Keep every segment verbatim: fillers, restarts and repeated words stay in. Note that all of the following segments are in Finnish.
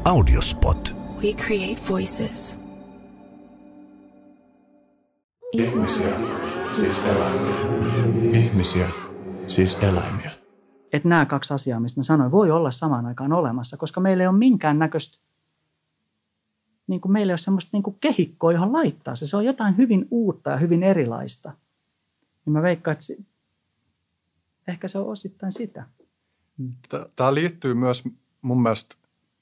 Audiospot. We create voices. Ihmisiä, siis eläimiä. Ihmisiä, siis eläimiä. Että nämä kaksi asiaa, mistä mä sanoin, voi olla samaan aikaan olemassa, koska meillä ei ole minkään näköistä, niin kuin meillä ei ole semmoista niin kuin kehikkoa, johon laittaa se. Se on jotain hyvin uutta ja hyvin erilaista. Niin mä veikkaan, että ehkä se on osittain sitä. Tämä liittyy myös mun mielestä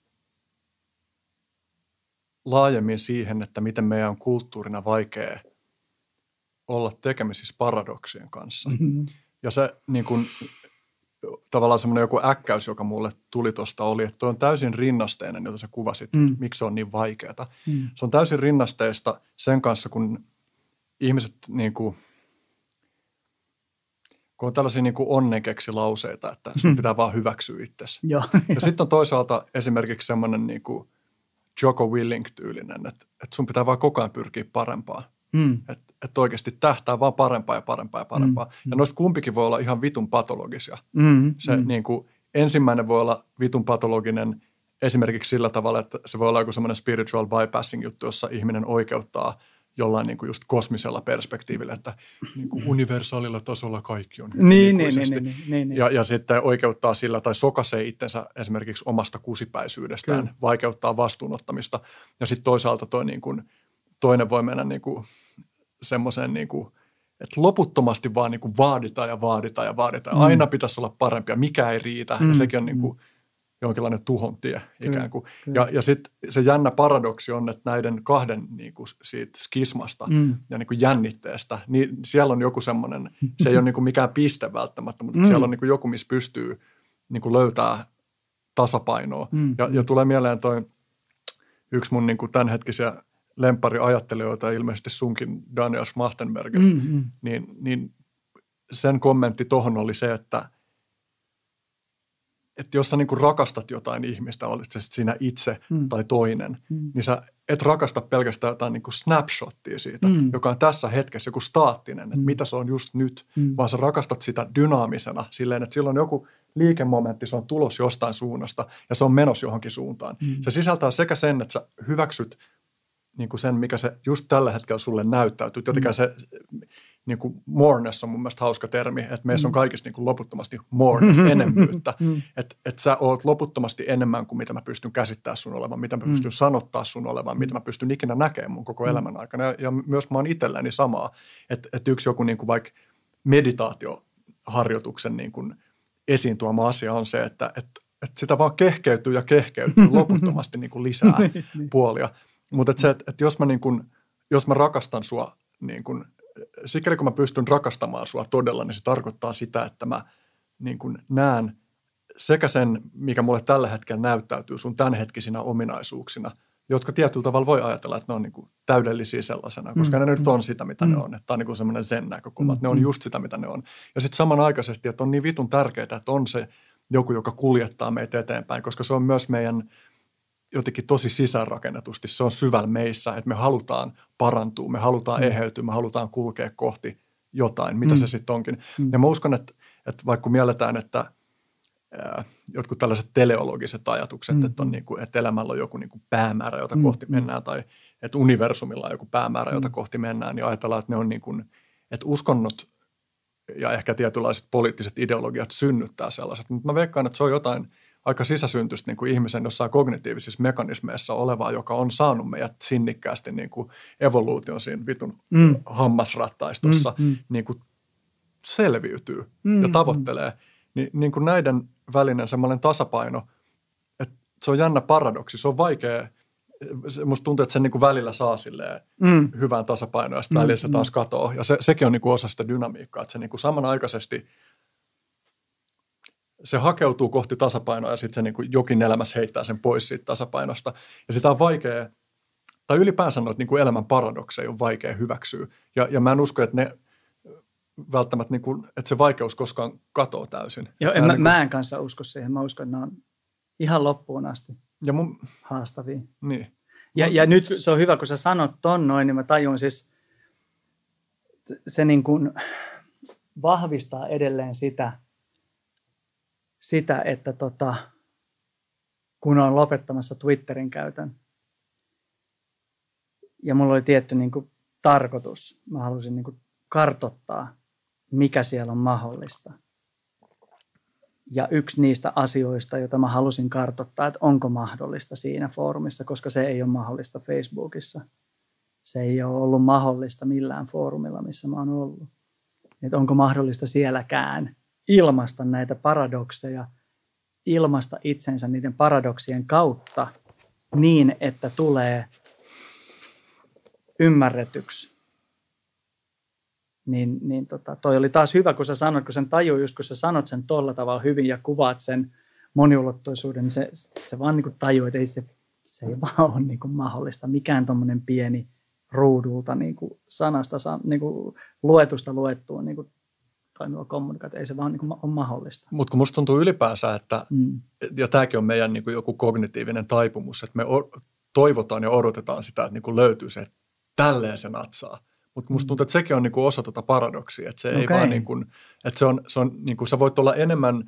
laajemmin siihen, että miten meidän on kulttuurina vaikea olla tekemisissä paradoksien kanssa. Mm-hmm. Ja se niin kuin, tavallaan semmoinen joku äkkäys, joka mulle tuli tuosta oli, että tuo on täysin rinnasteinen, jota sä kuvasit, mm. että miksi se on niin vaikeaa. Mm. Se on täysin rinnasteista sen kanssa, kun ihmiset niin kuin, kun on tällaisia niin kuin onnenkeksi-lauseita, että sun mm. pitää vaan hyväksyä itsesi. Ja, ja sitten on toisaalta esimerkiksi semmoinen niin kuin Jocko Willink-tyylinen, että, että sun pitää vaan koko ajan pyrkiä parempaan. Mm. Että, että oikeasti tähtää vaan parempaa ja parempaa ja parempaa. Mm. Ja noista kumpikin voi olla ihan vitun patologisia. Mm. Se mm. niin kuin, ensimmäinen voi olla vitun patologinen esimerkiksi sillä tavalla, että se voi olla joku semmoinen spiritual bypassing juttu, jossa ihminen oikeuttaa jollain niin kuin just kosmisella perspektiivillä, että niin kuin universaalilla tasolla kaikki on hyvin niin, niin, niin, niin, niin, niin. Ja, ja sitten oikeuttaa sillä tai sokaisee itsensä esimerkiksi omasta kusipäisyydestään, Kyllä. vaikeuttaa vastuunottamista. Ja sitten toisaalta toi niin kuin, toinen voi mennä niin kuin semmoiseen, niin kuin, että loputtomasti vaan niin kuin vaaditaan ja vaaditaan ja vaaditaan. Mm. Aina pitäisi olla parempia, mikä ei riitä. Mm. Ja sekin on niin kuin jonkinlainen tuhon tie ikään kuin. Kyllä. Ja, ja sitten se jännä paradoksi on, että näiden kahden niin kuin siitä skismasta mm. ja niin kuin jännitteestä, niin siellä on joku semmoinen, se ei ole niin kuin mikään piste välttämättä, mutta mm. siellä on niin kuin joku, missä pystyy niin kuin löytää tasapainoa. Mm. Ja, ja tulee mieleen toi yksi mun niin kuin tämänhetkisiä lemppariajattelijoita, ilmeisesti sunkin Daniel Schmachtenberger, mm. niin, niin sen kommentti tohon oli se, että että jos sä niin kuin rakastat jotain ihmistä, olit se sitten sinä itse mm. tai toinen, mm. niin sä et rakasta pelkästään jotain niin kuin snapshottia siitä, mm. joka on tässä hetkessä joku staattinen, että mm. mitä se on just nyt, mm. vaan sä rakastat sitä dynaamisena silleen, että silloin joku liikemomentti, se on tulos jostain suunnasta ja se on menossa johonkin suuntaan. Mm. Se sisältää sekä sen, että sä hyväksyt niin kuin sen, mikä se just tällä hetkellä sulle näyttäytyy. Jotenkin mm. se niin kuin moreness on mun mielestä hauska termi, että meissä on kaikissa niin kuin loputtomasti moreness, enemmyyttä. Että et sä oot loputtomasti enemmän kuin mitä mä pystyn käsittämään sun olevan, mitä mä pystyn sanottaa sun olevan, mitä mä pystyn ikinä näkemään mun koko elämän aikana. Ja, ja myös mä oon itselläni samaa, että et yksi joku niin kuin vaikka meditaatioharjoituksen niin kuin esiin tuoma asia on se, että et, et sitä vaan kehkeytyy ja kehkeytyy loputtomasti niin kuin lisää puolia. Mutta se, että et jos, mä niin kun, jos mä rakastan sua, niin kun, sikäli kun mä pystyn rakastamaan sua todella, niin se tarkoittaa sitä, että mä niin kun näen sekä sen, mikä mulle tällä hetkellä näyttäytyy sun tämänhetkisinä ominaisuuksina, jotka tietyllä tavalla voi ajatella, että ne on niin kun täydellisiä sellaisena, koska mm, ne nyt on sitä, mitä mm. ne on. Että tämä on niin kuin semmoinen zen-näkökulma, että ne on just sitä, mitä ne on. Ja sitten samanaikaisesti, että on niin vitun tärkeää, että on se joku, joka kuljettaa meitä eteenpäin, koska se on myös meidän jotenkin tosi sisäänrakennetusti. Se on syvällä meissä, että me halutaan parantua, me halutaan mm. eheytyä, me halutaan kulkea kohti jotain, mitä mm. se sitten onkin. Mm. Ja mä uskon, että, että vaikka mielletään, että ää, jotkut tällaiset teleologiset ajatukset, mm. että, on niin kuin, että elämällä on joku niin kuin päämäärä, jota mm. kohti mennään, tai että universumilla on joku päämäärä, jota mm. kohti mennään, niin ajatellaan, että ne on niin kuin, että uskonnot ja ehkä tietynlaiset poliittiset ideologiat synnyttää sellaiset. Mutta mä veikkaan, että se on jotain aika sisäsyntyistä niin kuin ihmisen jossain kognitiivisissa mekanismeissa olevaa, joka on saanut meidät sinnikkäästi niin kuin evoluution siinä vitun mm. hammasrattaistossa mm, mm. niin kuin selviytyy mm, ja tavoittelee. Mm. Ni, niin kuin näiden välinen semmoinen tasapaino, että se on jännä paradoksi, se on vaikea. Musta tuntuu, että sen niin kuin välillä saa silleen mm. hyvän tasapainoa ja sitten mm, välillä se taas katoaa. Ja se, sekin on niin kuin osa sitä dynamiikkaa, että se niin kuin samanaikaisesti se hakeutuu kohti tasapainoa ja sitten se niin kuin jokin elämässä heittää sen pois siitä tasapainosta. Ja sitä on vaikea, tai ylipäänsä noita niin kuin elämän paradokseja on vaikea hyväksyä. Ja, ja mä en usko, että ne välttämättä, niin kuin, että se vaikeus koskaan katoo täysin. Joo, en, mä, niin kuin, mä en kanssa usko siihen. Mä uskon, että ne on ihan loppuun asti ja mun, haastavia. Niin. Ja, ja nyt se on hyvä, kun sä sanot ton noin, niin mä tajun siis, se niin kuin vahvistaa edelleen sitä, sitä, että tota, kun olen lopettamassa Twitterin käytön. Ja mulla oli tietty niin kuin tarkoitus. Mä halusin niin kuin kartoittaa, mikä siellä on mahdollista. Ja yksi niistä asioista, joita mä halusin kartoittaa, että onko mahdollista siinä foorumissa, koska se ei ole mahdollista Facebookissa. Se ei ole ollut mahdollista millään foorumilla, missä mä oon ollut. Että onko mahdollista sielläkään ilmaista näitä paradokseja, ilmaista itsensä niiden paradoksien kautta niin, että tulee ymmärretyksi. Niin, niin tota, toi oli taas hyvä, kun sä sanoit, kun sen tajuu, just kun sä sanot sen tolla tavalla hyvin ja kuvaat sen moniulotteisuuden, niin se, se vaan niin kuin tajuu, että ei se, se ei vaan ole niin kuin mahdollista. Mikään tommoinen pieni ruudulta niin kuin sanasta, niin kuin luetusta luettuun niin kuin toimiva kommunikaatio, ei se vaan niin kuin ole mahdollista. Mutta kun musta tuntuu ylipäänsä, että, mm. ja tämäkin on meidän niin kuin joku kognitiivinen taipumus, että me toivotaan ja odotetaan sitä, että niin kuin löytyy se, että tälleen se natsaa. Mutta musta tuntuu, että sekin on niinku osa tuota paradoksia, että se ei okay. vaan niinku, että se on, se on niinku, sä voit olla enemmän,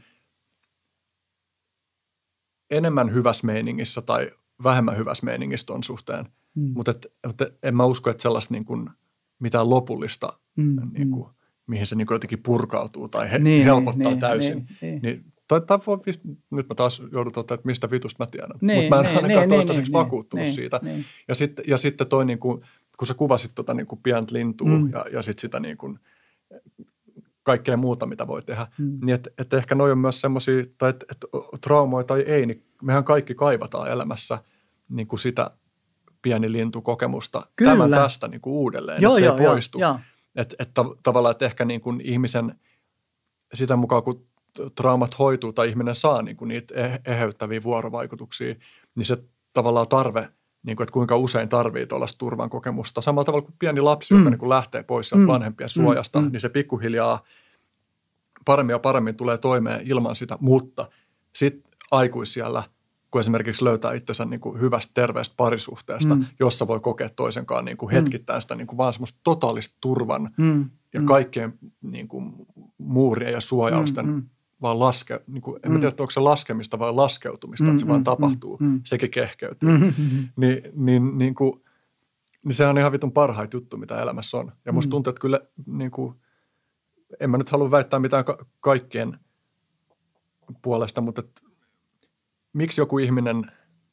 enemmän hyvässä meiningissä tai vähemmän hyvässä meiningissä ton suhteen, mm. mutta et, et, en mä usko, että sellaista niinku, mitään lopullista, mm. niinku, mihin se niinku jotenkin purkautuu tai he, niin, helpottaa niin, täysin. Niin, niin. Niin, tai, tai voi, nyt mä taas joudun toteamaan, että mistä vitusta mä tiedän, niin, mutta mä en niin, ainakaan niin, toistaiseksi niin, vakuuttunut niin, siitä. Niin. Ja sitten ja sit toi niinku, kun sä kuvasit tota niin kuin pientä lintua mm. ja, ja sitten sitä niin kuin kaikkea muuta, mitä voi tehdä, mm. niin että et ehkä noi on myös semmoisia, tai että et, traumoja tai ei, niin mehän kaikki kaivataan elämässä niin kuin sitä pieni lintukokemusta. Kyllä. Tämän tästä niin kuin uudelleen, joo, että se joo, ei poistu. Että et, ta, tavallaan, että ehkä niin kuin ihmisen sitä mukaan, kun traumat hoituu tai ihminen saa niin kuin niitä eheyttäviä vuorovaikutuksia, niin se tavallaan tarve, niin kuin, että kuinka usein tarvitsee tuollaista turvan kokemusta. Samalla tavalla kuin pieni lapsi, mm. joka niin kuin lähtee pois sieltä mm. vanhempien suojasta, mm. niin se pikkuhiljaa paremmin ja paremmin tulee toimeen ilman sitä. Mutta sitten aikuisiällä, kun esimerkiksi löytää itsensä niin kuin hyvästä terveestä parisuhteesta, mm. jossa voi kokea toisenkaan niin kuin hetkittäin sitä niin kuin vaan semmoista totaalista turvan mm. ja kaikkien niin kuin muurien ja suojausten mm. vaan laske, niin kuin, en mm. tiedä, onko se laskemista vai laskeutumista, mm, että se mm, vaan tapahtuu, mm, sekin kehkeytyy. Mm, mm, Ni, niin, niin, kuin, niin sehän on ihan vitun parhaita juttu, mitä elämässä on. Ja musta mm. tuntuu, että kyllä, niin kuin, en mä nyt halua väittää mitään ka- kaikkien puolesta, mutta että, miksi joku ihminen,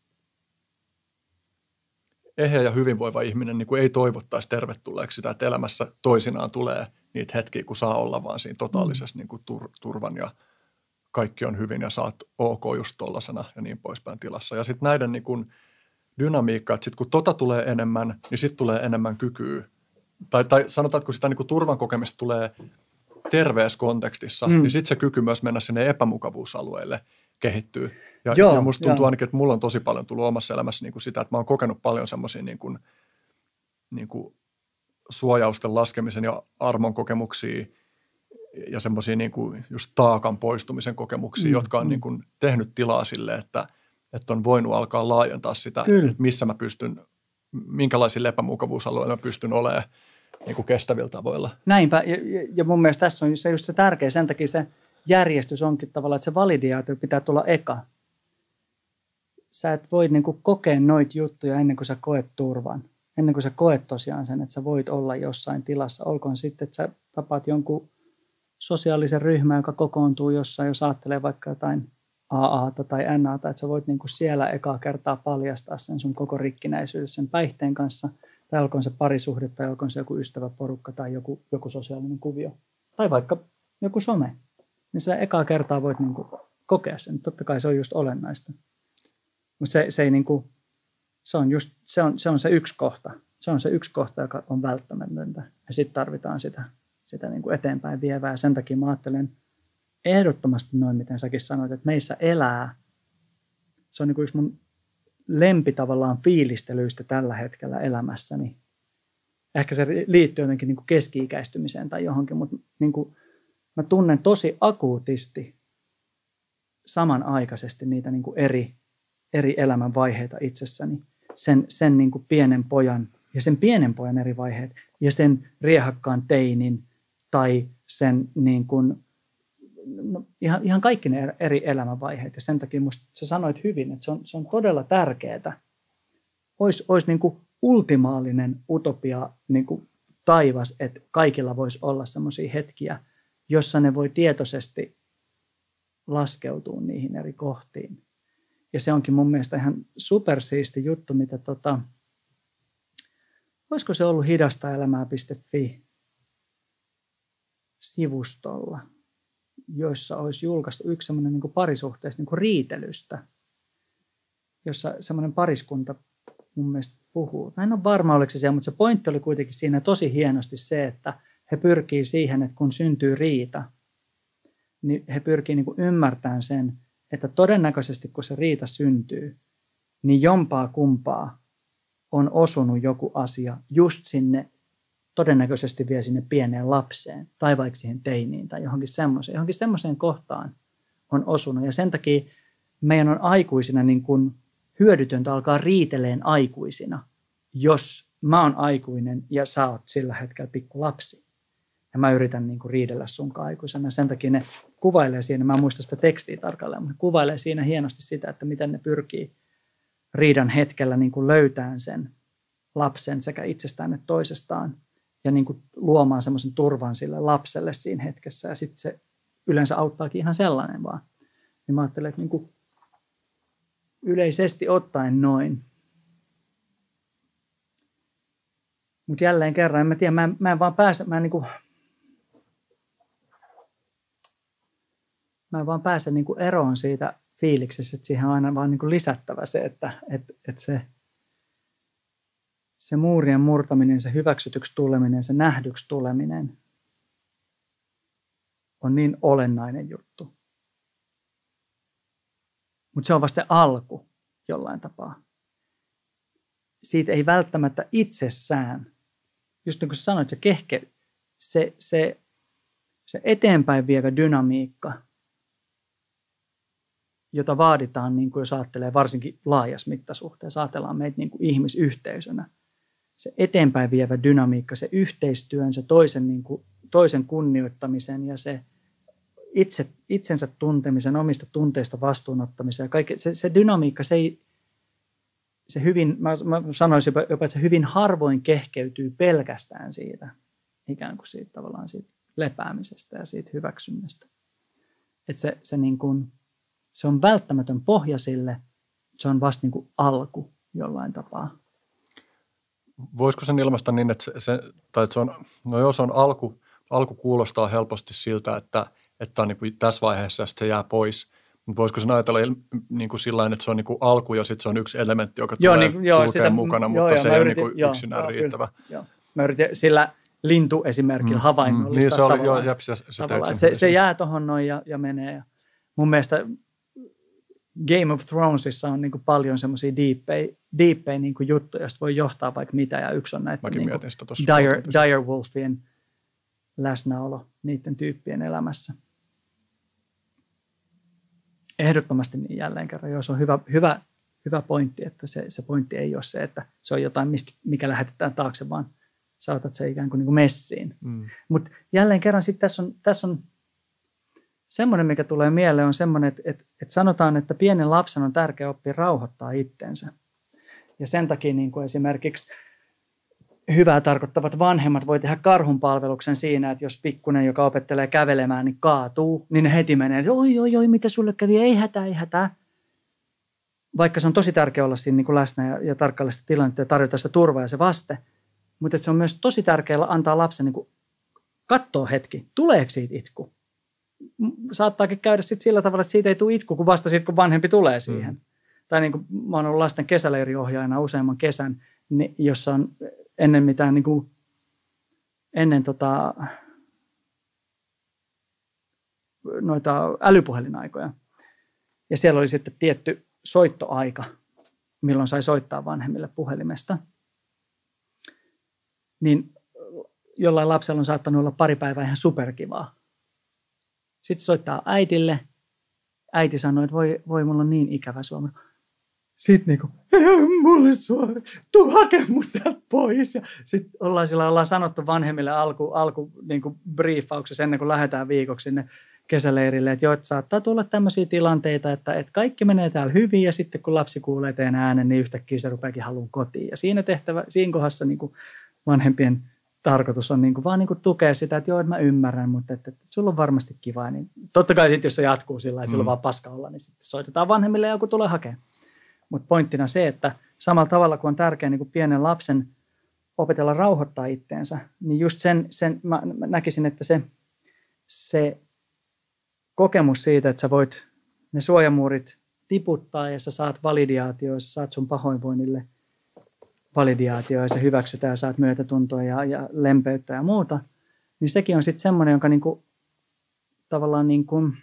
eheä ja hyvinvoiva ihminen, niin kuin ei toivottaisi tervetulleeksi sitä, että elämässä toisinaan tulee niitä hetkiä, kun saa olla vaan siinä totaalisessa mm. niin kuin tur, turvan ja kaikki on hyvin ja sä oot ok just tollasena ja niin poispäin tilassa. Ja sitten näiden niin kun dynamiikka, että sitten kun tota tulee enemmän, niin sitten tulee enemmän kykyä. Tai, tai sanotaan, että kun sitä niin kun turvan kokemista tulee terveessä kontekstissa, mm. niin sitten se kyky myös mennä sinne epämukavuusalueelle kehittyy. Ja, Joo, ja musta tuntuu joo. ainakin, että mulla on tosi paljon tullut omassa elämässä niin kuin sitä, että mä oon kokenut paljon semmoisia niin kuin, niin kuin suojausten laskemisen ja armon kokemuksia ja semmoisia niin kuin just taakan poistumisen kokemuksia, mm, jotka on mm. niin kuin tehnyt tilaa sille, että, että on voinut alkaa laajentaa sitä, Kyllä. että missä mä pystyn, minkälaisilla epämukavuusalueilla mä pystyn olemaan niin kuin kestävillä tavoilla. Näinpä, ja, ja mun mielestä tässä on se just se tärkeä, sen takia se järjestys onkin tavallaan, että se validaatio pitää tulla eka. Sä et voi niin kuin kokea noita juttuja ennen kuin sä koet turvan, ennen kuin sä koet tosiaan sen, että sä voit olla jossain tilassa, olkoon sitten, että sä tapaat jonkun sosiaalisen ryhmän, joka kokoontuu jossain, jos ajattelee vaikka jotain A A:ta tai N A:ta, että sä voit niinku siellä ekaa kertaa paljastaa sen sun koko rikkinäisyyden sen päihteen kanssa, tai olkoon se parisuhde, tai olkoon se joku ystäväporukka, tai joku, joku sosiaalinen kuvio, tai vaikka joku some, niin sä ekaa kertaa voit niinku kokea sen. Totta kai se on just olennaista. Mutta se, se, ei niinku, se, on just, se, on, se on se yksi kohta. Se on se yksi kohta, joka on välttämätöntä, ja sitten tarvitaan sitä. sitä niin kuin eteenpäin vievää. Ja sen takia mä ajattelen ehdottomasti noin, miten säkin sanoit, että meissä elää. Se on niin kuin yksi mun lempi tavallaan fiilistelyistä tällä hetkellä elämässäni. Ehkä se liittyy jotenkin niin kuin keski-ikäistymiseen tai johonkin, mutta niin kuin mä tunnen tosi akuutisti samanaikaisesti niitä niin kuin eri, eri elämänvaiheita itsessäni. Sen, sen niin kuin pienen pojan ja sen pienen pojan eri vaiheet ja sen riehakkaan teinin tai sen niin kuin no, ihan, ihan kaikki ne eri elämänvaiheet. Ja sen takia musta sä sanoit hyvin, että se on, se on todella tärkeää. Ois, ois niin kuin ultimaalinen utopia niin kuin taivas, että kaikilla voisi olla semmoisia hetkiä, jossa ne voi tietoisesti laskeutua niihin eri kohtiin. Ja se onkin mun mielestä ihan supersiisti juttu, mitä tota, olisiko se ollut hidastaelämää piste fi sivustolla, joissa olisi julkaistu yksi semmoinen niin kuin parisuhteesta niin kuin riitelystä, jossa semmoinen pariskunta mun mielestä puhuu. Mä en ole varma, oliko se siellä, mutta se pointti oli kuitenkin siinä tosi hienosti se, että he pyrkii siihen, että kun syntyy riita, niin he pyrkii niin kuin ymmärtämään sen, että todennäköisesti kun se riita syntyy, niin jompaa kumpaa on osunut joku asia just sinne, todennäköisesti vielä sinne pieneen lapseen tai vaikka siihen teiniin tai johonkin semmoiseen. Johonkin semmoiseen kohtaan on osunut ja sen takia meidän on aikuisina niin kuin hyödytöntä alkaa riiteleen aikuisina, jos mä oon aikuinen ja sä oot sillä hetkellä pikku lapsi. Ja mä yritän niin kuin riidellä sunkaan aikuisena. Sen takia ne kuvailee siinä, mä en muista sitä tekstiä tarkalleen, mutta ne kuvailee siinä hienosti sitä, että miten ne pyrkii riidan hetkellä niin kuin löytämään sen lapsen sekä itsestään että toisestaan ja niin kuin luomaan semmoisen turvan sille lapselle siinä hetkessä. Ja sitten se yleensä auttaakin ihan sellainen vaan. Niin mä ajattelen, että niin kuin yleisesti ottaen noin. Mutta jälleen kerran, en mä tiedä, mä en, mä en vaan pääse, mä en, niin kuin, mä en vaan pääse niin kuin eroon siitä fiiliksessä, että siihen on aina vaan niin kuin lisättävä se, että, että, että se, se muurien murtaminen, se hyväksytyksi tuleminen, se nähdyksi tuleminen on niin olennainen juttu. Mutta se on vasta se alku jollain tapaa. Siitä ei välttämättä itsessään, just niin kuin sä sanoit, se kehke, se, se, se eteenpäin vievä dynamiikka, jota vaaditaan, niin kuin jos ajattelee varsinkin laajassa mittasuhteessa, ajatellaan meitä niin kuin ihmisyhteisönä. Se eteenpäin vievä dynamiikka, se yhteistyön, se toisen, niin kuin, toisen kunnioittamisen ja se itse, itsensä tuntemisen, omista tunteista vastuunottamisen ja kaikki, se, se dynamiikka, se ei, se hyvin, mä, mä sanoisin jopa, jopa, että se hyvin harvoin kehkeytyy pelkästään siitä, ikään kuin siitä tavallaan siitä lepäämisestä ja siitä hyväksynnästä. Että se, se, niin kuin, se on välttämätön pohja sille, se on vasta niin kuin alku jollain tapaa. Voisiko sen ilmaista niin, että se, se, tai että se on, no jos on alku, alku kuulostaa helposti siltä, että, että on niin kuin tässä vaiheessa ja se jää pois. Mutta voisiko sen ajatella niin kuin sillain, että se on niin kuin alku ja sitten se on yksi elementti, joka joo, tulee niin, joo, sitä, mukana, joo, mutta joo, se ei yritin, ole niin kuin yksinään joo, riittävä. Joo. Mä yritin sillä lintuesimerkillä mm, havainnollistaa mm, niin se oli, joo, jeps, se, se, se, se jää tuohon noin ja, ja menee. Ja mun mielestä Game of Thronesissa on niin kuin paljon semmoisia deepejä, deepejä niin kuin juttuja, joista voi johtaa vaikka mitä. Ja yksi on näitä niin dire, direwolfien läsnäolo niiden tyyppien elämässä. Ehdottomasti niin jälleen kerran. Joo, se on hyvä, hyvä, hyvä pointti, että se, se pointti ei ole se, että se on jotain, mistä, mikä lähetetään taakse, vaan sä otat se ikään kuin, niin kuin messiin. Mm. Mutta jälleen kerran sitten tässä on, tässä on semmoinen, mikä tulee mieleen, on semmoinen, että, että, että sanotaan, että pienen lapsen on tärkeää oppia rauhoittaa itsensä. Ja sen takia niin kuin esimerkiksi hyvää tarkoittavat vanhemmat voi tehdä karhunpalveluksen siinä, että jos pikkunen, joka opettelee kävelemään, niin kaatuu, niin ne heti menee, että oi, oi, oi, mitä sulle kävi, ei hätää, ei hätää. Vaikka se on tosi tärkeää olla siinä niin kuin läsnä ja, ja tarkkailla sitä tilannetta ja tarjota sitä turvaa ja se vaste. Mutta se on myös tosi tärkeää antaa lapsen niin kuin katsoa hetki, tuleeko siitä itku. Saattaakin käydä sit sillä tavalla, että siitä ei tule itku, kun vasta sitten, kun vanhempi tulee siihen. Mm. Tai niin kuin mä oon ollut lasten kesäleiriohjaajana useamman kesän, niin, jossa on ennen mitään niin kuin, ennen tota, noita älypuhelinaikoja. Ja siellä oli sitten tietty soittoaika, milloin sai soittaa vanhemmille puhelimesta. Niin jollain lapsella on saattanut olla pari päivää ihan superkivaa. Sitten soittaa äidille. Äiti sanoi, että voi, voi mulla on niin ikävä Suomi. Sitten niinku, ei mulle Suomi, tuu hakea mut täältä pois. Ja sitten ollaan sillä ollaan sanottu vanhemmille alku, alku niinku briefauksessa ennen kuin lähdetään viikoksi sinne. kesäleirille, että joo, että saattaa tulla tämmöisiä tilanteita, että, että kaikki menee täällä hyvin ja sitten kun lapsi kuulee teidän äänen, niin yhtäkkiä se rupeakin haluun kotiin. Ja siinä tehtävä, siinä kohdassa niin kuin vanhempien tarkoitus on niin kuin vaan niin kuin tukea sitä, että joo, että mä ymmärrän, mutta että, että sulla on varmasti kiva. Niin totta kai sitten, jos se jatkuu sillä lailla, että mm. sillä on vaan paska olla, niin sitten soitetaan vanhemmille ja joku tulee hakemaan. Mutta pointtina se, että samalla tavalla kuin on tärkeää niin kuin pienen lapsen opetella rauhoittaa itteensä, niin just sen, sen mä, mä näkisin, että se, se kokemus siitä, että sä voit ne suojamuurit tiputtaa ja sä saat validaatio, sä saat sun pahoinvoinnille validaatio ja se hyväksytään ja saat myötätuntoa ja, ja lempeyttä ja muuta, niin sekin on sitten semmoinen, jonka niinku, tavallaan niin kuin,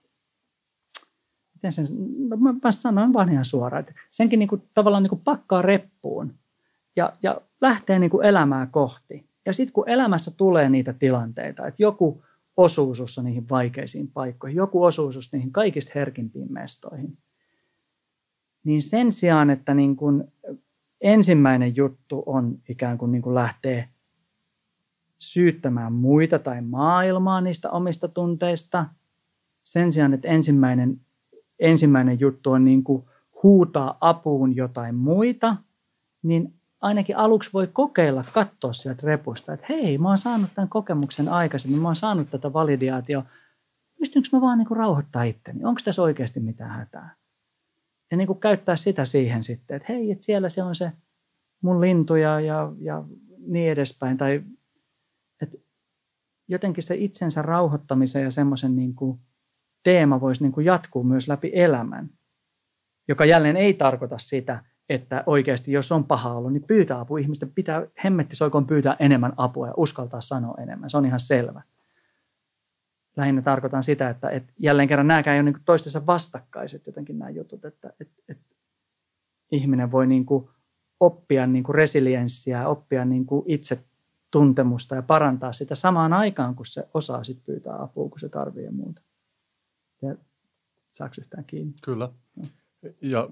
miten sen, no mä, mä sanoin vaan ihan suoraan, että senkin niinku, tavallaan niinku pakkaa reppuun ja, ja lähtee niinku elämää kohti. Ja sitten kun elämässä tulee niitä tilanteita, että joku osuu sussa niihin vaikeisiin paikkoihin, joku osuu sussa niihin kaikista herkimpiin mestoihin, niin sen sijaan, että niin kuin ensimmäinen juttu on ikään kuin, niin kuin lähtee syyttämään muita tai maailmaa niistä omista tunteista, sen sijaan, että ensimmäinen, ensimmäinen juttu on niin kuin huutaa apuun jotain muita, niin ainakin aluksi voi kokeilla katsoa sieltä repusta, että hei, mä oon saanut tämän kokemuksen aikaisemmin, mä oon saanut tätä validaatioa, pystynkö mä vaan niin kuin rauhoittaa itteni, onko tässä oikeasti mitään hätää? Ja niin kuin käyttää sitä siihen sitten, että hei, että siellä se on se mun lintu ja, ja, ja niin edespäin. Tai että jotenkin se itsensä rauhoittamisen ja semmoisen niin kuin teema voisi niin kuin jatkuu myös läpi elämän, joka jälleen ei tarkoita sitä, että oikeasti jos on paha olo, niin pyytää apua. Ihmisten pitää hemmettisoikoon pyytää enemmän apua ja uskaltaa sanoa enemmän. Se on ihan selvä. Lähinnä tarkoitan sitä, että, että jälleen kerran nämäkään ei ole niin toistensa vastakkaiset jotenkin nämä jutut, että, että, että ihminen voi niin kuin oppia niin kuin resilienssiä, oppia niin kuin itse tuntemusta ja parantaa sitä samaan aikaan, kun se osaa sit pyytää apua, kun se tarvitsee ja muuta. Ja saako yhtään kiinni? Kyllä. Ja,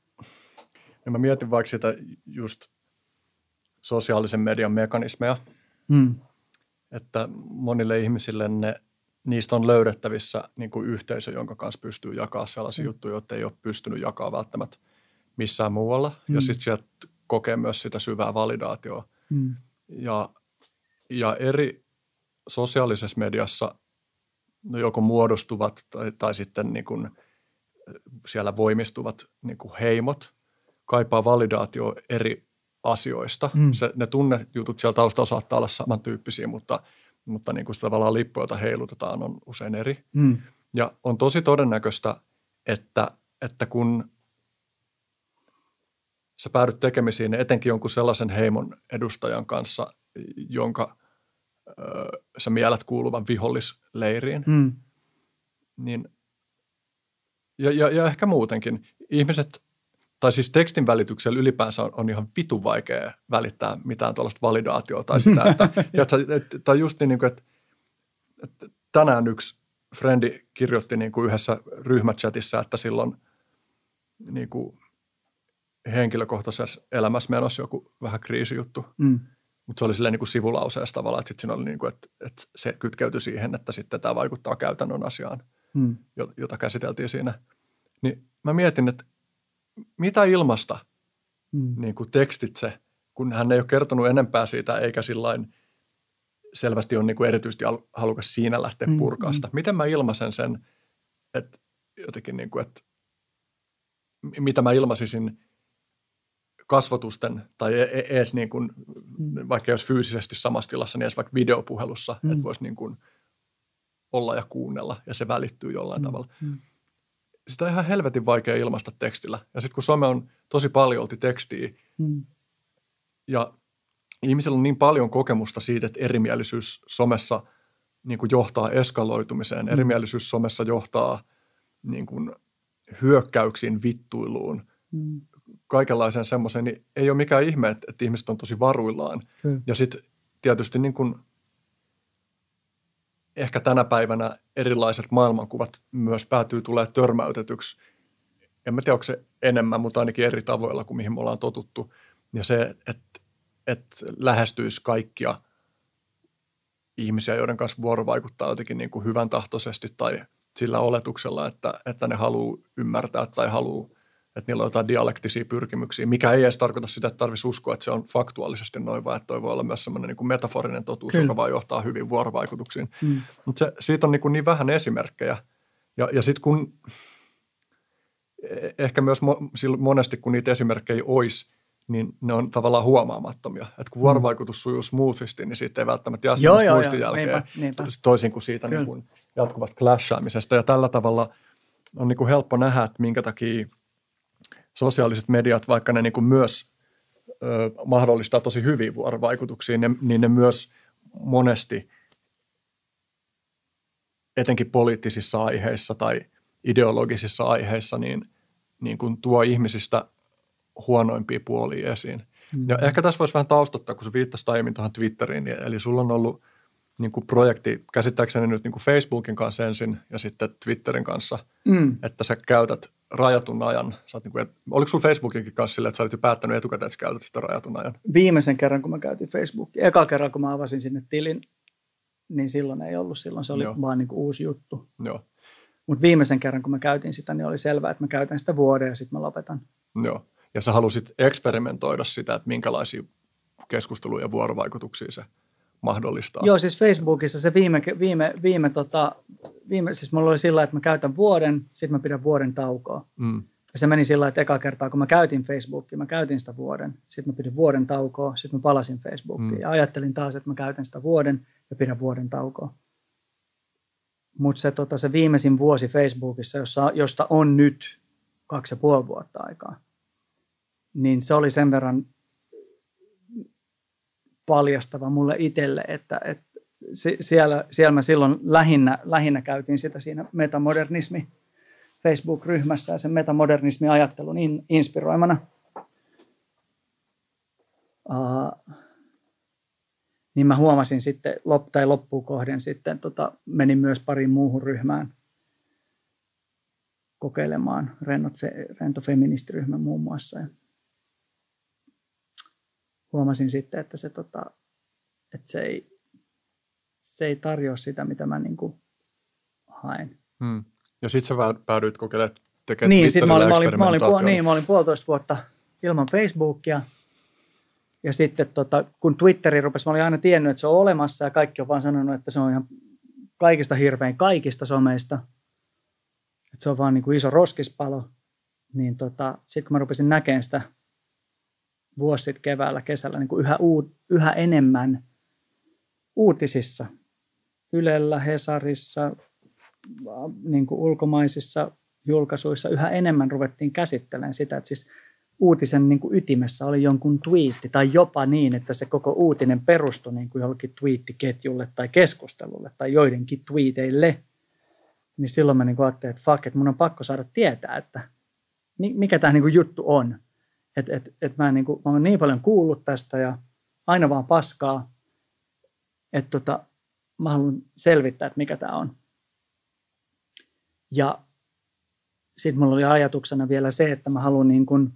ja mä mietin vaikka sitä just sosiaalisen median mekanismeja, hmm. että monille ihmisille ne niistä on löydettävissä niin kuin yhteisö, jonka kanssa pystyy jakamaan sellaisia mm. juttuja, joita ei ole pystynyt jakamaan välttämättä missään muualla. Mm. Ja sitten sieltä kokee myös sitä syvää validaatioa. Mm. Ja, ja eri sosiaalisessa mediassa no joko muodostuvat tai, tai sitten niin kuin siellä voimistuvat niin kuin heimot kaipaa validaatioa eri asioista. Mm. Se, ne tunnejutut siellä taustalla saattaa olla samantyyppisiä, mutta mutta niin kuin tavallaan lippu, jota heilutetaan, on usein eri. Mm. Ja on tosi todennäköistä, että, että kun sä päädyt tekemisiin, etenkin jonkun sellaisen heimon edustajan kanssa, jonka ö, sä mielät kuuluvan vihollisleiriin, mm. niin ja, ja, ja ehkä muutenkin ihmiset, tai siis tekstin välityksellä ylipäänsä on, on ihan vitun vaikea välittää mitään tuollaista validaatiota tai sitä, että, tiedätkö, että tai just niin kuin, että, että tänään yksi frendi kirjoitti niin kuin yhdessä ryhmächatissa, että silloin niin kuin henkilökohtaisessa elämässä menossa joku vähän kriisijuttu, mm. mutta se oli silleen niin kuin sivulauseessa tavallaan, että sitten siinä oli niin kuin, että, että se kytkeytyi siihen, että sitten tämä vaikuttaa käytännön asiaan, mm. jota käsiteltiin siinä. Niin mä mietin, että mitä ilmasta mm. niin kuin tekstitse, kun hän ei ole kertonut enempää siitä, eikä sillain selvästi ole niin kuin erityisesti halukas siinä lähteä mm. purkaa sitä. Miten mä ilmaisen sen, että jotenkin niin kuin, että mitä mä ilmaisisin kasvotusten tai edes niin kuin, mm. vaikka jos fyysisesti samassa tilassa, niin edes vaikka videopuhelussa, mm. että voisi niin kuin olla ja kuunnella ja se välittyy jollain mm. tavalla. Mm. Sitä on ihan helvetin vaikea ilmaista tekstillä. Ja sitten kun some on tosi paljolti tekstiä mm. ja ihmisillä on niin paljon kokemusta siitä, että erimielisyys somessa niin kuin johtaa eskaloitumiseen, mm. erimielisyys somessa johtaa niin kuin hyökkäyksiin, vittuiluun, mm. kaikenlaiseen semmoiseen, niin ei ole mikään ihme, että, että ihmiset on tosi varuillaan. Mm. Ja sitten tietysti niin kuin ehkä tänä päivänä erilaiset maailmankuvat myös päätyy tulee törmäytetyksi. En mä tiedä, onko se enemmän, mutta ainakin eri tavoilla kuin mihin me ollaan totuttu. Ja se, että, että lähestyisi kaikkia ihmisiä, joiden kanssa vuorovaikuttaa jotenkin niin kuin hyvän tahtoisesti tai sillä oletuksella, että, että ne haluaa ymmärtää tai haluaa, että niillä on jotain dialektisia pyrkimyksiä, mikä ei edes tarkoita sitä, että tarvitsisi uskoa, että se on faktuaalisesti noin, vaan että toi voi olla myös semmoinen niin kuin metaforinen totuus, Kyllä. joka vaan johtaa hyvin vuorovaikutuksiin. Mm. Mutta siitä on niin, kuin niin vähän esimerkkejä. Ja, ja sitten kun ehkä myös monesti, kun niitä esimerkkejä olisi, niin ne on tavallaan huomaamattomia. Että kun vuorovaikutus sujuu smoothisti, niin siitä ei välttämättä jää sellaista muistinjälkeä, niinpä, niinpä. Toisin kuin siitä niin kuin jatkuvasta clashaamisesta. Ja tällä tavalla on niin kuin helppo nähdä, että minkä takia sosiaaliset mediat, vaikka ne niin kuin myös ö, mahdollistaa tosi hyviä vuorovaikutuksia, ne, niin ne myös monesti etenkin poliittisissa aiheissa tai ideologisissa aiheissa niin, niin kuin tuo ihmisistä huonoimpia puolia esiin. Mm. Ja ehkä tässä voisi vähän taustottaa, kun sä viittasit aiemmin tuohon Twitteriin, niin, eli sulla on ollut niin kuin projekti, käsittääkseni nyt niin kuin Facebookin kanssa ensin ja sitten Twitterin kanssa, mm. että sä käytät rajatun ajan. Sä oot niin kuin, oliko sulla Facebookinkin kanssa silleen, että sä olit jo päättänyt etukäteen, että sä käytät sitä rajatun ajan? Viimeisen kerran, kun mä käytin Facebookia, eka kerran, kun mä avasin sinne tilin, niin silloin ei ollut. Silloin se oli Joo. vaan niin kuin uusi juttu. Joo. Mutta viimeisen kerran, kun mä käytin sitä, niin oli selvää, että mä käytän sitä vuoden ja sitten mä lopetan. Joo. Ja sä halusit eksperimentoida sitä, että minkälaisia keskusteluja ja vuorovaikutuksia se mahdollistaa. Joo, siis Facebookissa se viime, viime, viime, tota, viime siis mulla oli sillä, että mä käytän vuoden, sitten mä pidän vuoden taukoa. Mm. Ja se meni sillä, että eka kertaa, kun mä käytin Facebookia, mä käytin sitä vuoden, sitten mä pidin vuoden taukoa, sitten mä palasin Facebookiin. Mm. Ja ajattelin taas, että mä käytän sitä vuoden ja pidän vuoden taukoa. Mutta se, tota, se viimeisin vuosi Facebookissa, jossa, josta on nyt kaksi ja puoli vuotta aikaa, niin se oli sen verran paljastava mulle itselle, että, että siellä, siellä mä silloin lähinnä, lähinnä käytin sitä siinä metamodernismi Facebook-ryhmässä ja sen metamodernismi-ajattelun in, inspiroimana. Uh, niin mä huomasin sitten, lop, tai loppuun kohden sitten, tota, menin myös pariin muuhun ryhmään kokeilemaan, rento, rento feministiryhmä muun muassa. Ja huomasin sitten, että se, tota, että se, ei, se ei tarjoa sitä, mitä mä niin kuin haen. Hmm. Ja sitten sä päädyit kokeilemaan tekemään niin, Twitterillä mä olin, mä olin, mä olin, niin, mä olin puolitoista vuotta ilman Facebookia. Ja sitten tota, kun Twitteri rupesi, mä olin aina tiennyt, että se on olemassa ja kaikki on vaan sanonut, että se on ihan kaikista hirvein kaikista someista. Että se on vaan niin kuin iso roskispalo. Niin tota, sitten kun mä rupesin näkemään sitä vuosi sitten keväällä, kesällä niin kuin yhä, uut, yhä enemmän uutisissa, Ylellä, Hesarissa, niin kuin ulkomaisissa julkaisuissa, yhä enemmän ruvettiin käsittelemään sitä, että siis uutisen niin kuin ytimessä oli jonkun twiitti tai jopa niin, että se koko uutinen perustui niin kuin jollekin twiittiketjulle tai keskustelulle tai joidenkin twiiteille. Niin silloin mä niin kuin ajattelin, että fuck, että mun on pakko saada tietää, että mikä tämä niin kuin juttu on. Että et, et mä, niin kuin, mä oon niin paljon kuullut tästä ja aina vaan paskaa, että tota, mä haluan selvittää, että mikä tämä on. Ja sitten mulla oli ajatuksena vielä se, että mä haluan niin kuin,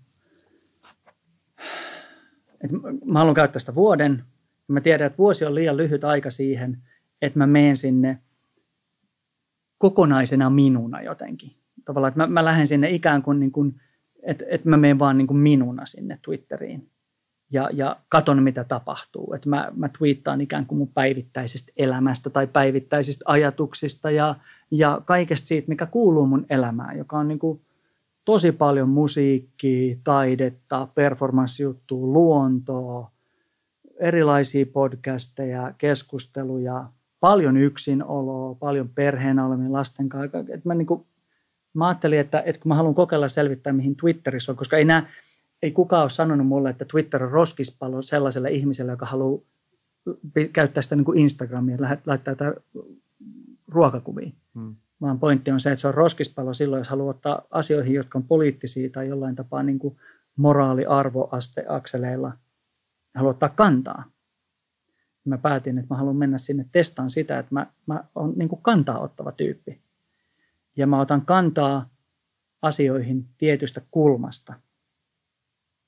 että mä haluan käyttää sitä vuoden. Mä tiedän, että vuosi on liian lyhyt aika siihen, että mä menen sinne kokonaisena minuna jotenkin. Tavallaan, että mä, mä lähden sinne ikään kuin, niin kuin että, että mä menen vaan niin kuin minuna sinne Twitteriin ja, ja katon, mitä tapahtuu. Että mä, mä twiittaan ikään kuin mun päivittäisestä elämästä tai päivittäisistä ajatuksista ja, ja kaikesta siitä, mikä kuuluu mun elämään, joka on niin kuin tosi paljon musiikkia, taidetta, performance-juttua, luontoa, erilaisia podcasteja, keskusteluja, paljon yksinoloa, paljon perheenä oleminen lasten kanssa. Että mä, niin kuin, mä ajattelin, että, että kun mä haluan kokeilla selvittää, mihin Twitterissä on, koska ei, nää, ei kukaan ole sanonut mulle, että Twitter on roskispalo sellaiselle ihmiselle, joka haluaa käyttää sitä niin kuin Instagramia, laittaa jotain ruokakuvia. Hmm. Vaan pointti on se, että se on roskispalo silloin, jos haluaa ottaa asioihin, jotka on poliittisia tai jollain tapaa niin kuin moraali-arvoaste-akseleilla, haluaa ottaa kantaa. Mä päätin, että mä haluan mennä sinne testaan sitä, että mä, mä oon niin kuin kantaa ottava tyyppi. Ja mä otan kantaa asioihin tietystä kulmasta.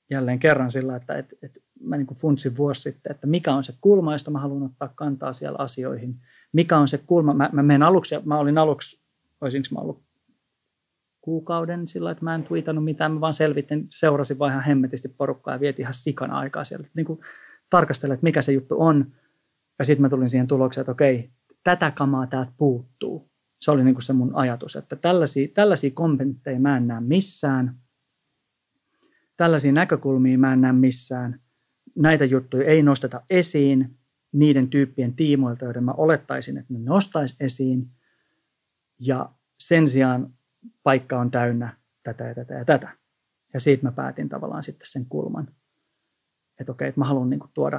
jälleen kerran sillä, että et, et mä niin kuin funtsin vuosi sitten, että mikä on se kulma, josta mä haluan ottaa kantaa siellä asioihin. Mikä on se kulma? Mä, mä menen aluksi, mä olin aluksi, olisinko mä ollut kuukauden sillä, että mä en tweetannut mitään, mä vaan selvitin, seurasin vaan ihan hemmetisti porukkaa ja vietin ihan sikana aikaa sieltä. Niin kuin tarkastella, että mikä se juttu on. Ja sitten mä tulin siihen tulokseen, että okei, tätä kamaa täältä puuttuu. Se oli niin kuin se mun ajatus, että tällaisia, tällaisia kommentteja mä en näe missään. Tällaisia näkökulmia mä en näe missään. Näitä juttuja ei nosteta esiin niiden tyyppien tiimoilta, joiden mä olettaisin, että ne nostaisi esiin. Ja sen sijaan paikka on täynnä tätä ja tätä ja tätä. Ja siitä mä päätin tavallaan sitten sen kulman. Että okei, että mä haluan niin kuin tuoda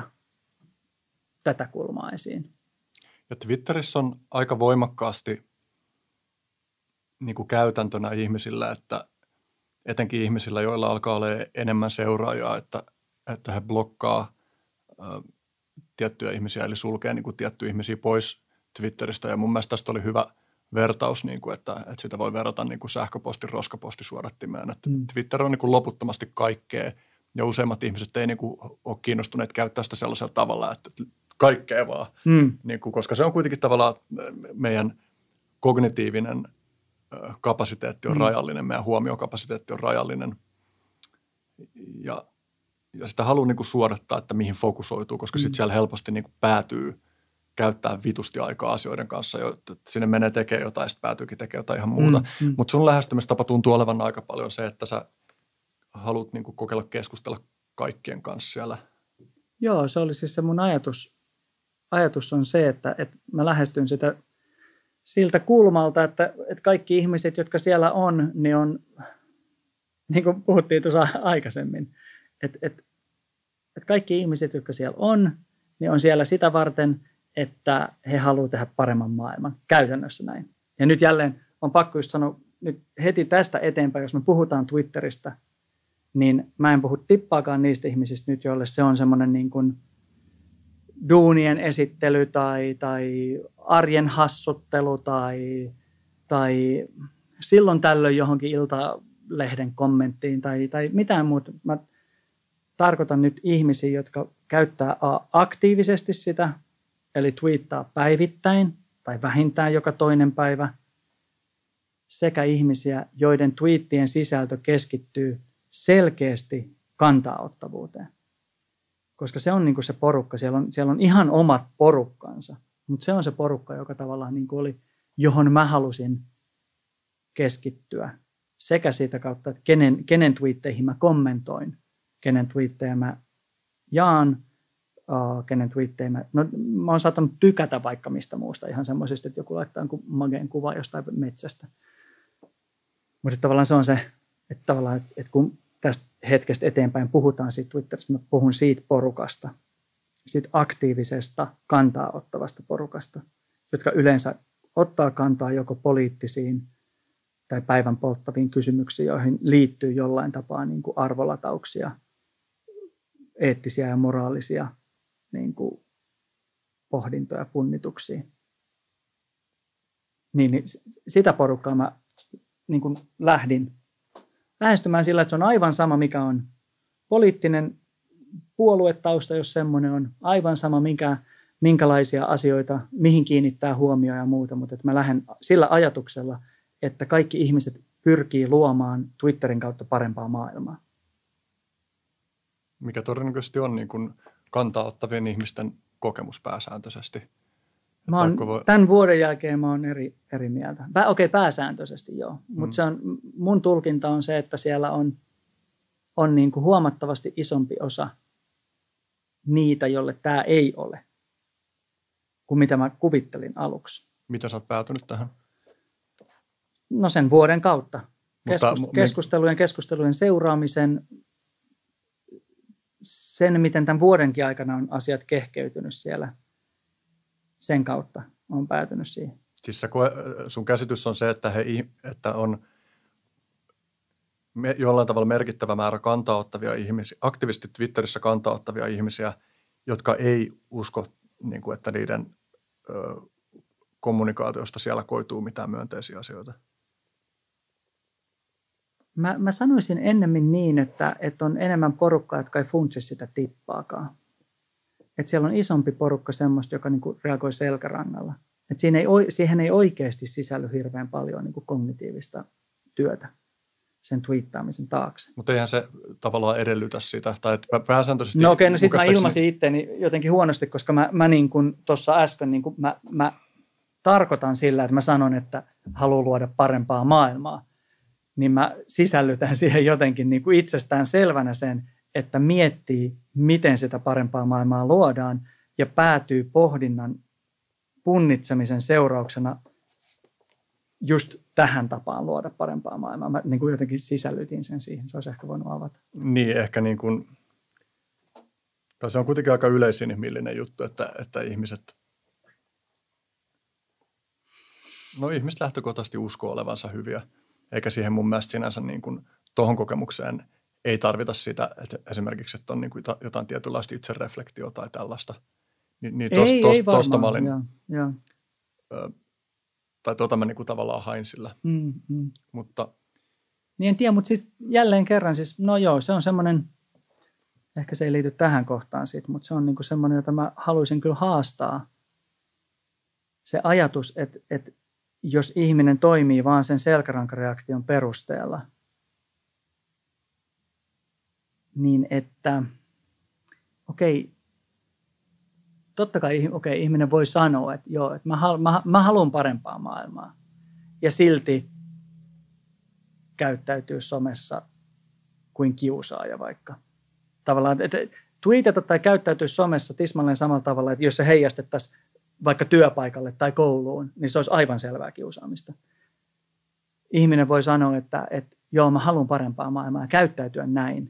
tätä kulmaa esiin. Ja Twitterissä on aika voimakkaasti niin kuin käytäntönä ihmisillä, että etenkin ihmisillä, joilla alkaa olla enemmän seuraajaa, että, että he blokkaa ä, tiettyjä ihmisiä, eli sulkee niin kuin tiettyjä ihmisiä pois Twitteristä. Ja mun mielestä tästä oli hyvä vertaus, niin kuin, että, että sitä voi verrata niin kuin sähköpostin roskapostisuodattimeen. Että mm. Twitter on niin kuin loputtomasti kaikkea, ja useimmat ihmiset ei niin kuin ole kiinnostuneet käyttää sitä sellaisella tavalla, että kaikkea vaan, mm. niin kuin, koska se on kuitenkin tavallaan meidän kognitiivinen kapasiteetti on mm. rajallinen, meidän huomiokapasiteetti on rajallinen, ja, ja sitä haluaa niin kuin suodattaa, että mihin fokusoituu, koska mm. sitten siellä helposti niin kuin päätyy käyttää vitusti aikaa asioiden kanssa, että sinne menee tekemään jotain, sitten päätyykin tekemään jotain ihan muuta. Mm. Mm. Mutta sun lähestymistapa tuntuu olevan aika paljon se, että sä haluat niin kuin kokeilla keskustella kaikkien kanssa siellä. Joo, se oli siis se mun ajatus. Ajatus on se, että, että mä lähestyn sitä siltä kulmalta, että, että kaikki ihmiset, jotka siellä on, niin on, niin kuin puhuttiin tuossa aikaisemmin, että, että, että kaikki ihmiset, jotka siellä on, niin on siellä sitä varten, että he haluavat tehdä paremman maailman. Käytännössä näin. Ja nyt jälleen on pakko just sanoa, nyt heti tästä eteenpäin, jos me puhutaan Twitteristä, niin mä en puhu tippaakaan niistä ihmisistä nyt, joille se on semmoinen niin kuin duunien esittely tai, tai arjen hassuttelu tai, tai silloin tällöin johonkin iltalehden kommenttiin tai, tai mitään muuta. Mä tarkoitan nyt ihmisiä, jotka käyttää aktiivisesti sitä, eli twiittaa päivittäin tai vähintään joka toinen päivä, sekä ihmisiä, joiden twiittien sisältö keskittyy selkeästi kantaa-ottavuuteen. Koska se on niin kuin se porukka, siellä on, siellä on ihan omat porukkansa, mutta se on se porukka, joka tavallaan niin kuin oli, johon mä halusin keskittyä. Sekä siitä kautta, että kenen, kenen twiitteihin mä kommentoin, kenen twiittejä mä jaan, uh, kenen twiittejä mä, no mä oon saattanut tykätä vaikka mistä muusta, ihan semmoisesta, että joku laittaa mageen kuva jostain metsästä. Mutta tavallaan se on se, että tavallaan, että, että kun tästä hetkestä eteenpäin puhutaan siitä Twitteristä, mä puhun siitä porukasta, siitä aktiivisesta kantaa ottavasta porukasta, jotka yleensä ottaa kantaa joko poliittisiin tai päivän polttaviin kysymyksiin, joihin liittyy jollain tapaa niin kuin arvolatauksia, eettisiä ja moraalisia niin kuin pohdintoja, punnituksia. Niin, niin sitä porukkaa mä niin kuin lähdin lähestymään sillä, että se on aivan sama, mikä on poliittinen puoluetausta, jos semmoinen on. Aivan sama, minkä, minkälaisia asioita, mihin kiinnittää huomioon ja muuta. Mutta että mä lähden sillä ajatuksella, että kaikki ihmiset pyrkii luomaan Twitterin kautta parempaa maailmaa. Mikä todennäköisesti on niin kuin kantaa ottavien ihmisten kokemus pääsääntöisesti. Mä oon, voi... Tämän vuoden jälkeen mä oon eri, eri mieltä. Pää, okei, pääsääntöisesti joo. Mm. Mutta mun tulkinta on se, että siellä on, on niin kuin huomattavasti isompi osa niitä, jolle tämä ei ole, kuin mitä mä kuvittelin aluksi. Mitä sä oot päätynyt tähän? No sen vuoden kautta. Keskus, Mutta, keskustelujen, keskustelujen seuraamisen, sen miten tämän vuodenkin aikana on asiat kehkeytynyt siellä. Sen kautta on päätynyt siihen. Siis sun käsitys on se, että, he, että on jollain tavalla merkittävä määrä kantaa ottavia ihmisiä, aktiivisesti Twitterissä kantaa ottavia ihmisiä, jotka ei usko, niin kuin, että niiden ö, kommunikaatiosta siellä koituu mitään myönteisiä asioita. Mä, mä sanoisin ennemmin niin, että, että on enemmän porukkaa, jotka ei funtsi sitä tippaakaan. Että siellä on isompi porukka semmoista, joka niinku reagoi selkärangalla. Että siinä ei, siihen ei oikeasti sisälly hirveän paljon niinku kognitiivista työtä sen twiittaamisen taakse. Mutta eihän se tavallaan edellytä sitä. Tai että pääsääntöisesti no okei, okay, no sitten mä ilmasin niin... itteeni jotenkin huonosti, koska mä, mä niin kuin tuossa äsken niin kuin mä, mä tarkoitan sillä, että mä sanon, että haluan luoda parempaa maailmaa. Niin mä sisällytän siihen jotenkin niin kuin itsestään selvänä sen, että miettii, miten sitä parempaa maailmaa luodaan ja päätyy pohdinnan punnitsemisen seurauksena just tähän tapaan luoda parempaa maailmaa. Mä niin kuin jotenkin sisällytin sen siihen. Se olisi ehkä voinut avata. Niin, ehkä niin kuin, tai se on kuitenkin aika yleisinhimillinen juttu, että, että ihmiset, no ihmiset lähtökohtaisesti uskoo olevansa hyviä, eikä siihen mun mielestä sinänsä niin kuin tohon kokemukseen ei tarvita sitä, että esimerkiksi, että on niin kuin jotain tietynlaista itsereflektiota tai tällaista. Ni, niin tos, ei, tos, ei varmaan, tosta mä olin, joo, joo. Ö, tai tota mä niin kuin tavallaan hain sillä, Mm, mm. mutta... Niin en tiedä, mutta siis jälleen kerran, siis, no joo, se on semmoinen, ehkä se ei liity tähän kohtaan siitä, mutta se on niin kuin semmoinen, jota mä haluaisin kyllä haastaa. Se ajatus, että, että jos ihminen toimii vaan sen selkärankareaktion perusteella, niin että okei, totta kai okei, ihminen voi sanoa, että joo, että mä, mä, mä haluan parempaa maailmaa ja silti käyttäytyy somessa kuin kiusaaja vaikka. Tavallaan, että tweetata tai käyttäytyy somessa tismalleen samalla tavalla, että jos se heijastettaisiin vaikka työpaikalle tai kouluun, niin se olisi aivan selvää kiusaamista. Ihminen voi sanoa, että, että joo, mä haluan parempaa maailmaa ja käyttäytyä näin.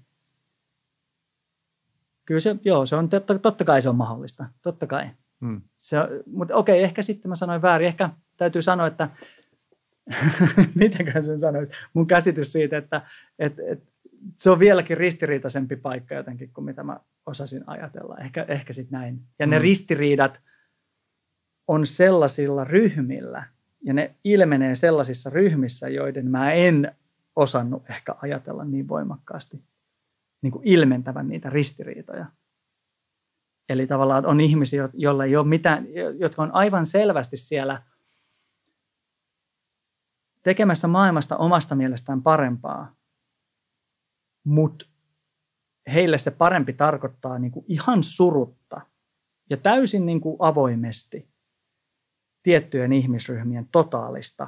Kyllä se, joo, se on, totta, totta kai se on mahdollista, totta kai. Hmm. Se, mutta okei, ehkä sitten mä sanoin väärin. Ehkä täytyy sanoa, että mitenkään sen sanoisi, mun käsitys siitä, että, että, että se on vieläkin ristiriitaisempi paikka jotenkin kuin mitä mä osasin ajatella. Ehkä, ehkä sitten näin. Ja ne hmm. ristiriidat on sellaisilla ryhmillä ja ne ilmenee sellaisissa ryhmissä, joiden mä en osannut ehkä ajatella niin voimakkaasti, niin kuin ilmentävän niitä ristiriitoja. Eli tavallaan on ihmisiä, joilla ei ole mitään, jotka on aivan selvästi siellä tekemässä maailmasta omasta mielestään parempaa, mutta heille se parempi tarkoittaa niin kuin ihan surutta ja täysin niin kuin avoimesti tiettyjen ihmisryhmien totaalista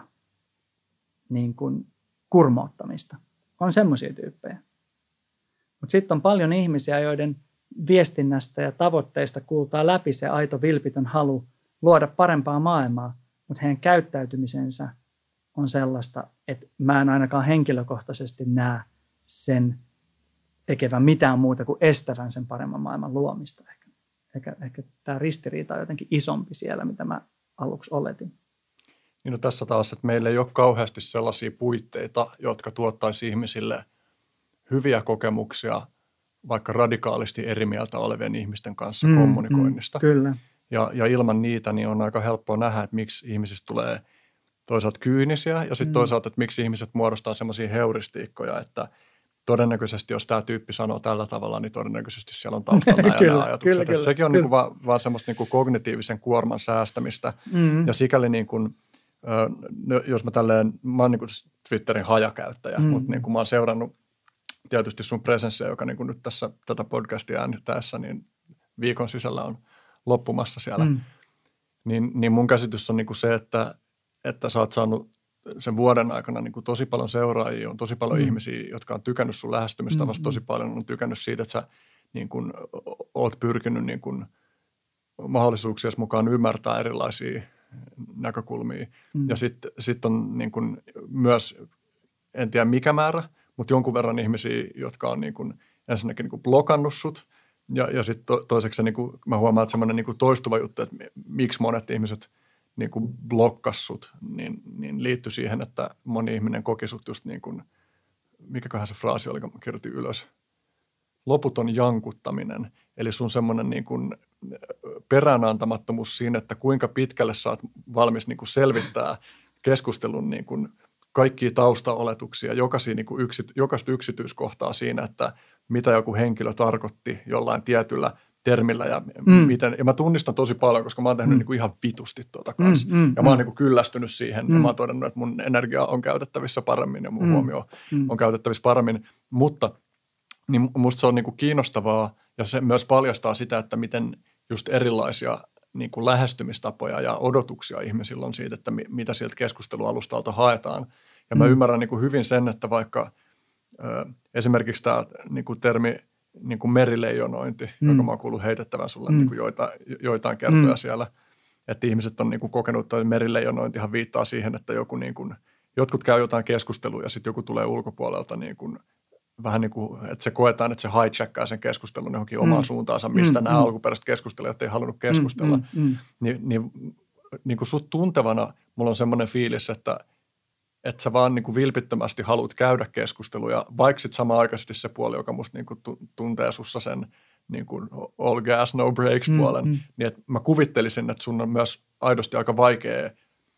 niin kuin kurmoottamista. On semmoisia tyyppejä. Mutta sitten on paljon ihmisiä, joiden viestinnästä ja tavoitteista kuultaa läpi se aito vilpitön halu luoda parempaa maailmaa, mutta heidän käyttäytymisensä on sellaista, että mä en ainakaan henkilökohtaisesti näe sen tekevän mitään muuta kuin estävän sen paremman maailman luomista. Ehkä, ehkä, ehkä tämä ristiriita on jotenkin isompi siellä, mitä mä aluksi oletin. Niin no tässä taas, että meillä ei ole kauheasti sellaisia puitteita, jotka tuottaisi ihmisille hyviä kokemuksia vaikka radikaalisti eri mieltä olevien ihmisten kanssa mm, kommunikoinnista. Mm, kyllä. Ja, ja ilman niitä niin on aika helppoa nähdä, että miksi ihmisistä tulee toisaalta kyynisiä ja sitten mm. toisaalta, että miksi ihmiset muodostaa sellaisia heuristiikkoja, että todennäköisesti, jos tämä tyyppi sanoo tällä tavalla, niin todennäköisesti siellä on taustalla nämä, kyllä, nämä ajatukset. Kyllä, kyllä, sekin on kyllä. Niin kuin vaan, vaan semmoista niin kuin kognitiivisen kuorman säästämistä. Mm. Ja sikäli, niin kuin, jos mä tälleen, mä oon niin kuin Twitterin hajakäyttäjä, mm. mutta niin kuin mä oon seurannut tietysti sun presenssiä, joka niin kuin nyt tässä tätä podcastia äänittäessä, niin viikon sisällä on loppumassa siellä. Mm. Niin, niin mun käsitys on niin kuin se, että, että sä oot saanut sen vuoden aikana niin kuin tosi paljon seuraajia, on tosi paljon mm. ihmisiä, jotka on tykännyt sun lähestymistavasta, mm. tosi paljon on tykännyt siitä, että sä niin kuin, oot pyrkinyt niin kuin, mahdollisuuksia mukaan ymmärtää erilaisia näkökulmia. Mm. Ja sitten sit on niin kuin, myös, en tiedä mikä määrä, mutta jonkun verran ihmisiä, jotka on niin kuin, ensinnäkin niin kuin blokannut sut. Ja, ja sitten to, toiseksi niin kuin, mä huomaan, että semmoinen niin kuin toistuva juttu, että miksi monet ihmiset niin kuin blokkas sut, niin, niin liittyi siihen, että moni ihminen koki sut just niin kuin, mikäköhän se fraasi oli, kun mä kirjoitin ylös, loputon jankuttaminen. Eli sun semmoinen niin kuin peräänantamattomuus siinä, että kuinka pitkälle sä oot valmis niin kuin selvittää keskustelun niin kuin kaikkia taustaoletuksia, jokaisia, niin kuin yksi, jokaista yksityiskohtaa siinä, että mitä joku henkilö tarkoitti jollain tietyllä termillä ja mm. miten. Ja mä tunnistan tosi paljon, koska mä oon tehnyt mm. niin kuin ihan vitusti tuota kanssa. Mm, mm, ja mä oon mm. niin kuin kyllästynyt siihen mm. ja mä oon todennut, että mun energia on käytettävissä paremmin ja mun mm. huomio mm. on käytettävissä paremmin. Mutta niin musta se on niin kuin kiinnostavaa ja se myös paljastaa sitä, että miten just erilaisia niin kuin lähestymistapoja ja odotuksia ihmisillä on siitä, että mitä sieltä keskustelualustalta haetaan. Ja mä mm. ymmärrän niin kuin hyvin sen, että vaikka ö, esimerkiksi tämä niin kuin termi niin kuin merileijonointi, mm. joka mä oon kuullut heitettävän sulle mm. niin kuin joita, joitain kertoja mm. siellä, että ihmiset on niin kuin kokenut, että merileijonointihan viittaa siihen, että joku niin kuin, jotkut käy jotain keskustelua ja sitten joku tulee ulkopuolelta niin kuin vähän niin kuin, että se koetaan, että se hijackkaa sen keskustelun johonkin mm. omaan suuntaansa, mistä mm, nämä mm. alkuperäiset keskustelijat ei halunnut keskustella. Mm, mm, mm. Ni, niin, niin kuin sut tuntevana mulla on semmoinen fiilis, että, että sä vaan niin kuin vilpittömästi haluat käydä keskusteluja, vaikka sitten samanaikaisesti se puoli, joka musta niin kuin tuntee sussa sen niin kuin all gas, no breaks puolen, mm, mm. niin että mä kuvittelisin, että sun on myös aidosti aika vaikea,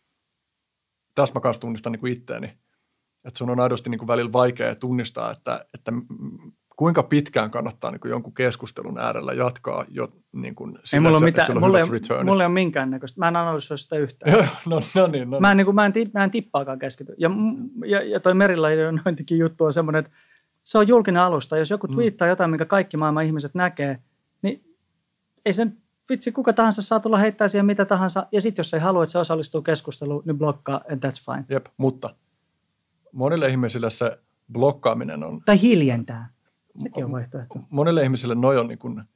tässä mä kanssa tunnistan niin kuin itteeni, että sun on aidosti niin kuin välillä vaikea tunnistaa, että, että kuinka pitkään kannattaa niin kuin jonkun keskustelun äärellä jatkaa jo niin kuin sillä, ei mulla että, mitään, että mulla, on ei, mulla ei ole minkäännäköistä. Mä en analysoi sitä yhtään. no, no niin, no niin. Mä en, niin kuin, mä en, mä en tippaakaan keskity. Ja, ja, ja toi merileijonointikin juttu on semmoinen, että se on julkinen alusta. Jos joku twiittaa mm. jotain, minkä kaikki maailman ihmiset näkee, niin ei sen vitsi kuka tahansa saa tulla heittää siihen mitä tahansa. Ja sitten jos ei halua, että se osallistuu keskusteluun, niin blokkaa, and that's fine. Jep, mutta monille ihmisille se blokkaaminen on... Tai hiljentää. Sekin on vaihtoehto. Monille ihmisille noi on niin kuin,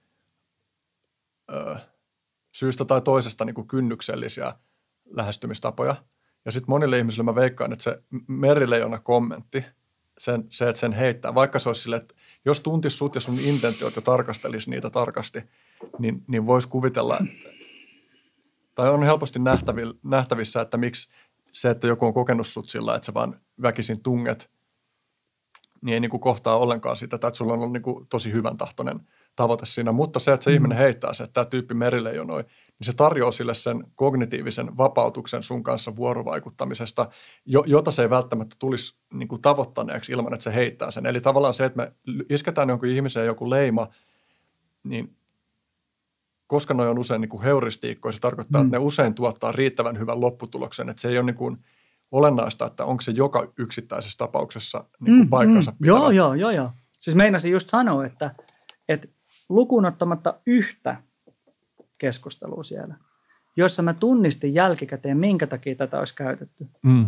ö, syystä tai toisesta niin kuin kynnyksellisiä lähestymistapoja. Ja sitten monille ihmisille mä veikkaan, että se merileijona kommentti, sen, se, että sen heittää, vaikka se olisi sille, että jos tuntisi sut ja sun intentiot ja tarkastelisi niitä tarkasti, niin, niin voisi kuvitella, että, tai on helposti nähtävissä, että miksi se, että joku on kokenut sut sillä, että sä vaan väkisin tunget, niin ei niin kuin kohtaa ollenkaan sitä, tai että sulla on ollut niin kuin tosi hyvän tahtoinen tavoite siinä. Mutta se, että se mm. ihminen heittää se, että tämä tyyppi merileijonoi, niin se tarjoaa sille sen kognitiivisen vapautuksen sun kanssa vuorovaikuttamisesta, jota se ei välttämättä tulisi niin kuin tavoittaneeksi ilman, että se heittää sen. Eli tavallaan se, että me isketään jonkun ihmiseen joku leima, niin koska ne on usein niin kuin heuristiikkoja, se tarkoittaa, mm. että ne usein tuottaa riittävän hyvän lopputuloksen, että se ei ole niin kuin olennaista, että onko se joka yksittäisessä tapauksessa niin kuin mm, paikkansa mm. Joo, joo, joo, joo. Siis meinasin just sanoa, että, että lukuun ottamatta yhtä keskustelua siellä, jossa mä tunnistin jälkikäteen, minkä takia tätä olisi käytetty, mm.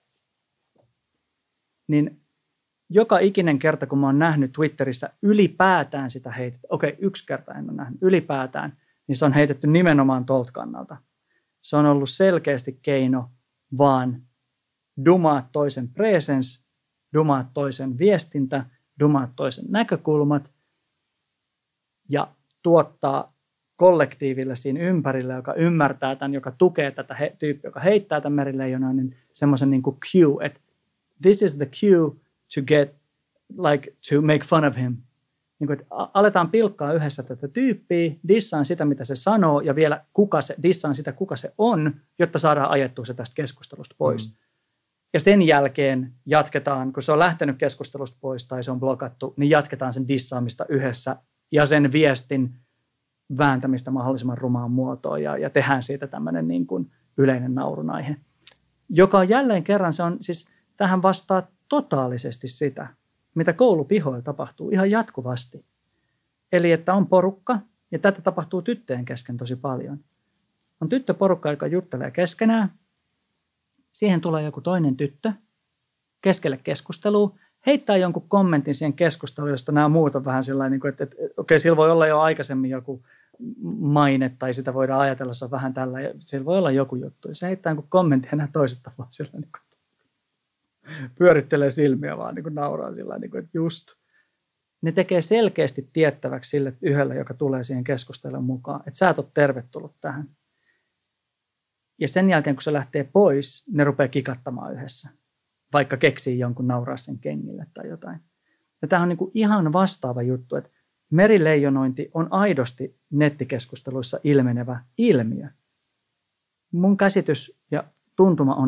niin joka ikinen kerta, kun mä oon nähnyt Twitterissä ylipäätään sitä heitetty, okei, okay, yksi kerta en ole nähnyt, ylipäätään, niin se on heitetty nimenomaan tolta kannalta. Se on ollut selkeästi keino vaan dumaa toisen presence, dumaa toisen viestintä, dumaa toisen näkökulmat ja tuottaa kollektiiville siinä ympärillä, joka ymmärtää tämän, joka tukee tätä he, tyyppiä, joka heittää tämän merileijonaa, niin semmoisen niin kuin cue, että this is the cue to get, like, to make fun of him. Niin kuin, että aletaan pilkkaa yhdessä tätä tyyppiä, dissaan sitä, mitä se sanoo, ja vielä kuka se, dissaan sitä, kuka se on, jotta saadaan ajettua se tästä keskustelusta pois. Mm. Ja sen jälkeen jatketaan, kun se on lähtenyt keskustelusta pois tai se on blokattu, niin jatketaan sen dissaamista yhdessä ja sen viestin vääntämistä mahdollisimman rumaan muotoon ja, ja tehdään siitä tämmöinen niin kuin yleinen naurunaihe, joka on jälleen kerran, se on siis, tähän vastaa totaalisesti sitä, mitä koulupihoilla tapahtuu ihan jatkuvasti. Eli että on porukka, ja tätä tapahtuu tyttöjen kesken tosi paljon. On tyttöporukka, joka juttelee keskenään, siihen tulee joku toinen tyttö keskelle keskustelua, heittää jonkun kommentin siihen keskusteluun, josta nämä muut on vähän sellainen, että, että, että okei, sillä voi olla jo aikaisemmin joku maine, tai sitä voidaan ajatella, se on vähän tällä, ja sillä voi olla joku juttu. Ja se heittää jonkun kommentin, ja nämä toiset tapaa sellainen, pyörittelee silmiä vaan niin kuin nauraa sillä niin kuin, että just. Ne tekee selkeästi tiettäväksi sille yhdelle, joka tulee siihen keskustelun mukaan, että sä et ole tervetullut tähän. Ja sen jälkeen, kun se lähtee pois, ne rupeaa kikattamaan yhdessä, vaikka keksii jonkun nauraa sen kengille tai jotain. Ja tämä on niin kuin ihan vastaava juttu, että merileijonointi on aidosti nettikeskusteluissa ilmenevä ilmiö. Mun käsitys ja tuntuma on, että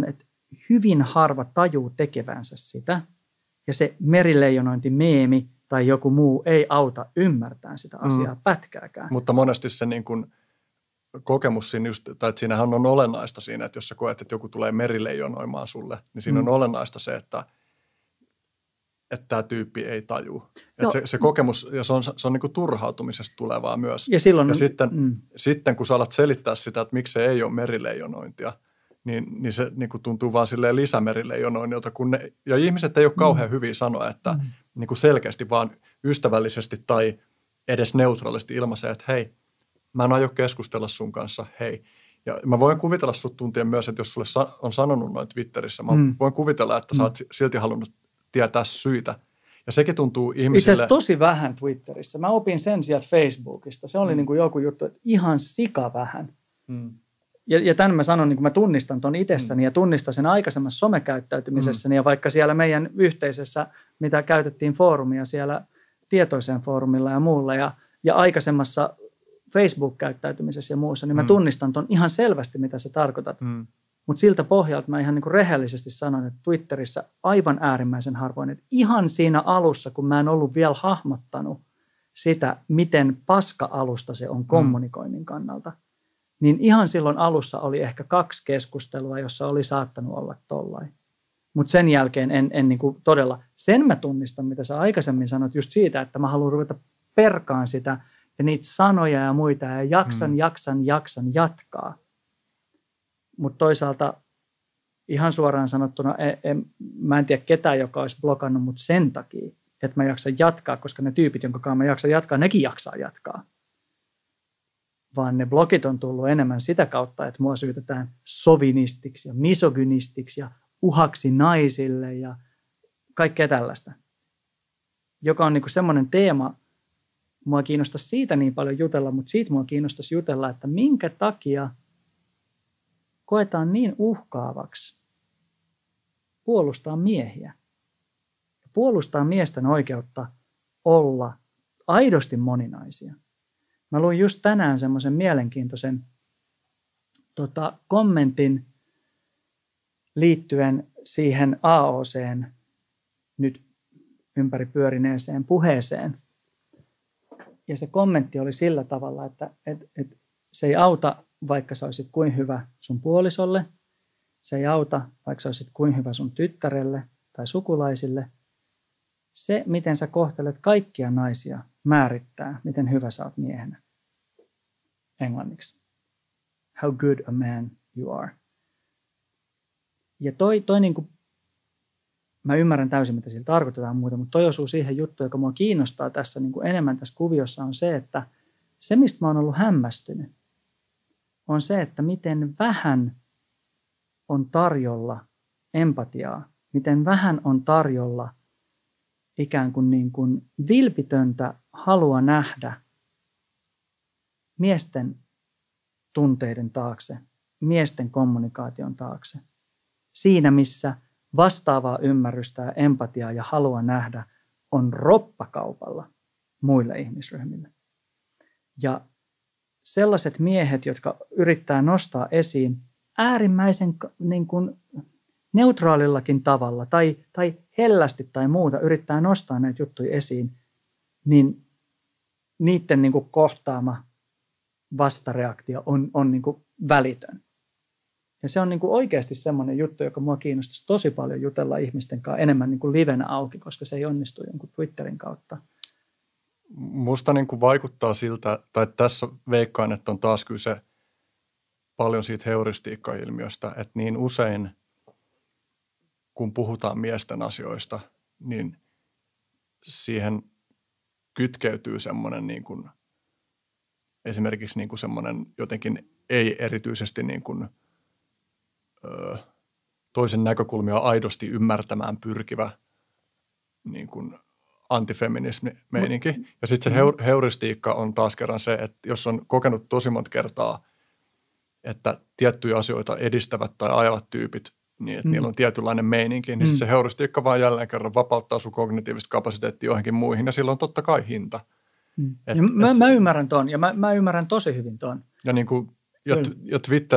hyvin harva tajuu tekevänsä sitä. Ja se merileijonointi-meemi tai joku muu ei auta ymmärtämään sitä asiaa mm. pätkääkään. Mutta monesti se niin kuin kokemus siinä just, tai että siinähän on olennaista siinä, että jos sä koet, että joku tulee merileijonoimaan sulle, niin siinä mm. on olennaista se, että että tämä tyyppi ei tajuu. Että se, se kokemus, ja se on, se on niin kuin turhautumisesta tulevaa myös. Ja, silloin, ja sitten, mm. sitten, kun sä alat selittää sitä, että miksi se ei ole merileijonointia, niin, niin se niin kuin tuntuu vaan silleen lisämerileijonoinnilta. Kun ne, ja ihmiset ei ole kauhean mm. hyviä sanoa, että mm. niin kuin selkeästi vaan ystävällisesti tai edes neutraalisti ilmaisee, että hei, mä en aio keskustella sun kanssa, hei. Ja mä voin kuvitella sut tuntien myös, että jos sulle on sanonut noin Twitterissä, mä mm. voin kuvitella, että sä oot silti halunnut tietää syitä. Ja sekin tuntuu ihmisille... Itse asiassa tosi vähän Twitterissä. Mä opin sen sieltä Facebookista. Se oli mm. niin kuin joku juttu, että ihan sika vähän. Mm. Ja, ja tämän mä sanon, niin kuin mä tunnistan ton itsessäni mm. ja tunnistan sen aikaisemmassa somekäyttäytymisessäni. Mm. Ja vaikka siellä meidän yhteisessä, mitä käytettiin foorumia siellä tietoiseen foorumilla ja muulla ja, ja aikaisemmassa Facebook-käyttäytymisessä ja muussa, niin mä mm. tunnistan ton ihan selvästi, mitä sä tarkoitat. Mm. Mutta siltä pohjalta mä ihan niin kuin rehellisesti sanon, että Twitterissä aivan äärimmäisen harvoin, että ihan siinä alussa, kun mä en ollut vielä hahmottanut sitä, miten paska-alusta se on kommunikoinnin kannalta, niin ihan silloin alussa oli ehkä kaksi keskustelua, jossa oli saattanut olla tollain. Mutta sen jälkeen en, en niin kuin todella, sen mä tunnistan, mitä sä aikaisemmin sanoit, just siitä, että mä haluan ruveta perkaan sitä ja niitä sanoja ja muita ja jaksan, hmm. jaksan, jaksan jatkaa. Mutta toisaalta ihan suoraan sanottuna, en, en, mä en tiedä ketään, joka olisi blokannut mut sen takia, että mä jaksan jatkaa, koska ne tyypit, jonka kanssa mä jaksan jatkaa, nekin jaksaa jatkaa. Vaan ne blogit on tullut enemmän sitä kautta, että mua syytetään sovinistiksi ja misogynistiksi ja uhaksi naisille ja kaikkea tällaista. Joka on niinku semmoinen teema, mua kiinnostaisi siitä niin paljon jutella, mutta siitä mua kiinnostaisi jutella, että minkä takia koetaan niin uhkaavaksi puolustaa miehiä. Puolustaa miesten oikeutta olla aidosti moninaisia. Mä luin just tänään semmoisen mielenkiintoisen tota, kommentin liittyen siihen A O C:n nyt ympäri pyörineeseen puheeseen. Ja se kommentti oli sillä tavalla, että et, et se ei auta, vaikka sä olisit kuin hyvä sun puolisolle. Se ei auta, vaikka sä olisit kuin hyvä sun tyttärelle tai sukulaisille. Se, miten sä kohtelet kaikkia naisia, määrittää, miten hyvä sä oot miehenä. Englanniksi. How good a man you are. Ja toi, toi niin kuin, mä ymmärrän täysin, mitä sillä tarkoitetaan muuta, mutta toi osuu siihen juttuun, joka mua kiinnostaa tässä niin kuin enemmän tässä kuviossa, on se, että se, mistä mä oon ollut hämmästynyt, on se, että miten vähän on tarjolla empatiaa, miten vähän on tarjolla ikään kuin, niin kuin vilpitöntä halua nähdä miesten tunteiden taakse, miesten kommunikaation taakse. Siinä, missä vastaavaa ymmärrystä ja empatiaa ja halua nähdä on roppakaupalla muille ihmisryhmille. Ja sellaiset miehet, jotka yrittää nostaa esiin äärimmäisen niin kuin neutraalillakin tavalla tai, tai hellästi tai muuta, yrittää nostaa näitä juttuja esiin, niin niiden niin kuin kohtaama vastareaktio on, on niin kuin välitön. Ja se on niin kuin oikeasti semmoinen juttu, joka mua kiinnostaisi tosi paljon jutella ihmisten kanssa enemmän niin kuin livenä auki, koska se ei onnistu jonkun Twitterin kautta. Musta niin kuin vaikuttaa siltä, tai tässä veikkaan, että on taas kyse paljon siitä heuristiikka-ilmiöstä, että niin usein, kun puhutaan miesten asioista, niin siihen kytkeytyy semmoinen niin kuin, esimerkiksi niin kuin semmoinen jotenkin ei erityisesti niin kuin, ö, toisen näkökulmia aidosti ymmärtämään pyrkivä niin kuin antifeminismi-meininki. Ja sitten se heur- heuristiikka on taas kerran se, että jos on kokenut tosi monta kertaa, että tiettyjä asioita edistävät tai ajavat tyypit, niin että mm. niillä on tietynlainen meininki, niin mm. se heuristiikka vaan jälleen kerran vapauttaa sun kognitiivista kapasiteettia johonkin muihin, ja sillä on totta kai hinta. Mm. Et, mä, et, mä ymmärrän ton, ja mä, mä ymmärrän tosi hyvin ton. Ja, niin kuin, ja, ja Twitter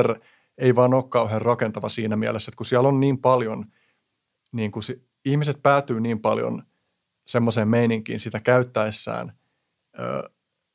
ei vaan ole kauhean rakentava siinä mielessä, että kun siellä on niin paljon, niin kuin si- ihmiset päätyy niin paljon semmoiseen meininkiin sitä käyttäessään, ö,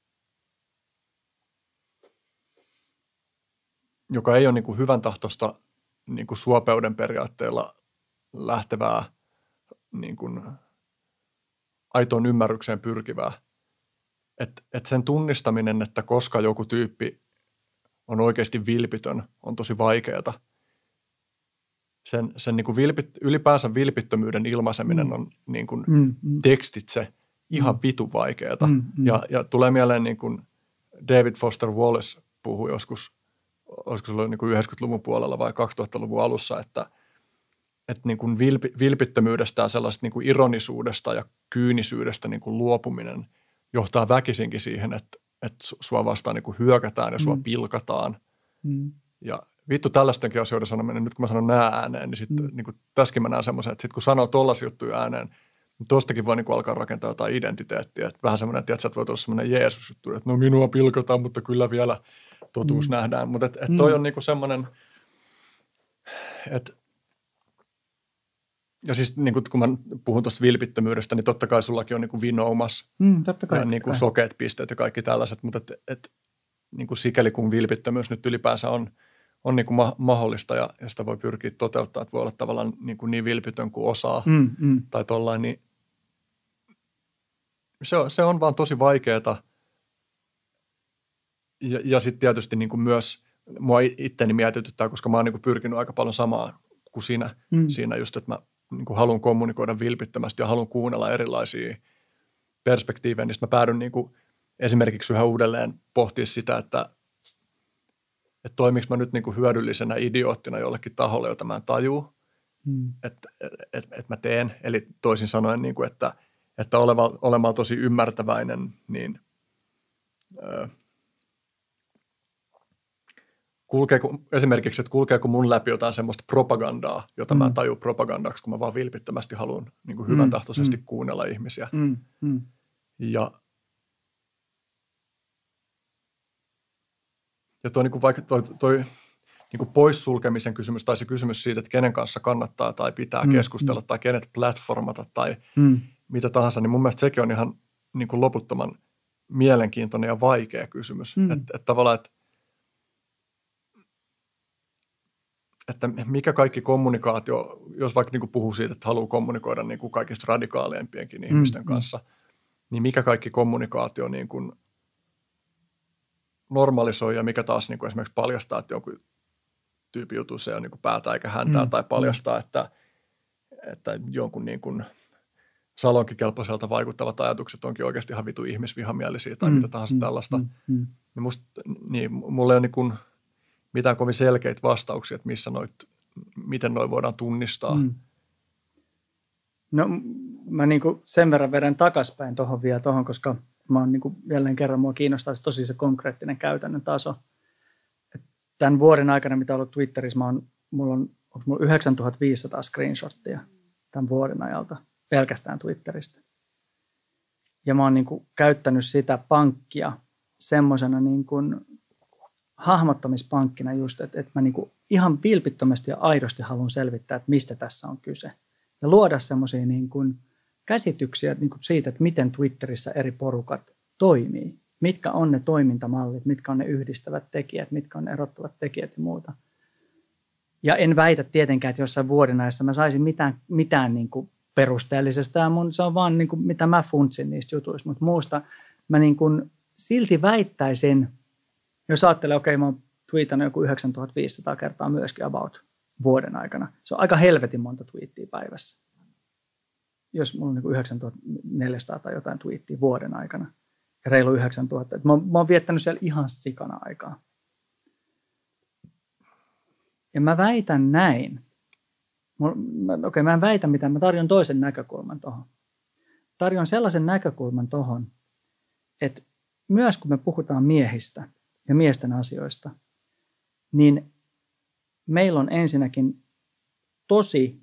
joka ei ole niin kuin hyvän tahtoista niin kuin suopeuden periaatteella lähtevää niin kuin aitoon ymmärrykseen pyrkivää. Että et sen tunnistaminen, että koska joku tyyppi on oikeasti vilpitön, on tosi vaikeaa. Sen, sen niin kuin vilpit, ylipäänsä vilpittömyyden ilmaiseminen on niin kuin Mm, mm. tekstitse ihan Mm. vitun vaikeaa. Mm, mm. Ja, ja tulee mieleen niin kuin David Foster Wallace puhui joskus, olisiko se ollut niin kuin yhdeksänkymmentäluvun puolella vai kaksituhattaluvun alussa, että, että niin kuin vilpi, vilpittömyydestä ja sellaista niin kuin ironisuudesta ja kyynisyydestä niin kuin luopuminen johtaa väkisinkin siihen, että, että sua vastaan niin kuin hyökätään ja sua Mm. pilkataan. Mm. Ja vittu tällaistenkin asioiden sanominen, nyt kun mä sanon nää ääneen, niin sitten Mm. niin tässäkin mä näen semmoisen, että sit kun sanoo tollaisia juttuja ääneen, niin tostakin voi niin kuin alkaa rakentaa jotain identiteettiä. Että vähän semmoinen, että sä voi olla semmoinen Jeesus-juttu, että no minua pilkataan, mutta kyllä vielä totuus Mm. nähdään. Mutta että et Mm. toi on niin kuin semmoinen, että ja siis niin kuin, kun mä puhun tuosta vilpittömyydestä, niin totta kai sullakin on niin kuin vinoumas Mm, totta kai. ja niin kuin totta kai. sokeat pisteet ja kaikki tällaiset, mutta et, et, niin kuin sikäli kun vilpittömyys nyt ylipäänsä on, on niin kuin ma- mahdollista ja, ja sitä voi pyrkiä toteuttaa, että voi olla tavallaan niin, kuin niin vilpitön kuin osaa Mm, mm. tai tollain, niin se on, se on vaan tosi vaikeaa. Ja, ja sitten tietysti niin kuin myös mua itteni mietityttää, koska mä oon niin kuin pyrkinyt aika paljon samaa kuin sinä Mm. siinä just, että mä niin kuin haluan kommunikoida vilpittömästi ja haluan kuunnella erilaisia perspektiivejä, niin mä päädyn niin kuin esimerkiksi yhä uudelleen pohtia sitä, että, että toimiks mä nyt niin kuin hyödyllisenä idioottina jollekin taholle, jota mä en tajuu, Mm. että et, et, et mä teen. Eli toisin sanoen, niin kuin, että, että oleva, olemaan tosi ymmärtäväinen, niin ö, kulkeeko, esimerkiksi, että kulkeeko mun läpi jotain semmoista propagandaa, jota mm. mä en taju propagandaksi, kun mä vaan vilpittömästi haluan niin kuin hyvän tahtoisesti mm. kuunnella ihmisiä. Mm. Mm. Ja, ja toi, niin kuin vaikka toi, toi niin kuin poissulkemisen kysymys tai se kysymys siitä, että kenen kanssa kannattaa tai pitää Mm. keskustella tai kenet platformata tai Mm. mitä tahansa, niin mun mielestä sekin on ihan niin kuin loputtoman mielenkiintoinen ja vaikea kysymys. Mm. Että, että tavallaan, että että mikä kaikki kommunikaatio, jos vaikka niin kuin puhuu siitä, että haluaa kommunikoida niin kuin kaikista radikaaliempienkin ihmisten mm. kanssa, niin mikä kaikki kommunikaatio niin kuin normalisoi ja mikä taas niin kuin esimerkiksi paljastaa, että jonkun tyypin jutussa ei ole niin kuin päätä eikä häntää Mm. tai paljastaa, että, että jonkun niin kuin salonkikelpoiselta vaikuttavat ajatukset onkin oikeasti ihan vitu ihmisvihamielisiä tai Mm. mitä tahansa Mm. tällaista. Mm. Mm. Niin musta, niin mulla ei ole niin kuin mitään kovin selkeitä vastauksia, että missä noit, miten noi voidaan tunnistaa. Mm. No mä niin kuin sen verran vedän takaspäin tuohon vielä tuohon, koska mä oon niin kuin jälleen kerran, mua kiinnostaa se tosi se konkreettinen käytännön taso. Et tämän vuoden aikana, mitä on ollut Twitterissä, mä oon, mulla on, onko mulla yhdeksäntuhattaviisisataa screenshottia tämän vuoden ajalta pelkästään Twitteristä. Ja mä oon niin kuin käyttänyt sitä pankkia semmoisena niin kuin hahmottamispankkina just, että, että mä niin kuin ihan vilpittömästi ja aidosti haluan selvittää, että mistä tässä on kyse. Ja luoda semmoisia niin kuin käsityksiä niin kuin siitä, että miten Twitterissä eri porukat toimii. Mitkä on ne toimintamallit, mitkä on ne yhdistävät tekijät, mitkä on ne erottavat tekijät ja muuta. Ja en väitä tietenkään, että jossain vuoden ajassa mä saisin mitään, mitään niin kuin perusteellisesta. Ja mun, se on vaan niin kuin, mitä mä funtsin niistä jutuista. Mutta muusta mä niin kuin silti väittäisin, jos ajattelee, okei, okay, mä oon twiitannut joku yhdeksäntuhattaviisisataa kertaa myöskin about vuoden aikana. Se on aika helvetin monta twiittiä päivässä. Jos mulla on niin kuin yhdeksäntuhattaneljäsataa tai jotain twiittiä vuoden aikana. Ja reilu yhdeksäntuhatta. Mä, mä oon viettänyt siellä ihan sikana aikaa. Ja mä väitän näin. Okei, okay, mä en väitä mitään. Mä tarjon toisen näkökulman tuohon. Tarjon sellaisen näkökulman tuohon, että myös kun me puhutaan miehistä ja miesten asioista, niin meillä on ensinnäkin tosi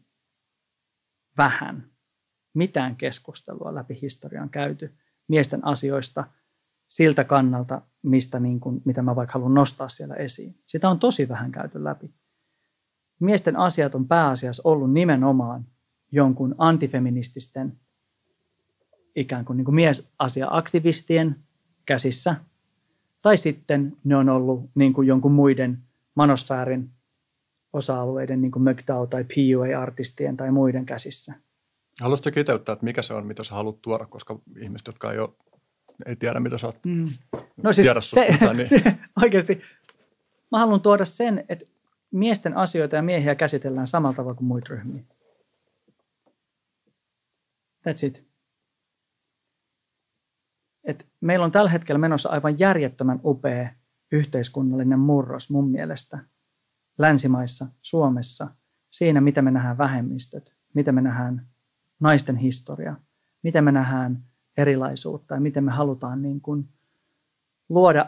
vähän mitään keskustelua läpi historian käyty miesten asioista siltä kannalta, mistä niin kuin, mitä mä vaikka haluan nostaa siellä esiin. Sitä on tosi vähän käyty läpi. Miesten asiat on pääasiassa ollut nimenomaan jonkun antifeminististen ikään kuin, niin kuin miesasia-aktivistien käsissä. Tai sitten ne on ollut niin kuin jonkun muiden manosfäärin osa-alueiden, niin kuin MGTOW tai P U A-artistien tai muiden käsissä. Haluaisitko kiteyttää, että mikä se on, mitä sä haluat tuoda, koska ihmiset, jotka ei, ole, ei tiedä, mitä sä oot mm. no siis tiedä susta, se, mitään, niin. se, oikeasti mä haluan tuoda sen, että miesten asioita ja miehiä käsitellään samalla tavalla kuin muita ryhmiä. That's it. Et meillä on tällä hetkellä menossa aivan järjettömän upea yhteiskunnallinen murros mun mielestä länsimaissa, Suomessa, siinä miten me nähdään vähemmistöt, miten me nähdään naisten historia, miten me nähdään erilaisuutta ja miten me halutaan niin kuin luoda,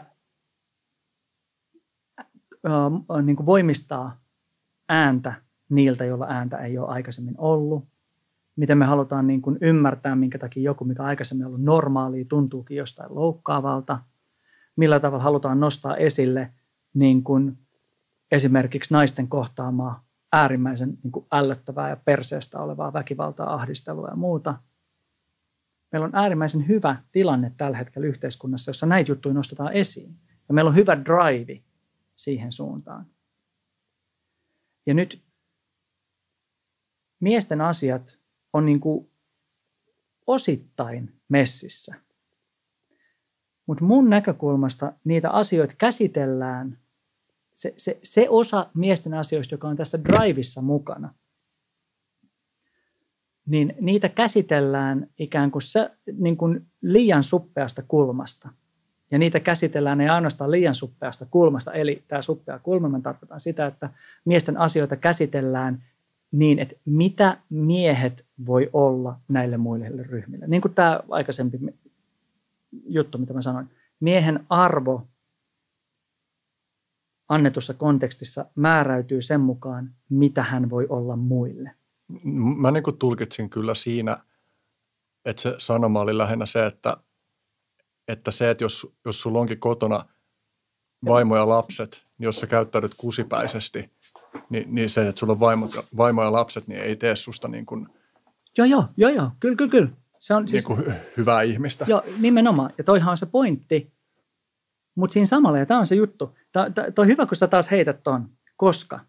äh, niin kuin voimistaa ääntä niiltä, joilla ääntä ei ole aikaisemmin ollut. Miten me halutaan niin kuin ymmärtää, minkä takia joku, mikä aikaisemmin on ollut normaalia, tuntuukin jostain loukkaavalta. Millä tavalla halutaan nostaa esille niin kuin esimerkiksi naisten kohtaamaa äärimmäisen niin kuin ällöttävää ja perseestä olevaa väkivaltaa, ahdistelua ja muuta. Meillä on äärimmäisen hyvä tilanne tällä hetkellä yhteiskunnassa, jossa näitä juttuja nostetaan esiin. Ja meillä on hyvä drive siihen suuntaan. Ja nyt miesten asiat on niin kuin osittain messissä. Mutta mun näkökulmasta niitä asioita käsitellään, se, se, se osa miesten asioista, joka on tässä drivissa mukana, niin niitä käsitellään ikään kuin, se, niin kuin liian suppeasta kulmasta. Ja niitä käsitellään ei ainoastaan liian suppeasta kulmasta, eli tämä suppea kulma, mä tarkoitan sitä, että miesten asioita käsitellään niin, että mitä miehet voi olla näille muille ryhmille. Niin kuin tämä aikaisempi juttu, mitä mä sanoin. Miehen arvo annetussa kontekstissa määräytyy sen mukaan, mitä hän voi olla muille. Mä niin kuin tulkitsin kyllä siinä, että se sanoma oli lähinnä se, että, että se, että jos, jos sulla onkin kotona vaimo ja lapset, niin jos sä käyttäydyt kusipäisesti, niin, niin se, että sulla on vaimo, vaimo ja lapset, niin ei tee susta niin kuin, joo, joo, joo, joo, kyllä, kyllä, kyllä. Se on niin siis, kuin hyvää ihmistä. Joo, nimenomaan. Ja toihan on se pointti. Mutta siinä samalla, ja tämä on se juttu. Tämä on hyvä, kun sä taas heität ton, koska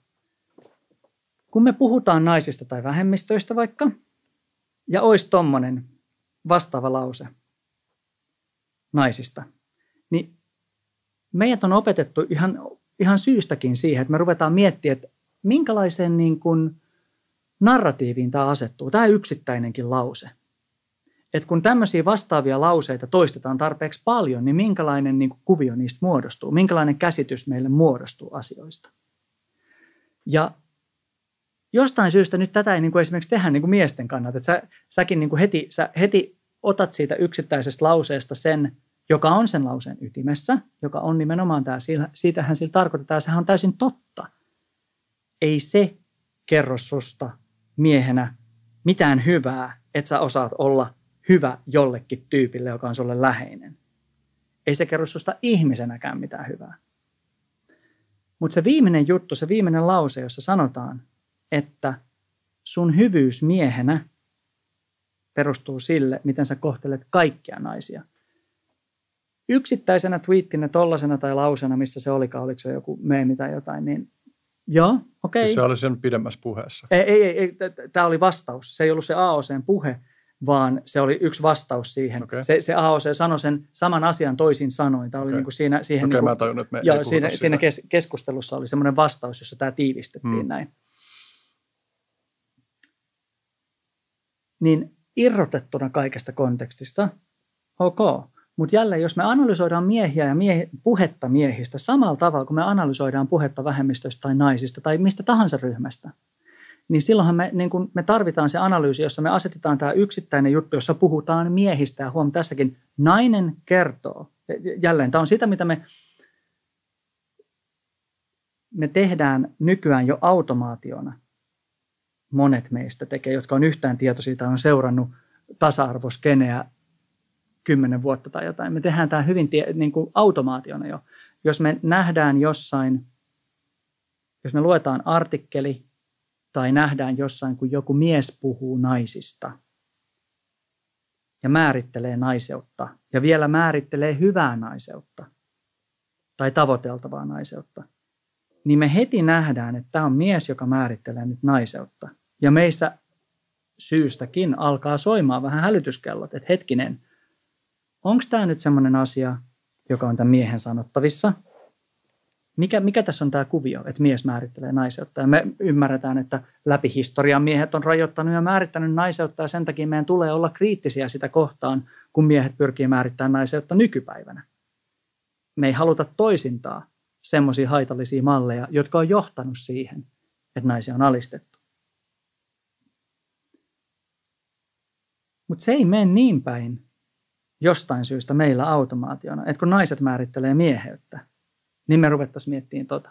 kun me puhutaan naisista tai vähemmistöistä vaikka, ja olisi tommonen vastaava lause naisista, niin meidät on opetettu ihan, ihan syystäkin siihen, että me ruvetaan miettimään, että minkälaiseen niin kuin narratiiviin tämä asettuu, tämä yksittäinenkin lause. Että kun tämmöisiä vastaavia lauseita toistetaan tarpeeksi paljon, niin minkälainen niin kuin kuvio niistä muodostuu, minkälainen käsitys meille muodostuu asioista. Ja jostain syystä nyt tätä ei niin kuin esimerkiksi tehdä niin kuin miesten kannalta, että sä, säkin niin kuin heti, sä heti otat siitä yksittäisestä lauseesta sen, joka on sen lauseen ytimessä, joka on nimenomaan tämä, siitähän sillä tarkoitetaan, sehän on täysin totta. Ei se kerro susta miehenä mitään hyvää, että sä osaat olla hyvä jollekin tyypille, joka on sulle läheinen. Ei se kerro susta ihmisenäkään mitään hyvää. Mutta se viimeinen juttu, se viimeinen lause, jossa sanotaan, että sun hyvyys miehenä perustuu sille, miten sä kohtelet kaikkia naisia. Yksittäisenä twiittinä, tollasena tai lausena, missä se olikaan, oliko se joku meemi tai jotain, niin joo, okei. Okay. Siis se oli sen pidemmässä puheessa. Ei, ei, ei tämä oli vastaus. Se ei ollut se A O C:n puhe, vaan se oli yksi vastaus siihen. Okay. Se, se A O C sanoi sen saman asian toisin sanoin. Tämä oli okay. niin kuin siinä, siihen okay, niin kuin, mä tajunnut, että me joo, siinä, siinä kes, keskustelussa oli semmoinen vastaus, jossa tämä tiivistettiin hmm. näin. Niin irrotettuna kaikesta kontekstista, ok. Mutta jälleen, jos me analysoidaan miehiä ja miehi, puhetta miehistä samalla tavalla, kun me analysoidaan puhetta vähemmistöistä tai naisista tai mistä tahansa ryhmästä, niin silloinhan me, niin kun me tarvitaan se analyysi, jossa me asetetaan tämä yksittäinen juttu, jossa puhutaan miehistä. Ja huom, tässäkin nainen kertoo. Jälleen, tämä on sitä, mitä me, me tehdään nykyään jo automaationa. Monet meistä tekee, jotka on yhtään tietoisia tai on seurannut tasa-arvoskeneä kymmenen vuotta tai jotain. Me tehdään tämä hyvin tie, niin kuin automaationa jo. Jos me nähdään jossain, jos me luetaan artikkeli tai nähdään jossain, kun joku mies puhuu naisista ja määrittelee naiseutta ja vielä määrittelee hyvää naiseutta tai tavoiteltavaa naiseutta, niin me heti nähdään, että tämä on mies, joka määrittelee nyt naiseutta. Ja meissä syystäkin alkaa soimaan vähän hälytyskellot, että hetkinen, onko tämä nyt semmoinen asia, joka on tämän miehen sanottavissa? Mikä, mikä tässä on tämä kuvio, että mies määrittelee naiseutta? Ja me ymmärretään, että läpi historian miehet on rajoittanut ja määrittänyt naiseutta, ja sen takia meidän tulee olla kriittisiä sitä kohtaan, kun miehet pyrkii määrittämään naiseutta nykypäivänä. Me ei haluta toisintaa semmoisia haitallisia malleja, jotka on johtanut siihen, että naisia on alistettu. Mutta se ei mene niin päin jostain syystä meillä automaationa, että kun naiset määrittelee mieheyttä, niin me ruvettaisiin miettimään tota.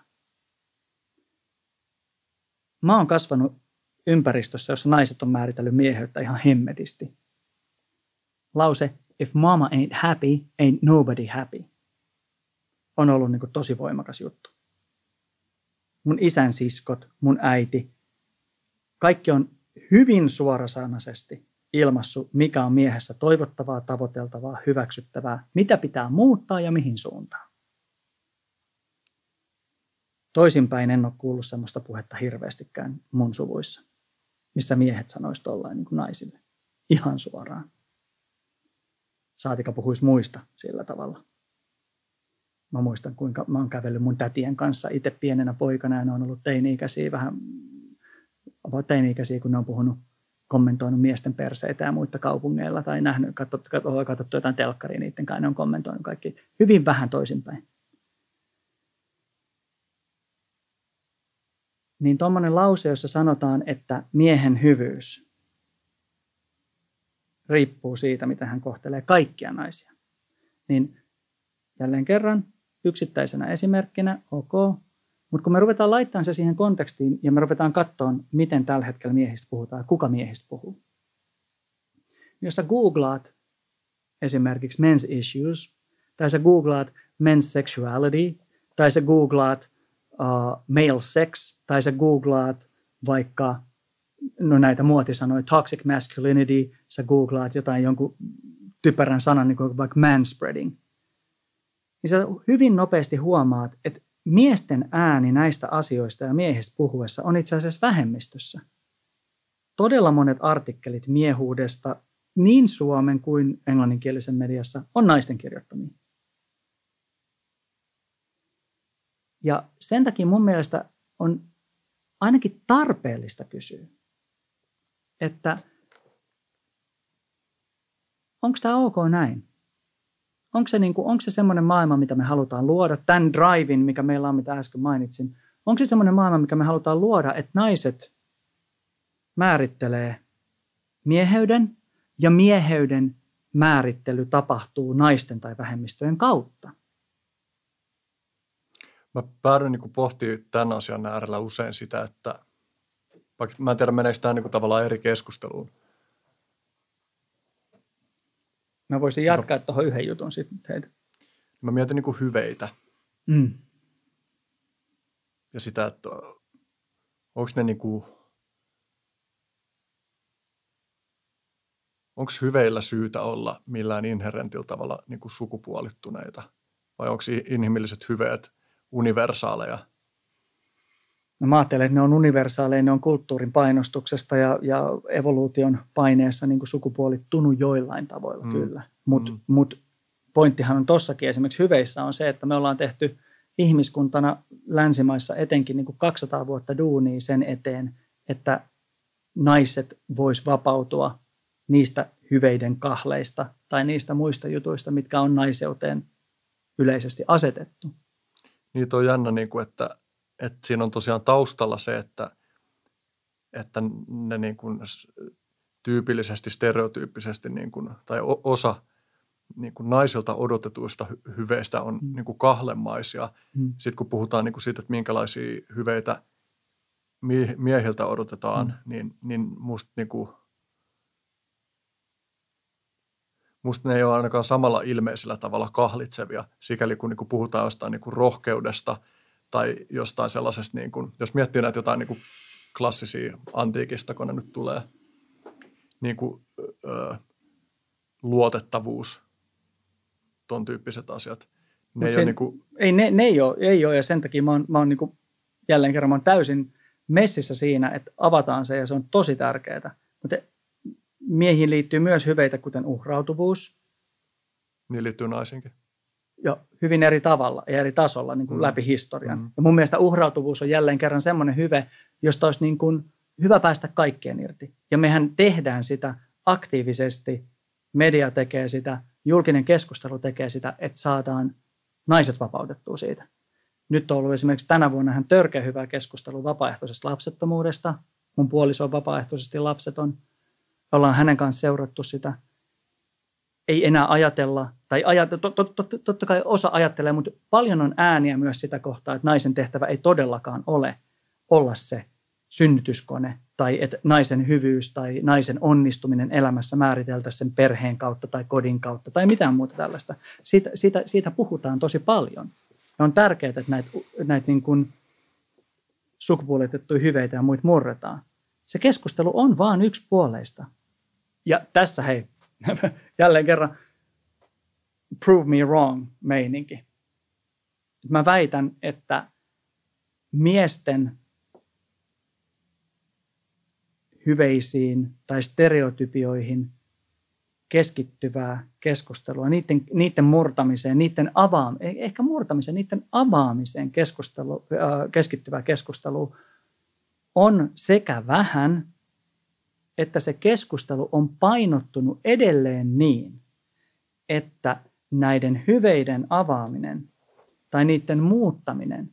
Mä oon kasvanut ympäristössä, jossa naiset on määritellyt mieheyttä ihan hemmetisti. Lause, if mama ain't happy, ain't nobody happy, on ollut niin kuin tosi voimakas juttu. Mun isän siskot, mun äiti, kaikki on hyvin suorasanaisesti ilmassut, mikä on miehessä toivottavaa, tavoiteltavaa, hyväksyttävää, mitä pitää muuttaa ja mihin suuntaan. Toisinpäin en ole kuullut sellaista puhetta hirveästikään mun suvuissa, missä miehet sanoisivat tollain niin kuin naisille. Ihan suoraan. Saatika puhuisi muista sillä tavalla. Mä muistan, kuinka mä oon kävellyt mun tätien kanssa itse pienenä poikana, ja ne on ollut teini-ikäisiä vähän, teini-ikäisiä, kun ne on puhunut, kommentoinut miesten perseitä ja muita kaupungeilla, tai nähnyt, katsottu, katsottu jotain telkkaria niiden kanssa, ne on kommentoinut kaikki hyvin vähän toisinpäin. Niin tuommoinen lause, jossa sanotaan, että miehen hyvyys riippuu siitä, miten hän kohtelee kaikkia naisia. Niin jälleen kerran yksittäisenä esimerkkinä, ok, mutta kun me ruvetaan laittamaan se siihen kontekstiin ja me ruvetaan katsoa, miten tällä hetkellä miehistä puhutaan ja kuka miehistä puhuu. Jos sä googlaat esimerkiksi men's issues, tai sä googlaat men's sexuality, tai sä googlaat Uh, male sex, tai sä googlaat vaikka, no näitä muotisanoja, toxic masculinity, sä googlaat jotain jonkun typerän sanan, niin kuin vaikka manspreading, niin sä hyvin nopeasti huomaat, että miesten ääni näistä asioista ja miehistä puhuessa on itse asiassa vähemmistössä. Todella monet artikkelit miehuudesta niin suomen kuin englanninkielisen mediassa on naisten kirjoittamia. Ja sen takia mun mielestä on ainakin tarpeellista kysyä, että onko tämä ok näin? Onko se, niin kuin, onko se semmoinen maailma, mitä me halutaan luoda? Tämän drivein, mikä meillä on, mitä äsken mainitsin. Onko se semmoinen maailma, mikä me halutaan luoda, että naiset määrittelee mieheyden ja mieheyden määrittely tapahtuu naisten tai vähemmistöjen kautta? Mä päädyin niin pohtimaan tämän asian äärellä usein sitä, että vaikka mä en tiedä, meneekö tämä niin tavallaan eri keskusteluun. Mä voisin jatkaa tuohon yhden jutun sitten heitä. Mä mietin niin kuin hyveitä. Mm. Ja sitä, että onko ne niin kuin, onko hyveillä syytä olla millään inherentillä tavalla niin kuin sukupuolittuneita? Vai onko inhimilliset hyveet universaaleja? No mä ajattelen, että ne on universaaleja, ne on kulttuurin painostuksesta ja, ja evoluution paineessa niin kuin sukupuolittunut joillain tavoilla mm. kyllä. Mutta mm. mut pointtihan on tossakin esimerkiksi hyveissä on se, että me ollaan tehty ihmiskuntana länsimaissa etenkin niin kuin kaksisataa vuotta duunia sen eteen, että naiset vois vapautua niistä hyveiden kahleista tai niistä muista jutuista, mitkä on naiseuteen yleisesti asetettu. Niitä on jännä, että, että siinä on tosiaan taustalla se, että, että ne niin kuin tyypillisesti, stereotyyppisesti niin kuin, tai osa niin kuin naisilta odotetuista hyveistä on mm. niin kuin kahlemaisia. Mm. Sitten kun puhutaan niin kuin siitä, että minkälaisia hyveitä miehiltä odotetaan, mm. niin, niin musta niin kuin, musta ne ei ole ainakaan samalla ilmeisellä tavalla kahlitsevia, sikäli kun niin kuin puhutaan jostain niin kuin rohkeudesta tai jostain sellaisesta, niin kuin, jos miettii näitä jotain niin kuin klassisia antiikista, kun ne nyt tulee, niin kuin, ö, luotettavuus, ton tyyppiset asiat. Ne ei, sen, ole niin kuin, ei, ne, ne ei, ole, ei ole, ja sen takia mä oon, mä oon niin kuin, jälleen kerran mä oon täysin messissä siinä, että avataan se, ja se on tosi tärkeää. Mutta miehiin liittyy myös hyveitä, kuten uhrautuvuus. Niin liittyy naisinkin. Ja hyvin eri tavalla ja eri tasolla niin kuin mm. läpi historian. Mm. Ja mun mielestä uhrautuvuus on jälleen kerran semmoinen hyve, josta olisi niin kuin hyvä päästä kaikkeen irti. Ja mehän tehdään sitä aktiivisesti, media tekee sitä, julkinen keskustelu tekee sitä, että saadaan naiset vapautettua siitä. Nyt on ollut esimerkiksi tänä vuonna ihan törkeä hyvä keskustelu vapaaehtoisesta lapsettomuudesta. Mun puoliso on vapaaehtoisesti lapseton. Ollaan hänen kanssa seurattu sitä. Ei enää ajatella, tai ajat, tot, tot, tot, totta kai osa ajattelee, mutta paljon on ääniä myös sitä kohtaa, että naisen tehtävä ei todellakaan ole olla se synnytyskone, tai että naisen hyvyys tai naisen onnistuminen elämässä määriteltäisiin sen perheen kautta tai kodin kautta tai mitään muuta tällaista. Siitä, siitä, siitä puhutaan tosi paljon. Ja on tärkeää, että näitä, näitä niin kuin sukupuolitettuja hyveitä ja muita murretaan. Se keskustelu on vaan yksipuoleista. Ja tässä hei, jälleen kerran prove me wrong meininki. Mä väitän, että miesten hyveisiin tai stereotypioihin keskittyvää keskustelua, niiden, niiden murtamiseen, niiden avaamiseen, ehkä murtamiseen, niiden avaamiseen keskustelu, äh, keskittyvää keskustelua on sekä vähän, että se keskustelu on painottunut edelleen niin, että näiden hyveiden avaaminen tai niiden muuttaminen,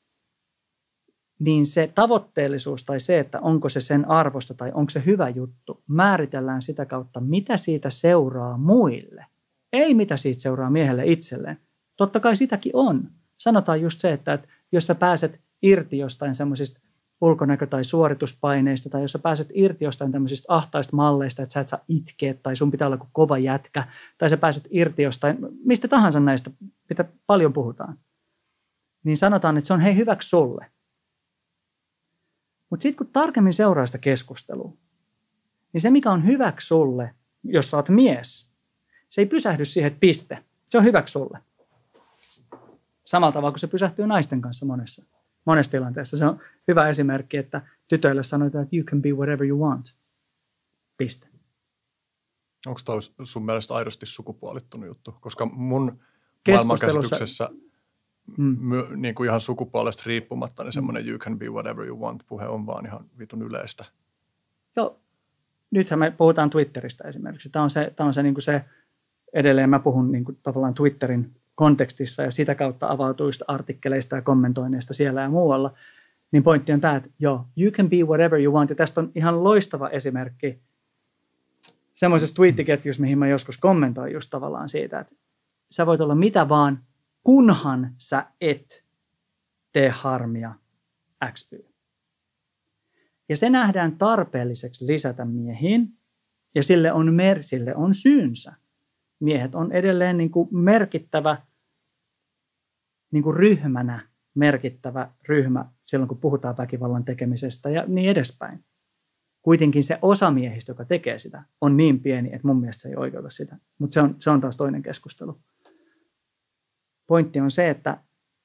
niin se tavoitteellisuus tai se, että onko se sen arvosta tai onko se hyvä juttu, määritellään sitä kautta, mitä siitä seuraa muille. Ei mitä siitä seuraa miehelle itselleen. Totta kai sitäkin on. Sanotaan just se, että jos sä pääset irti jostain semmoisista ulkonäkö- tai suorituspaineista, tai jos sä pääset irti jostain tämmöisistä ahtaista malleista, että sä et saa itkeä, tai sun pitää olla kuin kova jätkä, tai sä pääset irti jostain, mistä tahansa näistä, mitä paljon puhutaan, niin sanotaan, että se on hei hyväksi sulle. Mutta sitten kun tarkemmin seuraa sitä keskustelua, niin se mikä on hyväksi sulle, jos sä oot mies, se ei pysähdy siihen, että piste. Se on hyväksi sulle. Samalla tavalla kuin se pysähtyy naisten kanssa monessa, monessa tilanteessa. Se on hyvä esimerkki, että tytöille sanotaan, että you can be whatever you want. Piste. Onko toi sun mielestä aidosti sukupuolittunut juttu? Koska mun maailmankäsityksessä Mm. My, niin kuin ihan sukupuolesta riippumatta, niin semmoinen you can be whatever you want -puhe on vaan ihan vitun yleistä. Joo, nythän me puhutaan Twitteristä esimerkiksi. Tämä on se, tämä on se, niin kuin se edelleen mä puhun niin kuin tavallaan Twitterin kontekstissa ja sitä kautta avautuista artikkeleista ja kommentoinneista siellä ja muualla. Niin pointti on tämä, että joo, you can be whatever you want. Ja tästä on ihan loistava esimerkki semmoisessa twiittiketjussa, mihin mä joskus kommentoin just tavallaan siitä, että sä voit olla mitä vaan, kunhan sä et tee harmia X Y. Ja se nähdään tarpeelliseksi lisätä miehiin, ja sille on, mer- sille on syynsä. Miehet on edelleen niin kuin merkittävä niin kuin ryhmänä, merkittävä ryhmä silloin, kun puhutaan väkivallan tekemisestä ja niin edespäin. Kuitenkin se osa miehistä, joka tekee sitä, on niin pieni, että mun mielestä se ei oikeuta sitä. Mutta se on, se on taas toinen keskustelu. Pointti on se, että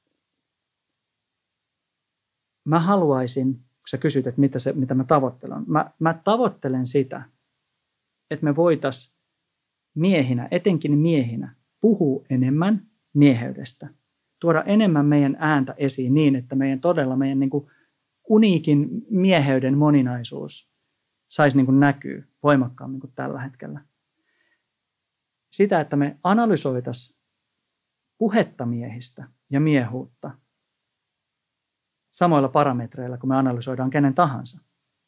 mä haluaisin, kun sä kysyt, että mitä, se, mitä mä tavoittelen, mä, mä tavoittelen sitä, että me voitaisiin miehinä, etenkin miehinä, puhua enemmän mieheydestä, tuoda enemmän meidän ääntä esiin niin, että meidän todella meidän niin kuin uniikin mieheyden moninaisuus saisi niin kuin näkyä voimakkaammin kuin tällä hetkellä. Sitä, että me analysoitaisiin puhetta miehistä ja miehuutta samoilla parametreilla, kun me analysoidaan kenen tahansa.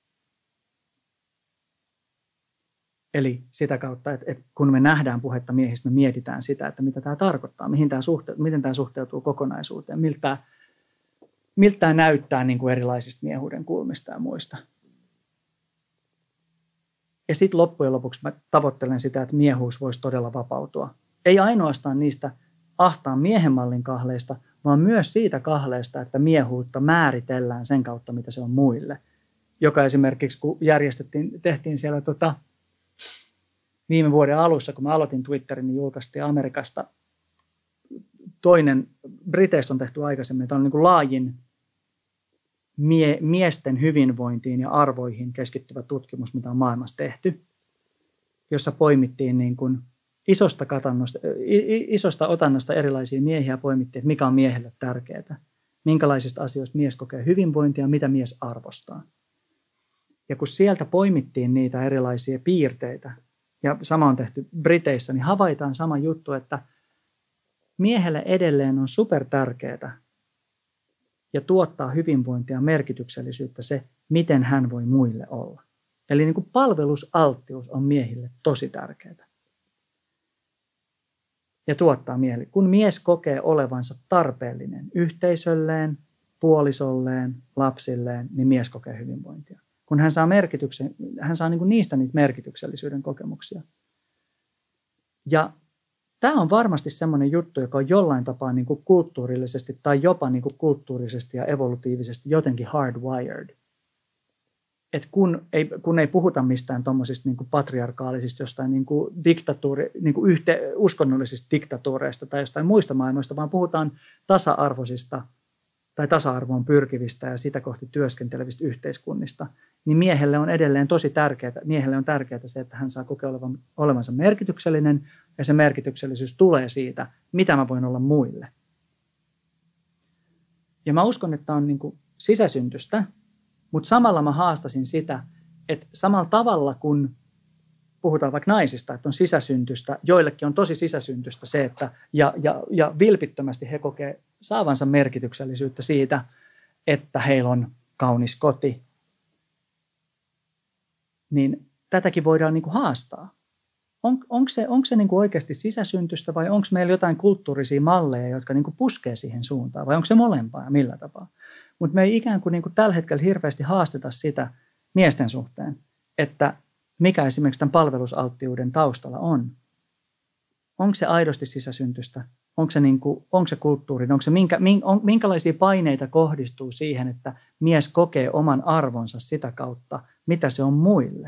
Eli sitä kautta, että, että kun me nähdään puhetta miehistä, me mietitään sitä, että mitä tämä tarkoittaa, mihin tämä suhte, miten tämä suhteutuu kokonaisuuteen, miltä tämä, miltä tämä näyttää niin kuin erilaisista miehuuden kulmista ja muista. Ja sitten loppujen lopuksi mä tavoittelen sitä, että miehuus voisi todella vapautua. Ei ainoastaan niistä ahtaan miehenmallin kahleista, vaan myös siitä kahleista, että miehuutta määritellään sen kautta, mitä se on muille. Joka esimerkiksi, kun järjestettiin, tehtiin siellä tota, viime vuoden alussa, kun mä aloitin Twitterin, niin julkaistiin Amerikasta toinen, Briteistä on tehty aikaisemmin, tämä on niin kuin laajin mie, miesten hyvinvointiin ja arvoihin keskittyvä tutkimus, mitä on maailmassa tehty, jossa poimittiin niin kuin isosta, katannosta, isosta otannasta erilaisia miehiä, poimittiin, että mikä on miehelle tärkeää, minkälaisista asioista mies kokee hyvinvointia, mitä mies arvostaa. Ja kun sieltä poimittiin niitä erilaisia piirteitä, ja sama on tehty Briteissä, niin havaitaan sama juttu, että miehelle edelleen on supertärkeää ja tuottaa hyvinvointia ja merkityksellisyyttä se, miten hän voi muille olla. Eli niin kuin palvelusalttius on miehille tosi tärkeää. Ja tuottaa miehelle. Kun mies kokee olevansa tarpeellinen yhteisölleen, puolisolleen, lapsilleen, niin mies kokee hyvinvointia. Kun hän saa, merkityksen, hän saa niin kuin niistä niitä merkityksellisyyden kokemuksia. Ja tämä on varmasti semmoinen juttu, joka on jollain tapaa niin kuin kulttuurillisesti tai jopa niin kuin kulttuurisesti ja evolutiivisesti jotenkin hardwired. Et kun, ei, kun ei puhuta mistään tuommoisista niin kuin patriarkaalisista jostain niin kuin diktatuuri, niin kuin yhte, uskonnollisista diktatuureista tai jostain muista maailmoista, vaan puhutaan tasa-arvoisista tai tasa-arvoon pyrkivistä ja sitä kohti työskentelevistä yhteiskunnista, niin miehelle on edelleen tosi tärkeää, miehelle on tärkeää se, että hän saa kokea olevan, olevansa merkityksellinen, ja se merkityksellisyys tulee siitä, mitä mä voin olla muille. Ja mä uskon, että on niin kuin sisäsyntystä, mutta samalla mä haastasin sitä, että samalla tavalla kun puhutaan vaikka naisista, että on sisäsyntystä, joillekin on tosi sisäsyntystä se, että ja, ja, ja vilpittömästi he kokee saavansa merkityksellisyyttä siitä, että heillä on kaunis koti, niin tätäkin voidaan niin kuin haastaa. On, onko se, onko se niin kuin oikeasti sisäsyntystä vai onko meillä jotain kulttuurisia malleja, jotka niin kuin puskee siihen suuntaan vai onko se molempaa ja millä tapaa? Mutta me ei ikään kuin, niin kuin tällä hetkellä hirveästi haasteta sitä miesten suhteen, että mikä esimerkiksi tämän palvelusalttiuden taustalla on. Onko se aidosti sisäsyntystä? Onko se, niin kuin, onko se kulttuuri? Onko se minkä, on, minkälaisia paineita kohdistuu siihen, että mies kokee oman arvonsa sitä kautta, mitä se on muille?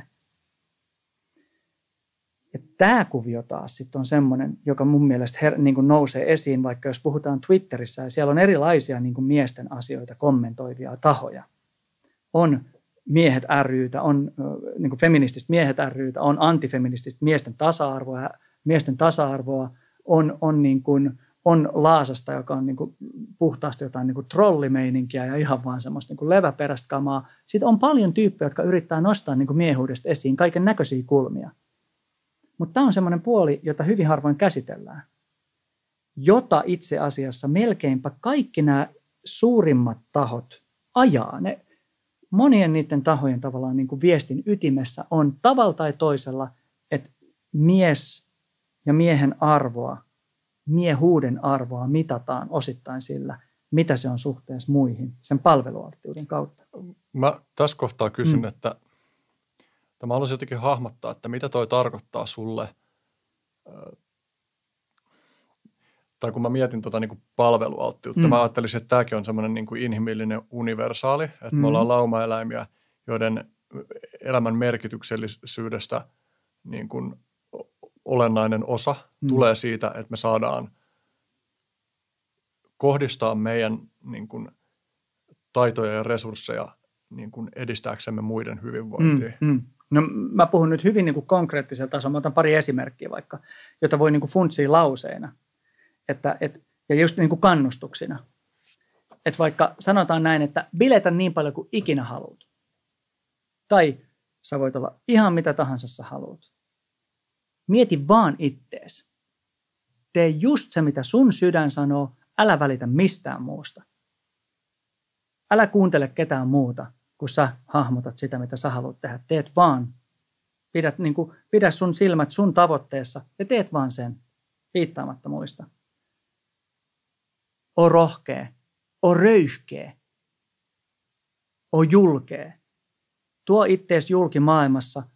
Ja tämä kuvio taas sitten on semmoinen, joka mun mielestä her, niin kuin nousee esiin, vaikka jos puhutaan Twitterissä ja siellä on erilaisia niin kuin miesten asioita kommentoivia tahoja. On miehet ry:tä, on niin kuin feminististä miehet ry:tä, on antifeminististä miesten tasa-arvoa, miesten tasa-arvoa, on, on, niin kuin, on Laasasta, joka on niin kuin puhtaasti jotain niin kuin trollimeininkiä ja ihan vaan semmoista niin kuin leväperäistä kamaa. Sitten on paljon tyyppejä, jotka yrittää nostaa niin kuin miehuudesta esiin kaiken näköisiä kulmia. Mutta tämä on semmoinen puoli, jota hyvin harvoin käsitellään, jota itse asiassa melkeinpä kaikki nämä suurimmat tahot ajaa. Ne, monien niiden tahojen tavallaan niin kuin viestin ytimessä on tavalla tai toisella, että mies ja miehen arvoa, miehuuden arvoa mitataan osittain sillä, mitä se on suhteessa muihin sen palvelualttiuden kautta. Mä tässä kohtaa kysyn, Mm. että mä haluaisin jotenkin hahmottaa, että mitä toi tarkoittaa sulle, tai kun mä mietin tota niin kuin palvelualttiutta, mm. mä ajattelisin, että tämäkin on semmoinen niin kuin inhimillinen universaali, että mm. me ollaan laumaeläimiä, joiden elämän merkityksellisyydestä niin kuin olennainen osa mm. tulee siitä, että me saadaan kohdistaa meidän niin kuin taitoja ja resursseja niin kuin edistääksemme muiden hyvinvointia. Mm, mm. No, mä puhun nyt hyvin niin kuin konkreettisella tasolla. Mä otan pari esimerkkiä vaikka, jota voi niin kuin funtsia lauseina. Että, et, ja just niin kuin kannustuksina. Että vaikka sanotaan näin, että biletä niin paljon kuin ikinä haluat. Tai sä voit olla ihan mitä tahansa sä haluat. Mieti vaan ittees. Tee just se, mitä sun sydän sanoo. Älä välitä mistään muusta. Älä kuuntele ketään muuta, kun sä hahmotat sitä, mitä sä haluat tehdä. Teet vaan. Pidät, niin kuin, pidä sun silmät sun tavoitteessa ja teet vaan sen, piittaamatta muista. O rohkea, o röyhkeä, o julkea. Tuo ittees julki maailmassa,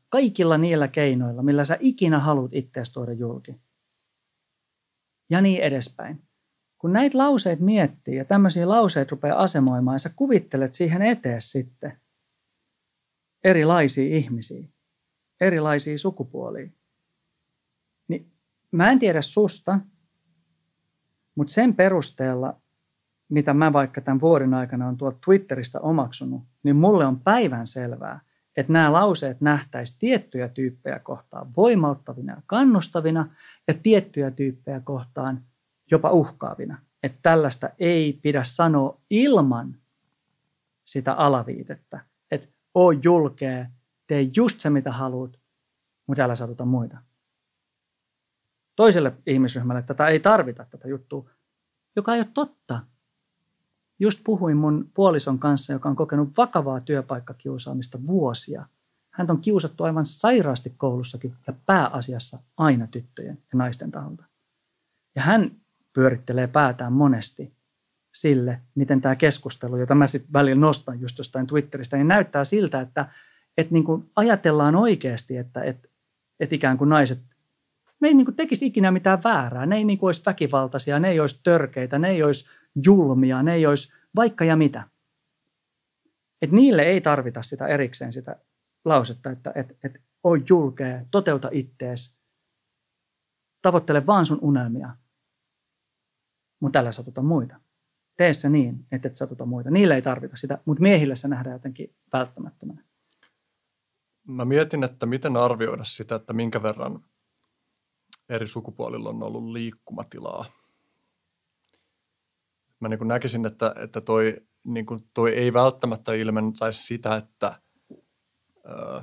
kaikilla niillä keinoilla, millä sä ikinä haluat itseäsi tuoda julki. Ja niin edespäin. Kun näitä lauseita miettii ja tämmöisiä lauseita rupeaa asemoimaan ja sä kuvittelet siihen eteen sitten erilaisia ihmisiä, erilaisia sukupuolia, niin mä en tiedä susta, mutta sen perusteella, mitä mä vaikka tämän vuoden aikana on tuolta Twitteristä omaksunut, niin mulle on päivän selvää, että nämä lauseet nähtäisi tiettyjä tyyppejä kohtaan voimauttavina ja kannustavina ja tiettyjä tyyppejä kohtaan jopa uhkaavina. Että tällaista ei pidä sanoa ilman sitä alaviitettä. Että oo julkea, tee just se mitä haluat, mutta älä satuta muita. Toiselle ihmisryhmälle tätä ei tarvita, tätä juttua, joka ei ole totta. Just puhuin mun puolison kanssa, joka on kokenut vakavaa työpaikkakiusaamista vuosia. Häntä on kiusattu aivan sairaasti koulussakin ja pääasiassa aina tyttöjen ja naisten taholta. Ja hän pyörittelee päätään monesti sille, miten tämä keskustelu, jota mä sitten välillä nostan just jostain Twitteristä, niin näyttää siltä, että, että niin kuin ajatellaan oikeasti, että, että, että ikään kuin naiset, ne ei niin kuin tekisi ikinä mitään väärää, ne ei niin kuin olisi väkivaltaisia, ne ei olisi törkeitä, ne ei olisi julmia, ne ei olisi vaikka ja mitä. Että niille ei tarvita sitä erikseen sitä lausetta, että et, et, oi julkea, toteuta ittees, tavoittele vaan sun unelmia, mutta älä satuta muita. Tee se niin, että et satuta muita. Niille ei tarvita sitä, mutta miehille se nähdään jotenkin välttämättömänä. Mä mietin, että miten arvioida sitä, että minkä verran eri sukupuolilla on ollut liikkumatilaa. Mä niin kuin näkisin, että, että toi, niin kuin toi ei välttämättä ilmentäisi sitä, että öö,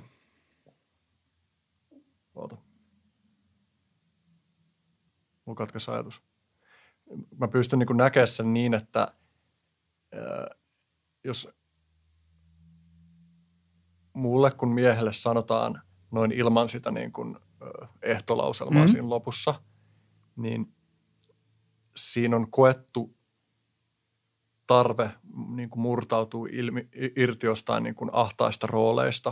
oota. Mulla katkesi ajatus. Mä pystyn niin kuin näkemään sen niin, että öö, jos mulle kun miehelle sanotaan noin ilman sitä niin kuin öö, ehtolauselmaa mm-hmm. siinä lopussa, niin siinä on koettu tarve niin kuin murtautuu ilmi, irti jostain niin kuin ahtaista rooleista.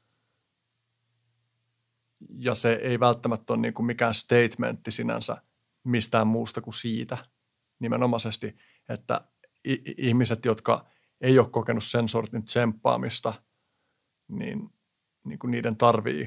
Ja se ei välttämättä ole niin kuin mikään statementti sinänsä mistään muusta kuin siitä nimenomaisesti, että ihmiset, jotka ei ole kokenut sen sortin tsemppaamista, niin, niin kuin niiden tarvii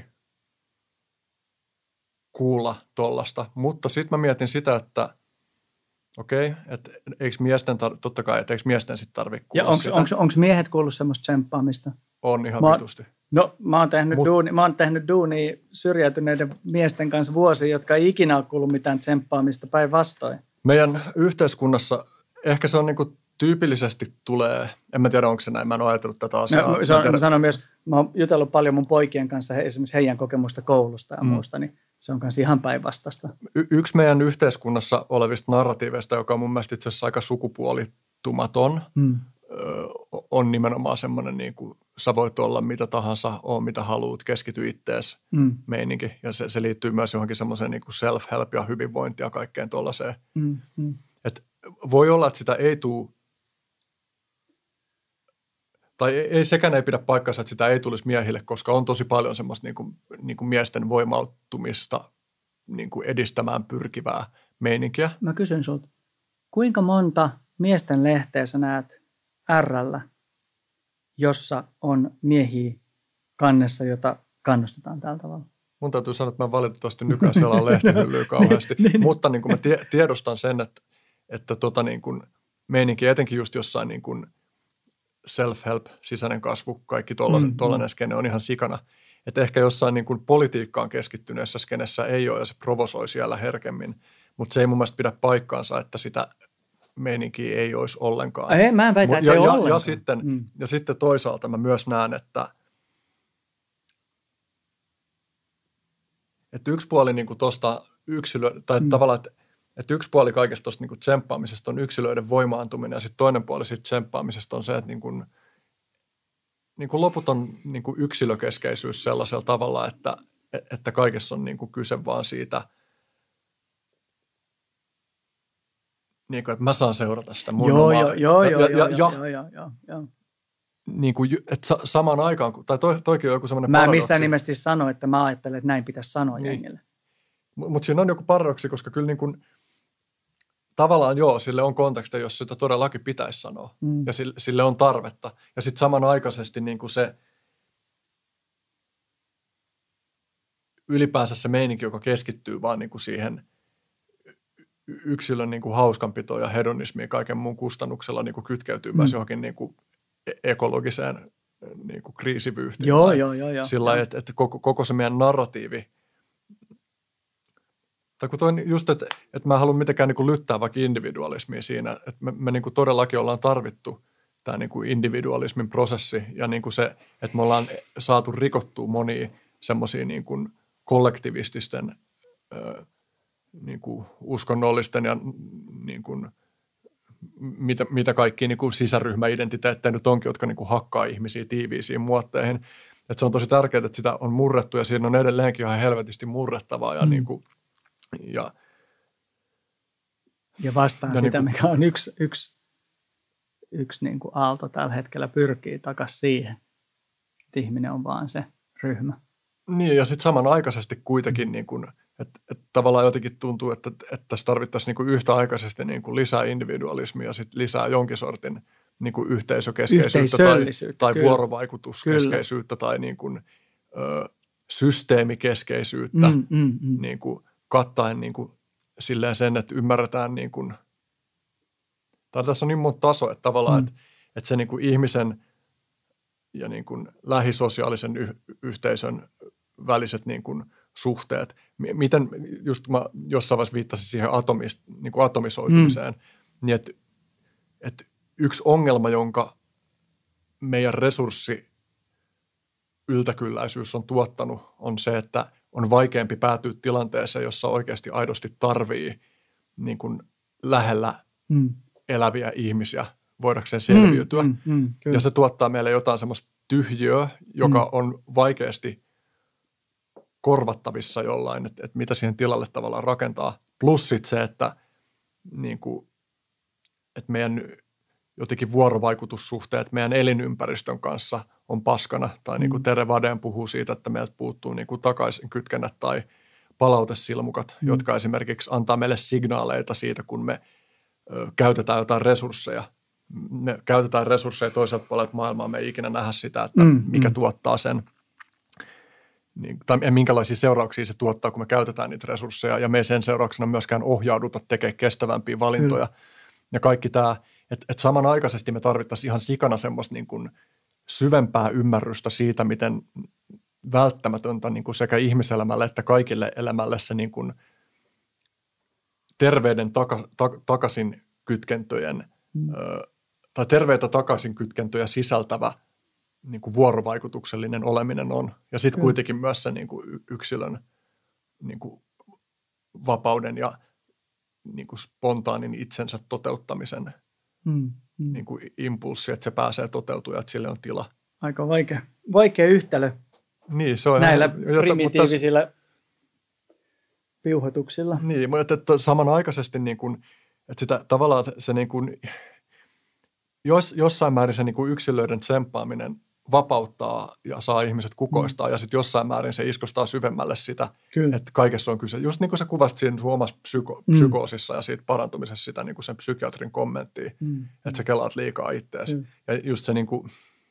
kuulla tollasta. Mutta sitten mä mietin sitä, että okei, että eikö miesten, tar- totta kai, että eikö miesten sitten tarvitse kuulla ja sitä. Ja onko miehet kuullut semmoista tsemppaamista? On ihan mä, vitusti. No mä oon tehnyt, Mut, duuni, mä oon tehnyt duunia syrjäytyneiden miesten kanssa vuosia, jotka ei ikinä ole kuullut mitään tsemppaamista päinvastoin. Meidän yhteiskunnassa ehkä se on niin kuin tyypillisesti tulee, en mä tiedä onko se näin, mä en ole ajatellut tätä asiaa. No, mä, mä sanon myös, mä oon jutellut paljon mun poikien kanssa he, esimerkiksi heidän kokemusta koulusta ja mm. muusta, niin se on myös ihan päinvastaista. Y- yksi meidän yhteiskunnassa olevista narratiiveista, joka on mun mielestä itse asiassa aika sukupuolittumaton, mm. on nimenomaan semmoinen, niin kuin sä voit olla mitä tahansa, oo mitä haluat, keskity ittees mm. meininki. Ja se, se liittyy myös johonkin semmoiseen niin kuin self-help ja hyvinvointi ja kaikkeen tuollaiseen. Mm. Mm. Et voi olla, että sitä ei tule, tai ei, sekään ei pidä paikkansa, että sitä ei tulisi miehille, koska on tosi paljon semmoista niin kuin, niin kuin miesten voimauttumista niin kuin edistämään pyrkivää meininkiä. Mä kysyn sulta, kuinka monta miesten lehteä sä näet R:llä, jossa on miehiä kannessa, jota kannustetaan tällä tavalla? Mun täytyy sanoa, että mä valitettavasti nykyään selaan lehtihyllyä kauheasti, niin, niin, mutta niin kuin mä tie, tiedostan sen, että, että tota niin kuin meininki etenkin just jossain niin kuin self-help, sisäinen kasvu, kaikki tollainen mm, skene on ihan sikana. Että ehkä jossain niin kuin politiikkaan keskittyneessä skenessä ei ole ja se provosoi siellä herkemmin, mutta se ei mun mielestä pidä paikkaansa, että sitä meininkiä ei olisi ollenkaan. Ei, mä en väitä, että ja, ei ole ja, ollenkaan. Ja sitten, mm. ja sitten toisaalta mä myös näen, että, että yksi puoli niin kuin tuosta yksilö, tai mm. tavallaan, että, että yksi puoli kaikesta tuosta niin kuin tsemppaamisesta on yksilöiden voimaantuminen ja sitten toinen puoli siitä tsemppaamisesta on se, että niin kuin, niin kuin loputon niin kuin yksilökeskeisyys sellaisella tavalla, että, että kaikessa on niin kuin kyse vaan siitä, niin kuin, että mä saan seurata sitä mun joo, omaa. Joo, joo, ja, joo, ja, joo, ja, joo, joo, joo, joo. niin kuin, että sa- samaan aikaan, tai toi, toikin on joku semmoinen Mä en paradoksi. missään nimessä siis sano, että mä ajattelen, että näin pitäisi sanoa Niin. jengille. Mutta siinä on joku paradoksi, koska kyllä niin kuin, tavallaan joo, sille on konteksti, jos sitä todellakin pitäisi sanoa. Mm. Ja sille, sille on tarvetta. Ja sitten samanaikaisesti niin kuin se ylipäänsä se meininki, joka keskittyy vaan niin kuin siihen yksilön niin kuin hauskanpitoon ja hedonismiin kaiken muun kustannuksella niin kuin kytkeytyy mm. myös johonkin niin kuin ekologiseen niin kuin kriisivyyhtiin. Joo, joo, joo, joo. Sillä lailla, että, että koko, koko se meidän narratiivi, tai kun toi just, että, että mä en halua mitenkään niin kuin lyttää vaikka individualismia siinä, että me, me niin kuin todellakin ollaan tarvittu tämä niin kuin individualismin prosessi ja niin kuin se, että me ollaan saatu rikottua monia semmoisia niin kuin kollektivististen ö, niin kuin uskonnollisten ja niin kuin, mitä, mitä kaikkia niin kuin sisäryhmäidentiteettejä nyt onkin, jotka niin kuin hakkaa ihmisiä tiiviisiin muotteihin. Että se on tosi tärkeää, että sitä on murrettu ja siinä on edelleenkin ihan helvetisti murrettavaa. Ja, mm. niin kuin, ja, ja vastaan ja sitä, niin kuin, mikä on yksi, yksi, yksi niin kuin aalto tällä hetkellä pyrkii takaisin siihen, että ihminen on vaan se ryhmä. Niin ja sitten samanaikaisesti kuitenkin niin kuin, että, että tavallaan jotenkin tuntuu, että, että tässä tarvittaisiin niin kuin yhtäaikaisesti niin kuin lisää individualismia ja sitten lisää jonkin sortin niin kuin yhteisökeskeisyyttä tai, tai vuorovaikutuskeskeisyyttä kyllä. tai niin kuin, ö, systeemikeskeisyyttä mm, mm, mm. niin kuin kattaen niin kuin silleen sen, että ymmärretään niin kuin, tai tässä on niin monta tasoa, että tavallaan, mm. että, että se niin kuin ihmisen ja niin kuin lähisosiaalisen yh, yhteisön väliset niin kuin suhteet. Miten, just mä jossain vaiheessa viittasin siihen atomist, niin kuin atomisoitumiseen, mm. niin että, että yksi ongelma, jonka meidän resurssi yltäkylläisyys on tuottanut, on se, että on vaikeampi päätyä tilanteeseen, jossa oikeasti aidosti tarvii niin kuin lähellä mm. eläviä ihmisiä voidakseen selviytyä. Mm, mm, mm, ja se tuottaa meille jotain semmoista tyhjiöä, joka mm. on vaikeasti korvattavissa jollain, että, että mitä siihen tilalle tavallaan rakentaa. Plus sitten se, että, niin kuin, että meidän jotenkin vuorovaikutussuhteet meidän elinympäristön kanssa on paskana. Tai niin kuin Tere Vaden puhuu siitä, että meiltä puuttuu niin kuin takaisin kytkennät tai palautesilmukat, mm. jotka esimerkiksi antaa meille signaaleita siitä, kun me ö, käytetään jotain resursseja. Me käytetään resursseja toiselta puolelta maailmaa, me ei ikinä nähdä sitä, että mm. mikä mm. tuottaa sen. Niin, tai minkälaisia seurauksia se tuottaa, kun me käytetään niitä resursseja, ja me ei sen seurauksena myöskään ohjauduta tekemään kestävämpiä valintoja. Kyllä. Ja kaikki tämä, että et samanaikaisesti me tarvittaisiin ihan sikana semmoista niin kuin syvempää ymmärrystä siitä, miten välttämätöntä niin kuin sekä ihmiselämälle että kaikille elämälle se niin kuin terveyden taka, ta, takaisin kytkentöjen, mm. ö, tai terveitä takaisin kytkentöjä sisältävä niin kuin vuorovaikutuksellinen oleminen on. Ja sitten kuitenkin myös se niin kuin yksilön niin kuin vapauden ja niin kuin spontaanin itsensä toteuttamisen mm, mm. Niin kuin impulssi, että se pääsee toteutumaan ja että sille on tila. Aika vaikea, vaikea yhtälö niin, se on näillä ihan, primitiivisillä mutta, piuhotuksilla. Niin, mutta että samanaikaisesti niin kuin, että sitä tavallaan se, se niin kuin, jos, jossain määrin se niin kuin yksilöiden tsemppaaminen vapauttaa ja saa ihmiset kukoistaa, mm. ja sitten jossain määrin se iskostaa syvemmälle sitä, Kyllä. että kaikessa on kyse. Just niin kuin sä kuvasit siinä sun omassa psyko- mm. psykoosissa ja siitä parantumisessa sitä niin kuin sen psykiatrin kommenttia, mm. että sä kelaat liikaa itteesi. Mm. Ja just se niin kuin,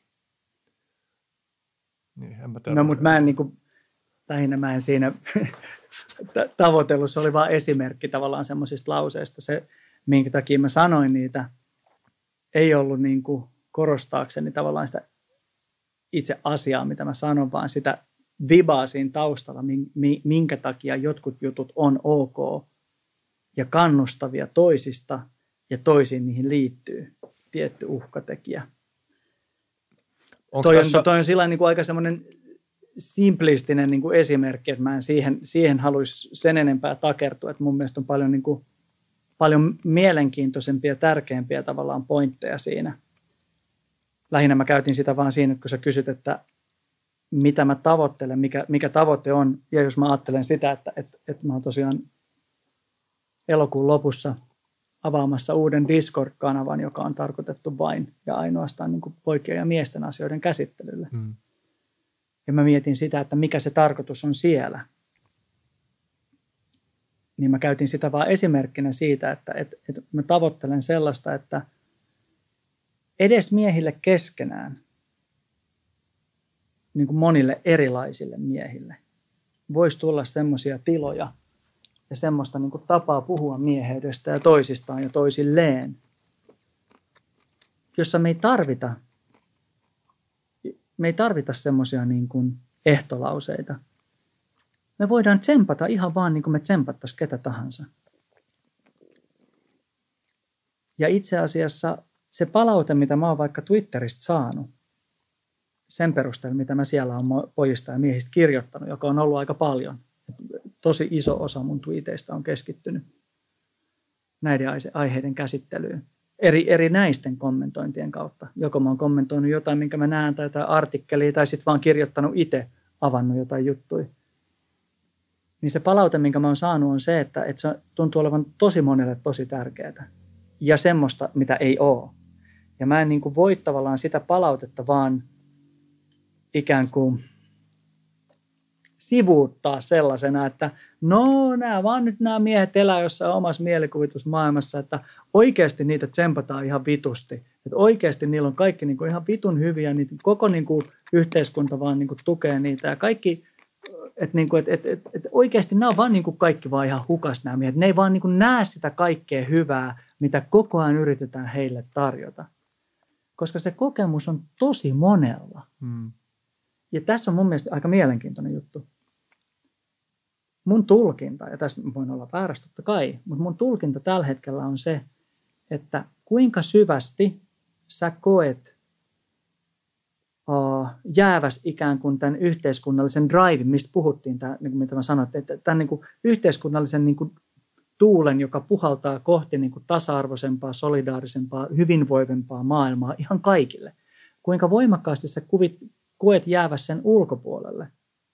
niin en mä tiedä. No mutta mä en niin kuin, lähinnä mä en siinä tavoitellut, se oli vaan esimerkki tavallaan semmoisista lauseista. Se, minkä takia mä sanoin niitä, ei ollut niin kuin korostaakseni tavallaan sitä itse asiaa, mitä mä sanon, vaan sitä vibaa siinä taustalla, minkä takia jotkut jutut on ok ja kannustavia toisista ja toisiin niihin liittyy tietty uhkatekijä. Toi on, tässä... toi on sillä niin kuin aika semmoinen simplistinen niin kuin esimerkki, että mä en siihen, siihen haluaisi sen enempää takertua, että mun mielestä on paljon, niin kuin, paljon mielenkiintoisempia ja tärkeämpiä tavallaan pointteja siinä. Lähinnä mä käytin sitä vaan siinä, kun sä kysyt, että mitä mä tavoittelen, mikä, mikä tavoite on. Ja jos mä ajattelen sitä, että, että, että mä oon tosiaan elokuun lopussa avaamassa uuden Discord-kanavan, joka on tarkoitettu vain ja ainoastaan niin kuin poikien ja miesten asioiden käsittelylle. Hmm. Ja mä mietin sitä, että mikä se tarkoitus on siellä. Niin mä käytin sitä vaan esimerkkinä siitä, että, että, että mä tavoittelen sellaista, että edes miehille keskenään, niin kuin monille erilaisille miehille, voisi tulla semmoisia tiloja ja semmoista niin kuin tapaa puhua mieheydestä ja toisistaan ja toisilleen, jossa me ei tarvita, me ei tarvita semmoisia niin kuin ehtolauseita. Me voidaan tsempata ihan vaan niin kuin me tsempattaisiin ketä tahansa. Ja itse asiassa se palaute, mitä mä oon vaikka Twitteristä saanut, sen perusteella, mitä mä siellä on pojista ja miehistä kirjoittanut, joka on ollut aika paljon. Tosi iso osa mun tweeteistä on keskittynyt näiden aiheiden käsittelyyn. Eri, eri näisten kommentointien kautta. Joko mä oon kommentoinut jotain, minkä mä näen, tai jotain artikkelia, tai sitten vaan kirjoittanut itse, avannut jotain juttuja. Niin se palaute, minkä mä oon saanut, on se, että, että se tuntuu olevan tosi monelle tosi tärkeää. Ja semmoista, mitä ei ole. Ja mä en niin kuin voi tavallaan sitä palautetta vaan ikään kuin sivuuttaa sellaisena, että no nämä vaan nyt nämä miehet elää jossain omassa mielikuvitusmaailmassa, että oikeasti niitä tsempataan ihan vitusti. Että oikeasti niillä on kaikki niin kuin ihan vitun hyviä, niin koko niin kuin yhteiskunta vaan niin kuin tukee niitä ja kaikki, että niin kuin, et, et, et, et oikeasti nämä on vaan niin kuin kaikki vaan ihan hukas nämä miehet. Ne ei vaan niin kuin näe sitä kaikkea hyvää, mitä koko ajan yritetään heille tarjota. Koska se kokemus on tosi monella. Hmm. Ja tässä on mun mielestä aika mielenkiintoinen juttu. Mun tulkinta, ja tässä voin olla väärässä totta kai, mutta mun tulkinta tällä hetkellä on se, että kuinka syvästi sä koet uh, jääväs ikään kuin tämän yhteiskunnallisen drive, mistä puhuttiin, tämä, niin kuin mitä mä sanoin, että tämän niin kuin yhteiskunnallisen niin kuin tuulen, joka puhaltaa kohti niin kuin tasa-arvoisempaa, solidaarisempaa, hyvinvoivempaa maailmaa ihan kaikille. Kuinka voimakkaasti sä kuvit, koet jääväs sen ulkopuolelle.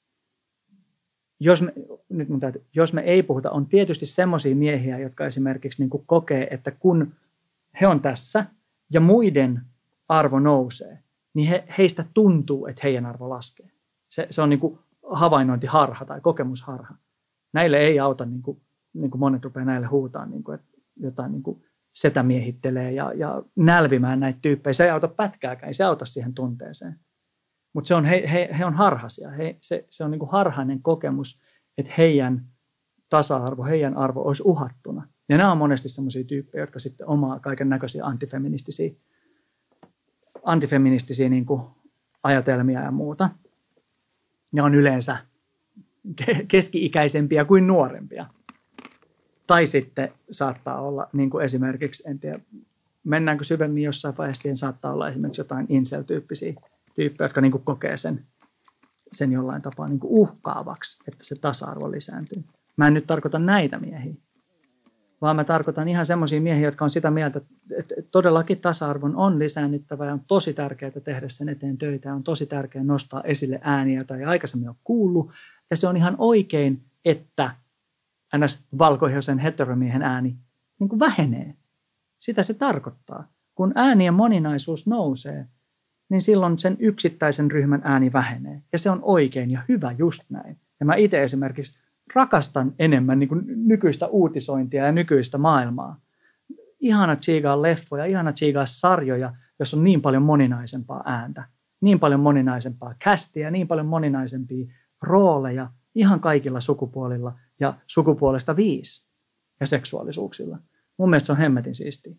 Jos me, nyt mun täytyy, jos me ei puhuta, on tietysti semmoisia miehiä, jotka esimerkiksi niin kuin kokee, että kun he on tässä ja muiden arvo nousee, niin he, heistä tuntuu, että heidän arvo laskee. Se, se on niin kuin havainnointiharha tai kokemusharha. Näille ei auta, niin kuin, niin kuin monet rupeaa näille huutaa, niin kuin, että jotain niin kuin setämiehittelee ja, ja nälvimään näitä tyyppejä. Se ei auta pätkääkään, ei se auta siihen tunteeseen. Mutta se on, he, he, he on harhaisia. He, se, se on niin kuin harhainen kokemus, että heidän tasa-arvo, heidän arvo olisi uhattuna. Ja nämä on monesti sellaisia tyyppejä, jotka sitten omaa kaiken näköisiä antifeministisiä, antifeministisiä niin kuin ajatelmia ja muuta. Ne on yleensä keski-ikäisempiä kuin nuorempia. Tai sitten saattaa olla, niin kuin esimerkiksi, en tiedä, mennäänkö syvemmin jossain vaiheessa, siihen saattaa olla esimerkiksi jotain incel-tyyppisiä tyyppejä, jotka niin kuin kokee sen, sen jollain tapaa niin kuin uhkaavaksi, että se tasa-arvo lisääntyy. Mä en nyt tarkoita näitä miehiä, vaan mä tarkoitan ihan semmoisia miehiä, jotka on sitä mieltä, että todellakin tasa-arvon on lisäännyttävä ja on tosi tärkeää tehdä sen eteen töitä ja on tosi tärkeää nostaa esille ääniä, joita ei aikaisemmin ole kuullut. Ja se on ihan oikein, että ns. Valkoihoisen heteromiehen ääni niin kuin vähenee. Sitä se tarkoittaa. Kun äänien moninaisuus nousee, niin silloin sen yksittäisen ryhmän ääni vähenee. Ja se on oikein ja hyvä just näin. Ja mä itse esimerkiksi rakastan enemmän niin kuin nykyistä uutisointia ja nykyistä maailmaa. Ihana tsiigaa leffoja, ihana tsiigaa sarjoja, jos on niin paljon moninaisempaa ääntä. Niin paljon moninaisempaa kästiä, niin paljon moninaisempia rooleja ihan kaikilla sukupuolilla ja sukupuolesta viisi ja seksuaalisuuksilla. Mun mielestä se on hemmetin siistiä.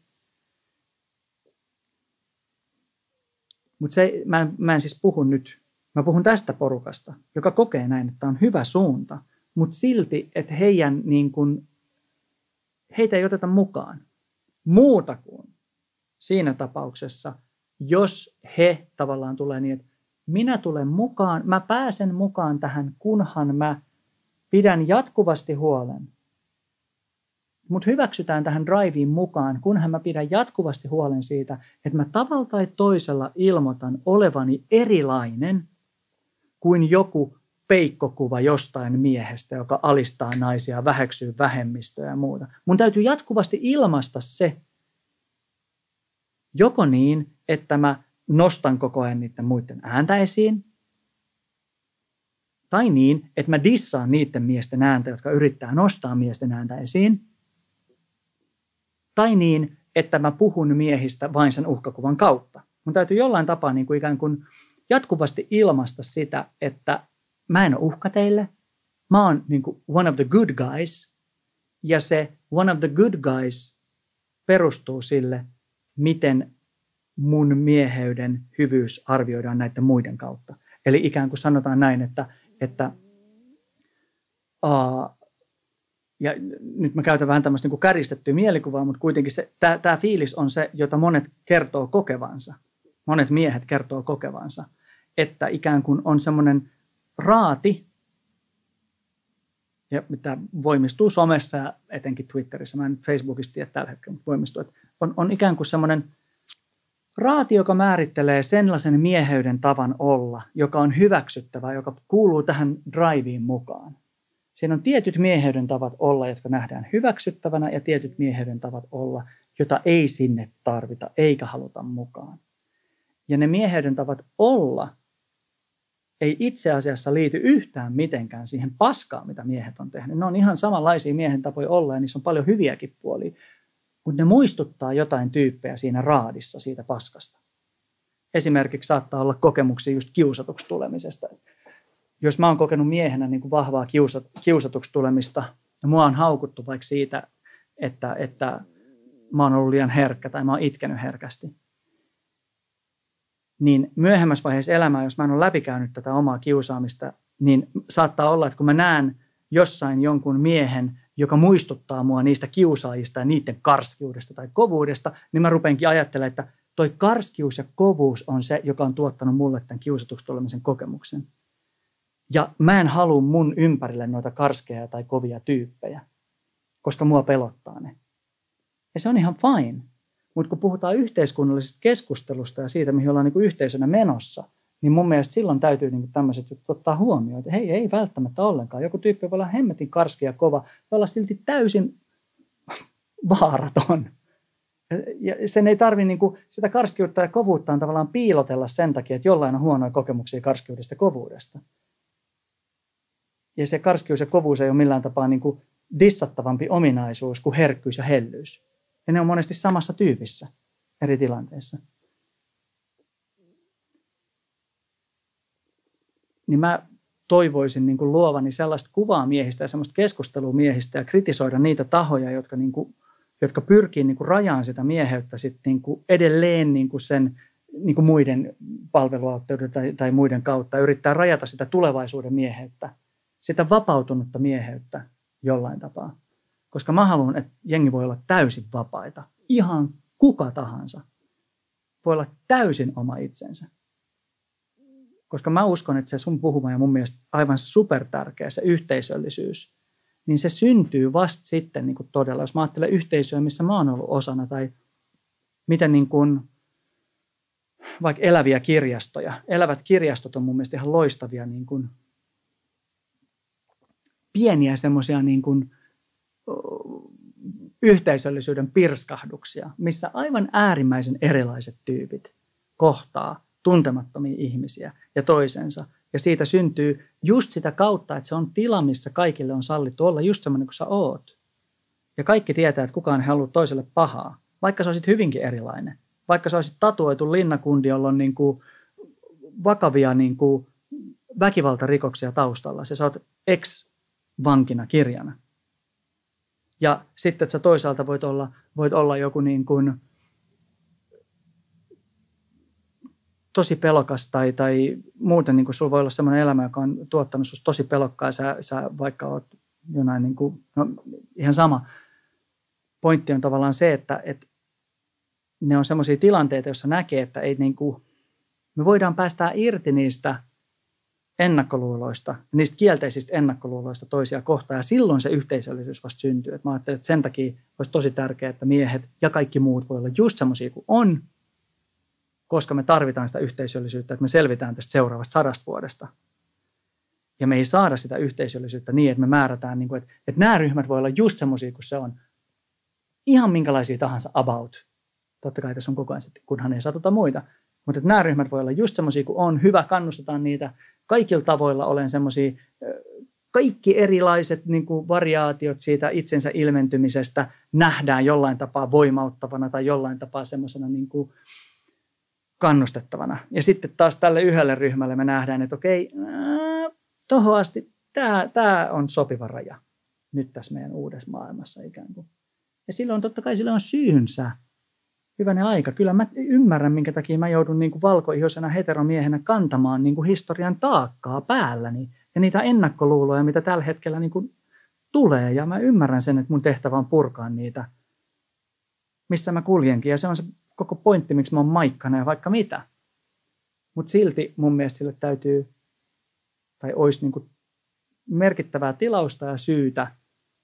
Mutta mä, mä en siis puhu nyt, mä puhun tästä porukasta, joka kokee näin, että on hyvä suunta, mutta silti, että heidän, niin kun, heitä ei oteta mukaan muuta kuin siinä tapauksessa, jos he tavallaan tulee niin, että minä tulen mukaan, mä pääsen mukaan tähän, kunhan mä pidän jatkuvasti huolen. Mut hyväksytään tähän driveen mukaan, kunhan mä pidän jatkuvasti huolen siitä, että mä tavalla tai toisella ilmoitan olevani erilainen kuin joku peikkokuva jostain miehestä, joka alistaa naisia, väheksyy vähemmistöä ja muuta. Mun täytyy jatkuvasti ilmaista se, joko niin, että mä nostan koko ajan niiden muiden ääntä esiin, tai niin, että mä dissaan niiden miesten ääntä, jotka yrittää nostaa miesten ääntä esiin, tai niin, että mä puhun miehistä vain sen uhkakuvan kautta. Mun täytyy jollain tapaa niin kuin ikään kuin jatkuvasti ilmaista sitä, että mä en ole uhka teille, mä oon niin kuin one of the good guys, ja se one of the good guys perustuu sille, miten mun mieheyden hyvyys arvioidaan näiden muiden kautta. Eli ikään kuin sanotaan näin, että, että uh, ja nyt mä käytän vähän tämmöistä niin kuin kärjistettyä mielikuvaa, mutta kuitenkin tämä fiilis on se, jota monet kertoo kokevansa. Monet miehet kertoo kokevansa, että ikään kuin on semmoinen raati, ja mitä voimistuu somessa ja etenkin Twitterissä, mä en Facebookista tiedä tällä hetkellä, mutta voimistuu, että on, on ikään kuin semmoinen raati, joka määrittelee sellaisen mieheyden tavan olla, joka on hyväksyttävä, joka kuuluu tähän driveen mukaan. Siinä on tietyt mieheyden tavat olla, jotka nähdään hyväksyttävänä, ja tietyt mieheyden tavat olla, jota ei sinne tarvita eikä haluta mukaan. Ja ne mieheyden tavat olla ei itse asiassa liity yhtään mitenkään siihen paskaan, mitä miehet on tehnyt. Ne on ihan samanlaisia miehen tapoja olla, ja niissä on paljon hyviäkin puolia, mutta ne muistuttaa jotain tyyppejä siinä raadissa siitä paskasta. Esimerkiksi saattaa olla kokemuksia just kiusatuksi tulemisesta. Jos mä oon kokenut miehenä niin kuin vahvaa kiusat, kiusatuksi tulemista, ja mua on haukuttu vaikka siitä, että, että mä oon ollut liian herkkä tai mä oon itkenyt herkästi, niin myöhemmässä vaiheessa elämää, jos mä en ole läpikäynyt tätä omaa kiusaamista, niin saattaa olla, että kun mä näen jossain jonkun miehen, joka muistuttaa mua niistä kiusaajista ja niiden karskiudesta tai kovuudesta, niin mä rupeankin ajattelemaan, että toi karskius ja kovuus on se, joka on tuottanut mulle tämän kiusatuksi tulemisen kokemuksen. Ja mä en halua mun ympärille noita karskeja tai kovia tyyppejä, koska mua pelottaa ne. Ja se on ihan fine. Mutta kun puhutaan yhteiskunnallisesta keskustelusta ja siitä, mihin ollaan niinku yhteisönä menossa, niin mun mielestä silloin täytyy niinku tämmöiset jutut ottaa huomioon. Että hei, ei välttämättä ollenkaan. Joku tyyppi voi olla hemmetin karski ja kova, voi olla silti täysin vaaraton. Ja sen ei tarvitse niinku, sitä karskiutta ja kovuuttaan tavallaan piilotella sen takia, että jollain on huonoja kokemuksia karskiudesta ja kovuudesta. Ja se karskius ja kovuus ei ole millään tapaa niinku dissattavampi ominaisuus kuin herkkyys ja hellyys. Ja ne on monesti samassa tyypissä eri tilanteissa. Niin mä toivoisin niin kuin luovani sellaista kuvaa miehistä ja sellaista keskustelua miehistä ja kritisoida niitä tahoja, jotka, niin kuin, jotka pyrkii niin kuin rajaan sitä mieheyttä sit niin kuin edelleen niin kuin sen niin kuin muiden palveluautteuden tai, tai muiden kautta. Yrittää rajata sitä tulevaisuuden mieheyttä, sitä vapautunutta mieheyttä jollain tapaa. Koska mä haluan, että jengi voi olla täysin vapaita. Ihan kuka tahansa voi olla täysin oma itsensä. Koska mä uskon, että se sun puhuma ja mun mielestä aivan supertärkeä se yhteisöllisyys, niin se syntyy vasta sitten niin kuin todella. Jos mä ajattelen yhteisöä, missä mä oon ollut osana, tai miten niin kuin, vaikka eläviä kirjastoja. Elävät kirjastot on mun mielestä ihan loistavia niin kuin, pieniä semmoisia niin kuin, yhteisöllisyyden pirskahduksia, missä aivan äärimmäisen erilaiset tyypit kohtaa tuntemattomia ihmisiä ja toisensa. Ja siitä syntyy just sitä kautta, että se on tila, missä kaikille on sallittu olla just semmoinen kuin sä oot. Ja kaikki tietää, että kukaan ei halua toiselle pahaa, vaikka sä olisit hyvinkin erilainen. Vaikka sä olisit tatuoitu linnakundi, jolla on niin kuin vakavia niin kuin väkivaltarikoksia taustalla. Ja sä oot ex-vankina kirjana. Ja sitten, että sä toisaalta voit olla, voit olla joku niin kuin tosi pelokas tai, tai muuten niin kuin sulla voi olla sellainen elämä, joka on tuottanut susta tosi pelokkaa ja sä, sä vaikka oot jonain niin kuin, no ihan sama. Pointti on tavallaan se, että, että ne on sellaisia tilanteita, joissa näkee, että ei niin kuin, me voidaan päästää irti niistä ennakkoluuloista, niistä kielteisistä ennakkoluuloista toisia kohtaan, ja silloin se yhteisöllisyys vasta syntyy. Et mä ajattelen, että sen takia olisi tosi tärkeää, että miehet ja kaikki muut voi olla just semmoisia kuin on, koska me tarvitaan sitä yhteisöllisyyttä, että me selvitään tästä seuraavasta sadasta vuodesta. Ja me ei saada sitä yhteisöllisyyttä niin, että me määrätään, niin kuin, että, että nämä ryhmät voi olla just semmoisia, kun se on ihan minkälaisia tahansa about. Totta kai tässä on koko ajan sitten, kunhan ei satuta muita. Mutta että nämä ryhmät voi olla just semmoisia, kun on hyvä, kannustetaan niitä. Kaikilla tavoilla olen semmoisia, kaikki erilaiset niin kuin variaatiot siitä itsensä ilmentymisestä nähdään jollain tapaa voimauttavana tai jollain tapaa semmoisena niin kuin kannustettavana. Ja sitten taas tälle yhdelle ryhmälle me nähdään, että okei, tuohon asti tämä, tämä on sopiva raja nyt tässä meidän uudessa maailmassa ikään kuin. Ja silloin totta kai sillä on syynsä. Hyvänen aika. Kyllä mä ymmärrän, minkä takia mä joudun niin kuin valkoihoisena heteromiehenä kantamaan niin kuin historian taakkaa päälläni ja niitä ennakkoluuloja, mitä tällä hetkellä niin kuin tulee. Ja mä ymmärrän sen, että mun tehtävä on purkaa niitä, missä mä kuljenkin. Ja se on se koko pointti, miksi mä oon maikkana ja vaikka mitä. Mutta silti mun mielestä sille täytyy, tai olisi niin kuin merkittävää tilausta ja syytä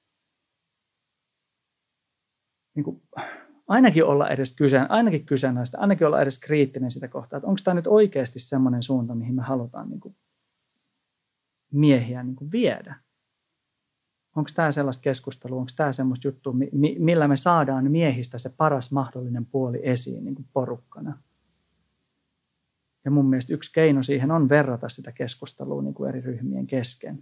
niin kuin ainakin olla edes kyseen, ainakin kyseenalaista, ainakin olla edes kriittinen sitä kohtaa, että onko tämä nyt oikeasti semmoinen suunta, mihin me halutaan niin kuin miehiä niin kuin viedä. Onko tämä sellaista keskustelua, onko tämä semmoista juttua, millä me saadaan miehistä se paras mahdollinen puoli esiin niin kuin porukkana. Ja mun mielestä yksi keino siihen on verrata sitä keskustelua niin kuin eri ryhmien kesken.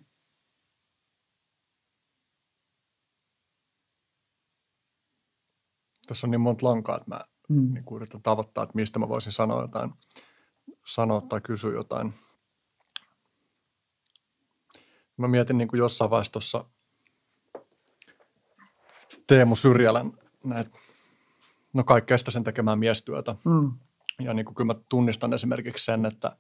Tässä on niin monta lankaa, että mä mm. niin yritän tavoittaa, että mistä mä voisin sanoa jotain, sanoa tai kysyä jotain. Mä mietin niin kuin jossain vaiheessa tuossa Teemu Syrjälän näitä, no kaikkea sitä sen tekemään miestyötä. Mm. Ja niin kuin kyllä mä tunnistan esimerkiksi sen, että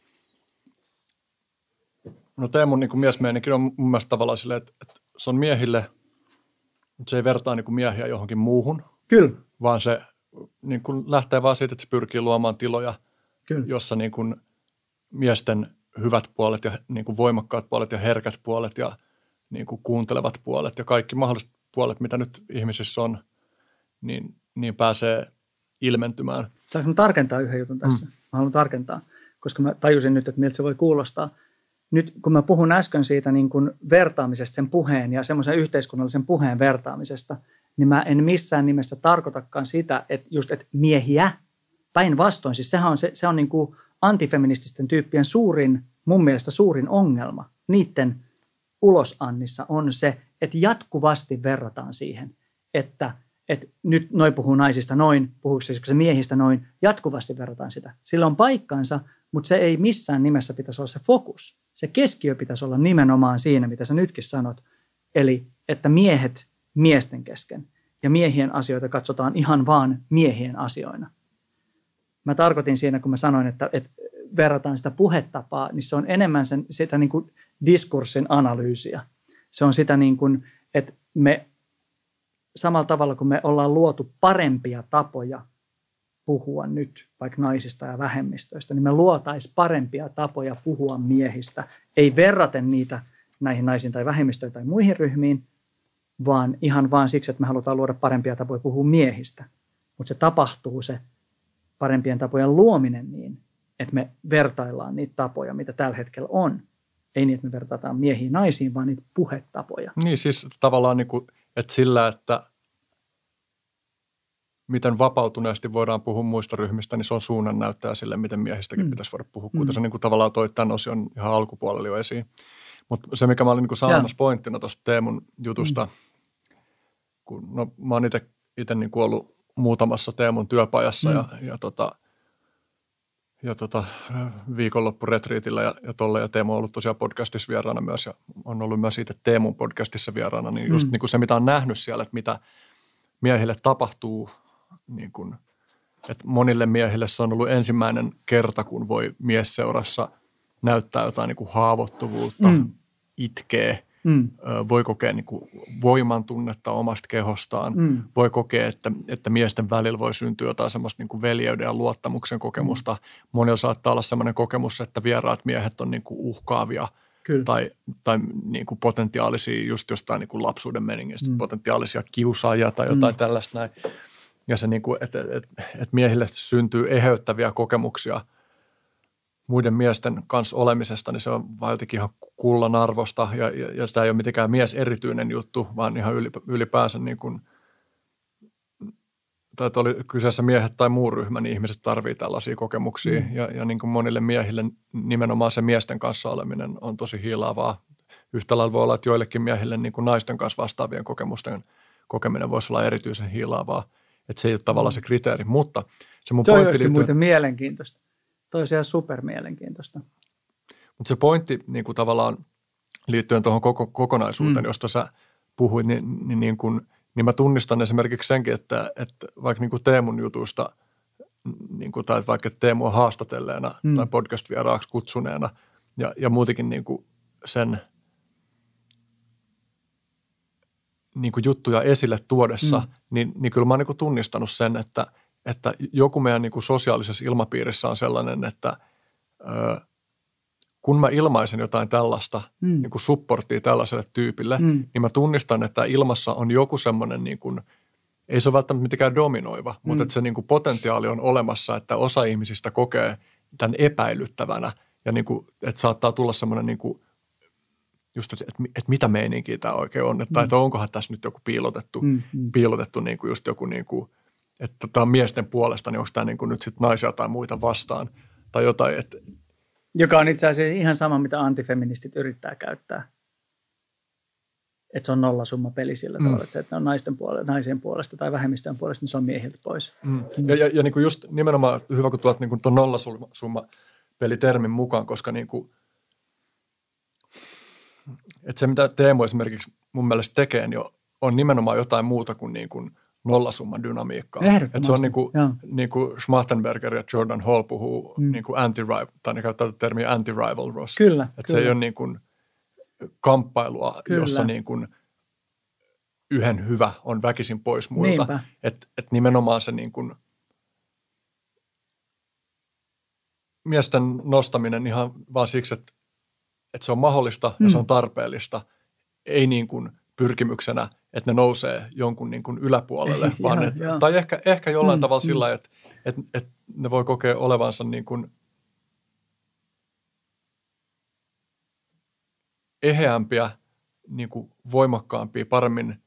no Teemun niin kuin miesmeininki on mun mielestä tavallaan silleen, että, että se on miehille, mutta se ei vertaa niin kuin miehiä johonkin muuhun. Kyllä. Vaan se niin kuin lähtee vaan siitä, että se pyrkii luomaan tiloja, Kyllä. jossa niin kuin miesten hyvät puolet ja niin kuin voimakkaat puolet ja herkät puolet ja niin kuin kuuntelevat puolet ja kaikki mahdolliset puolet, mitä nyt ihmisissä on, niin, niin pääsee ilmentymään. Saanko tarkentaa yhden jutun tässä? Mm. Mä haluan tarkentaa, koska mä tajusin nyt, että miltä se voi kuulostaa. Nyt kun mä puhun äsken siitä niin kuin vertaamisesta, sen puheen ja semmoisen yhteiskunnallisen puheen vertaamisesta, niin mä en missään nimessä tarkoitakaan sitä, että just että miehiä päinvastoin. Siis sehän on, se, se on niin kuin antifeminististen tyyppien suurin, mun mielestä suurin ongelma. Niiden ulosannissa on se, että jatkuvasti verrataan siihen, että, että nyt noin puhuu naisista noin, puhuu siis se miehistä noin, jatkuvasti verrataan sitä. Sillä on paikkansa, mutta se ei missään nimessä pitäisi olla se fokus. Se keskiö pitäisi olla nimenomaan siinä, mitä sä nytkin sanot, eli että miehet miesten kesken ja miehien asioita katsotaan ihan vaan miehien asioina. Mä tarkoitin siinä, kun mä sanoin, että, että verrataan sitä puhetapaa, niin se on enemmän sen, sitä niin kuin diskurssin analyysiä. Se on sitä niin kuin, että me samalla tavalla kuin me ollaan luotu parempia tapoja puhua nyt vaikka naisista ja vähemmistöistä, niin me luotaisiin parempia tapoja puhua miehistä. Ei verraten niitä näihin naisiin tai vähemmistöihin tai muihin ryhmiin, vaan ihan vaan siksi, että me halutaan luoda parempia tapoja puhua miehistä. Mutta se tapahtuu se parempien tapojen luominen niin, että me vertaillaan niitä tapoja, mitä tällä hetkellä on. Ei niin, että me vertataan miehiin naisiin, vaan niitä puhetapoja. Niin siis tavallaan, niin kuin, että sillä, että miten vapautuneesti voidaan puhua muista ryhmistä, niin se on suunnannäyttäjä sille, miten miehistäkin mm. pitäisi voida puhua. Kuten mm. se niin kuin tavallaan toi tämän osion ihan alkupuolella jo esiin. Mutta se, mikä mä olin niin sanomassa pointtina tuosta Teemun jutusta, mm. kun no, mä oon itse niin ollut muutamassa Teemun työpajassa mm. ja, ja, tota, ja tota, viikonloppuretriitillä ja, ja tolle. Ja Teemu on ollut tosiaan podcastissa vieraana myös ja on ollut myös itse Teemun podcastissa vieraana. Niin just mm. niin kuin se, mitä on nähnyt siellä, että mitä miehille tapahtuu, niin kuin, että monille miehille se on ollut ensimmäinen kerta, kun voi miesseurassa näyttää jotain niin kuin haavoittuvuutta, mm. itkee, mm. voi kokea niin kuin voiman tunnetta omasta kehostaan, mm. voi kokea, että, että miesten välillä voi syntyä jotain semmoista niin kuin veljeyden ja luottamuksen kokemusta. Mm. Monilla saattaa olla semmoinen kokemus, että vieraat miehet on niin kuin uhkaavia Kyllä. tai, tai niin kuin potentiaalisia just jostain niin kuin lapsuuden meningistä, mm. potentiaalisia kiusaajia tai jotain mm. tällaista näin. Ja se niin kuin, että et, et miehille syntyy eheyttäviä kokemuksia muiden miesten kanssa olemisesta, niin se on vaan jotenkin ihan kullan arvosta ja, ja, ja sitä ei ole mitenkään mies erityinen juttu, vaan ihan ylipäänsä niin kuin, tai oli kyseessä miehet tai muu ryhmä, niin ihmiset tarvitsee tällaisia kokemuksia mm. ja, ja niin kuin monille miehille nimenomaan se miesten kanssa oleminen on tosi hiilaavaa. Yhtä lailla voi olla, että joillekin miehille niin kuin naisten kanssa vastaavien kokemusten kokeminen voisi olla erityisen hiilaavaa, että se ei ole tavallaan se kriteeri, mutta se mun Toi pointti olisikin liittyy... muuten mielenkiintoista. Toi olisi ihan supermielenkiintoista. Mutta se pointti niin kuin tavallaan liittyen tuohon koko, kokonaisuuteen, mm. josta sä puhuit, niin, niin, niin, kun, niin mä tunnistan esimerkiksi senkin, että, että vaikka niin kuin Teemun jutusta, niin kuin, tai vaikka Teemua haastatelleena mm. tai podcast-vieraaksi kutsuneena ja, ja muutenkin niin kuin sen niin kuin juttuja esille tuodessa, mm. niin, niin kyllä mä oon niin kuin tunnistanut sen, että, että joku meidän niin kuin sosiaalisessa ilmapiirissä on sellainen, että ö, kun mä ilmaisen jotain tällaista, mm. niin kuin supporttia tällaiselle tyypille, mm. niin mä tunnistan, että ilmassa on joku semmoinen, niin kuin, ei se ole välttämättä mitenkään dominoiva, mm. mutta että se niin kuin potentiaali on olemassa, että osa ihmisistä kokee tämän epäilyttävänä ja niin kuin, että saattaa tulla semmoinen niin kuin, just, että, että, että mitä meininkiä tämä oikein on, että, mm. että onkohan tässä nyt joku piilotettu, mm. piilotettu niin kuin just joku, niin kuin, että tämä on miesten puolesta, niin onko tämä niin kuin nyt sitten naisia tai muita vastaan tai jotain, että joka on itse asiassa ihan sama, mitä antifeministit yrittää käyttää. Että se on nollasumma peli sillä mm. tavalla, että se, että ne on naisten puolesta, naisen puolesta tai vähemmistöjen puolesta, niin se on miehiltä pois. Mm. Ja, ja, ja niin kuin just nimenomaan hyvä, kun tuot niin tuon nollasumma pelitermin mukaan, koska niin kuin, että se, mitä Teemu esimerkiksi mun mielestä tekee, niin on nimenomaan jotain muuta kuin, niin kuin nollasumman dynamiikkaa. Että se on niin kuin, niin kuin Schmachtenberger ja Jordan Hall puhuu mm. niin kuin anti-rival, tai ne käyttää termiä anti-rivalrous. Kyllä. Että kyllä. se ei ole niin kuin kamppailua, kyllä. jossa niin kuin yhden hyvä on väkisin pois muilta. Että et nimenomaan se niin kuin miesten nostaminen ihan vaan siksi, että, että se on mahdollista mm. ja se on tarpeellista, ei niin kuin pyrkimyksenä, että ne nousee jonkun niin kuin yläpuolelle, ei, vaan joo, et, joo. tai ehkä, ehkä jollain mm, tavalla mm. sillä lailla, että, että, että ne voi kokea olevansa niin kuin eheämpiä, niin kuin voimakkaampia, paremmin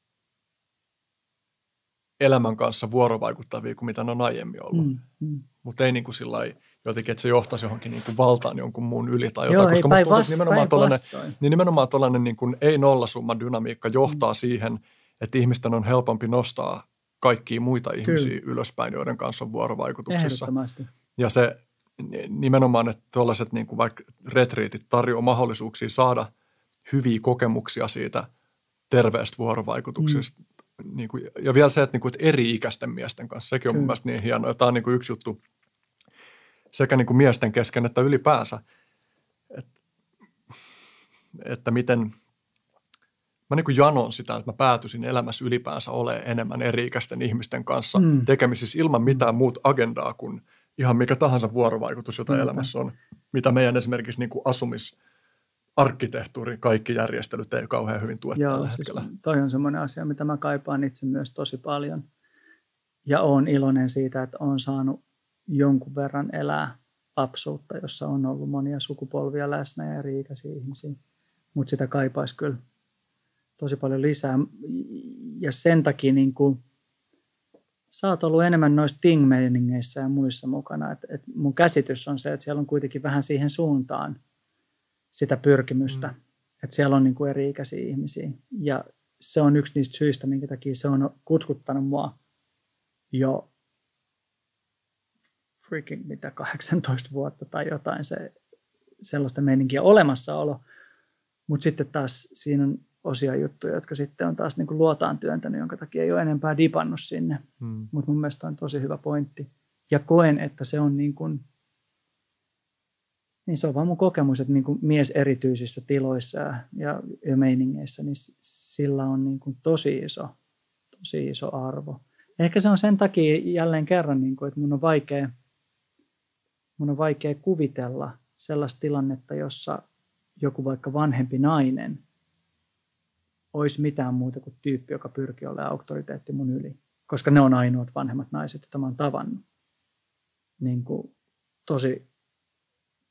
elämän kanssa vuorovaikuttavia kuin mitä ne on aiemmin ollut. Mm, mm. Mutta ei niin kuin sillä lailla jotenkin, että se johtaisi johonkin niin kuin valtaan jonkun muun yli tai jotain, joo, koska musta tuntuu, vast, nimenomaan tuollainen, niin nimenomaan tuollainen niin kuin ei-nollasumman dynamiikka johtaa mm. siihen, että ihmisten on helpompi nostaa kaikkia muita ihmisiä Kyllä. ylöspäin, joiden kanssa on vuorovaikutuksessa. Ja se nimenomaan, että tuollaiset niin kuin vaikka retriitit tarjoaa mahdollisuuksia saada hyviä kokemuksia siitä terveestä vuorovaikutuksesta. Mm. Niin kuin, ja vielä se, että, niin kuin, että eri-ikäisten miesten kanssa, sekin on Kyllä. mun mielestä niin hienoa. Tämä on niin kuin yksi juttu sekä niin kuin miesten kesken että ylipäänsä, että, että miten mä niin kuin janon sitä, että mä päätyisin elämässä ylipäänsä olemaan enemmän eri-ikäisten ihmisten kanssa mm. tekemisissä ilman mitään muuta agendaa kuin ihan mikä tahansa vuorovaikutus, jota mm. elämässä on, mitä meidän esimerkiksi niin kuin asumisarkkitehtuuri, kaikki järjestelyt ei kauhean hyvin tue Joo, tällä siis hetkellä. toi on semmoinen asia, mitä mä kaipaan itse myös tosi paljon ja oon iloinen siitä, että oon saanut jonkun verran elää lapsuutta, jossa on ollut monia sukupolvia läsnä ja eri-ikäisiä ihmisiä, mutta sitä kaipaisi kyllä tosi paljon lisää. Ja sen takia niin kuin, sä oot ollut enemmän noissa ting-meiningeissä ja muissa mukana. Et, et mun käsitys on se, että siellä on kuitenkin vähän siihen suuntaan sitä pyrkimystä, mm. että siellä on niin kuin eri-ikäisiä ihmisiä. Ja se on yksi niistä syistä, minkä takia se on kutkuttanut mua jo freaking mitä kahdeksantoista vuotta tai jotain se, sellaista meininkiä olemassaolo. Mutta sitten taas siinä on osia juttuja, jotka sitten on taas niin kuin luotaan työntänyt, jonka takia ei ole enempää dipannut sinne. Hmm. Mutta mun mielestä on tosi hyvä pointti. Ja koen, että se on niin kuin, niin se on vaan mun kokemus, että niin kuin mies erityisissä tiloissa ja, ja, ja meiningeissä, niin sillä on niin kuin tosi iso, tosi iso arvo. Ehkä se on sen takia jälleen kerran, niin kuin, että mun on vaikea Mun on vaikea kuvitella sellaista tilannetta, jossa joku vaikka vanhempi nainen olisi mitään muuta kuin tyyppi, joka pyrkii olemaan auktoriteetti mun yli. Koska ne on ainoat vanhemmat naiset, joita mä oon tavannut. Niin kuin tosi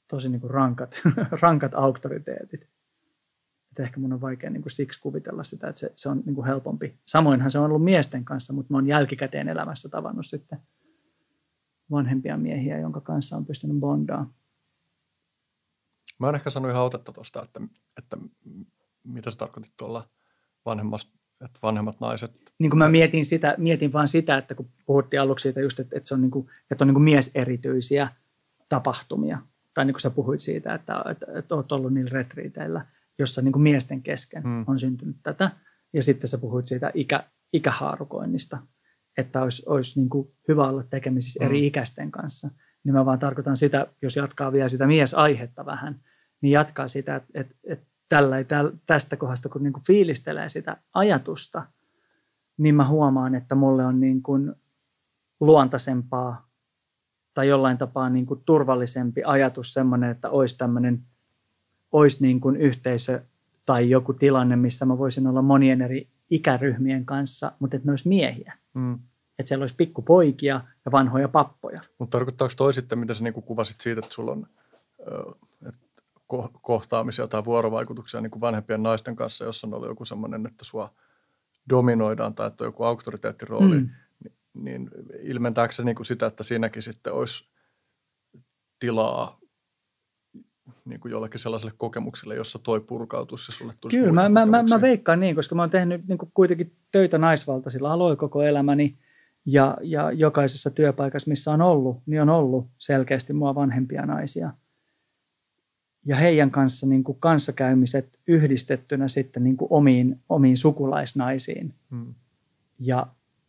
tosi niin kuin rankat, rankat auktoriteetit. Et ehkä mun on vaikea niin kuin siksi kuvitella sitä, että se, se on niin kuin helpompi. Samoinhan se on ollut miesten kanssa, mutta mä oon jälkikäteen elämässä tavannut sitten vanhempia miehiä, jonka kanssa on pystynyt bondaamaan. Mä oon ehkä sanonut ihan otetta tuosta, että, että mitä sä tarkoitit tuolla vanhemmasta, että vanhemmat naiset. Niin kuin mä mietin, sitä, mietin vaan sitä, että kun puhuttiin aluksi siitä just, että, että, se on niin kuin, että on niin kuin mieserityisiä tapahtumia. Tai niin kuin sä puhuit siitä, että, että, että oot ollut niillä retriiteillä, jossa niin kuin miesten kesken hmm. on syntynyt tätä. Ja sitten sä puhuit siitä ikä, ikähaarukoinnista, että olisi, olisi niin kuin hyvä olla tekemisissä hmm. eri ikäisten kanssa. Niin mä vaan tarkoitan sitä, jos jatkaa vielä sitä miesaihetta vähän, niin jatkaa sitä, että, että, että tällä, tästä kohdasta, kun niin kuin fiilistelee sitä ajatusta, niin mä huomaan, että mulle on niin kuin luontaisempaa tai jollain tapaa niin kuin turvallisempi ajatus semmoinen, että olisi tämmöinen, olisi niin kuin yhteisö tai joku tilanne, missä mä voisin olla monien eri ikäryhmien kanssa, mutta että ne olisi miehiä. Mm. Että siellä olisi pikkupoikia ja vanhoja pappoja. Mutta tarkoittaako toi sitten, mitä sä niin kuin kuvasit siitä, että sulla on että kohtaamisia tai vuorovaikutuksia niin kuin vanhempien naisten kanssa, jossa on ollut joku semmoinen, että sua dominoidaan tai että on joku auktoriteettirooli, mm. niin, niin ilmentääkö se niin kuin sitä, että siinäkin sitten olisi tilaa niin kuin jollekin sellaiselle kokemukselle, jossa toi purkautuisi ja sulle tulisi Kyllä, muita mä, mä, kokemuksia? mä veikkaan niin, koska mä oon tehnyt niin kuin kuitenkin töitä naisvaltaisilla aloilla koko elämäni ja, ja jokaisessa työpaikassa, missä on ollut, niin on ollut selkeästi mua vanhempia naisia. Ja heidän kanssa niin kuin kanssakäymiset yhdistettynä sitten niin kuin omiin, omiin sukulaisnaisiin. Hmm. Ja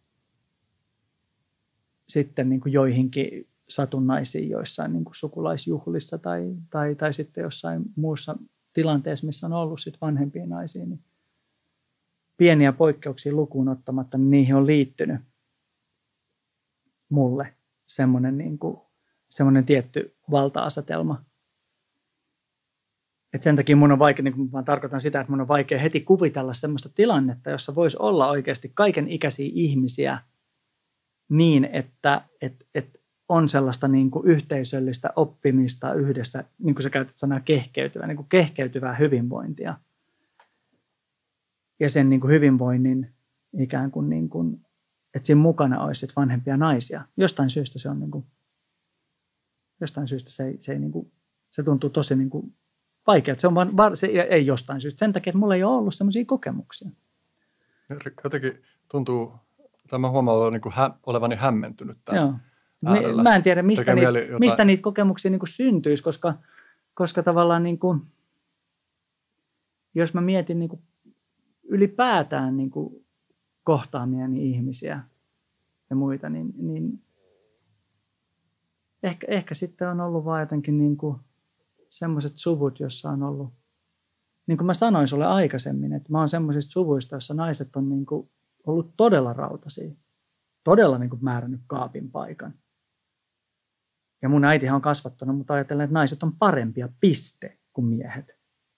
sitten niin kuin joihinkin satunnaisiin joissain niin kuin sukulaisjuhlissa tai, tai, tai sitten jossain muussa tilanteessa, missä on ollut sit vanhempia naisia. Niin pieniä poikkeuksia lukuun ottamatta, niin niihin on liittynyt mulle semmoinen, niin kuin, semmoinen tietty valta-asetelma. Et sen takia mun on vaikea, niin kuin mä tarkoitan sitä, että mun on vaikea heti kuvitella semmoista tilannetta, jossa voisi olla oikeasti kaiken ikäisiä ihmisiä niin, että et, et on sellaista niin kuin yhteisöllistä oppimista yhdessä, niin kuin sä käytät sanaa kehkeytyvää, niin kuin kehkeytyvää hyvinvointia. Ja sen niin kuin hyvinvoinnin ikään kuin, niin kuin, että siinä mukana olisi sit vanhempia naisia. Jostain syystä se on niin kuin, jostain syystä se ei, se ei niin kuin, se tuntuu tosi niin kuin vaikealta. Se on vaan, se ei jostain syystä. Sen takia, että mulla ei ole ollut sellaisia kokemuksia. Jotenkin tuntuu, tai mä huomaan niin kuin hä, olevani hämmentynyt tämän Joo. äärellä. Mä en tiedä, mistä, niitä, jotain... mistä niitä kokemuksia niin kuin syntyisi, koska, koska tavallaan niin kuin, jos mä mietin niin kuin ylipäätään niin kuin kohtaamiani ihmisiä ja muita, niin, niin ehkä, ehkä sitten on ollut vaan jotenkin niin kuin semmoiset suvut, jossa on ollut, niin kuin mä sanoin sulle aikaisemmin, että mä oon semmoisista suvuista, jossa naiset on niin kuin ollut todella rautaisia, todella niin kuin määrännyt kaapin paikan. Ja mun äitihän on kasvattanut, mutta ajatellen, että naiset on parempia piste kuin miehet.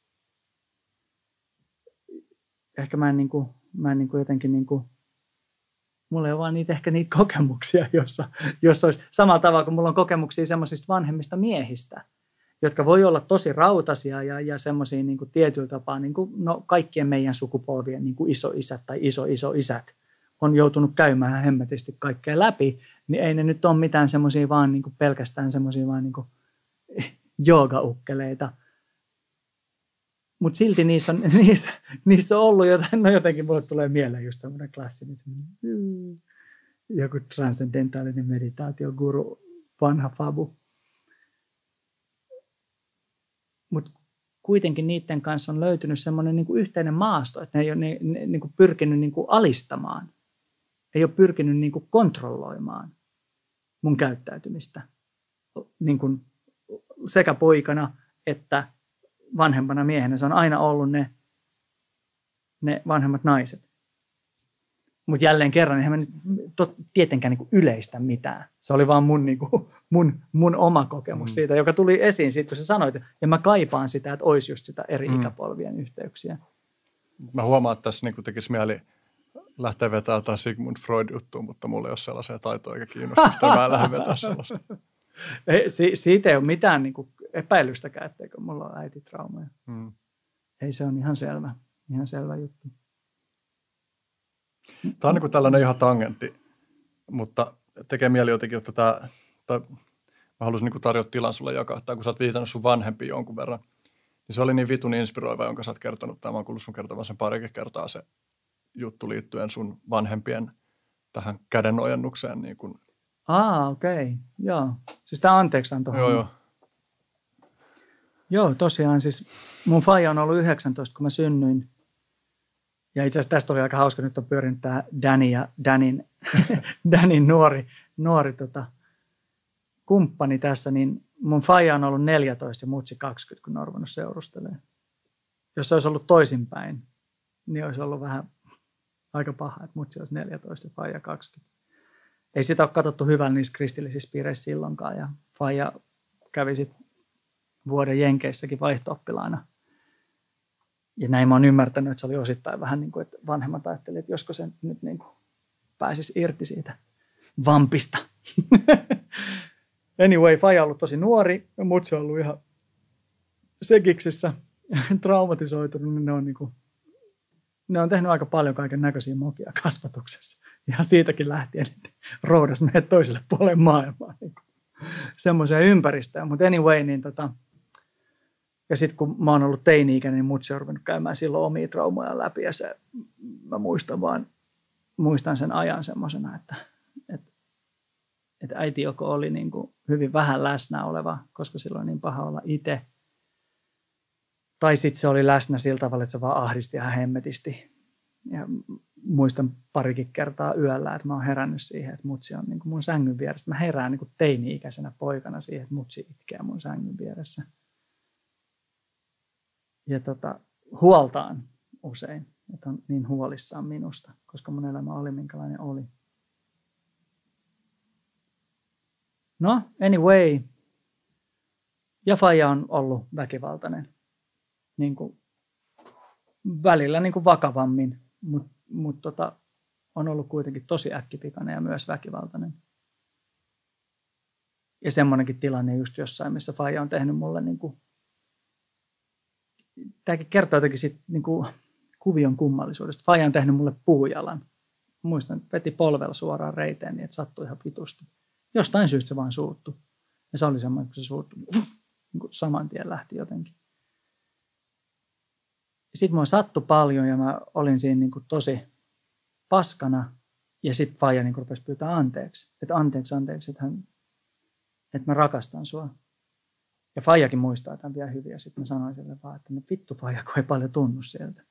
Ehkä mä en, niin kuin, mä en niin kuin jotenkin, niin kuin, mulla ei ole vaan niitä, ehkä niitä kokemuksia, jossa, jossa olisi samalla tavalla kuin mulla on kokemuksia semmoisista vanhemmista miehistä, jotka voi olla tosi rautaisia ja, ja semmoisia niin kuin tietyllä tapaa, niin kuin, no, kaikkien meidän sukupolvien niin kuin isoisät tai iso-iso-isät on joutunut käymään hemmetisti kaikkea läpi, niin ei ne nyt ole mitään semmoisia vaan niin kuin pelkästään semmoisia vaan niin kuin joogaukkeleita. Mutta silti niissä on, niissä, niissä on ollut jotain, no jotenkin mulle tulee mieleen just semmoinen klassinen, joku transcendentaalinen meditaatioguru, vanha fabu. Mutta kuitenkin niiden kanssa on löytynyt semmoinen niin kuin yhteinen maasto, että ne ei ole ne, ne, niin kuin pyrkinyt niin kuin alistamaan, ei ole pyrkinyt niin kuin kontrolloimaan mun käyttäytymistä niin kuin sekä poikana että vanhempana miehenä. Se on aina ollut ne, ne vanhemmat naiset. Mutta jälleen kerran, eihän mä nyt tot, tietenkään niin kuin yleistä mitään. Se oli vaan mun, niin kuin, mun, mun oma kokemus mm. siitä, joka tuli esiin siitä, kun sä sanoit. Ja mä kaipaan sitä, että olisi just sitä eri mm. ikäpolvien yhteyksiä. Mä huomaan, että tässä niin tekisi mieli lähteä vetämään jotain Sigmund Freud-juttua, mutta mulla ei ole sellaisia taitoja eikä kiinnostusta. Mä lähden vetämään sellaista. Ei, si, siitä ei ole mitään, niin kuin, epäilystäkään, etteikö mulla ole äititraumaja. Mm. Ei, se on ihan selvä, ihan selvä juttu. Tämä on niin kuin tällainen ihan tangentti, mutta tekee mieli jotenkin, että tämä, tai mä haluaisin niin kuin tarjota tilan sulle jakaa, tai kun sä oot viitannut sun vanhempiin jonkun verran, niin se oli niin vitun inspiroiva, jonka sä oot kertonut, tai mä oon kuullut sun kertovan sen parikin kertaa se juttu liittyen sun vanhempien tähän kädenojennukseen. Niin kuin. Aa, okei, okay. Joo. Siis tämä anteeksianto. Joo, joo. Joo, tosiaan siis mun faija on ollut yhdeksäntoista, kun mä synnyin. Ja itse asiassa tästä oli aika hauska, nyt on pyörinyt tämä Danny ja Danin, Danin nuori, nuori tota, kumppani tässä, niin mun faija on ollut neljätoista ja mutsi kaksikymmentä, kun ne on ruvennut seurustelemaan. Jos se olisi ollut toisinpäin, niin olisi ollut vähän aika paha, että mutsi olisi neljätoista ja faija kaksikymmentä. Ei sitä ole katsottu hyvällä niissä kristillisissä piireissä silloinkaan, ja faija kävi sitten vuoden Jenkeissäkin vaihto-oppilaana. Ja näin mä oon ymmärtänyt, että se oli osittain vähän niin kuin, että vanhemmat ajattelivat, että josko se nyt niin kuin pääsisi irti siitä vampista. Anyway, faija on ollut tosi nuori, mutta se on ollut ihan sekiksissä, traumatisoitunut, niin ne on, niin kuin, ne on tehnyt aika paljon kaiken näköisiä mokia kasvatuksessa. Ihan siitäkin lähtien, että roudas meidät toiselle puolelle maailmaa, niin semmoiseen ympäristöön. Mutta anyway, niin tota, ja sitten kun mä oon ollut teini-ikäinen, niin mutsi on ruvennut käymään silloin omia traumoja läpi, ja se, mä muistan vaan, muistan sen ajan semmoisena, että, että, että äiti joko oli niin kuin hyvin vähän läsnä oleva, koska silloin niin paha olla itse, tai sitten se oli läsnä sillä tavalla, että se vaan ahdisti ihan hemmetisti. Ja muistan parikin kertaa yöllä, että mä oon herännyt siihen, että mutsi on niin kuin mun sängyn vieressä. Mä herään niin kuin teini-ikäisenä poikana siihen, että mutsi itkee mun sängyn vieressä. Ja tota, huoltaan usein, että on niin huolissaan minusta, koska mun elämä oli minkälainen oli. No, anyway. Ja faija on ollut väkivaltainen. Niin kuin, välillä niin kuin vakavammin, mutta mut tota, on ollut kuitenkin tosi äkkipikainen ja myös väkivaltainen. Ja semmoinenkin tilanne just jossain, missä faija on tehnyt mulle niin kuin, tämäkin kertoo jotenkin siitä niin kuin kuvion kummallisuudesta. Faija on tehnyt mulle puujalan. Muistan, että veti polvella suoraan reiteen niin, että sattui ihan vitusti. Jostain syystä se vaan suuttui. Ja se oli semmoinen, kun se suuttui, niin kuin saman tien lähti jotenkin. Sitten mua sattui paljon ja mä olin siinä niin kuin tosi paskana. Ja sitten faija niin kuin rupesi pyytää anteeksi. Että anteeksi, anteeksi, että, hän, että mä rakastan sua. Ja faijakin muistaa tämän vielä hyvin. Ja sitten mä sanoin sille vaan, että no vittu faija, kun ei paljon tunnu sieltä.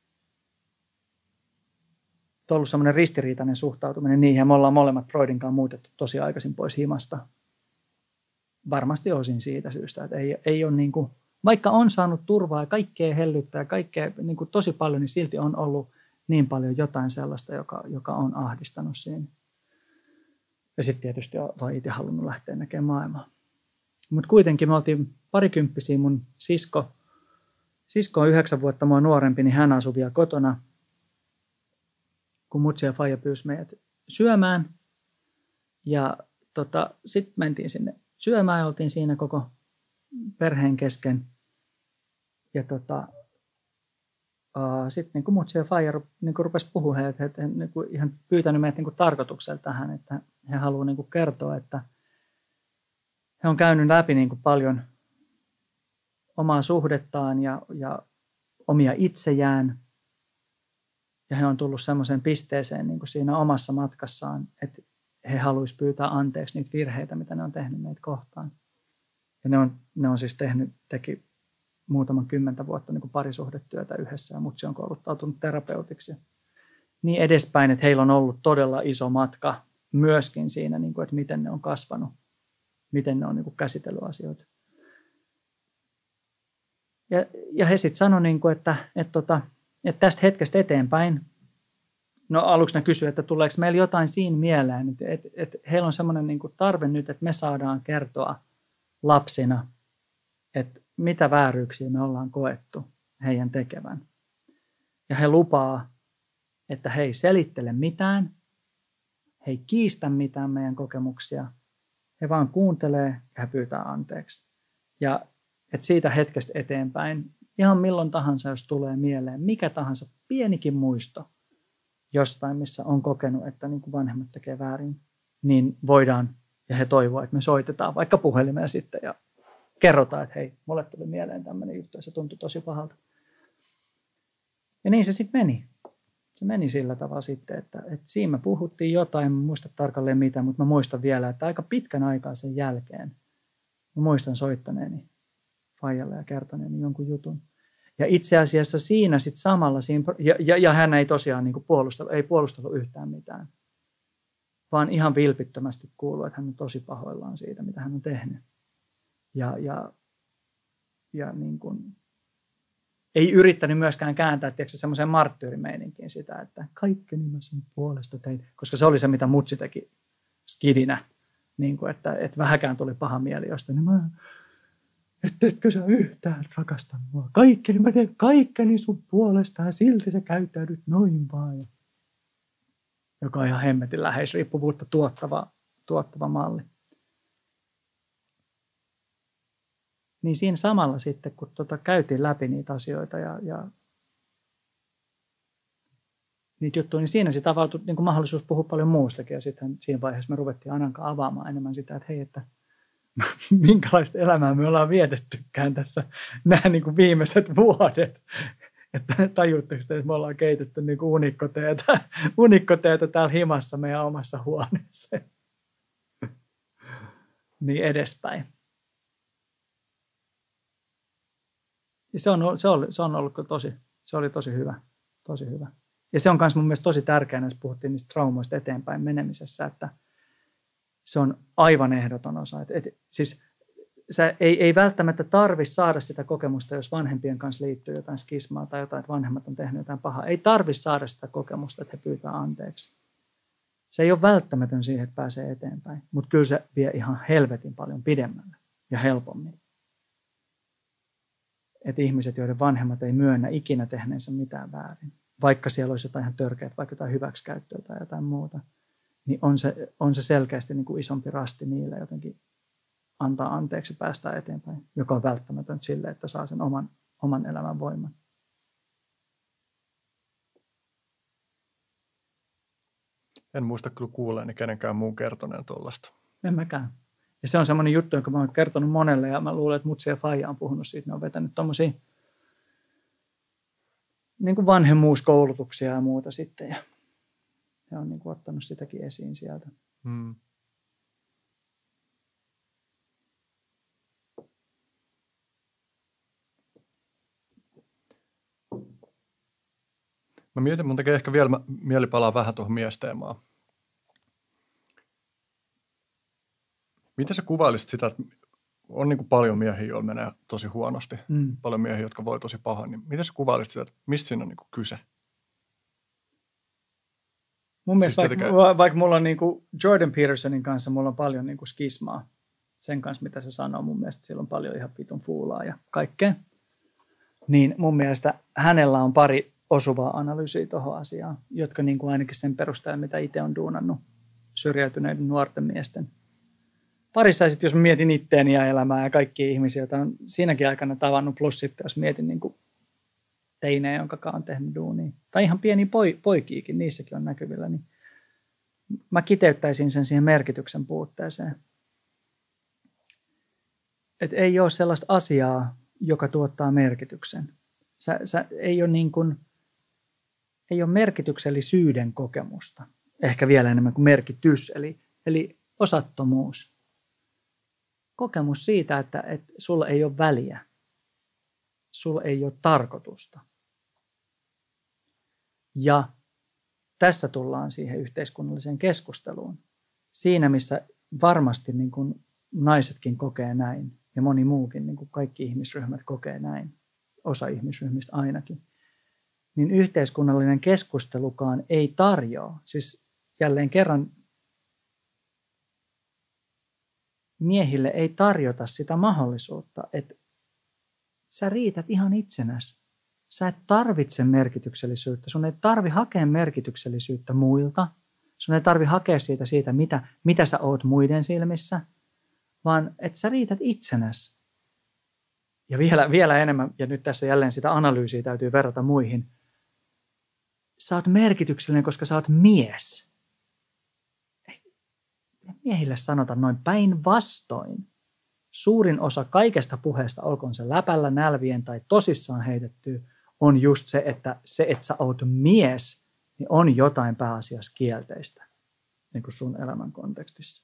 On ollut semmoinen ristiriitainen suhtautuminen niihin. Ja me ollaan molemmat Freudin kanssa muutettu tosi aikaisin pois himasta. Varmasti osin siitä syystä, että ei, ei ole niin kuin, vaikka on saanut turvaa ja kaikkea hellyttää ja kaikkea niin kuin tosi paljon, niin silti on ollut niin paljon jotain sellaista, joka, joka on ahdistanut siinä. Ja sitten tietysti on vaan itse halunnut lähteä näkemään maailmaa. Mutta kuitenkin me oltiin parikymppisiä, mun sisko, sisko on yhdeksän vuotta mua nuorempi, niin hän asui vielä kotona, kun mutsi ja faija pyysi meidät syömään. Ja tota, sitten mentiin sinne syömään ja oltiin siinä koko perheen kesken. Ja tota, uh, sitten niin mutsi ja faija niin rupesi puhumaan, että he niin ihan pyytänyt meidät niin tarkoituksella tähän, että he haluavat niin kertoa, että he on käynyt läpi niin kuin paljon omaa suhdettaan ja, ja omia itsejään. Ja he on tullut semmoiseen pisteeseen niin kuin siinä omassa matkassaan, että he haluaisivat pyytää anteeksi niitä virheitä, mitä ne on tehnyt meitä kohtaan. Ja ne on, ne on siis tehnyt, teki muutaman kymmentä vuotta niin kuin parisuhdetyötä yhdessä, ja mutsi on kouluttautunut terapeutiksi. Niin edespäin, että heillä on ollut todella iso matka myöskin siinä, niin kuin, että miten ne on kasvanut. Miten ne on niin kuin käsitellyt asioita. Ja, ja he sitten sanoivat, niin että, että, että, että tästä hetkestä eteenpäin, no aluksi ne kysyivät, että tuleeko meillä jotain siinä mieleen, että, että, että heillä on semmoinen niin kuin tarve nyt, että me saadaan kertoa lapsina, että mitä vääryyksiä me ollaan koettu heidän tekevän. Ja he lupaa, että he ei selittele mitään, he ei kiistä mitään meidän kokemuksia, he vaan kuuntelee ja he pyytää anteeksi. Ja että siitä hetkestä eteenpäin, ihan milloin tahansa, jos tulee mieleen, mikä tahansa pienikin muisto jostain, missä on kokenut, että niin kuin vanhemmat tekee väärin, niin voidaan, ja he toivovat, että me soitetaan vaikka puhelimeen sitten ja kerrotaan, että hei, mulle tuli mieleen tämmöinen juttu ja se tuntui tosi pahalta. Ja niin se sitten meni. Se meni sillä tavalla sitten, että, että siinä me puhuttiin jotain, en muista tarkalleen mitä, mutta mä muistan vielä, että aika pitkän aikaa sen jälkeen mä muistan soittaneeni faijalle ja kertoneeni jonkun jutun. Ja itse asiassa siinä sitten samalla, siinä, ja, ja, ja hän ei tosiaan niin kuin puolustellut, ei puolustellut yhtään mitään, vaan ihan vilpittömästi kuului, että hän on tosi pahoillaan siitä, mitä hän on tehnyt. Ja, ja, ja niin kuin, ei yrittänyt myöskään kääntää semmoiseen marttyyrimeininkiin sitä, että kaikkeni mä sen puolesta tein, koska se oli se, mitä mutsi teki skidinä, niin kuin, että, että vähäkään tuli paha mieli jostain, niin mä, että etkö sä yhtään rakasta mua, kaikkeni, mä teen kaikkeni sun puolesta ja silti sä käyttäydyt noin vaan, joka on ihan hemmetin läheisriippuvuutta tuottava, tuottava malli. Niin siinä samalla sitten, kun tota käytiin läpi niitä asioita ja, ja niitä juttuja, niin siinä sitten avautui niin kuin mahdollisuus puhua paljon muustakin. Ja sitten siinä vaiheessa me ruvettiin Anankaan avaamaan enemmän sitä, että hei, että minkälaista elämää me ollaan vietettykään tässä nämä niin kuin viimeiset vuodet. Että tajuutteko te, että me ollaan keitetty niin kuin unikkoteetä, unikkoteetä täällä himassa meidän omassa huoneessa. Niin edespäin. Ja se on, se, oli, se on ollut tosi, se oli tosi hyvä, tosi hyvä. Ja se on myös mun mielestä tosi tärkeää, jos puhuttiin niistä traumoista eteenpäin menemisessä, että se on aivan ehdoton osa. Et, et, siis sä ei, ei välttämättä tarvitse saada sitä kokemusta, jos vanhempien kanssa liittyy jotain skismaa tai jotain, että vanhemmat on tehnyt jotain pahaa. Ei tarvitse saada sitä kokemusta, että he pyytää anteeksi. Se ei ole välttämätön siihen, että pääsee eteenpäin, mutta kyllä se vie ihan helvetin paljon pidemmälle ja helpommin. Että ihmiset, joiden vanhemmat ei myönnä ikinä tehneensä mitään väärin, vaikka siellä olisi jotain ihan törkeää, vaikka jotain hyväksikäyttöä tai jotain muuta, niin on se, on se selkeästi niin kuin isompi rasti niille jotenkin antaa anteeksi ja päästää eteenpäin, joka on välttämätöntä sille, että saa sen oman, oman elämän voiman. En muista kyllä kuulleeni kenenkään muun kertoneen tuollaista. En mäkään. Ja se on semmoinen juttu, jonka mä oon kertonut monelle, ja mä luulen, että mutsi ja faija on puhunut siitä. Ne on vetänyt tommosia niin kuin vanhemmuuskoulutuksia ja muuta sitten, ja ne on niin kuin ottanut sitäkin esiin sieltä. Hmm. Mä mietin, mun tekee ehkä vielä mieli palaa vähän tuohon miesteemaan. Miten sä kuvailisit sitä, että on niin kuin paljon miehiä, joilla menee tosi huonosti, mm. paljon miehiä, jotka voi tosi pahoin, niin miten sä kuvailisit sitä, että mistä siinä on niin kuin kyse? Mun mielestä siis vaikka, vaikka, vaikka mulla on niin kuin Jordan Petersonin kanssa, mulla on paljon niin kuin skismaa sen kanssa, mitä se sanoo. Mun mielestä sillä on paljon ihan vitun fuulaa ja kaikkea. Niin mun mielestä hänellä on pari osuvaa analyysiä tuohon asiaan, jotka niin kuin ainakin sen perusteella, mitä itse on duunannut syrjäytyneiden nuorten miesten parissa. Ja sitten jos mietin itteeni ja elämää ja kaikkia ihmisiä, joita on siinäkin aikana tavannut, plus sitten jos mietin niin kuin teinejä, jonka on tehnyt duunia, tai ihan pieniä poi, poikiikin, niissäkin on näkyvillä, niin mä kiteyttäisin sen siihen merkityksen puutteeseen. Että ei ole sellaista asiaa, joka tuottaa merkityksen. Sä, sä, ei, ole niin kuin, ei ole merkityksellisyyden kokemusta, ehkä vielä enemmän kuin merkitys, eli, eli osattomuus. Kokemus siitä, että, että sulla ei ole väliä, sulla ei ole tarkoitusta. Ja tässä tullaan siihen yhteiskunnalliseen keskusteluun. Siinä, missä varmasti niin kuin naisetkin kokee näin, ja moni muukin, niin kuin kaikki ihmisryhmät kokee näin, osa ihmisryhmistä ainakin, niin yhteiskunnallinen keskustelukaan ei tarjoa. Siis jälleen kerran miehille ei tarjota sitä mahdollisuutta, että sä riität ihan itsenäsi. Sä et tarvitse merkityksellisyyttä. Sun ei tarvi hakea merkityksellisyyttä muilta. Sun ei tarvi hakea siitä, siitä mitä, mitä sä oot muiden silmissä, vaan että sä riität itsenäsi. ja vielä, vielä enemmän, ja nyt tässä jälleen sitä analyysiä täytyy verrata muihin, sä oot merkityksellinen, koska sä oot mies. Miehille sanota noin päinvastoin. Suurin osa kaikesta puheesta, olkoon se läpällä, nälvien tai tosissaan heitetty, on just se, että se, että sä oot mies, niin on jotain pääasiassa kielteistä niin kuin sun elämän kontekstissa.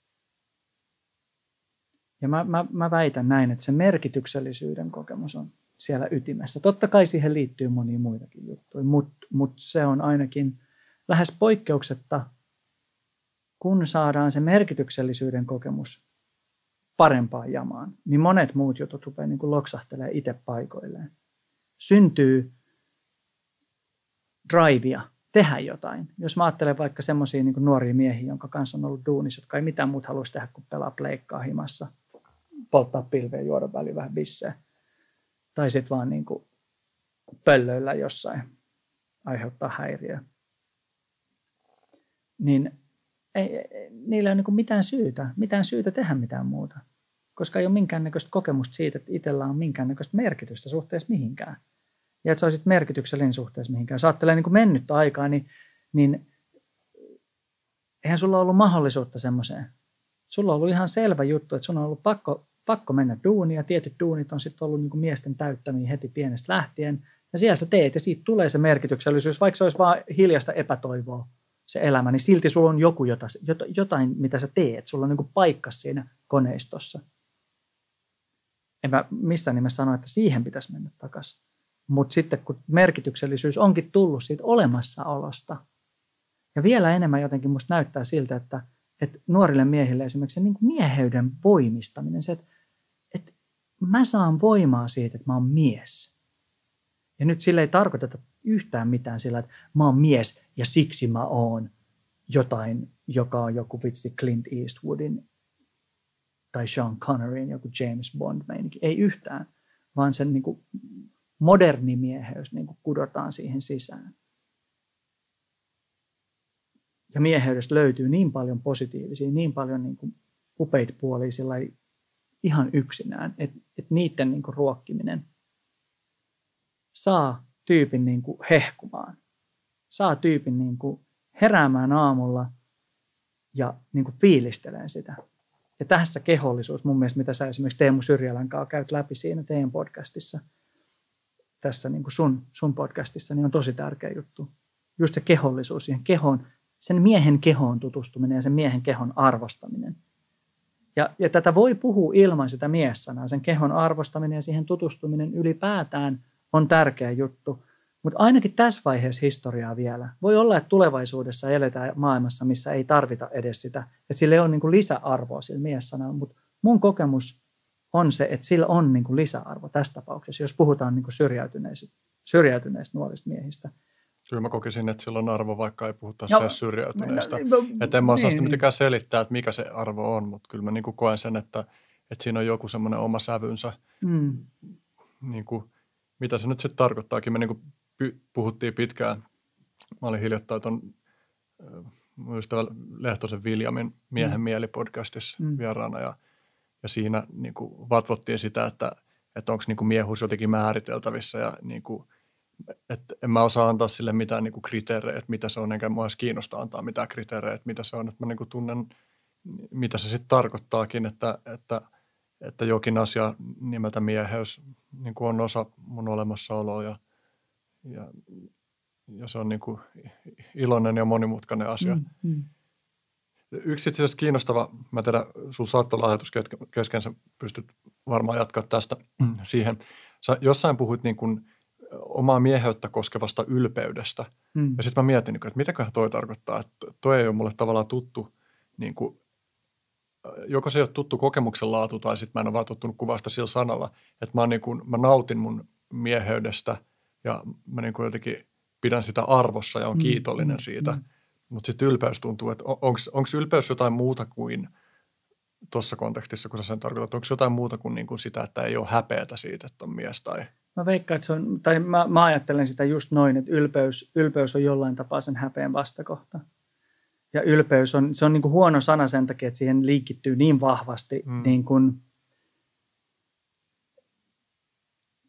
Ja mä, mä, mä väitän näin, että se merkityksellisyyden kokemus on siellä ytimessä. Totta kai siihen liittyy monia muitakin juttuja, mutta mut se on ainakin lähes poikkeuksetta, kun saadaan se merkityksellisyyden kokemus parempaan jamaan, niin monet muut jutut rupeaa niin kuin loksahtelemaan itse paikoilleen. Syntyy drivea tehdä jotain. Jos mä ajattelen vaikka semmoisia niin kuin nuoria miehiä, jonka kanssa on ollut duunissa, jotka ei mitään muuta haluaisi tehdä kuin pelaa pleikkaa himassa, polttaa pilveä, juoda väliin vähän bissejä. Tai sitten vaan niin kuin pöllöillä jossain aiheuttaa häiriöä. Niin ei, ei, niillä ei ole niin kuin mitään syytä, mitään syytä tehdä mitään muuta. Koska ei ole minkäännäköistä kokemusta siitä, että itsellä on minkäännäköistä merkitystä suhteessa mihinkään. Ja että sä olisit merkityksellinen suhteessa mihinkään. Jos ajattelee niin kuin mennyttä aikaa, niin, niin eihän sulla ollut mahdollisuutta semmoiseen. Sulla on ollut ihan selvä juttu, että sun on ollut pakko, pakko mennä duuniin, ja tietyt duunit on sitten ollut niin kuin miesten täyttämiä heti pienestä lähtien. Ja siellä sä teet, ja siitä tulee se merkityksellisyys, vaikka se olisi vaan hiljaista epätoivoa se elämä, niin silti sulla on joku jotain, mitä sä teet. Sulla on niin kuin paikka siinä koneistossa. En mä missään nimessä sano, että siihen pitäisi mennä takaisin. Mutta sitten kun merkityksellisyys onkin tullut siitä olemassaolosta, ja vielä enemmän jotenkin musta näyttää siltä, että, että nuorille miehille esimerkiksi se niin kuin mieheyden voimistaminen, se, että, että mä saan voimaa siitä, että mä oon mies. Ja nyt sille ei tarkoiteta yhtään mitään sillä, että mä oon mies ja siksi mä oon jotain, joka on joku vitsi Clint Eastwoodin tai Sean Conneryn, joku James Bond-meininki. Ei yhtään, vaan sen niin kuin moderni mieheys niin kuin kudotaan siihen sisään. Ja mieheydestä löytyy niin paljon positiivisia, niin paljon niin kuin upeita puolia sillä ihan yksinään, että, että niiden niin kuin ruokkiminen saa tyypin niin kuin hehkumaan. Saa tyypin niin kuin heräämään aamulla ja niin kuin fiilisteleen sitä. Ja tässä kehollisuus, mun mielestä, mitä sä esimerkiksi Teemu Syrjälän kanssa käyt läpi siinä teidän podcastissa, tässä niin kuin sun, sun podcastissa, niin on tosi tärkeä juttu. Just se kehollisuus, siihen kehoon, sen miehen kehoon tutustuminen ja sen miehen kehon arvostaminen. Ja, ja tätä voi puhua ilman sitä mies-sanaa. Sen kehon arvostaminen ja siihen tutustuminen ylipäätään on tärkeä juttu. Mutta ainakin tässä vaiheessa historiaa vielä. Voi olla, että tulevaisuudessa eletään maailmassa, missä ei tarvita edes sitä. Että sillä ei ole niin kuin lisäarvoa sillä mies-sanalla. Mutta mun kokemus on se, että sillä on niin kuin lisäarvo tässä tapauksessa, jos puhutaan niin kuin syrjäytyneistä, syrjäytyneistä nuorista miehistä. Kyllä mä kokisin, että sillä on arvo, vaikka ei puhuta no, syrjäytyneistä. No, no, että en mä osaa niin, sitä mitenkään selittää, että mikä se arvo on, mutta kyllä mä niin kuin koen sen, että, että siinä on joku semmoinen oma sävynsä. Mm. Niin kuin, mitä se nyt sitten tarkoittaakin? Me niin kuin puhuttiin pitkään. Mä olin hiljattain tuon mun ystävän Lehtosen Viljamin Miehen mm. mieli-podcastissa mm. vieraana ja, ja siinä niin kuin vatvottiin sitä, että, että onko niin kuin miehuus jotenkin määriteltävissä ja niin kuin, että en mä osaa antaa sille mitään niin kuin kriteerejä, että mitä se on, enkä mua edes kiinnostaa antaa mitään kriteerejä, että mitä se on, että mä niin kuin tunnen, mitä se sitten tarkoittaakin, että, että, että jokin asia nimeltä mieheys niin kuin on osa mun olemassaoloa ja, ja, ja se on niin kuin iloinen ja monimutkainen asia. Mm, mm. Yksi itse asiassa kiinnostava, mä tiedän, sun saattoi olla ajatus kesken, sä pystyt varmaan jatkaa tästä mm. siihen. Sä jossain puhuit niin kuin omaa mieheyttä koskevasta ylpeydestä. Mm. Ja sitten mä mietin, että mitäköhän toi tarkoittaa, että toi ei ole mulle tavallaan tuttu, niin kuin, joko se ei ole tuttu kokemuksen laatu, tai sitten mä en ole vaan tottunut kuvasta sillä sanalla, että mä, niin kuin, mä nautin mun mieheydestä, ja mä niin kuin jotenkin pidän sitä arvossa ja on kiitollinen mm. siitä. Mm. Mutta sitten ylpeys tuntuu, että onko ylpeys jotain muuta kuin tuossa kontekstissa, kun sä sen tarkoitat, onko jotain muuta kuin, niin kuin sitä, että ei ole häpeätä siitä, että on mies tai... Mä veikkaan, että se on, tai mä, mä ajattelen sitä just noin, että ylpeys, ylpeys on jollain tapaa sen häpeän vastakohta. Ja ylpeys on, se on niin kuin huono sana sen takia, että siihen liikittyy niin vahvasti mm. niin kuin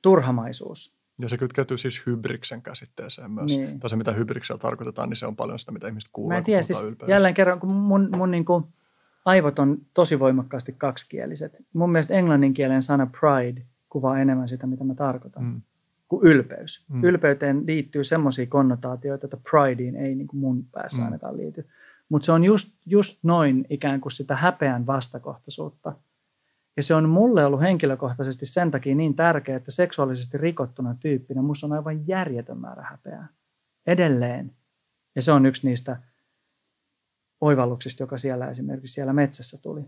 turhamaisuus. Ja se kytkeytyy siis hybriksen käsitteeseen myös. Niin. Tai se, mitä hybriksellä tarkoitetaan, niin se on paljon sitä, mitä ihmiset kuulee. Mä en tiedä, siis jälleen kerran, kun mun, mun niin kuin aivot on tosi voimakkaasti kaksikieliset. Mun mielestä englanninkielen sana pride kuvaa enemmän sitä, mitä mä tarkoitan, mm. kuin ylpeys. Mm. Ylpeyteen liittyy semmoisia konnotaatioita, että prideen ei niin kuin mun päässä mm. ainakaan liity. Mutta se on just, just noin ikään kuin sitä häpeän vastakohtaisuutta. Ja se on mulle ollut henkilökohtaisesti sen takia niin tärkeää, että seksuaalisesti rikottuna tyyppinä musta on aivan järjetön määrä häpeää. Edelleen. Ja se on yksi niistä oivalluksista, joka siellä esimerkiksi siellä metsässä tuli.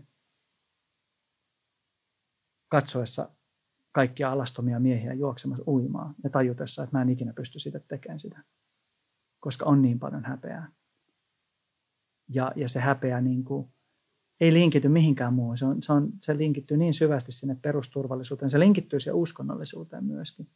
Katsoessa kaikkia alastomia miehiä juoksemassa uimaa ja tajutessa, että mä en ikinä pysty siitä tekemään sitä. Koska on niin paljon häpeää. Ja, ja se häpeä niin kuin ei linkity mihinkään muuhun. Se, on, se, on, se linkittyy niin syvästi sinne perusturvallisuuteen. Se linkittyy siihen uskonnollisuuteen myöskin.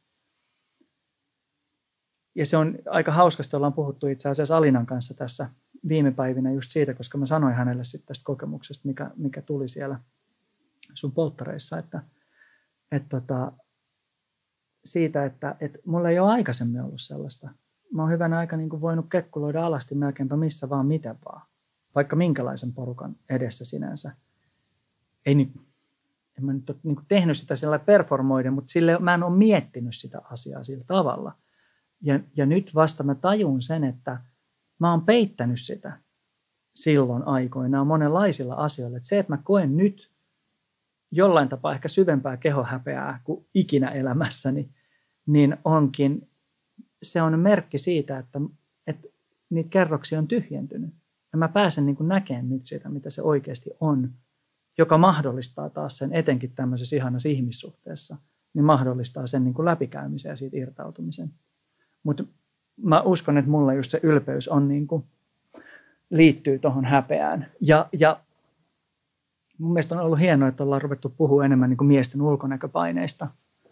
Ja se on aika hauskasti, ollaan puhuttu itse asiassa Alinan kanssa tässä viime päivinä just siitä, koska mä sanoin hänelle sitten tästä kokemuksesta, mikä, mikä tuli siellä sun polttareissa, että, että tota, siitä, että, että mulla ei ole aikaisemmin ollut sellaista. Mä oon hyvänä aika niin kuin voinut kekkuloida alasti melkeinpä missä vaan, miten vaan. Vaikka minkälaisen porukan edessä sinänsä. Ei nyt, en mä nyt ole niin kuin tehnyt sitä sellainen performoiden, mutta sille, mä en ole miettinyt sitä asiaa sillä tavalla. Ja, ja nyt vasta mä tajun sen, että mä oon peittänyt sitä silloin aikoinaan monenlaisilla asioilla. Että se, että mä koen nyt jollain tapaa ehkä syvempää kehohäpeää kuin ikinä elämässäni, niin onkin, se on merkki siitä, että, että niitä kerroksia on tyhjentynyt. Ja mä pääsen niin kuin näkemään nyt sitä, mitä se oikeasti on, joka mahdollistaa taas sen, etenkin tämmöisessä ihanassa ihmissuhteessa, niin mahdollistaa sen niin kuin läpikäymisen ja siitä irtautumisen. Mutta mä uskon, että mulla just se ylpeys on niin kuin, liittyy tuohon häpeään. Ja, ja mun mielestä on ollut hienoa, että ollaan ruvettu puhua enemmän niin kuin miesten ulkonäköpaineista,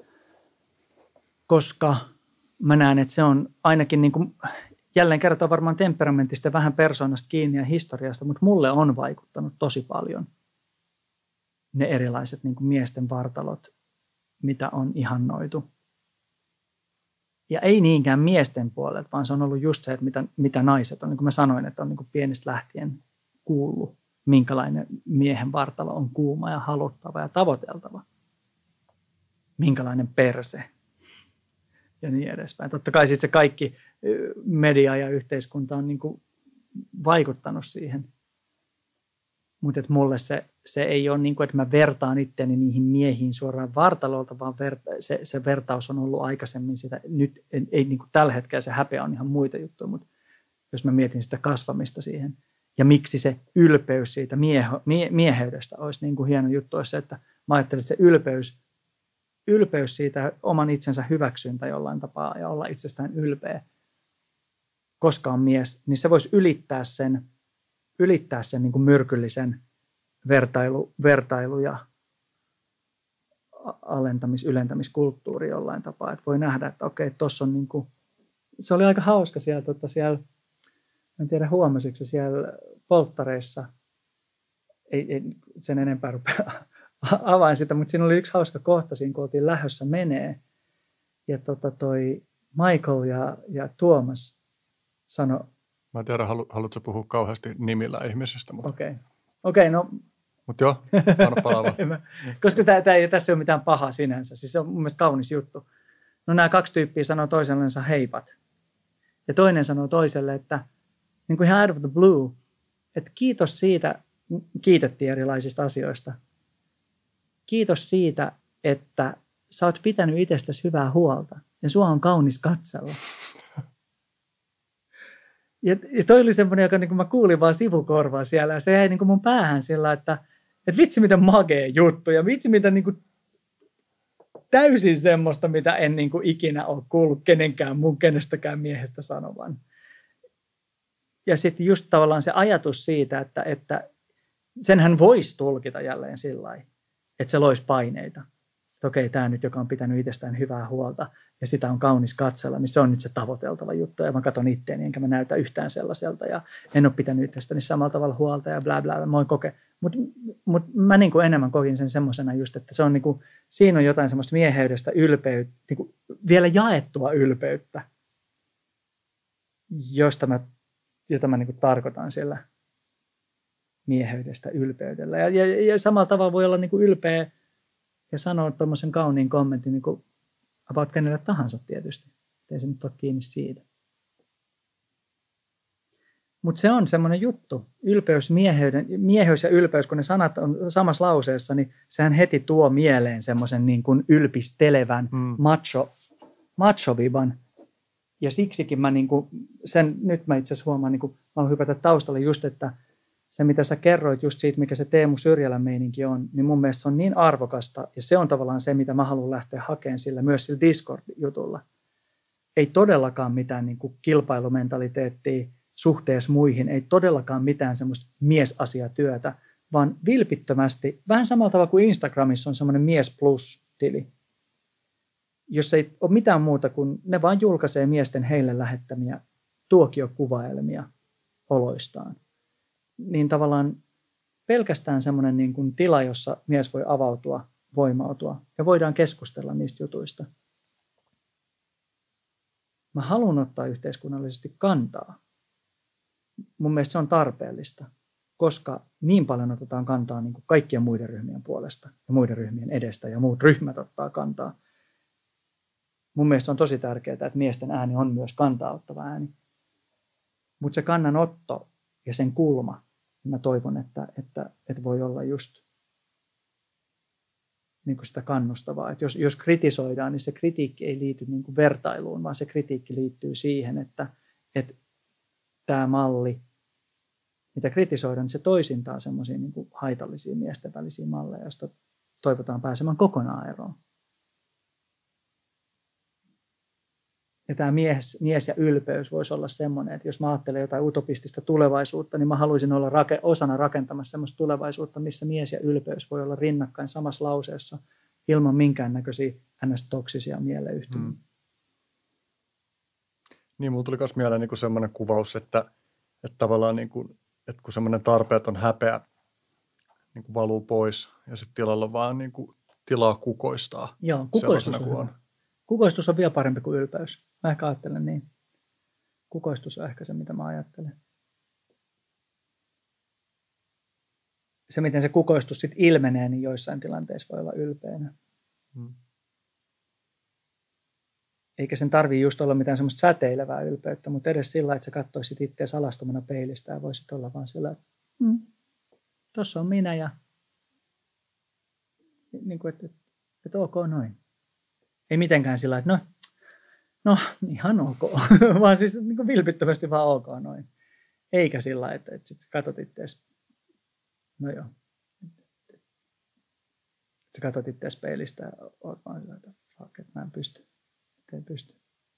koska mä näen, että se on ainakin niin kuin, jälleen kertaan varmaan temperamentista vähän persoonasta kiinni ja historiasta, mutta mulle on vaikuttanut tosi paljon ne erilaiset niin kuin miesten vartalot, mitä on ihannoitu. Ja ei niinkään miesten puolelta, vaan se on ollut just se, että mitä, mitä naiset on. Niin kuin mä sanoin, että on niin kuin pienestä lähtien kuullut, minkälainen miehen vartalo on kuuma ja haluttava ja tavoiteltava. Minkälainen perse. Ja niin edespäin. Totta kai sitten se kaikki media ja yhteiskunta on niin kuin vaikuttanut siihen. Mutta mulle se, se ei ole niin kuin, että mä vertaan itteni niihin miehiin suoraan vartalolta, vaan verta, se, se vertaus on ollut aikaisemmin sitä. Nyt ei, ei niin kuin tällä hetkellä se häpeä on ihan muita juttuja, mutta jos mä mietin sitä kasvamista siihen. Ja miksi se ylpeys siitä mieho, mie, mieheydestä olisi niin kuin hieno juttu, olisi se, että mä ajattelin, että se ylpeys, ylpeys siitä oman itsensä hyväksyntä jollain tapaa ja olla itsestään ylpeä, koska on mies, niin se voisi ylittää sen, ylittää sen niin kuin myrkyllisen vertailu, vertailu ja alentamis, ylentämiskulttuuri jollain tapaa. Että voi nähdä, että okei, tuossa on niin kuin, se oli aika hauska siellä, tota, siellä en tiedä huomasitko siellä polttareissa, ei, ei sen enempää rupea avain sitä, mutta siinä oli yksi hauska kohta siinä, kun oltiin lähdössä menee. Ja tota toi Michael ja, ja Tuomas sanoi. Mä en tiedä, halu, haluatko puhua kauheasti nimillä ihmisistä. Okei, okay. okay, no. Mutta joo, anna palaa. Koska tää, tää ei, tässä ei ole mitään pahaa sinänsä. Siis se on mun mielestä kaunis juttu. No nämä kaksi tyyppiä sanoo toisellensa heipat. Ja toinen sanoo toiselle, että niin kuin ihan out of the blue, että kiitos siitä, kiitettiin erilaisista asioista. Kiitos siitä, että sä oot pitänyt itsestäsi hyvää huolta ja sua on kaunis katsella. Ja, ja toi oli semmoinen, joka niin kuin mä kuulin vaan sivukorvaa siellä ja se jäi niin kuin mun päähän sillä, että, että vitsi mitä magea juttu ja vitsi mitä niin kuin täysin semmoista, mitä en niin kuin ikinä ole kuullut kenenkään mun kenestäkään miehestä sanovan. Ja sitten just tavallaan se ajatus siitä, että, että senhän voisi tulkita jälleen sillä lailla, että se loisi paineita. että okei, tämä nyt, joka on pitänyt itsestään hyvää huolta ja sitä on kaunis katsella, niin se on nyt se tavoiteltava juttu. Ja mä katson itteeni, enkä mä näytä yhtään sellaiselta ja en ole pitänyt itsestäni samalla tavalla huolta ja bla bla. Mä koke. Mutta mut mä niin kuin enemmän kokin sen semmoisena just, että se on niin kuin, siinä on jotain semmoista mieheydestä ylpeyttä, niin kuin vielä jaettua ylpeyttä, josta mä, jota mä niin kuin tarkoitan siellä mieheydestä ylpeydellä. Ja, ja, ja samalla tavalla voi olla niin kuin ylpeä ja sanoa tuommoisen kauniin kommentin niin kuin about kenelle tahansa tietysti. Ei se nyt ole kiinni siitä. Mutta se on semmoinen juttu. Ylpeys, mieheyden, mieheys ja ylpeys, kun ne sanat on samassa lauseessa, niin sehän heti tuo mieleen semmoisen niin kuin ylpistelevän mm. macho, macho-viban. Ja siksikin mä niin kuin, sen, nyt mä itse asiassa huomaan, niin kuin, mä haluan hypätä taustalle just, että se mitä sä kerroit just siitä, mikä se Teemu Syrjälän meininki on, niin mun mielestä se on niin arvokasta. Ja se on tavallaan se, mitä mä haluan lähteä hakemaan sillä, myös sillä Discord-jutulla. Ei todellakaan mitään niin kuin kilpailumentaliteettia suhteessa muihin, ei todellakaan mitään semmoista miesasiatyötä, vaan vilpittömästi, vähän samalla tavalla kuin Instagramissa on semmoinen mies plus-tili, jossa ei ole mitään muuta kuin ne vaan julkaisee miesten heille lähettämiä tuokiokuvaelmia oloistaan. Niin tavallaan pelkästään semmoinen niin kuin tila, jossa mies voi avautua, voimautua ja voidaan keskustella niistä jutuista. Mä haluan ottaa yhteiskunnallisesti kantaa. Mun mielestä se on tarpeellista, koska niin paljon otetaan kantaa niin kuin kaikkien muiden ryhmien puolesta ja muiden ryhmien edestä ja muut ryhmät ottaa kantaa. Mun mielestä on tosi tärkeää, että miesten ääni on myös kantaa ottava ääni. Mutta se kannanotto ja sen kulma, niin mä toivon, että, että, että voi olla just niin kuin sitä kannustavaa. Että jos, jos kritisoidaan, niin se kritiikki ei liity niin kuin vertailuun, vaan se kritiikki liittyy siihen, että, että tämä malli, mitä kritisoidaan, niin se toisintaa semmoisia niin kuin haitallisia miesten välisiä malleja, joista toivotaan pääsemään kokonaan eroon. Ja tämä mies, mies ja ylpeys voisi olla semmoinen, että jos mä ajattelen jotain utopistista tulevaisuutta, niin mä haluaisin olla rake, osana rakentamassa semmoista tulevaisuutta, missä mies ja ylpeys voi olla rinnakkain samassa lauseessa ilman minkäännäköisiä ns-toksisia mieleyhtymiä. Hmm. Niin, mulla tuli myös mieleen niin semmoinen kuvaus, että, että tavallaan niin kuin, että kun semmoinen tarpeeton häpeä niin kuin valuu pois ja sitten tilalla vaan niin kuin tilaa kukoistaa. Joo, kukoistus on, on. Kukoistus on vielä parempi kuin ylpeys. Mä ehkä ajattelen niin. Kukoistus on ehkä se, mitä mä ajattelen. Se, miten se kukoistus sitten ilmenee, niin joissain tilanteissa voi olla ylpeänä. Hmm. Eikä sen tarvitse just olla mitään semmoista säteilevää ylpeyttä, mutta edes sillä, että sä katsoisit itseäsi alastomana peilistä ja voisit olla vaan sillä, että mm, tossa on minä ja niin kuin, että, että, että ok noin. Ei mitenkään sillä, että no, no ihan ok, vaan siis niin kuin vilpittömästi vaan ok noin. Eikä sillä, että, että sit sä katsot itseäsi, no joo, että sä katsot itseäsi peilistä ja oot vaan sillä, että fuck, että mä en pysty. Ei pysty.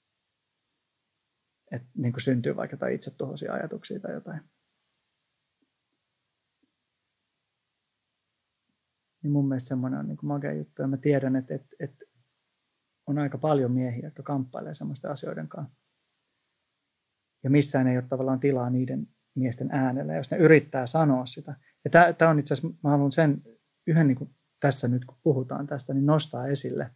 Että niin kuin syntyy vaikka jotain itsetuhoisia ajatuksia tai jotain. Niin mun mielestä semmoinen on niin kuin makea juttu. Ja mä tiedän, että, että, että on aika paljon miehiä, jotka kamppailee semmoisten asioiden kanssa. Ja missään ei ole tavallaan tilaa niiden miesten äänellä, jos ne yrittää sanoa sitä. Ja tämä on itse asiassa, mä haluan sen yhden niin kuin tässä nyt, kun puhutaan tästä, niin nostaa esille.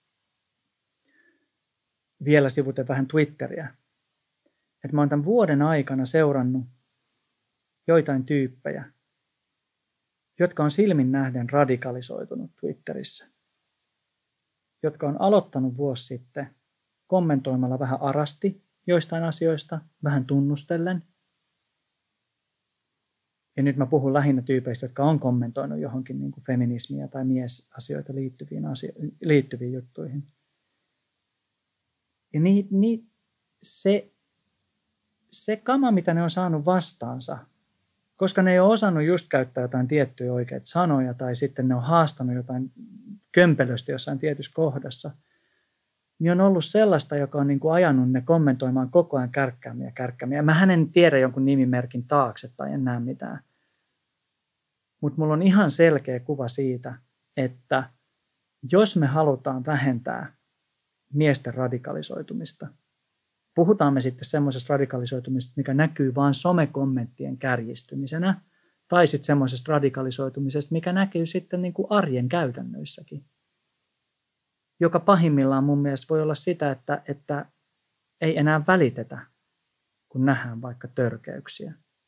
Vielä sivuten vähän Twitteriä. Että mä oon tämän vuoden aikana seurannut joitain tyyppejä, jotka on silmin nähden radikalisoitunut Twitterissä. Jotka on aloittanut vuosi sitten kommentoimalla vähän arasti joistain asioista, vähän tunnustellen. Ja nyt mä puhun lähinnä tyypeistä, jotka on kommentoinut johonkin niin kuin feminismiä tai miesasioita liittyviin, asio- liittyviin juttuihin. Ja niin, niin se, se kama, mitä ne on saanut vastaansa, koska ne ei ole osannut just käyttää jotain tiettyjä oikeita sanoja, tai sitten ne on haastanut jotain kömpelöstä jossain tietyssä kohdassa, niin on ollut sellaista, joka on niin kuin ajanut ne kommentoimaan koko ajan kärkkäämiä kärkkäämiä. Mä en tiedä jonkun nimimerkin taakse tai en näe mitään. Mutta mulla on ihan selkeä kuva siitä, että jos me halutaan vähentää miesten radikalisoitumista, puhutaan me sitten semmoisesta radikalisoitumisesta, mikä näkyy vain somekommenttien kärjistymisenä, tai sitten semmoisesta radikalisoitumisesta, mikä näkyy sitten niin kuin arjen käytännöissäkin, joka pahimmillaan mun mielestä voi olla sitä, että, että ei enää välitetä, kun nähdään vaikka törkeyksiä.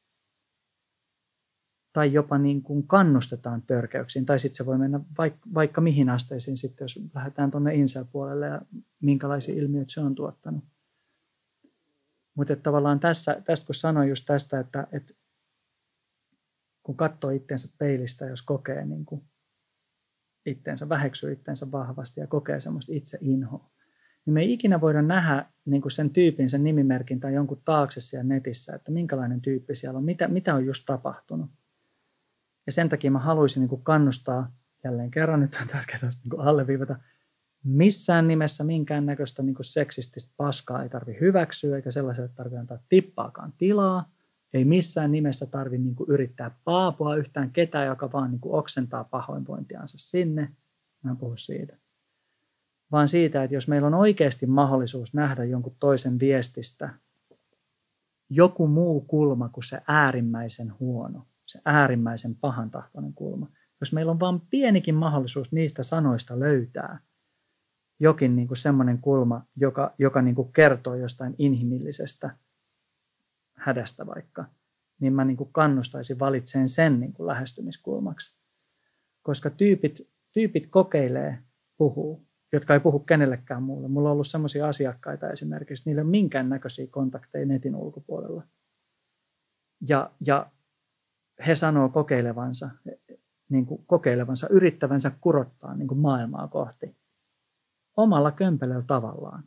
Tai jopa niin kuin kannustetaan törkeyksiin, tai sitten se voi mennä vaikka, vaikka mihin asteisiin sitten, jos lähdetään tuonne incel-puolelle ja minkälaisia ilmiöitä se on tuottanut. Mutta tavallaan tässä, tästä kun sanoin just tästä, että, että kun katsoo itseensä peilistä, jos kokee niin kuin itteensä, väheksyy itteensä vahvasti ja kokee semmoista itseinhoa, niin me ei ikinä voida nähdä niin kuin sen tyypin, sen nimimerkin tai jonkun taakse siellä netissä, että minkälainen tyyppi siellä on, mitä, mitä on just tapahtunut. Ja sen takia mä haluaisin niin kuin kannustaa, jälleen kerran nyt on tärkeää niin kuin alleviivata, missään nimessä minkäännäköistä niin kuin seksististä paskaa ei tarvitse hyväksyä, eikä sellaiselle tarvitse antaa tippaakaan tilaa. Ei missään nimessä tarvitse niin kuin yrittää paapua yhtään ketään, joka vaan niin kuin oksentaa pahoinvointiansa sinne. Mä en puhu siitä. Vaan siitä, että jos meillä on oikeasti mahdollisuus nähdä jonkun toisen viestistä joku muu kulma kuin se äärimmäisen huono, se äärimmäisen pahantahtoinen kulma. Jos meillä on vain pienikin mahdollisuus niistä sanoista löytää jokin niin kuin semmoinen kulma, joka, joka niin kuin kertoo jostain inhimillisestä hädästä vaikka, niin mä niin kuin kannustaisin valitsemaan sen niin kuin lähestymiskulmaksi. Koska tyypit, tyypit kokeilee, puhuu, jotka ei puhu kenellekään muulle. Mulla on ollut semmoisia asiakkaita esimerkiksi, niillä ei ole minkäännäköisiä kontakteja netin ulkopuolella. Ja, ja he sanoo kokeilevansa, niin kuin kokeilevansa, yrittävänsä kurottaa niin kuin maailmaa kohti omalla kömpelöllä tavallaan.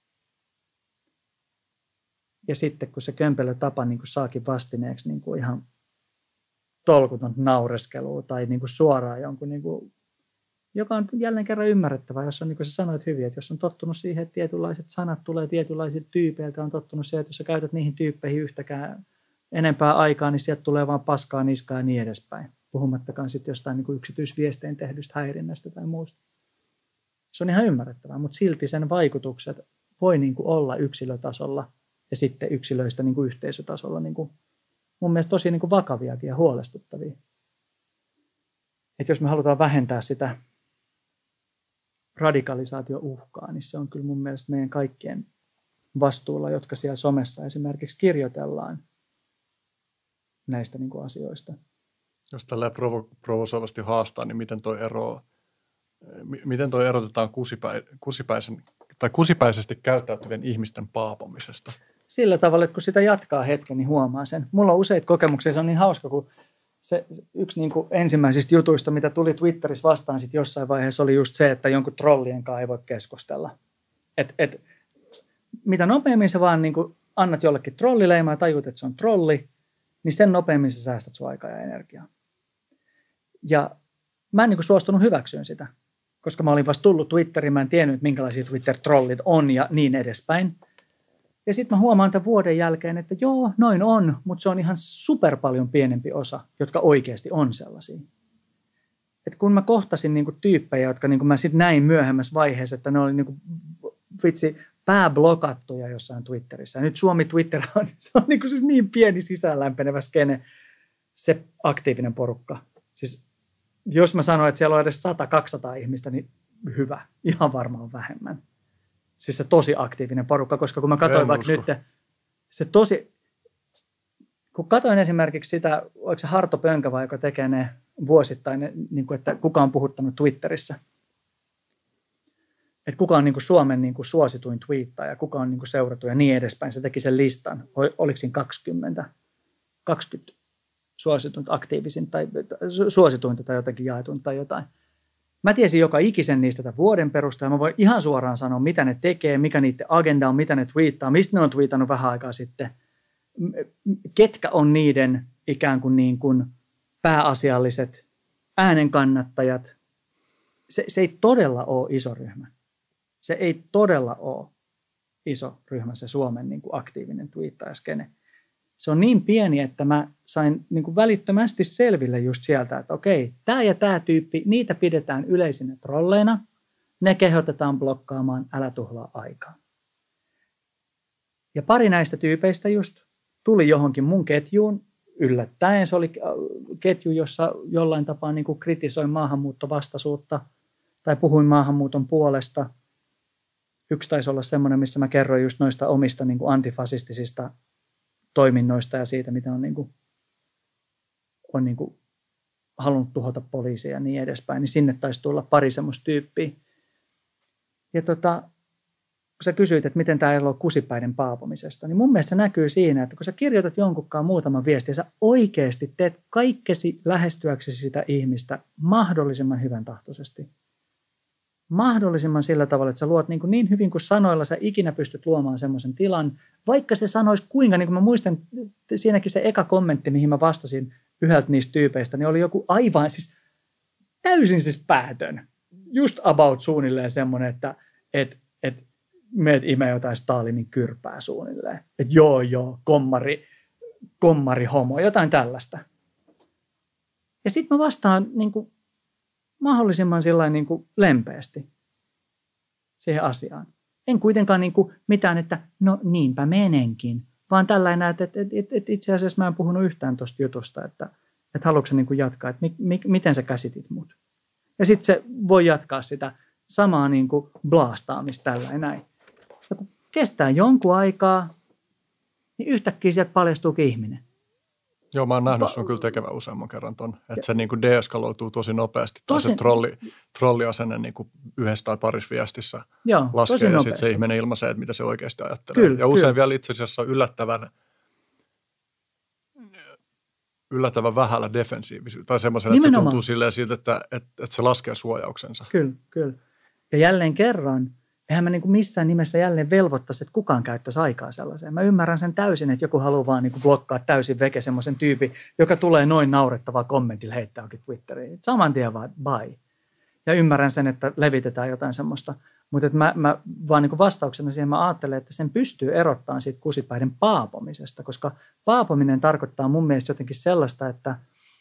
Ja sitten kun se kömpelötapa niin kuin saakin vastineeksi niin kuin ihan tolkuton naureskelua tai niin kuin suoraan jonkun, niin kuin, joka on jälleen kerran ymmärrettävää, jos on niin kuin sä sanoit hyvin, että jos on tottunut siihen, että tietynlaiset sanat tulee tietynlaisilta tyypeiltä, on tottunut siihen, että jos sä käytät niihin tyyppeihin yhtäkään enempää aikaa, niin sieltä tulee vaan paskaa, niskaa ja niin edespäin. Puhumattakaan sitten jostain niin kuin yksityisviestein tehdystä häirinnästä tai muusta. Se on ihan ymmärrettävää, mutta silti sen vaikutukset voi niin kuin olla yksilötasolla ja sitten yksilöistä niin kuin yhteisötasolla niin kuin mun mielestä tosi niin kuin vakaviakin ja huolestuttavia. Että jos me halutaan vähentää sitä radikalisaatio-uhkaa, niin se on kyllä mun mielestä meidän kaikkien vastuulla, jotka siellä somessa esimerkiksi kirjoitellaan näistä niin kuin asioista. Jos tällä provo- provosoivasti haastaa, niin miten toi ero, miten toi erotetaan kusipäi, kusipäisen, tai kusipäisesti käyttäytyvien ihmisten paapamisesta? Sillä tavalla, että kun sitä jatkaa hetken, niin huomaa sen. Mulla on useita kokemuksia, se on niin hauska, kun se, se yksi niin kuin ensimmäisistä jutuista, mitä tuli Twitterissä vastaan sit jossain vaiheessa, oli just se, että jonkun trollien kanssa ei voi keskustella. Et, et, mitä nopeammin sä vaan niin kuin annat jollekin trollileimaa ja tajut, että se on trolli, niin sen nopeammin sä säästät sun aikaa ja energiaa. Ja mä en niin kuin suostunut hyväksyyn sitä, koska mä olin vasta tullut Twitteriin, mä en tiennyt, minkälaisia Twitter-trollit on ja niin edespäin. Ja sitten mä huomaan tämän vuoden jälkeen, että joo, noin on, mutta se on ihan super paljon pienempi osa, jotka oikeasti on sellaisia. Et kun mä kohtasin niinku tyyppejä, jotka niinku mä sitten näin myöhemmässä vaiheessa, että ne oli niinku, vitsi, pääblokattuja jossain Twitterissä. Ja nyt Suomi Twitter on, se on niinku siis niin pieni sisäänlämpenevä skene, se aktiivinen porukka. Siis jos mä sanoin, että siellä on edes sata kaksisataa ihmistä, niin hyvä, ihan varmaan vähemmän. Siis se tosi aktiivinen porukka, koska kun mä katsoin vaikka nyt, se tosi, kun katsoin esimerkiksi sitä, oliko se Harto Pönkävä, joka tekee ne vuosittain, ne, niin kuin, että kuka on puhuttanut Twitterissä. Että kuka on niin kuin Suomen niin kuin suosituin twiittaja, kuka on niin kuin seurattu ja niin edespäin. Se teki sen listan, oliko siinä kaksikymmentä, kaksikymmentä suosituinta aktiivisin tai suosituinta tai jotenkin jaetuinta tai jotain. Mä tiesin joka ikisen niistä tämän vuoden perusteella. Mä voin ihan suoraan sanoa, mitä ne tekee, mikä niiden agenda on, mitä ne twiittaa, mistä ne on twiitannut vähän aikaa sitten, ketkä on niiden ikään kuin, niin kuin pääasialliset äänenkannattajat. Se, se ei todella ole iso ryhmä. Se ei todella ole iso ryhmä, se Suomen niin kuin aktiivinen twiittajaskene. Se on niin pieni, että mä sain niin kuin välittömästi selville just sieltä, että okei, tämä ja tämä tyyppi, niitä pidetään yleisinä trolleina. ne kehotetaan blokkaamaan, älä tuhlaa aikaa. Ja pari näistä tyypeistä just tuli johonkin mun ketjuun yllättäen. Se oli ketju, jossa jollain tapaa niin kuin kritisoin maahanmuuttovastaisuutta tai puhuin maahanmuuton puolesta. Yksi taisi olla semmoinen, missä mä kerroin just noista omista niin kuin antifasistisista toiminnoista ja siitä, mitä on, niin kuin, on niin kuin halunnut tuhota poliisia ja niin edespäin. Niin sinne taisi tulla pari semmoista tyyppiä. Ja tota, kun sä kysyit, että miten tämä ero on kusipäiden paapomisesta, niin mun mielestä se näkyy siinä, että kun sä kirjoitat jonkunkaan muutaman viestin ja sä oikeasti teet kaikkesi lähestyäksesi sitä ihmistä mahdollisimman hyvän tahtoisesti. Mahdollisimman sillä tavalla, että sä luot niin, niin hyvin kuin sanoilla sä ikinä pystyt luomaan semmoisen tilan, vaikka se sanoisi kuinka, niin kuin mä muistan siinäkin se eka kommentti, mihin mä vastasin yhdeltä niistä tyypeistä, niin oli joku aivan siis täysin siis päätön. Just about suunnilleen semmoinen, että et, et, meet imee jotain Stalinin kyrpää suunnilleen. Että joo joo, kommari, kommari homo, jotain tällaista. Ja sitten mä vastaan niin kuin mahdollisimman sillain niin kuin lempeästi siihen asiaan. En kuitenkaan niin kuin mitään, että no niinpä menenkin, vaan tällainen, että, että, että, että itse asiassa mä en puhunut yhtään tuosta jutusta, että, että haluatko sä niin kuin jatkaa, että mi, mi, miten sä käsitit mut. Ja sitten se voi jatkaa sitä samaa niin kuin blastaamista tällainen näin. Ja kun kestää jonkun aikaa, niin yhtäkkiä sieltä paljastuukin ihminen. Joo, mä oon nähnyt sun kyllä tekevän useamman kerran ton, että se niin kuin deeskaloituu tosi nopeasti. Tai tosi, se trolli, trolliasenne niin kuin yhdessä tai parissa viestissä joo, laskee ja sitten se ihminen ilmaisee, että mitä se oikeasti ajattelee. Kyllä, ja usein kyllä. Vielä itse asiassa yllättävän, yllättävän vähällä defensiivisyyttä. Tai semmoisella, että se tuntuu silleen siltä, että, että, että se laskee suojauksensa. Kyllä, kyllä. Ja jälleen kerran, eihän mä niin kuin missään nimessä jälleen velvoittaisi, että kukaan käyttäisi aikaa sellaiseen. Mä ymmärrän sen täysin, että joku haluaa vaan niin kuin blokkaa täysin veke semmoisen tyypin, joka tulee noin naurettavaa kommentilla heittää onkin Twitteriin. Saman tien vaan bye. Ja ymmärrän sen, että levitetään jotain semmoista. Mutta mä, mä vaan niin kuin vastauksena siihen mä ajattelen, että sen pystyy erottamaan siitä kusipäiden paapomisesta, koska paapominen tarkoittaa mun mielestä jotenkin sellaista, että,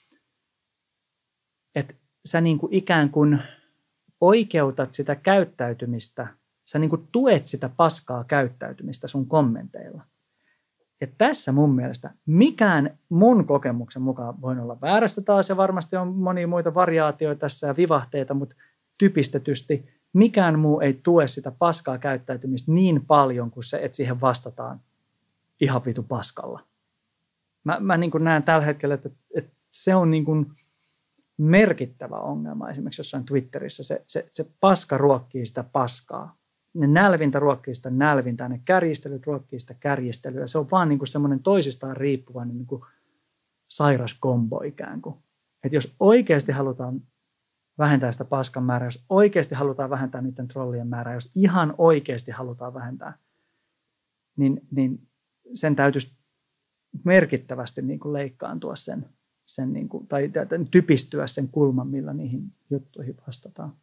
että sä niin kuin ikään kuin oikeutat sitä käyttäytymistä, sä niin kuin tuet sitä paskaa käyttäytymistä sun kommenteilla. Ja tässä mun mielestä mikään mun kokemuksen mukaan voi olla väärässä taas, ja varmasti on monia muita variaatioita tässä ja vivahteita, mutta typistetysti mikään muu ei tue sitä paskaa käyttäytymistä niin paljon kuin se, että siihen vastataan ihan vitu paskalla. Mä, mä niin kuin näen tällä hetkellä, että, että se on niin kuin merkittävä ongelma esimerkiksi jossain Twitterissä. Se, se, se paska ruokkii sitä paskaa. Ne nälvintä ruokkii sitä nälvintää, ne kärjistelyt ruokkii sitä kärjistelyä. Se on vaan niin kuin semmoinen toisistaan riippuvainen niin kuin sairas kombo ikään kuin. Että jos oikeasti halutaan vähentää sitä paskan määrää, jos oikeasti halutaan vähentää niiden trollien määrää, jos ihan oikeasti halutaan vähentää, niin, niin sen täytyisi merkittävästi niin kuin leikkaantua sen, sen niin kuin, tai typistyä sen kulman, millä niihin juttuihin vastataan.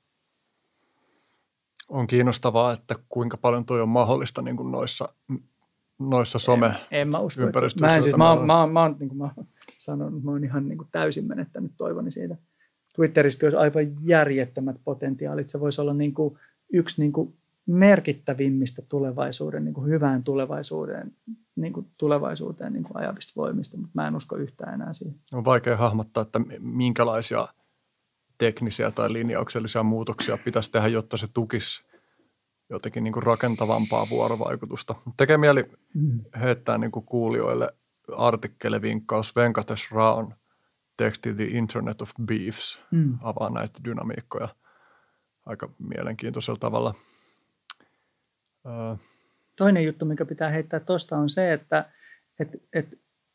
On kiinnostavaa, että kuinka paljon toi on mahdollista niin kuin noissa, noissa some-ympäristöissä. Mä en siis, mä oon, mä oon, mä oon, niin kuin mä sanon, mä oon ihan niin kuin täysin menettänyt toivoni siitä. Twitteristä olisi aivan järjettömät potentiaalit. Se voisi olla niin kuin yksi niin kuin merkittävimmistä tulevaisuuden, niin kuin hyvään tulevaisuuteen, niin kuin tulevaisuuteen niin kuin ajavista voimista, mutta mä en usko yhtään enää siihen. On vaikea hahmottaa, että minkälaisia teknisiä tai linjauksellisia muutoksia pitäisi tehdä, jotta se tukisi jotenkin niin kuin rakentavampaa vuorovaikutusta. Tekee mieli heittää niin kuin kuulijoille artikkelivinkkaus Venkatesh Raon teksti The Internet of Beefs, mm. avaa näitä dynamiikkoja aika mielenkiintoisella tavalla. Toinen juttu, mikä pitää heittää tuosta, on se, että et, et,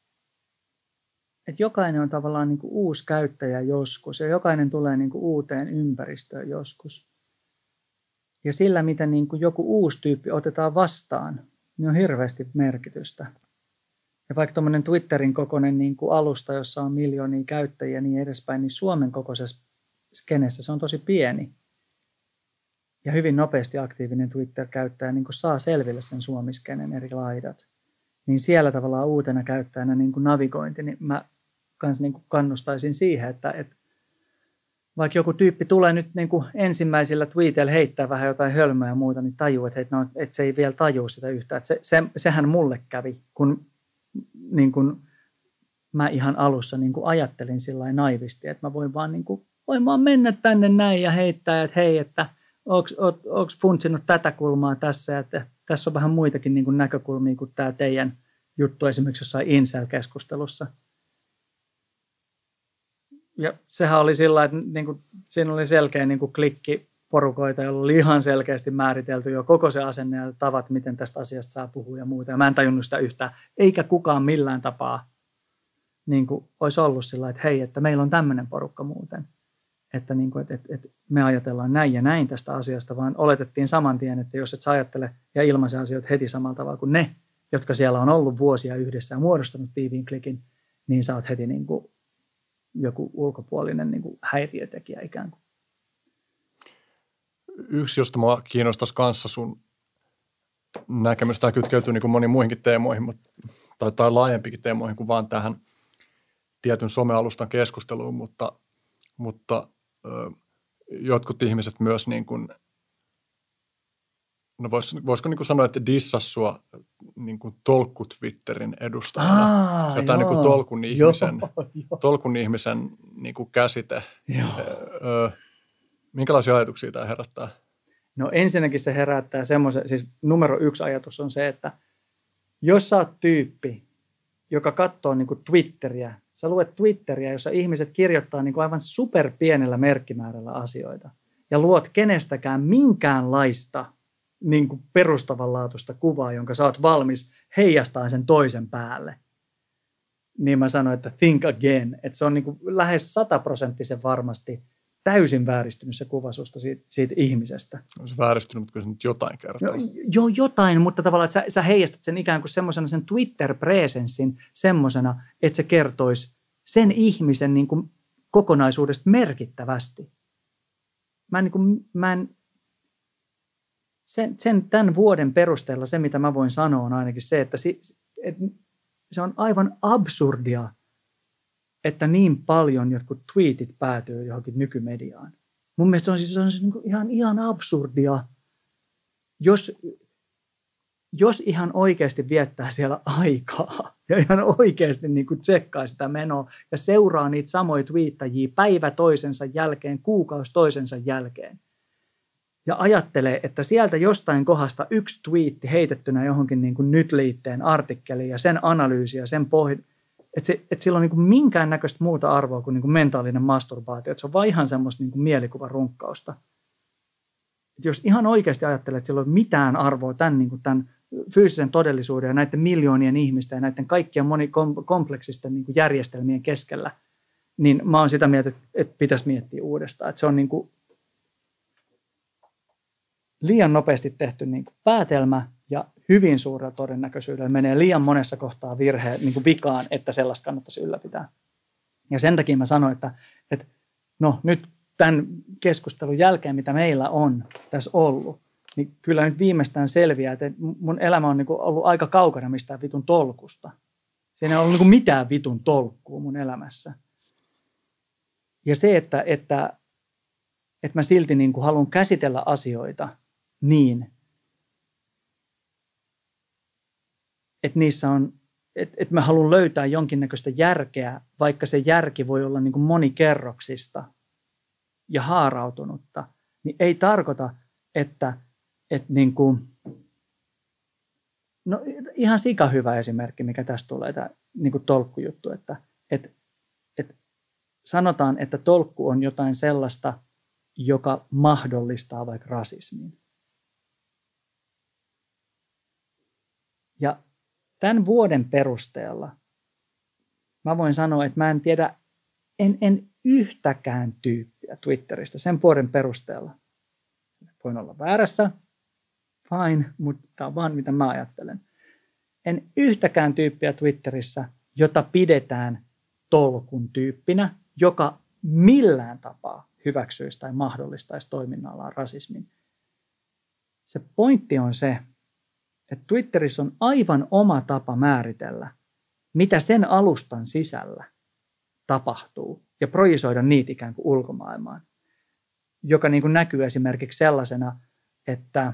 et jokainen on tavallaan niin kuin uusi käyttäjä joskus, ja jokainen tulee niin kuin uuteen ympäristöön joskus. Ja sillä, miten niin kuin joku uusi tyyppi otetaan vastaan, niin on hirveästi merkitystä. Ja vaikka tuommoinen Twitterin kokoinen niin kuin alusta, jossa on miljoonia käyttäjiä ja niin edespäin, niin Suomen kokoisessa skenessä se on tosi pieni. Ja hyvin nopeasti aktiivinen Twitter-käyttäjä niin kuin saa selville sen suomiskenen eri laidat. Niin siellä tavallaan uutena käyttäjänä niin kuin navigointi, niin mä kans niin kuin kannustaisin siihen, että et, vaikka joku tyyppi tulee nyt niin kuin ensimmäisillä tweeteillä heittää vähän jotain hölmöä ja muuta, niin tajuu, että, no, että se ei vielä tajua sitä yhtään. Että se, se, sehän mulle kävi, kun niin kuin mä ihan alussa niin kuin ajattelin sillä naivisti, että mä voin vaan, niin kuin, voin vaan mennä tänne näin ja heittää, että hei, että onko funtsinut tätä kulmaa tässä, että tässä on vähän muitakin niin kuin näkökulmia kuin tämä teidän juttu esimerkiksi jossain Incel-keskustelussa. Ja sehän oli sillä, että niin kuin, siinä oli selkeä niin kuin klikki porukoita, joilla oli ihan selkeästi määritelty jo koko se asenne ja tavat, miten tästä asiasta saa puhua ja muuta. Ja mä en tajunnut sitä yhtään, eikä kukaan millään tapaa niin kuin olisi ollut sillä, että hei, että meillä on tämmöinen porukka muuten. Että, niin kuin, että, että, että me ajatellaan näin ja näin tästä asiasta, vaan oletettiin saman tien, että jos et sä ajattele ja ilmaise asioita heti samalla tavalla kuin ne, jotka siellä on ollut vuosia yhdessä ja muodostanut tiiviin klikin, niin sä oot heti niin kuin joku ulkopuolinen niin kuin häiriötekijä ikään kuin. Yksi, josta mua kiinnostaisi kanssa sun näkemys, tämä kytkeytyy niin kuin moniin muihinkin teemoihin, mutta, tai, tai laajempikin teemoihin kuin vaan tähän tietyn somealustan keskusteluun, mutta, mutta ö, jotkut ihmiset myös, niin kuin, no vois, voisiko niin kuin sanoa, että dissas sua niin kuin tolkku-Twitterin edustajana, Aa, jotain niin kuin tolkun ihmisen, joo, tolkun ihmisen niin kuin käsite. joo. Ö, minkälaisia ajatuksia tämä herättää? No ensinnäkin se herättää semmoisen, siis numero yksi ajatus on se, että jos sä oot tyyppi, joka katsoo niin kuin Twitteriä, sä luet Twitteriä, jossa ihmiset kirjoittaa niin kuin aivan superpienellä merkkimäärällä asioita ja luot kenestäkään minkäänlaista niin kuin perustavanlaatuista kuvaa, jonka sä oot valmis heijastamaan sen toisen päälle, niin mä sanoin, että think again, että se on niin kuin lähes sataprosenttisen varmasti täysin vääristynyt se kuva susta siitä, siitä ihmisestä. On se vääristynyt, mutta kyllä se nyt jotain kertoo. No, joo, jotain, mutta tavallaan, että sä, sä heijastat sen ikään kuin semmoisena sen Twitter-presenssin semmoisena, että se kertoisi sen ihmisen niin kuin kokonaisuudesta merkittävästi. Mä en, niin kuin, mä en sen, sen tämän vuoden perusteella se, mitä mä voin sanoa, on ainakin se, että si, et, se on aivan absurdia, että niin paljon jotkut tweetit päätyy johonkin nykymediaan. Mun mielestä se on, siis, se on siis niin kuin ihan, ihan absurdia, jos, jos ihan oikeasti viettää siellä aikaa ja ihan oikeasti niin kuin tsekkaa sitä menoa ja seuraa niitä samoja twiittajia päivä toisensa jälkeen, kuukausi toisensa jälkeen. Ja ajattelee, että sieltä jostain kohdasta yksi twiitti heitettynä johonkin niin kuin nyt-liitteen artikkeliin ja sen analyysi ja sen pohjaa, että, se, että sillä on niin kuin minkäännäköistä muuta arvoa kuin, niin kuin mentaalinen masturbaatio. Että se on vaan ihan semmoista niin kuin mielikuvarunkkausta. Että jos ihan oikeasti ajattelee, että sillä on mitään arvoa tämän, niin kuin tämän fyysisen todellisuuden ja näiden miljoonien ihmisten ja näiden kaikkien monikompleksisten niin kuin järjestelmien keskellä, niin mä oon sitä mieltä, että, että pitäisi miettiä uudestaan. Että se on niin kuin liian nopeasti tehty niin kuin päätelmä ja hyvin suurella todennäköisyydellä menee liian monessa kohtaa virheen niin kuin vikaan, että sellaista kannattaisi ylläpitää. Ja sen takia mä sanoin, että, että no nyt tämän keskustelun jälkeen, mitä meillä on tässä ollut, niin kyllä nyt viimeistään selviää, että mun elämä on niin kuin ollut aika kaukana mistään vitun tolkusta. Siinä ei ollut niin kuin mitään vitun tolkkua mun elämässä. Ja se, että, että, että mä silti niin kuin haluan käsitellä asioita niin, että niissä on, että, että mä haluan löytää jonkinnäköistä järkeä, vaikka se järki voi olla niin kuin monikerroksista ja haarautunutta, niin ei tarkoita, että, että niin kuin, no ihan sika hyvä esimerkki, mikä tästä tulee, tämä niin kuin tolkkujuttu, että, että, että sanotaan, että tolkku on jotain sellaista, joka mahdollistaa vaikka rasismin. Ja tämän vuoden perusteella mä voin sanoa, että mä en tiedä en, en yhtäkään tyyppiä Twitteristä sen vuoden perusteella. Voin olla väärässä, fine, mutta tämä on vaan mitä mä ajattelen. En yhtäkään tyyppiä Twitterissä, jota pidetään tolkun tyyppinä, joka millään tapaa hyväksyisi tai mahdollistaisi toiminnallaan rasismin. Se pointti on se, että Twitterissä on aivan oma tapa määritellä, mitä sen alustan sisällä tapahtuu ja projisoida niitä ikään kuin ulkomaailmaan, joka niin kuin näkyy esimerkiksi sellaisena, että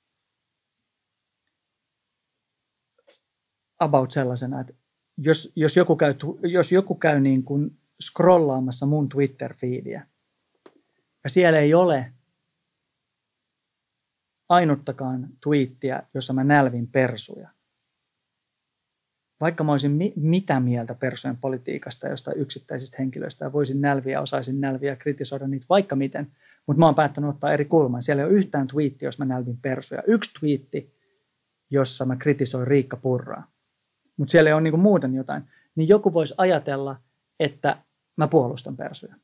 about sellaisena, että jos, jos joku käy, jos joku käy niin kuin scrollaamassa mun Twitter-feediä ja siellä ei ole ainuttakaan twiittiä, jossa mä nälvin persuja. Vaikka mä olisin mi- mitä mieltä persujen politiikasta ja jostain yksittäisistä henkilöistä ja voisin nälviä, osaisin nälviä ja kritisoida niitä vaikka miten, mutta mä oon päättänyt ottaa eri kulman. Siellä ei ole yhtään twiittiä, jos mä nälvin persuja. Yksi twiitti, jossa mä kritisoin Riikka Purraa. Mutta siellä ei ole niinku muuten jotain. Niin joku voisi ajatella, että mä puolustan persuja.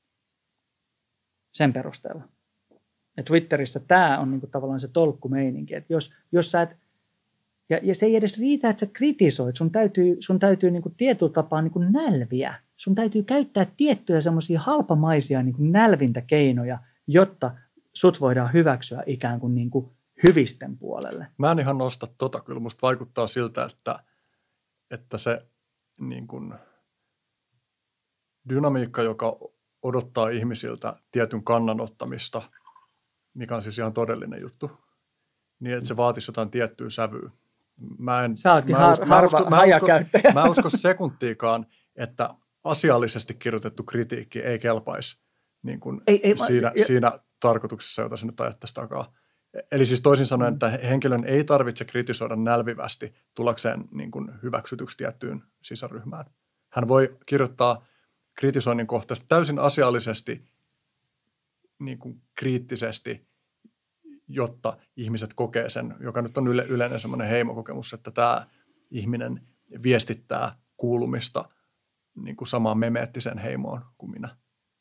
Sen perusteella. Ja Twitterissä tämä on niinku tavallaan se tolkkumeininki, että jos, jos sä et, ja, ja se ei edes riitä, että sä kritisoit, sun täytyy, sun täytyy niinku tietyllä tapaa niinku nälviä. Sun täytyy käyttää tiettyjä semmoisia halpamaisia niinku nälvintäkeinoja, jotta sut voidaan hyväksyä ikään kuin, niinku hyvisten puolelle. Mä en ihan nosta tota, kyllä musta vaikuttaa siltä, että, että se niin kuin dynamiikka, joka odottaa ihmisiltä tietyn kannanottamista, mikä on siis ihan todellinen juttu, niin että se vaatisi jotain tiettyä sävyä. Mä en, Sä ootkin mä usko, harva mä usko, mä usko, hajakäyttäjä. mä usko sekuntiikaan, että asiallisesti kirjoitettu kritiikki ei kelpaisi niin kuin Ei, ei, siinä, mä, siinä tarkoituksessa, jota se nyt ajattaisi takaa. Eli siis toisin sanoen, että henkilön ei tarvitse kritisoida nälvivästi tullakseen niin kuin hyväksytyksi tiettyyn sisäryhmään. Hän voi kirjoittaa kritisoinnin kohteesta täysin asiallisesti, niin kuin kriittisesti, jotta ihmiset kokee sen, joka nyt on yle, yleinen semmoinen heimokokemus, että tämä ihminen viestittää kuulumista niin kuin samaan memeettiseen heimoon kuin minä.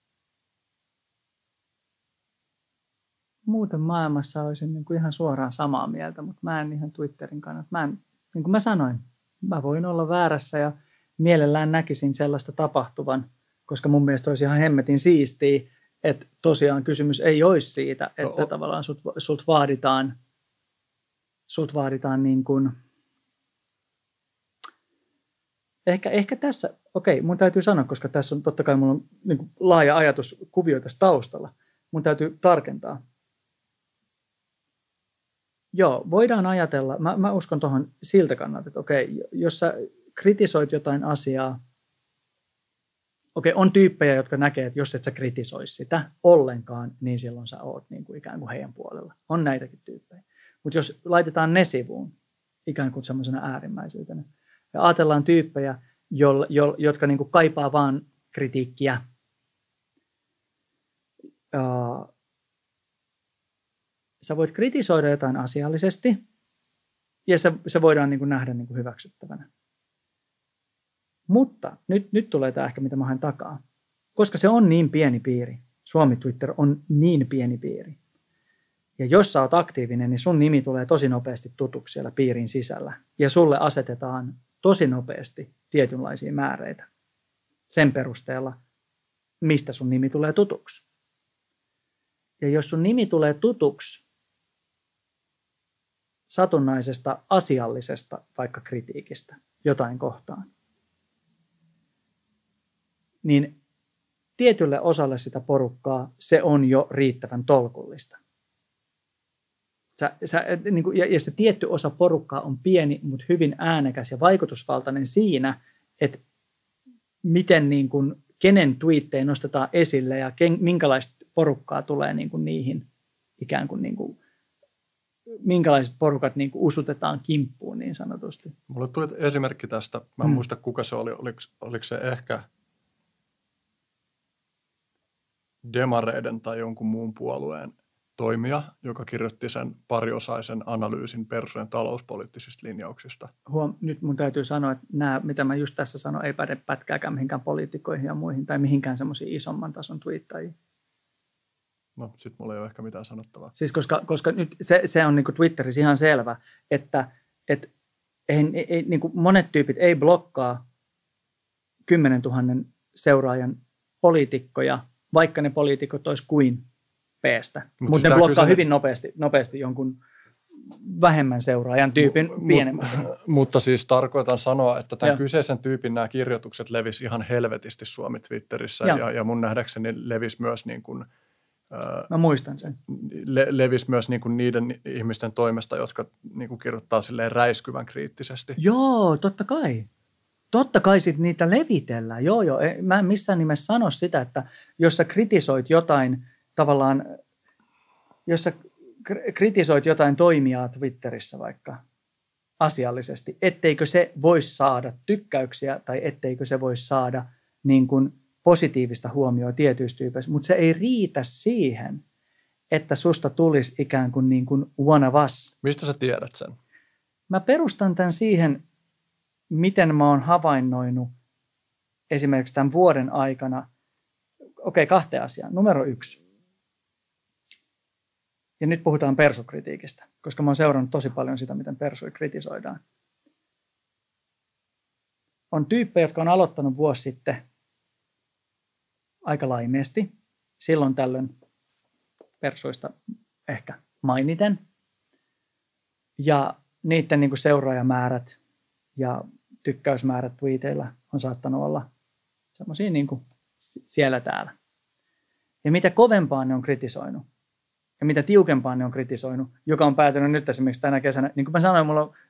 Muuten maailmassa olisin niin kuin ihan suoraan samaa mieltä, mutta mä en ihan Twitterin kannalta. Mä en, niin kuin mä sanoin, mä voin olla väärässä ja mielellään näkisin sellaista tapahtuvan, koska mun mielestä olisi ihan hemmetin siistiä, että tosiaan kysymys ei olisi siitä, että no, tavallaan sut, sut vaaditaan, sut vaaditaan niin kuin, ehkä, ehkä tässä, okei, mun täytyy sanoa, koska tässä on totta kai mulla on niin kuin laaja ajatuskuvio tässä taustalla, mun täytyy tarkentaa. Joo, voidaan ajatella, mä, mä uskon tuohon siltä kannalta, että okei, jos sä kritisoit jotain asiaa, okei, on tyyppejä, jotka näkee, että jos et sä kritisoisi sitä ollenkaan, niin silloin sä oot niin kuin ikään kuin heidän puolella. On näitäkin tyyppejä. Mutta jos laitetaan ne sivuun ikään kuin semmoisena äärimmäisyytenä, ja ajatellaan tyyppejä, jo, jo, jotka niin kuin kaipaa vaan kritiikkiä, uh, sä voit kritisoida jotain asiallisesti, ja se, se voidaan niin kuin nähdä niin kuin hyväksyttävänä. Mutta nyt, nyt tulee tämä ehkä, mitä mä haen takaa. Koska se on niin pieni piiri, Suomi Twitter on niin pieni piiri. Ja jos sä oot aktiivinen, niin sun nimi tulee tosi nopeasti tutuksi siellä piirin sisällä. Ja sulle asetetaan tosi nopeasti tietynlaisia määreitä sen perusteella, mistä sun nimi tulee tutuksi. Ja jos sun nimi tulee tutuksi satunnaisesta asiallisesta vaikka kritiikistä jotain kohtaan, niin tietylle osalle sitä porukkaa se on jo riittävän tolkullista. Sä, sä, niin kuin, ja, ja se tietty osa porukkaa on pieni, mutta hyvin äänekäs ja vaikutusvaltainen siinä, että miten niin kuin, kenen twiittejä nostetaan esille ja ken, minkälaista porukkaa tulee niin kuin niihin ikään kuin, niin kuin minkälaiset porukat niin kuin usutetaan kimppuun niin sanotusti. Mulle tuli esimerkki tästä. Mä en hmm. muista, kuka se oli. Oliko, oliko se ehkä Demareiden tai jonkun muun puolueen toimija, joka kirjoitti sen pariosaisen analyysin persujen talouspoliittisista linjauksista. Huom, nyt mun täytyy sanoa, että nämä, mitä mä just tässä sanon, ei päde pätkääkään mihinkään poliitikoihin ja muihin tai mihinkään semmoisiin isomman tason twiittajiin. No, sit mulla ei ole ehkä mitään sanottavaa. Siis koska, koska nyt se, se on niin kuin Twitterissä ihan selvä, että et, ei, ei, niin kuin monet tyypit ei blokkaa kymmenen tuhannen seuraajan poliitikkoja, vaikka ne poliitikot olisi kuin peestä. Mutta mut ne blokkaa hyvin nopeasti, nopeasti jonkun vähemmän seuraajan tyypin Mut- pienemmässä. Mutta siis tarkoitan sanoa, että tämän Joo. kyseisen tyypin nämä kirjoitukset levisi ihan helvetisti Suomi Twitterissä Joo. ja, ja mun nähdäkseni levisi myös, niin kuin, ää, Mä muistan sen. le, levisi myös niin kuin niiden ihmisten toimesta, jotka niin kuin kirjoittaa silleen räiskyvän kriittisesti. Joo, totta kai. Totta kai sit niitä levitellään. Joo, joo. Ei- Mä en missään nimessä sano sitä, että jos sä kritisoit jotain tavallaan, jos sä kr- kritisoit jotain toimijaa Twitterissä vaikka asiallisesti, etteikö se voisi saada tykkäyksiä tai etteikö se voisi saada niin kuin positiivista huomioa tietyissä tyypeissä, mutta se ei riitä siihen, että susta tulisi ikään kuin, niin kuin one of us. Mistä sä tiedät sen? Mä perustan tämän siihen, miten mä oon havainnoinut esimerkiksi tämän vuoden aikana. Okei, kahteen asiaan. Numero yksi. Ja nyt puhutaan persukritiikistä, koska mä oon seurannut tosi paljon sitä, miten persuja kritisoidaan. On tyyppejä, jotka on aloittanut vuosi sitten aika laimeesti. Silloin tällöin persuista ehkä mainiten. Ja niiden niin kuin seuraajamäärät ja tykkäysmäärät tweeteillä on saattanut olla semmoisia niin kuin siellä täällä. Ja mitä kovempaa ne on kritisoinut ja mitä tiukempaa ne on kritisoinut, joka on päätynyt nyt esimerkiksi tänä kesänä, niin kuin mä sanoin, mulla on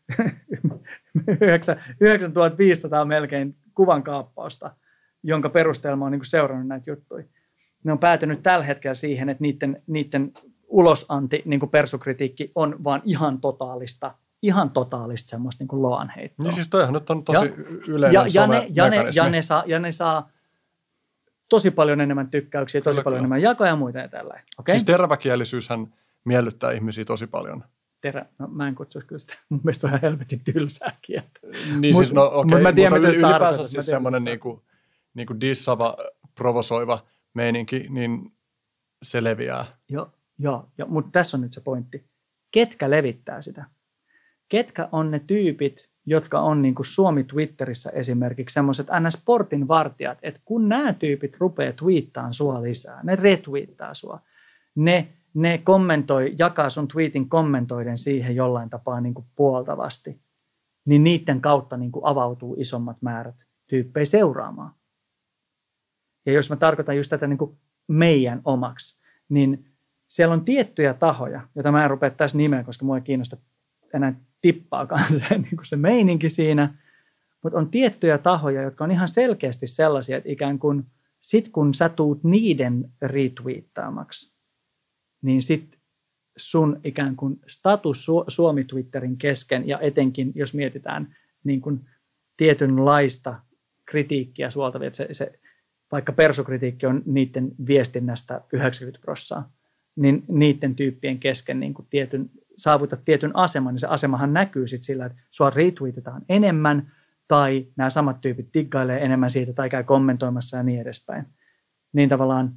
yhdeksäntuhattaviisisataa melkein kuvan kaappausta, jonka perusteella mä oon niin kuin seurannut näitä juttuja. Ne on päätynyt tällä hetkellä siihen, että niiden, niiden ulosanti, niin kuin persukritiikki, on vaan ihan totaalista, ihan totaalista semmoista niin kuin loanheittoa. Niin siis toihan nyt on tosi Ja- yleinen ja, ja, ne, ja, ne, somemekanismi. ja, ne saa, ja ne saa tosi paljon enemmän tykkäyksiä, tosi Kyllä, paljon kyllä. enemmän jakoja ja muita ja tällä. Okay? Siis teräväkielisyyshän miellyttää ihmisiä tosi paljon. Terä, no, mä en kutsuisi kyllä sitä. Mun mielestä se on ihan helvetin tylsää kieltä. Niin Mut- siis, no okei, mut mä tiedän, mutta mitä sä ylipäänsä tarkoitat, mä siis tiedän, semmoinen mitä sä niinku, niinku dissava, provosoiva meininki, niin se leviää. Joo, joo, joo, mutta tässä on nyt se pointti. Ketkä levittää sitä? Ketkä on ne tyypit, jotka on niin kuin Suomi Twitterissä esimerkiksi semmoiset N S-portin vartijat, että kun nämä tyypit rupeaa twiittaamaan sua lisää, ne retweettaa sua, ne, ne kommentoi, jakaa sun tweetin kommentoiden siihen jollain tapaa niin kuin puoltavasti, niin niiden kautta niin kuin avautuu isommat määrät tyyppejä seuraamaan. Ja jos mä tarkoitan just tätä niin kuin meidän omaksi, niin siellä on tiettyjä tahoja, joita mä en rupea tässä nimeä, koska mua ei kiinnosta enää tippaakaan se, niin kuin se meininki siinä, mutta on tiettyjä tahoja, jotka on ihan selkeästi sellaisia, että ikään kuin sit kun sä tuut niiden retweettaamaksi, niin sit sun ikään kuin status Suomi Twitterin kesken ja etenkin, jos mietitään niin kuin tietynlaista kritiikkiä suoltavia, että se, se, vaikka persukritiikki on niiden viestinnästä yhdeksänkymmentä prosenttia, niin niiden tyyppien kesken niin kuin tietyn, saavutat tietyn aseman, niin se asemahan näkyy sitten sillä, että sua retweetataan enemmän, tai nämä samat tyypit diggailee enemmän siitä, tai käy kommentoimassa ja niin edespäin. Niin tavallaan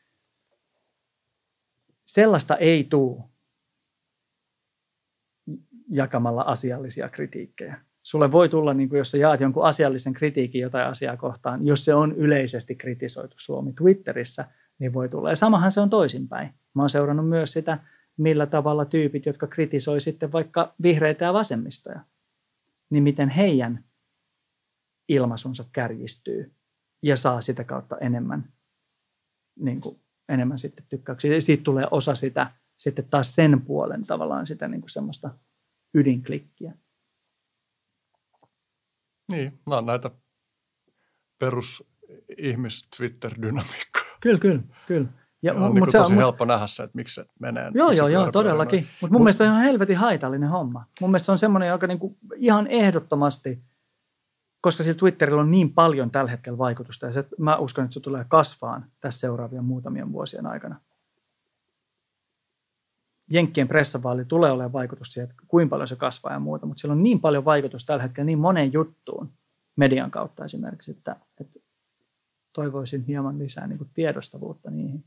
sellaista ei tule jakamalla asiallisia kritiikkejä. Sulle voi tulla, niin kuin jos sä jaat jonkun asiallisen kritiikin jotain asiaa kohtaan, jos se on yleisesti kritisoitu Suomi Twitterissä, niin voi tulla. Ja samahan se on toisinpäin. Mä oon seurannut myös sitä, millä tavalla tyypit, jotka kritisoi sitten vaikka vihreitä ja vasemmistoja, niin miten heidän ilmaisunsa kärjistyy ja saa sitä kautta enemmän, niin kuin, enemmän sitten tykkäyksiä. Ja siitä tulee osa sitä sitten taas sen puolen tavallaan sitä niin kuin semmoista ydinklikkiä. Niin, nämä on näitä perus-ihmis-Twitter-dynamiikkoja. Kyllä, kyllä, kyllä. Ja, Ja on niin mut kuin se tosi mut- helppo nähdä se, että miksi se menee. Joo, miksi joo, se joo, pyörii todellakin. noin. Mutta mun Mut- mielestä se on ihan helvetin haitallinen homma. Mun mielestä se on semmoinen, joka niinku ihan ehdottomasti, koska sillä Twitterillä on niin paljon tällä hetkellä vaikutusta, ja se, mä uskon, että se tulee kasvaan tässä seuraavien muutamien vuosien aikana. Jenkkien pressavaali tulee olemaan vaikutus siihen, että kuinka paljon se kasvaa ja muuta, mutta sillä on niin paljon vaikutusta tällä hetkellä niin moneen juttuun median kautta esimerkiksi, että, että toivoisin hieman lisää niin kuin tiedostavuutta niihin.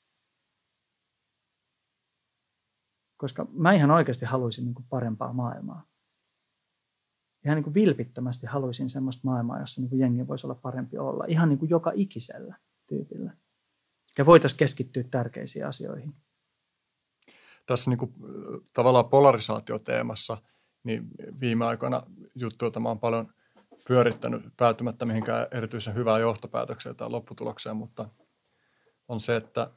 Koska mä ihan oikeasti haluaisin niin kuin parempaa maailmaa. Ihan niin kuin vilpittömästi haluaisin semmoista maailmaa, jossa niin kuin jengi voisi olla parempi olla. Ihan niin kuin joka ikisellä tyypillä. Ja voitaisiin keskittyä tärkeisiin asioihin. tässä niin kuin, tavallaan polarisaatioteemassa, niin viime aikoina juttu, jota mä oon paljon pyörittänyt päätymättä mihinkään erityisen hyvää johtopäätökseen tai lopputulokseen, mutta on se, että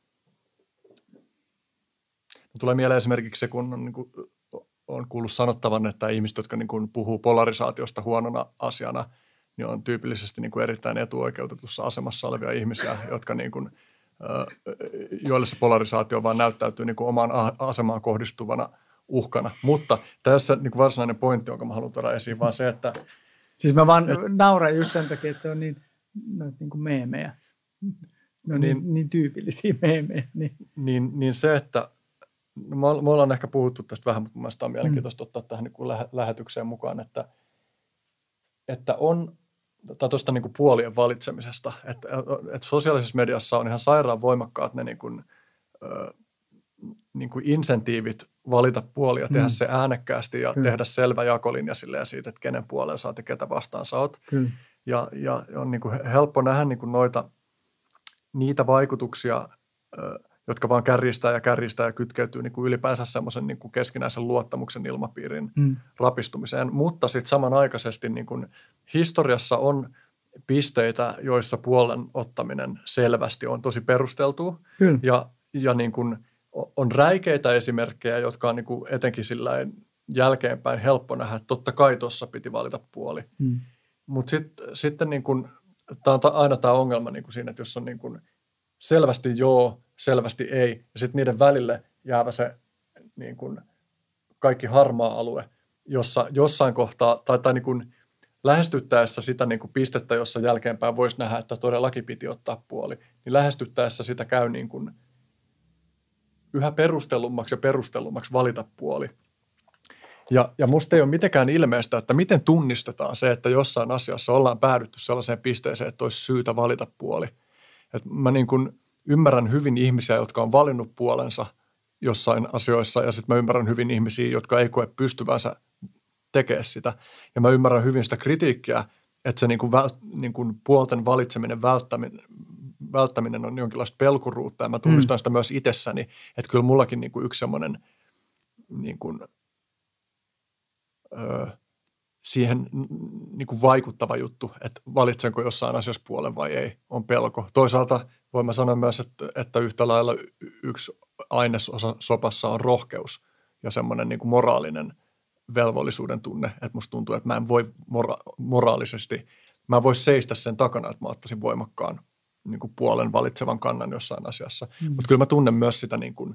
tulee mieleen esimerkiksi se, kun on, niin kuin, on kuullut sanottavan, että ihmiset, jotka niin kuin puhuu polarisaatiosta huonona asiana, niin on tyypillisesti niin kuin erittäin etuoikeutetussa asemassa olevia ihmisiä, jotka niin kuin, joille se polarisaatio vaan näyttäytyy niin kuin omaan asemaan kohdistuvana uhkana. Mutta tässä niin kuin varsinainen pointti, jonka mä haluan tuoda esiin, vaan se, että siis mä vaan et, nauran just sen takia, että on niin, no, niin kuin meemejä. No niin, niin, niin tyypillisiä meemejä. Niin, niin, niin se, että no, me ollaan ehkä puhuttu tästä vähän, mutta mielestäni on mielenkiintoista mm. ottaa tähän niin kuin lähetykseen mukaan, että, että on, tai tuosta niin kuin puolien valitsemisesta, että, että sosiaalisessa mediassa on ihan sairaan voimakkaat ne niin kuin, ö, niin kuin insentiivit valita puolia, tehdä mm. se äänekkäästi ja Kyllä. tehdä selvä jakolinja silleen siitä, että kenen puoleen sä oot ja ketä vastaan sä oot. Kyllä. Ja, ja on niin kuin helppo nähdä niin kuin noita, niitä vaikutuksia, ö, jotka vaan kärjistää ja kärjistää ja kytkeytyy niin kuin ylipäänsä semmoisen niin kuin keskinäisen luottamuksen ilmapiirin mm. rapistumiseen. Mutta sitten samanaikaisesti niin kuin historiassa on pisteitä, joissa puolen ottaminen selvästi on tosi perusteltua. Mm. Ja, ja niin kuin on räikeitä esimerkkejä, jotka on niin kuin etenkin sillain jälkeenpäin helppo nähdä, että totta kai tuossa piti valita puoli. Mm. Mutta sit, sitten niin kuin, tämä on aina tämä ongelma niin kuin siinä, että jos on niin kuin selvästi joo, selvästi ei, ja sitten niiden välille jäävä se niin kuin kaikki harmaa alue, jossa jossain kohtaa, tai, tai niin kuin lähestyttäessä sitä niin kuin pistettä, jossa jälkeenpäin voisi nähdä, että todellakin piti ottaa puoli, niin lähestyttäessä sitä käy niin kuin yhä perustellummaksi ja perustellummaksi valita puoli. Ja, ja musta ei ole mitenkään ilmeistä, että miten tunnistetaan se, että jossain asiassa ollaan päädytty sellaiseen pisteeseen, että olisi syytä valita puoli. Et mä niin kuin ymmärrän hyvin ihmisiä, jotka on valinnut puolensa jossain asioissa, ja sitten mä ymmärrän hyvin ihmisiä, jotka ei koe pystyvänsä tekemään sitä. Ja mä ymmärrän hyvin sitä kritiikkiä, että se niin kuin vält, niin kuin puolten valitseminen, välttäminen, välttäminen on jonkinlaista pelkuruutta, ja mä tunnistan mm. sitä myös itsessäni, että kyllä mullakin niin kuin yksi semmoinen niin kuin, öö, siihen niin kuin vaikuttava juttu, että valitsenko jossain asiassa puolen vai ei, on pelko. Toisaalta voin mä sanoa myös, että, että yhtä lailla yksi ainesosa sopassa on rohkeus ja semmoinen niin kuin moraalinen velvollisuuden tunne, että musta tuntuu, että mä en voi mora- moraalisesti, mä en voi seistä sen takana, että mä ottaisin voimakkaan niin kuin puolen valitsevan kannan jossain asiassa. Mm. Mutta kyllä mä tunnen myös sitä niin kuin,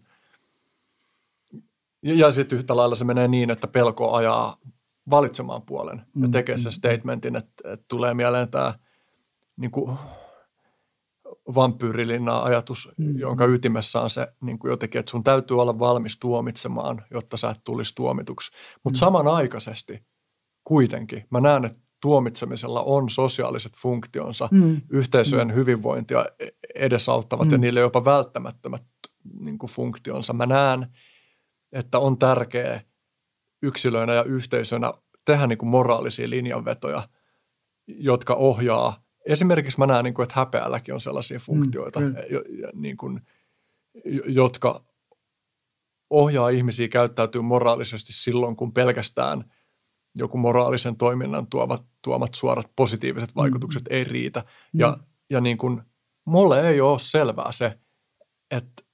ja, ja sitten yhtä lailla se menee niin, että pelko ajaa valitsemaan puolen ja tekee sen statementin, että, että tulee mieleen tämä niin kuin vampyyrilinna-ajatus, mm. jonka ytimessä on se niin kuin jotenkin, että sun täytyy olla valmis tuomitsemaan, jotta sä et tulisi tuomituksi. Mutta mm. samanaikaisesti kuitenkin mä näen, että tuomitsemisella on sosiaaliset funktionsa, mm. yhteisöjen mm. hyvinvointia edesauttavat mm. ja niille jopa välttämättömät niin kuin funktionsa. Mä näen, että on tärkeää yksilöinä ja yhteisönä tehdä niin kuin moraalisia linjanvetoja, jotka ohjaa. Esimerkiksi mä näen, niin kuin, että häpeälläkin on sellaisia funktioita, mm, ja, ja, niin kuin, jotka ohjaa ihmisiä käyttäytyy moraalisesti silloin, kun pelkästään joku moraalisen toiminnan tuomat, tuomat suorat positiiviset vaikutukset mm. ei riitä. Mm. Ja, ja niin kuin, mulle ei ole selvää se, että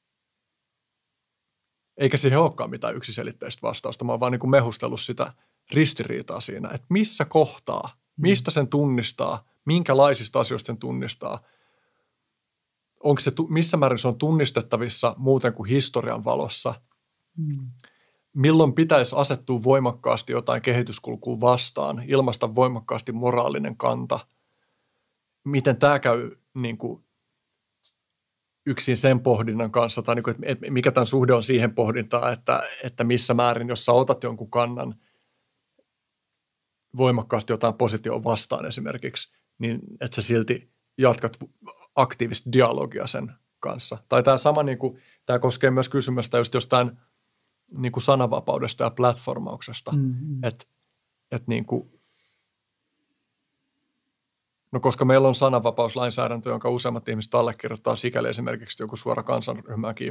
eikä siihen olekaan mitään yksiselitteistä vastausta. Mä oon vaan niin kuin mehustellut sitä ristiriitaa siinä, että missä kohtaa, mistä sen tunnistaa, minkälaisista asioista sen tunnistaa. Onko se, missä määrin se on tunnistettavissa muuten kuin historian valossa? Mm. Milloin pitäisi asettua voimakkaasti jotain kehityskulkua vastaan, ilmaista voimakkaasti moraalinen kanta? Miten tämä käy niin kuin yksin sen pohdinnan kanssa, tai niin kuin, että mikä tämän suhde on siihen pohdintaan, että, että missä määrin, jos sä otat jonkun kannan voimakkaasti jotain positioon vastaan esimerkiksi, niin että sä silti jatkat aktiivista dialogia sen kanssa. Tai tämä sama, niin kuin, tämä koskee myös kysymystä just jostain niin kuin sananvapaudesta ja platformauksesta, mm-hmm. että et niin kuin, no koska meillä on sananvapauslainsäädäntö, jonka useimmat ihmiset allekirjoittaa sikäli esimerkiksi joku suora kansanryhmää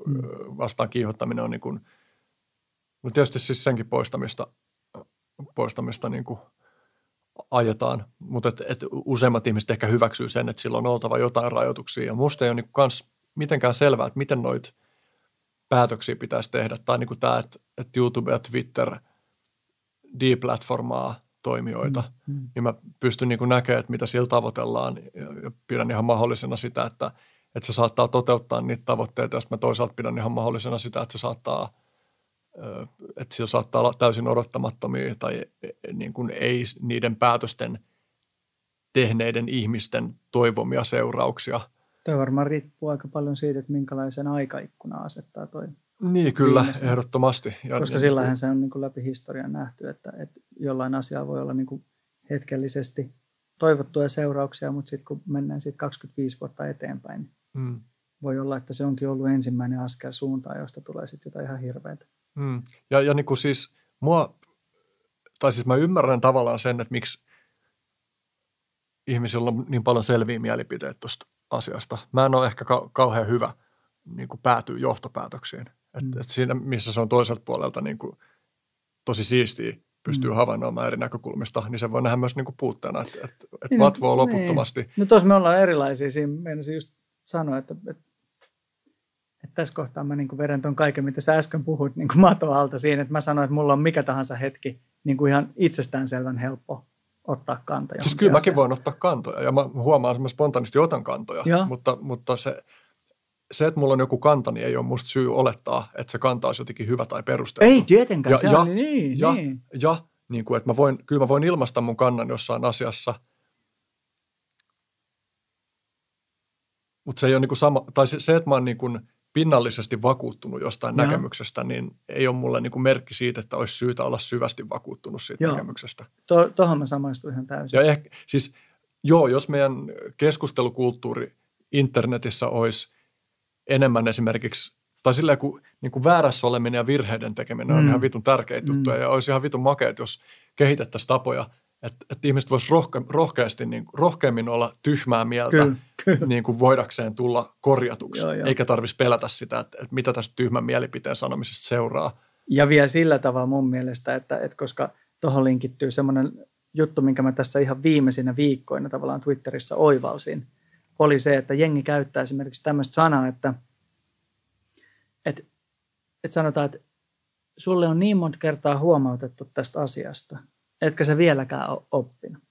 mm. vastaan kiihottaminen on niin kuin, no tietysti siis senkin poistamista, poistamista niin kuin ajetaan, mutta et, et useimmat ihmiset ehkä hyväksyy sen, että sillä on oltava jotain rajoituksia. Ja musta ei ole niin kuin kans mitenkään selvää, että miten noita päätöksiä pitäisi tehdä. Tai niin kuin tämä, että, että YouTube ja Twitter deplatformaa toimijoita, mm, mm. niin mä pystyn niin kuin näkemään, että mitä sillä tavoitellaan ja pidän ihan mahdollisena sitä, että, että se saattaa toteuttaa niitä tavoitteita ja sitten mä toisaalta pidän ihan mahdollisena sitä, että se saattaa, että sillä saattaa olla täysin odottamattomia tai niin kuin ei niiden päätösten tehneiden ihmisten toivomia seurauksia. Tuo varmaan riippuu aika paljon siitä, että minkälaisen aikaikkunan asettaa toi. Niin, kyllä, viimeisen. Ehdottomasti. Ja koska niin, sillähän se on niin kuin läpi historian nähty, että, että jollain asialla voi olla niin kuin hetkellisesti toivottuja seurauksia, mutta sitten kun mennään siitä kaksikymmentäviisi vuotta eteenpäin, mm. voi olla, että se onkin ollut ensimmäinen askel suuntaan, josta tulee sitten jotain ihan hirveätä. Mm. Ja, ja niin kuin siis mua, tai siis mä ymmärrän tavallaan sen, että miksi ihmisillä on niin paljon selviä mielipiteitä tuosta asiasta. Mä en ole ehkä ka- kauhean hyvä niin kuin päätyä johtopäätöksiin. Et, mm. et siinä, missä se on toiselta puolelta niin kuin tosi siistiä, pystyy mm. havainnoimaan eri näkökulmista, niin se voi nähdä myös niin kuin puutteena, että et, et niin, vatvoo loputtomasti. Niin. No tuossa me ollaan erilaisia. Siinä meinasin just sanoa, että, että, että tässä kohtaa mä niin kuin vedän ton kaiken, mitä sä äsken puhuit niin kuin maton alta siinä, että mä sanoin, että mulla on mikä tahansa hetki niin kuin ihan itsestäänselvän helppo ottaa kantoja. Siis kyllä mäkin voin ottaa kantoja ja mä huomaan, että mä spontaanisti otan kantoja, mutta, mutta se, se, että mulla on joku kanta, niin ei ole musta syy olettaa, että se kanta olisi jotenkin hyvä tai perusteltu. Ei tietenkään, ja, se ja, on niin. Ja, niin. ja niin kuin, että mä voin, kyllä mä voin ilmaista mun kannan jossain asiassa, mutta se ei ole niin kuin sama, tai se, se että mä oon niin kuin pinnallisesti vakuuttunut jostain ja. näkemyksestä, niin ei ole mulle niin kuin merkki siitä, että olisi syytä olla syvästi vakuuttunut siitä joo. näkemyksestä. To, tohon mä samaistun ihan täysin. Ja ehkä, siis joo, jos meidän keskustelukulttuuri internetissä olisi enemmän esimerkiksi, tai silleen kun niin kuin väärässä oleminen ja virheiden tekeminen on mm. ihan vitun tärkeitä mm. juttuja, ja olisi ihan vitun makeet, jos kehitettäisiin tapoja, että, että ihmiset voisivat rohke, rohkeasti, niin, rohkeammin olla tyhmää mieltä, kyllä, kyllä. Niin kuin voidakseen tulla korjatuksi, joo, joo. eikä tarvitsisi pelätä sitä, että, että mitä tästä tyhmän mielipiteen sanomisesta seuraa. Ja vielä sillä tavalla mun mielestä, että, että koska tuohon linkittyy semmoinen juttu, minkä mä tässä ihan viimeisinä viikkoina tavallaan Twitterissä oivalsin, oli se, että jengi käyttää esimerkiksi tämmöistä sanaa, että, että, että sanotaan, että sulle on niin monta kertaa huomautettu tästä asiasta, etkä sä vieläkään ole oppinut.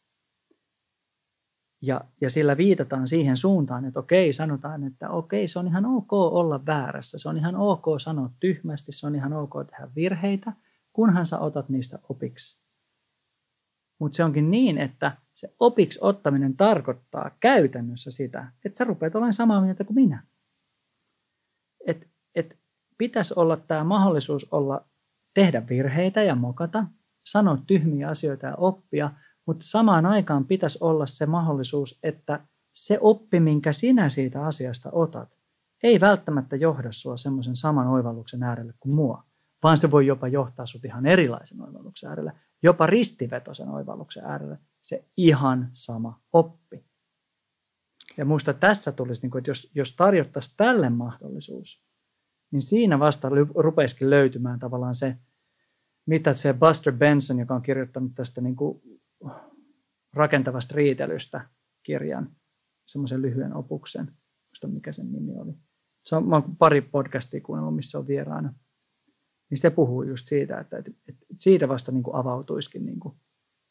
Ja, ja sillä viitataan siihen suuntaan, että okei, sanotaan, että okei, se on ihan ok olla väärässä, se on ihan ok sanoa tyhmästi, se on ihan ok tehdä virheitä, kunhan sä otat niistä opiksi. Mutta se onkin niin, että se opiksi ottaminen tarkoittaa käytännössä sitä, että sä rupeat olemaan samaa mieltä kuin minä. Että et pitäisi olla tämä mahdollisuus olla, tehdä virheitä ja mokata, sanoa tyhmiä asioita ja oppia, mutta samaan aikaan pitäisi olla se mahdollisuus, että se oppi, minkä sinä siitä asiasta otat, ei välttämättä johda sua semmoisen saman oivalluksen äärelle kuin mua, vaan se voi jopa johtaa sut ihan erilaisen oivalluksen äärelle, jopa ristivetoisen oivalluksen äärelle, se ihan sama oppi. Ja muista tässä tulisi, että jos, jos tarjottaisiin tälle mahdollisuus, niin siinä vasta rupeisikin löytymään tavallaan se, mitä se Buster Benson, joka on kirjoittanut tästä niin kuin rakentavasta riitelystä kirjan, semmoisen lyhyen opuksen, muista mikä sen nimi oli. Se on, mä oon pari podcastia kuunnellut, missä on vieraana. Niin se puhuu just siitä, että, että, että siitä vasta niin kuin avautuisikin niin kuin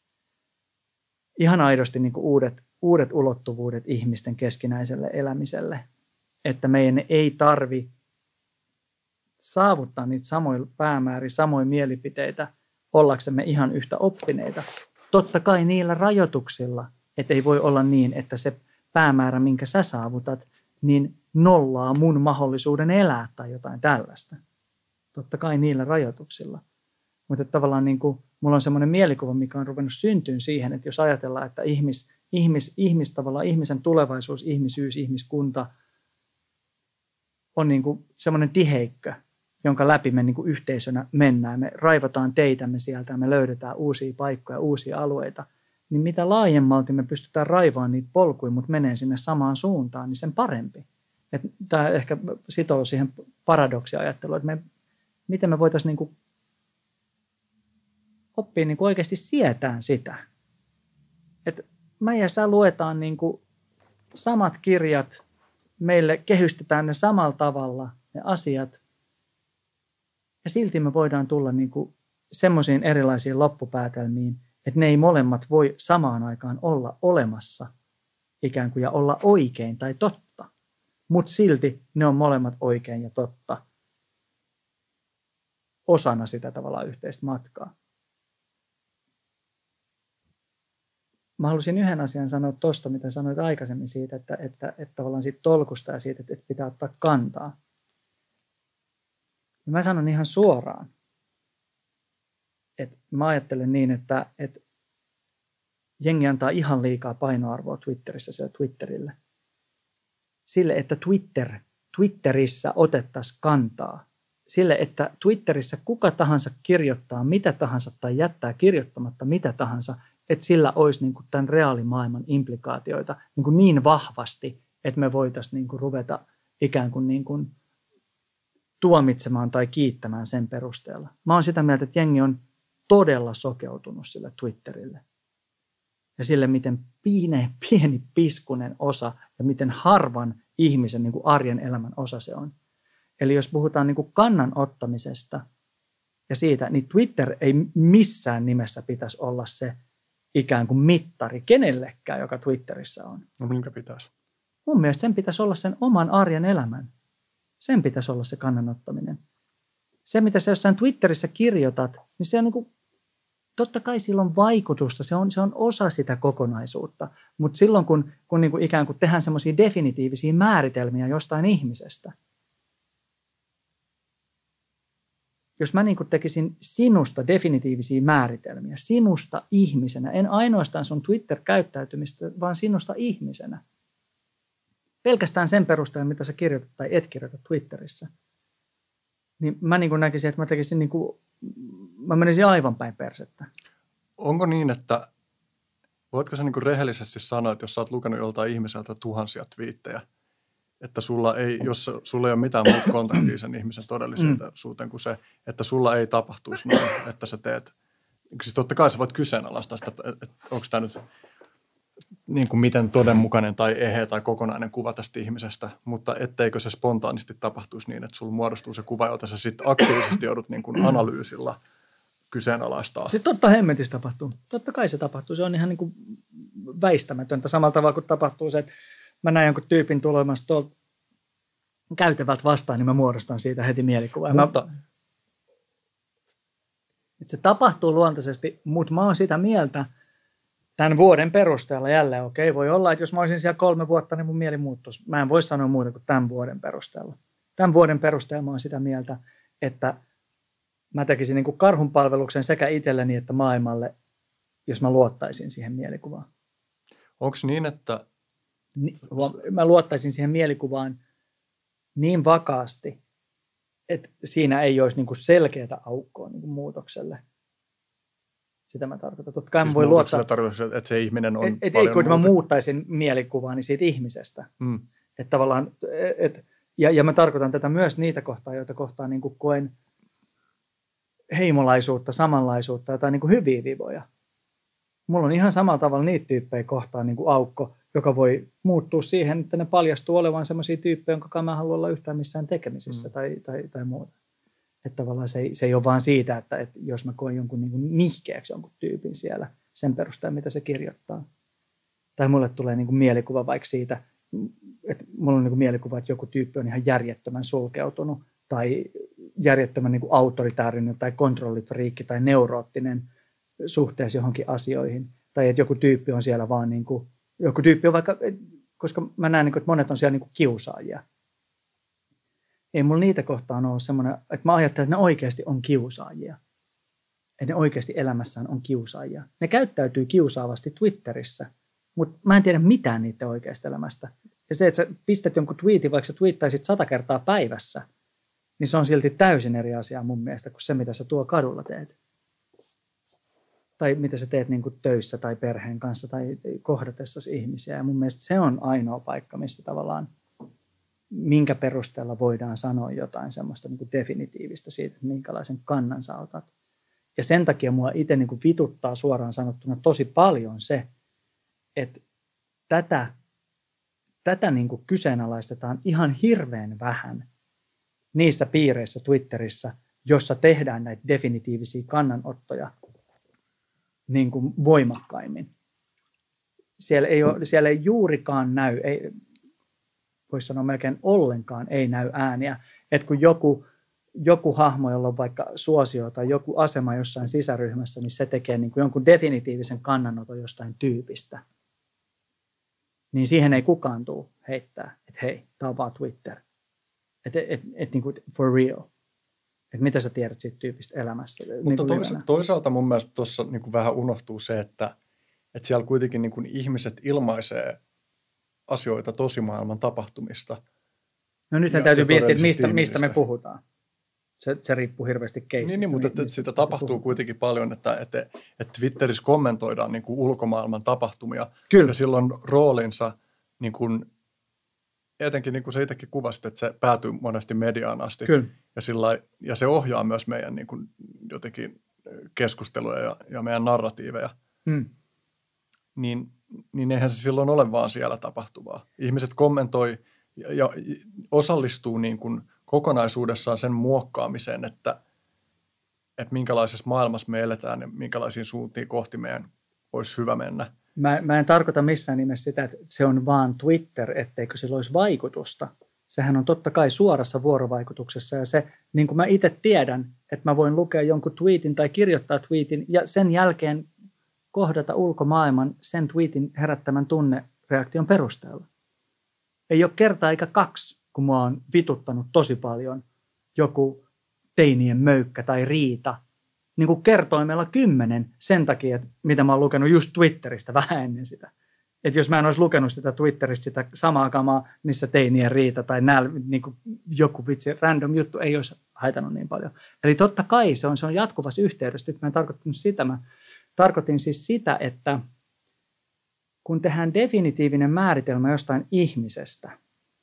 ihan aidosti niin kuin uudet, uudet ulottuvuudet ihmisten keskinäiselle elämiselle. Että meidän ei tarvi saavuttaa niitä samoja päämääriä, samoja mielipiteitä, ollaksemme ihan yhtä oppineita. Totta kai niillä rajoituksilla, että ei voi olla niin, että se päämäärä, minkä sä saavutat, niin nollaa mun mahdollisuuden elää tai jotain tällaista. Totta kai niillä rajoituksilla. Mutta tavallaan niin kuin, mulla on semmoinen mielikuva, mikä on ruvennut syntyyn siihen, että jos ajatellaan, että ihmis, ihmis, ihmis, tavallaan ihmisen tulevaisuus, ihmisyys, ihmiskunta on niin kuin semmoinen tiheikkö, jonka läpi me niin kuin yhteisönä mennään. Me raivataan teitämme sieltä ja me löydetään uusia paikkoja, uusia alueita. Niin mitä laajemmalti me pystytään raivaamaan niitä polkuja, mutta menee sinne samaan suuntaan, niin sen parempi. Että tämä ehkä sitoo siihen paradoksiajatteluun, että me, miten me voitaisiin niin kuin oppia niin kuin oikeasti sietään sitä. Että mä ja sä luetaan niin kuin samat kirjat, meille kehystetään ne samalla tavalla, ne asiat, ja silti me voidaan tulla niin kuin semmoisiin erilaisiin loppupäätelmiin, että ne ei molemmat voi samaan aikaan olla olemassa ikään kuin ja olla oikein tai totta. Mutta silti ne on molemmat oikein ja totta osana sitä tavallaan yhteistä matkaa. Mä halusin yhden asian sanoa tuosta, mitä sanoit aikaisemmin siitä, että, että, että tavallaan siitä tolkusta ja siitä, että pitää ottaa kantaa. Ja mä sanon ihan suoraan, että mä ajattelen niin, että, että jengi antaa ihan liikaa painoarvoa Twitterissä sille Twitterille. Sille, että Twitter, Twitterissä otettaisiin kantaa. Sille, että Twitterissä kuka tahansa kirjoittaa mitä tahansa tai jättää kirjoittamatta mitä tahansa, että sillä olisi niin kuin tämän reaalimaailman implikaatioita niin, kuin niin vahvasti, että me voitaisiin niin kuin ruveta ikään kuin, niin kuin tuomitsemaan tai kiittämään sen perusteella. Mä oon sitä mieltä, että jengi on todella sokeutunut sille Twitterille. Ja sille, miten pieni, pieni piskunen osa ja miten harvan ihmisen niin kuin arjen elämän osa se on. Eli jos puhutaan niin kuin kannan ottamisesta ja siitä, niin Twitter ei missään nimessä pitäisi olla se ikään kuin mittari kenellekään, joka Twitterissä on. No minkä pitäisi? Mun mielestä sen pitäisi olla sen oman arjen elämän. Sen pitäisi olla se kannanottaminen. Se, mitä sä jossain Twitterissä kirjoitat, niin se on niin kuin, totta kai sillä on vaikutusta, se on, se on osa sitä kokonaisuutta. Mutta silloin, kun, kun niin kuin ikään kuin tehdään semmoisia definitiivisia määritelmiä jostain ihmisestä, jos mä niin kuin tekisin sinusta definitiivisiä määritelmiä, sinusta ihmisenä, en ainoastaan sun Twitter-käyttäytymistä, vaan sinusta ihmisenä, pelkästään sen perusteella, mitä sä kirjoitat tai et kirjoita Twitterissä, niin mä niin kuin näkisin, että mä tekisin niin kuin, mä menisin aivan päin persettä. Onko niin, että voitko sä niin kuin rehellisesti sanoa, että jos sä oot lukenut joltain ihmiseltä tuhansia twiittejä, että sulla ei, jos sulla ei ole mitään muuta kontaktia sen ihmisen todellisuuteen kuin se, että sulla ei tapahtuisi noin, että sä teet, siis totta kai sä voit kyseenalaistaa sitä, että, että onko tämä nyt niin kuin miten todenmukainen tai eheä tai kokonainen kuva tästä ihmisestä, mutta etteikö se spontaanisti tapahtuisi niin, että sulla muodostuu se kuva, jota sä sitten aktiivisesti joudut niin kuin analyysilla kyseenalaistaa. Siis totta hemmetissä tapahtuu. Totta kai se tapahtuu. Se on ihan niin kuin väistämätöntä. Samalla tavalla kuin tapahtuu se, että mä näen jonkun tyypin tulemassa tuolta käytävältä vastaan, niin mä muodostan siitä heti mielikuvaa. Mutta mä, se tapahtuu luontaisesti, mutta mä oon sitä mieltä tämän vuoden perusteella jälleen. Okei, voi olla, että jos mä olisin siellä kolme vuotta, niin mun mieli muuttuisi. Mä en voi sanoa muuta kuin tämän vuoden perusteella. Tämän vuoden perusteella mä oon sitä mieltä, että mä tekisin niin kuin karhunpalveluksen sekä itselleni että maailmalle, jos mä luottaisin siihen mielikuvaan. onko niin, että Mä luottaisin siihen mielikuvaan niin vakaasti, että siinä ei olisi niin kuin selkeää aukkoa niin kuin muutokselle. Sitä mä tarkoitan. Totta kai siis voi luottaa, tarkoittaa, että se ihminen on et, et, paljon ei, kun muuta. mä muuttaisin mielikuvaani siitä ihmisestä. Mm. Että tavallaan, et, ja, ja mä tarkoitan tätä myös niitä kohtaa, joita kohtaan niin kuin koen heimolaisuutta, samanlaisuutta, jotain niin kuin hyviä vivoja. Mulla on ihan samalla tavalla niitä tyyppejä kohtaan niin kuin aukko, joka voi muuttua siihen, että ne paljastuu olevan sellaisia tyyppejä, jonka kanssa mä haluan olla yhtään missään tekemisissä mm. tai, tai, tai muuta. Että tavallaan se ei, se ei ole vaan siitä, että, että jos mä koen jonkun niin kuin nihkeäksi jonkun tyypin siellä sen perusteella, mitä se kirjoittaa. Tai mulle tulee niin kuin mielikuva vaikka siitä, että mulla on niin kuin mielikuva, että joku tyyppi on ihan järjettömän sulkeutunut tai järjettömän niin kuin autoritäärinen tai kontrollifriikki tai neuroottinen suhteessa johonkin asioihin. Tai että joku tyyppi on siellä vaan niin kuin, joku tyyppi on vaikka, koska mä näen, että monet on siellä niin kuin kiusaajia. Ei mulla niitä kohtaan ole semmoinen, että mä ajattelen, että ne oikeasti on kiusaajia. Että ne oikeasti elämässään on kiusaajia. Ne käyttäytyy kiusaavasti Twitterissä, mutta mä en tiedä mitään niiden oikeasta elämästä. Ja se, että sä pistät jonkun twiitin, vaikka sä twiittaisit sata kertaa päivässä, niin se on silti täysin eri asia mun mielestä kuin se, mitä sä tuo kadulla teet. Tai mitä sä teet niin kuin töissä tai perheen kanssa tai kohdatessasi ihmisiä. Ja mun mielestä se on ainoa paikka, missä tavallaan minkä perusteella voidaan sanoa jotain semmoista niin kuin definitiivistä siitä, että minkälaisen kannan sä otat. Ja sen takia mua itse niin kuin vituttaa suoraan sanottuna tosi paljon se, että tätä, tätä niin kuin kyseenalaistetaan ihan hirveän vähän niissä piireissä Twitterissä, jossa tehdään näitä definitiivisia kannanottoja niin kuin voimakkaimmin. Siellä ei, ole, siellä ei juurikaan näy, ei, voisi sanoa melkein ollenkaan ei näy ääniä, että kun joku, joku hahmo, jolla on vaikka suosio tai joku asema jossain sisäryhmässä, niin se tekee niin kuin jonkun definitiivisen kannanoton jostain tyypistä, niin siihen ei kukaan tule heittää, että hei, tämä on vaan Twitter. Että et, et, niin kuin for real. Että mitä sä tiedät siitä tyypistä elämässä. Mutta niin toisa, toisaalta mun mielestä tuossa niin vähän unohtuu se, että, että siellä kuitenkin niin kuin ihmiset ilmaisee asioita tosimaailman tapahtumista. No nythän täytyy miettiä, että mistä, mistä me puhutaan. Se, se riippuu hirveästi keissistä. Niin, niin mutta että sitä tapahtuu puhutaan. Kuitenkin paljon, että, että, että Twitterissä kommentoidaan niin kuin ulkomaailman tapahtumia. Kyllä. Ja silloin roolinsa, niin kuin, etenkin niin kuin sä itsekin kuvasit, että se päätyy monesti mediaan asti. Kyllä. Ja, sillä, ja se ohjaa myös meidän niin kuin, jotenkin keskusteluja ja, ja meidän narratiiveja. Hmm. Niin, niin eihän se silloin ole vaan siellä tapahtuvaa. Ihmiset kommentoi ja, ja osallistuu niin kuin kokonaisuudessaan sen muokkaamiseen, että, että minkälaisessa maailmassa me eletään ja minkälaisiin suuntiin kohti meidän olisi hyvä mennä. Mä, mä en tarkoita missään nimessä sitä, että se on vaan Twitter, etteikö sillä olisi vaikutusta. Sehän on totta kai suorassa vuorovaikutuksessa ja se, niin kuin mä itse tiedän, että mä voin lukea jonkun tweetin tai kirjoittaa tweetin ja sen jälkeen kohdata ulkomaailman sen tweetin herättämän tunnereaktion perusteella. Ei ole kerta eikä kaksi, kun mua on vituttanut tosi paljon joku teinien möykkä tai riita. Niin kuin kertoimella kymmenen sen takia, että mitä mä oon lukenut just Twitteristä vähän ennen sitä. Että jos mä en olisi lukenut sitä Twitteristä sitä samaa kamaa, niissä teinien riita tai näl, niin kuin joku vitsi, random juttu ei olisi haitannut niin paljon. Eli totta kai se on, se on jatkuvassa yhteydessä. Nyt mä en tarkoittanut sitä, mä tarkoitin siis sitä, että kun tehdään definitiivinen määritelmä jostain ihmisestä,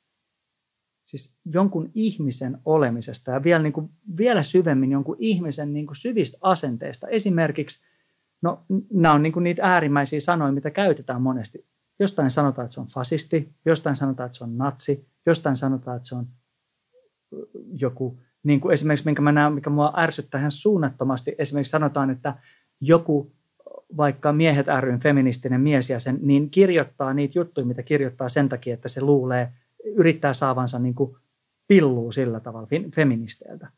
siis jonkun ihmisen olemisesta ja vielä, niin kuin, vielä syvemmin jonkun ihmisen niin kuin syvistä asenteista. Esimerkiksi, no nämä on niin kuin niitä äärimmäisiä sanoja, mitä käytetään monesti. Jostain sanotaan, että se on fasisti, jostain sanotaan, että se on natsi, jostain sanotaan, että se on joku, niin kuin esimerkiksi, minkä mä näen, mikä mua ärsyttää ihan suunnattomasti, esimerkiksi sanotaan, että joku vaikka Miehet ry:n feministinen miesjäsen, niin kirjoittaa niitä juttuja, mitä kirjoittaa sen takia, että se luulee, yrittää saavansa niin kuin pillua sillä tavalla feministeiltä.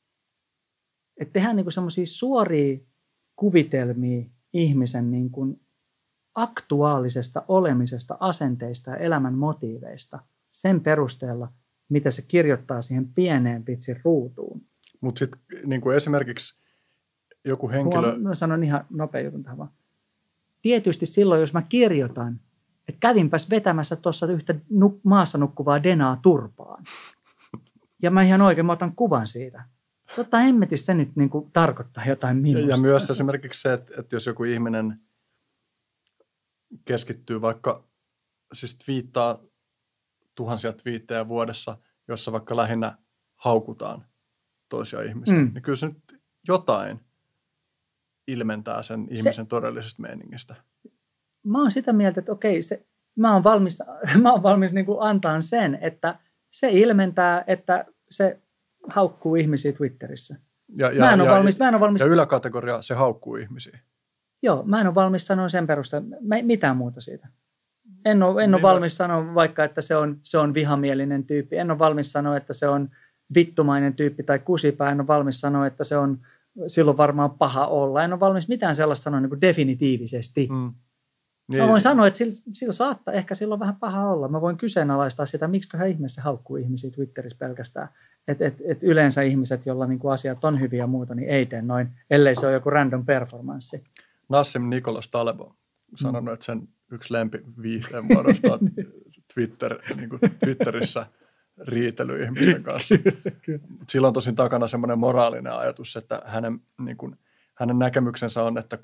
Että tehdään niin kuin semmoisia suoria kuvitelmia ihmisen niin kuin aktuaalisesta olemisesta, asenteista ja elämän motiiveista sen perusteella, mitä se kirjoittaa siihen pieneen pitsin ruutuun. Mutta sitten niin kuin esimerkiksi joku henkilö... Mä sanon ihan nopea jutun tähän vaan. Tietysti silloin, jos mä kirjoitan, että kävinpäs vetämässä tuossa yhtä nuk- maassa nukkuvaa denaa turpaan. Ja mä ihan oikein, mä otan kuvan siitä. Totta hemmetissä se nyt niin kuin tarkoittaa jotain minusta. Ja myös esimerkiksi se, että, että jos joku ihminen keskittyy vaikka, siis twiittaa tuhansia twiittejä vuodessa, jossa vaikka lähinnä haukutaan toisia ihmisiä, mm. niin kyllä se nyt jotain ilmentää sen ihmisen se, todellisesta meiningistä. Mä oon sitä mieltä, että okei, se, mä oon valmis, mä oon valmis niin kuin antaa sen, että se ilmentää, että se haukkuu ihmisiä Twitterissä. Ja, ja, mä en ole ja, valmis, mä en ole valmis. Ja yläkategoria, se haukkuu ihmisiä. Joo, mä en ole valmis sanoa sen perusteella mitään muuta siitä. En ole, en ole niin valmis mä... sanoa vaikka, että se on, se on vihamielinen tyyppi. En ole valmis sanoa, että se on vittumainen tyyppi tai kusipää. En ole valmis sanoa, että se on silloin varmaan paha olla. En ole valmis mitään sellaista sanoa niin kuin definitiivisesti. Mm. Niin. Mä voin sanoa, että sillä, sillä saattaa ehkä silloin vähän paha olla. Mä voin kyseenalaistaa sitä, miksiköhän ihmeessä haukkuu ihmisiä Twitterissä pelkästään. Että et, et yleensä ihmiset, joilla niinku asiat on hyviä ja muuta, niin ei tee noin, ellei se ole joku random performanssi. Nassim Nicholas Taleb on sanonut, mm. että sen yksi lempiviihteen muodostaa Twitter, niin kuin Twitterissä riitely ihmisten kanssa. Sillä on tosin takana semmoinen moraalinen ajatus, että hänen, niin kuin, hänen näkemyksensä on, että kun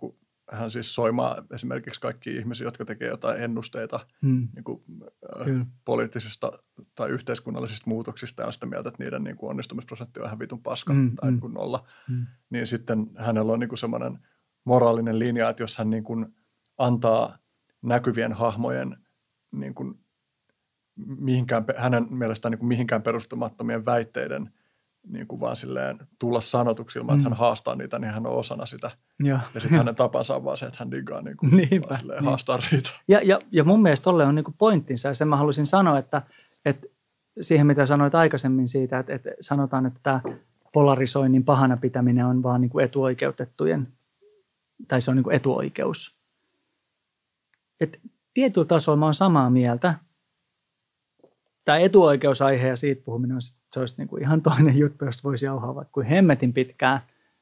hän siis soimaa esimerkiksi kaikki ihmisiä, jotka tekee jotain ennusteita Hmm. niin kuin, Kyllä. äh, poliittisista tai yhteiskunnallisista muutoksista ja on sitä mieltä, että niiden niin kuin onnistumisprosentti on ihan vitun paska Hmm, tai hmm. niin kuin nolla. Hmm. Niin sitten hänellä on niin kuin semmoinen moraalinen linja, että jos hän niin kuin antaa näkyvien hahmojen niin kuin mihinkään, hänen mielestään niin kuin mihinkään perustumattomien väitteiden niin kuin vaan silleen tulla sanotuksi ilman, että Mm. hän haastaa niitä, niin hän on osana sitä. Ja, Ja sitten hänen tapansa on vaan se, että hän diggaa niin kuin Niinpä, vaan silleen niin. haastaa riitä. ja, ja, ja mun mielestä tolle on niinku pointtinsa, ja sen mä halusin sanoa, että, että siihen mitä sanoit aikaisemmin siitä, että, että sanotaan, että tämä polarisoinnin pahana pitäminen on vaan niinku etuoikeutettujen, tai se on niinku etuoikeus. Et tietyllä tasolla mä oon samaa mieltä. Tämä etuoikeusaihe ja siitä puhuminen, on, se olisi niinku ihan toinen juttu, josta voisi jauhaa vaikka kuin hemmetin pitkään.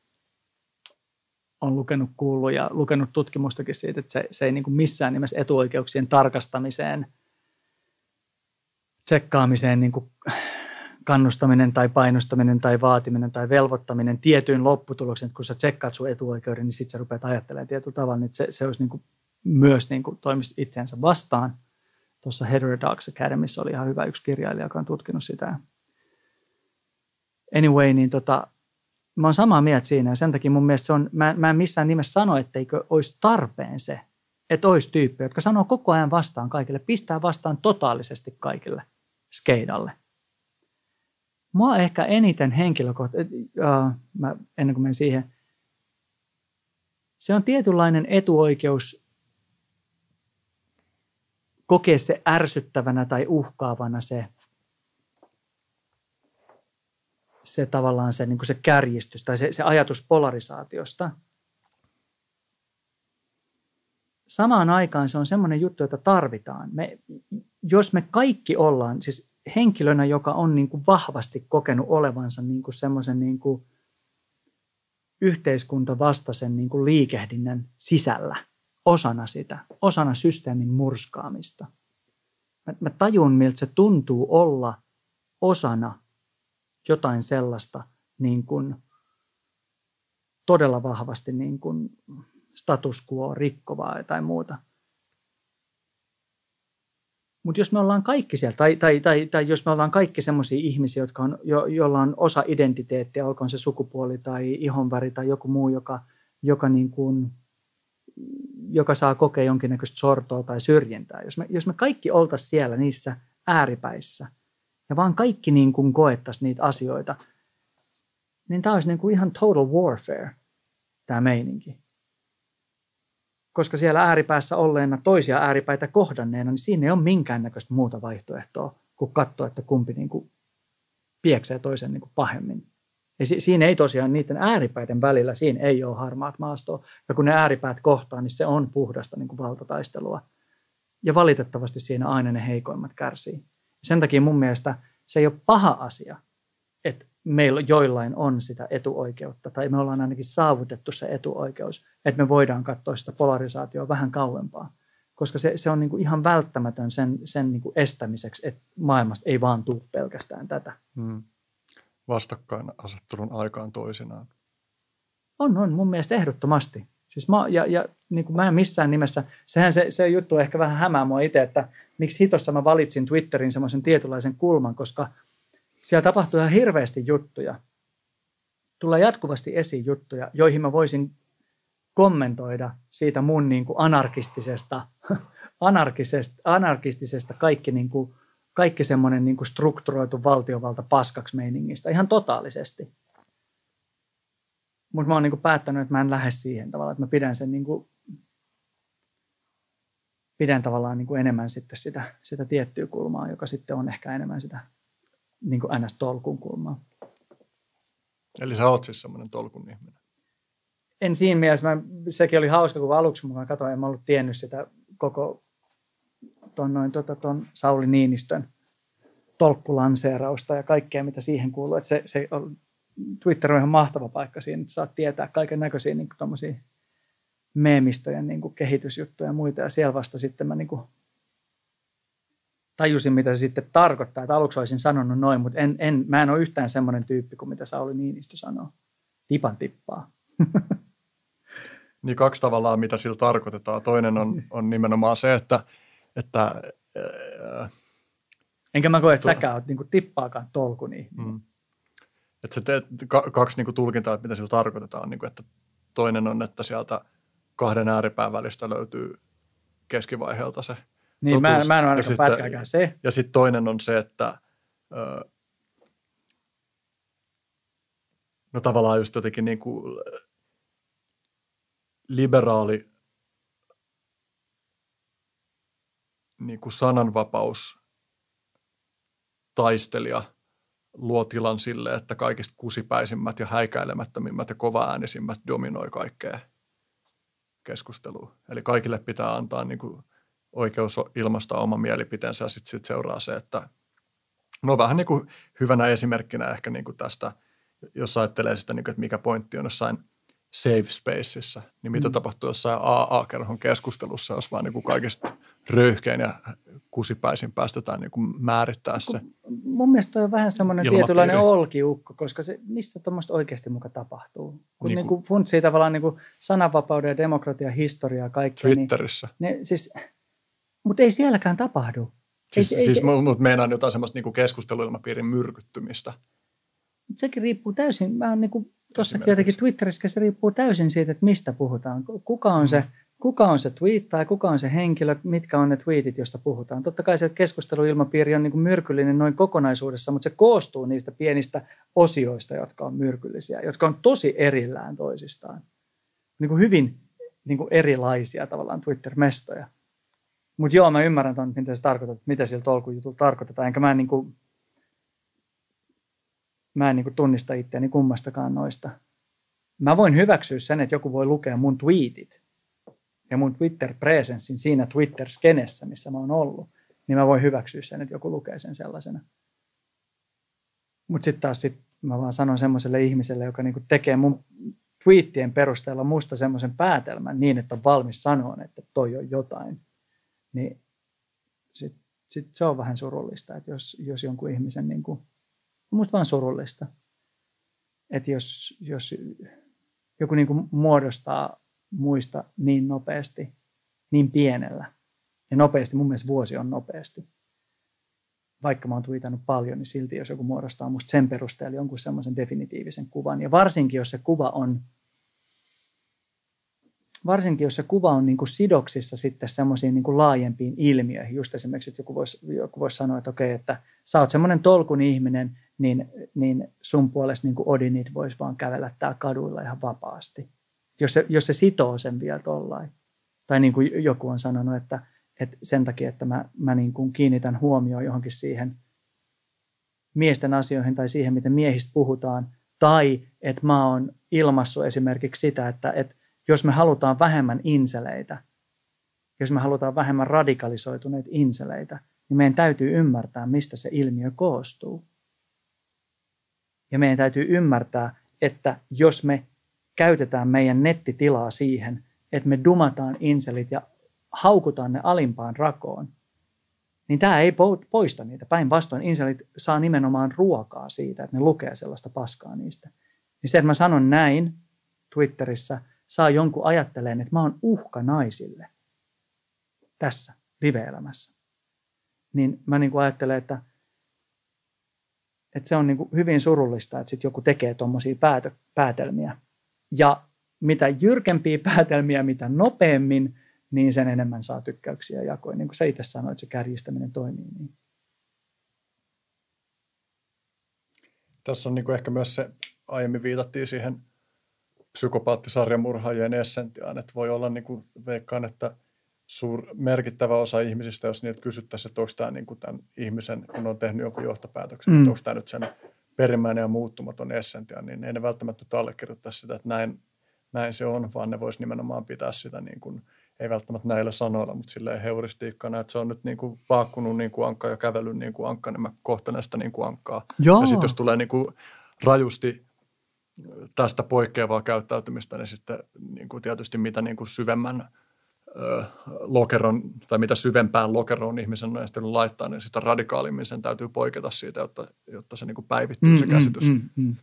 On lukenut, kuullut ja lukenut tutkimustakin siitä, että se, se ei niin kuin missään nimessä etuoikeuksien tarkastamiseen, tsekkaamiseen, niin kuin kannustaminen tai painostaminen tai vaatiminen tai velvoittaminen tiettyyn lopputulokseen, että kun sä tsekkaat sun etuoikeuden, niin sitten sä rupeat ajattelemaan tietyllä tavalla, niin se, se olisi niin kuin myös niin kuin toimisi itseänsä vastaan. Tuossa Heterodox Academyssä oli ihan hyvä yksi kirjailija, joka on tutkinut sitä. Anyway, niin tota, mä oon samaa mieltä siinä ja sen takia mun mielestä se on, mä, mä en missään nimessä sano, etteikö olisi tarpeen se, että olisi tyyppejä, jotka sanoo koko ajan vastaan kaikille, pistää vastaan totaalisesti kaikille skeidalle. Mua ehkä eniten henkilökohtaisesti, uh, mä, ennen kuin menen siihen, se on tietynlainen etuoikeus kokea se ärsyttävänä tai uhkaavana se, se tavallaan se, niin kuin se kärjistys tai se, se ajatus polarisaatiosta. Samaan aikaan se on semmoinen juttu, jota tarvitaan. Me, jos me kaikki ollaan, siis henkilönä, joka on niin kuin vahvasti kokenut olevansa niin kuin semmoisen niin kuin yhteiskuntavastaisen niin kuin liikehdinnän sisällä, osana sitä, osana systeemin murskaamista. Mä, mä tajun, miltä se tuntuu olla osana jotain sellaista niin kuin todella vahvasti niin kuin status quo rikkovaa tai muuta. Mutta jos me ollaan kaikki siellä, tai, tai, tai, tai jos me ollaan kaikki semmoisia ihmisiä, jotka on, jo, joilla on osa identiteettiä, olkoon se sukupuoli tai ihonväri tai joku muu, joka, joka, niin kuin, joka saa kokea jonkinnäköistä sortoa tai syrjintää. Jos me, jos me kaikki oltaisiin siellä niissä ääripäissä, ja vaan kaikki niin kuin koettaisiin niitä asioita, niin tämä olisi niin kuin ihan total warfare, tämä meininki. Koska siellä ääripäässä olleena toisia ääripäitä kohdanneena, niin siinä ei ole minkäännäköistä muuta vaihtoehtoa, kuin katsoa, että kumpi niin kuin pieksee toisen niin kuin pahemmin. Ja si- siinä ei tosiaan niiden ääripäiden välillä, siinä ei ole harmaat maastoa. Ja kun ne ääripäät kohtaa, niin se on puhdasta niin kuin valtataistelua. Ja valitettavasti siinä aina ne heikoimmat kärsii. Sen takia mun mielestä se ei ole paha asia, että meillä joillain on sitä etuoikeutta, tai me ollaan ainakin saavutettu se etuoikeus, että me voidaan katsoa sitä polarisaatioa vähän kauempaa, koska se, se on niin kuin ihan välttämätön sen, sen niin kuin estämiseksi, että maailmasta ei vaan tule pelkästään tätä. Hmm. Vastakkainasettelun aikaan toisinaan. On, on mun mielestä ehdottomasti. Siis mä, ja, ja niin kuin mä en missään nimessä, sehän se, se juttu ehkä vähän hämää mua itse, että miksi hitossa mä valitsin Twitterin semmoisen tietynlaisen kulman, koska siellä tapahtuu ihan hirveästi juttuja. Tulee jatkuvasti esiin juttuja, joihin mä voisin kommentoida siitä mun niin kuin anarkistisesta, anarkisesta, anarkistisesta kaikki, niin kuin, kaikki semmoinen niin kuin strukturoitu valtiovalta paskaksi meiningistä ihan totaalisesti. Mutta mä oon niin kuin päättänyt, että mä en lähde siihen tavallaan, että mä pidän sen niin kuin, pidän tavallaan niin kuin enemmän sitten sitä, sitä tiettyä kulmaa, joka sitten on ehkä enemmän sitä niin kuin N S-tolkun kulmaa. Eli sä oot siis semmoinen tolkun ihminen. En siinä mielessä, mä, sekin oli hauska, kun aluksi mukaan katsoin, en mä ollut tiennyt sitä koko ton, noin, tota, ton Sauli Niinistön tolkkulanseerausta ja kaikkea, mitä siihen kuuluu. Et se, se on, Twitter on ihan mahtava paikka siinä, että saat tietää kaiken näköisiä niin tommosia meemistojen niin kuin kehitysjuttuja ja muita. Ja siellä vasta sitten mä niin kuin tajusin, mitä se sitten tarkoittaa. Että aluksi olisin sanonut noin, mutta en, en, mä en ole yhtään semmoinen tyyppi kuin mitä Sauli Niinistö sanoo. Tipan tippaa. Niin kaksi tavallaan, mitä sillä tarkoitetaan. Toinen on, on nimenomaan se, että, että ää, enkä mä koe, että tuo, säkään oot niin kuin tippaakaan tolkun ihminen. Mm. Että se teet, kaksi niin kuin tulkintaa, että mitä sillä tarkoitetaan. Niin kuin, että toinen on, että sieltä kahden ääripään välistä löytyy keskivaiheelta se niin, totuus. Mä, mä en ole ainakaan pätkääkään se. Ja sitten toinen on se, että ö, no tavallaan just jotenkin niin kuin liberaali niin kuin sananvapaus taistelija luo tilan sille, että kaikista kusipäisimmät ja häikäilemättömimmät ja kovaäänisimmät dominoi kaikkea keskustelua. Eli kaikille pitää antaa niin kuin oikeus ilmaista oma mielipiteensä ja sitten sit seuraa se, että no vähän niin kuin hyvänä esimerkkinä ehkä niin kuin tästä, jos ajattelee sitä, niin kuin, että mikä pointti on jossain safe spaceissa, niin mitä mm. tapahtuu jossain A A-kerhon keskustelussa, jos vaan niin kuin kaikista röyhkein ja kusipäisin päästetään niin kuin määrittää se. Mun mielestä toi on vähän semmoinen tietynlainen olkiukko, koska se, missä tuommoista oikeasti muka tapahtuu. Kun niin kuin, niin funtsii tavallaan niin kuin sananvapauden ja demokratian historiaa kaikkea. Twitterissä. Niin, ne, siis, mutta ei sielläkään tapahdu. Siis, ei, siis ei, mutta meinaan jotain semmoista niin kuin keskusteluilmapiirin myrkyttymistä. Sekin riippuu täysin, mä oon niin kuin tuossakin jotenkin Twitterissä, se riippuu täysin siitä, että mistä puhutaan. Kuka on, mm. se, kuka on se twiittaja, kuka on se henkilö, mitkä on ne tweetit, joista puhutaan. Totta kai se keskusteluilmapiiri on niin kuin myrkyllinen noin kokonaisuudessa, mutta se koostuu niistä pienistä osioista, jotka on myrkyllisiä, jotka on tosi erillään toisistaan. Niin kuin hyvin niin kuin erilaisia tavallaan Twitter-mestoja. Mutta joo, mä ymmärrän ton, mitä se tarkoittaa, mitä sillä tolkujutulla tarkoitetaan, enkä mä niin kuin Mä en niin kuin tunnista itseäni kummastakaan noista. Mä voin hyväksyä sen, että joku voi lukea mun tweetit ja mun Twitter-presenssin siinä Twitter-skenessä, missä mä oon ollut. Niin mä voin hyväksyä sen, että joku lukee sen sellaisena. Mutta sitten taas sit mä vaan sanon semmoiselle ihmiselle, joka niin kuin tekee mun tweettien perusteella musta semmoisen päätelmän niin, että on valmis sanoa, että toi on jotain. Niin sitten sit se on vähän surullista, että jos, jos jonkun ihmisen niin kuin musta vaan surullista, että jos, jos joku niin kuin muodostaa muista niin nopeasti, niin pienellä, ja nopeasti, mun mielestä vuosi on nopeasti. Vaikka mä oon tweetannut paljon, niin silti jos joku muodostaa musta sen perusteella jonkun semmoisen definitiivisen kuvan, ja varsinkin jos se kuva on, varsinkin jos se kuva on niin kuin sidoksissa sitten semmoisiin niin kuin laajempiin ilmiöihin, just esimerkiksi, että joku voisi, joku voisi sanoa, että okei, että sä oot semmoinen tolkun ihminen, niin, niin sun puolesta niin kuin Odinit voisi vaan kävellä täällä kaduilla ihan vapaasti. Jos se, jos se sitoo sen vielä tollain. Tai niin kuin joku on sanonut, että, että sen takia, että mä, mä niin kuin kiinnitän huomioon johonkin siihen miesten asioihin tai siihen, miten miehistä puhutaan. Tai että mä oon ilmaissut esimerkiksi sitä, että, että jos me halutaan vähemmän inseleitä, jos me halutaan vähemmän radikalisoituneita inseleitä, niin meidän täytyy ymmärtää, mistä se ilmiö koostuu. Ja meidän täytyy ymmärtää, että jos me käytetään meidän nettitilaa siihen, että me dumataan inselit ja haukutaan ne alimpaan rakoon, niin tämä ei poista niitä. Päinvastoin inselit saa nimenomaan ruokaa siitä, että ne lukee sellaista paskaa niistä. Niin se, että mä sanon näin Twitterissä, saa jonkun ajattelemaan, että mä oon uhka naisille tässä live-elämässä. Niin mä niin kuin ajattelen, että, että se on niin kuin hyvin surullista, että sit joku tekee tuommoisia päätelmiä. Ja mitä jyrkempiä päätelmiä, mitä nopeammin, niin sen enemmän saa tykkäyksiä ja jakoja. Niin kuin sä itse sanoit, että se kärjistäminen toimii niin. Tässä on niin kuin ehkä myös se, aiemmin viitattiin siihen psykopaattisarjamurhaajien essentiaan, että voi olla, niin kuin veikkaan, että suur, merkittävä osa ihmisistä, jos niiltä kysyttäisiin, että onko tämä niin kuin tämän ihmisen, kun on tehnyt jonkun johtopäätöksen, mm. että onko tämä nyt sen perimmäinen ja muuttumaton essentia, niin ei ne välttämättä nyt allekirjoittaisi sitä, että näin, näin se on, vaan ne voisi nimenomaan pitää sitä, niin kuin, ei välttämättä näillä sanoilla, mutta silleen heuristiikkana, että se on nyt niin kuin vaakkunut niin kuin ankka ja kävellyt niin kuin ankka, niin mä kohtelen sitä niin kuin ankkaa. Joo. Ja sitten jos tulee niin kuin rajusti tästä poikkeavaa käyttäytymistä, niin sitten niin kuin tietysti mitä niin kuin syvemmän ö, lokeron tai mitä syvempään lokeroon ihmisen on ehtinyt laittaa, niin sitä radikaalimmin sen täytyy poiketa siitä, jotta, jotta se niin kuin päivittyy mm, se käsitys. Mm, mm, mm.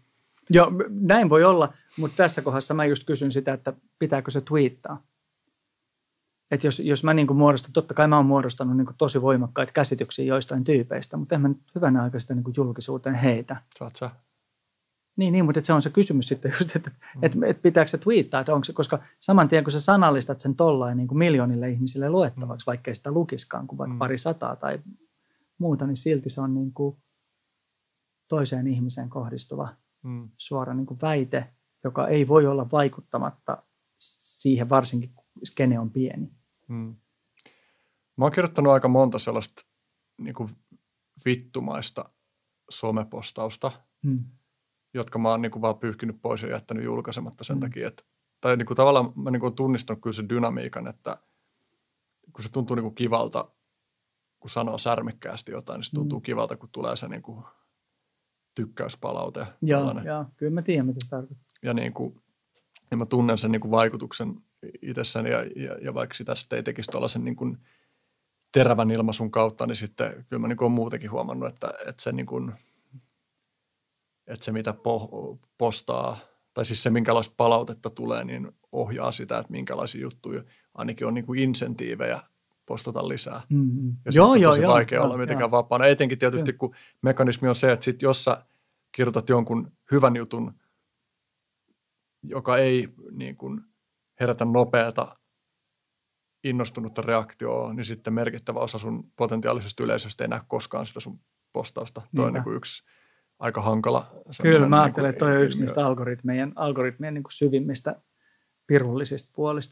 Joo, näin voi olla, mutta tässä kohdassa mä just kysyn sitä, että pitääkö se twiittaa. Että jos, jos mä niin muodostan, totta kai mä oon muodostanut niin tosi voimakkaita käsityksiä joistain tyypeistä, mutta en mä nyt hyvänä aika sitä niin julkisuuteen heitä. Saat sä? Niin, niin, mutta se on se kysymys sitten just, että mm. et, et pitääkö se twiittaa, että onko se, koska saman tien kun sä sanallistat sen tollain niin miljoonille ihmisille luettavaksi, mm. vaikkei sitä lukiskaan kuin vaikka mm. pari sataa tai muuta, niin silti se on niin kuin toiseen ihmiseen kohdistuva mm. suora niin kuin väite, joka ei voi olla vaikuttamatta siihen, varsinkin kun skene on pieni. Mm. Mä oon kirjoittanut aika monta sellaista niin kuin vittumaista somepostausta, mm. jotka mä oon niin kuin vaan pyyhkinyt pois ja jättänyt julkaisematta sen mm. takia, että tai niin kuin tavallaan mä niin kuin tunnistanut kyllä sen dynamiikan, että kun se tuntuu niin kuin kivalta, kun sanoo särmikkäästi jotain, niin se tuntuu mm. kivalta, kun tulee se niin kuin tykkäyspalaute. Joo, joo, kyllä mä tiedän, mitä se tarkoittaa. Ja, niin kuin, ja mä tunnen sen niin kuin vaikutuksen itsessäni, ja, ja, ja vaikka sitä sitten ei tekisi tuollaisen niin kuin terävän ilmaisun kautta, niin sitten kyllä mä niin kuin olen muutenkin huomannut, että, että, se, niin kuin, että se mitä po, postaa, tai siis se minkälaista palautetta tulee, niin ohjaa sitä, että minkälaisia juttuja ainakin on niin kuin insentiivejä postata lisää. Mm-hmm. Ja joo, sitten joo, on tosi joo, vaikea joo, olla mitenkään joo. vapaana. Etenkin tietysti, kun mekanismi on se, että sit jos sä kirjoitat jonkun hyvän jutun, joka ei niin kuin herätä nopeata innostunutta reaktioa, niin sitten merkittävä osa sun potentiaalisesta yleisöstä ei näe koskaan sitä sun postausta. Tuo on niin kuin yksi aika hankala. Kyllä, mä ajattelen, niin että toi on yksi niistä algoritmien, algoritmien niin kuin syvimmistä pirullisista puolista.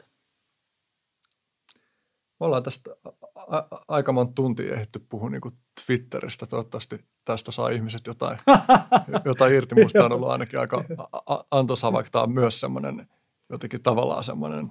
Me ollaan tästä a- a- aika monta tuntia ehditty puhua niin kuin Twitteristä. Toivottavasti tästä saa ihmiset jotain, jotain irti. Musta on ollut ainakin aika a- antoisaa, vaikka tämä on myös semmoinen jotenkin tavallaan semmoinen.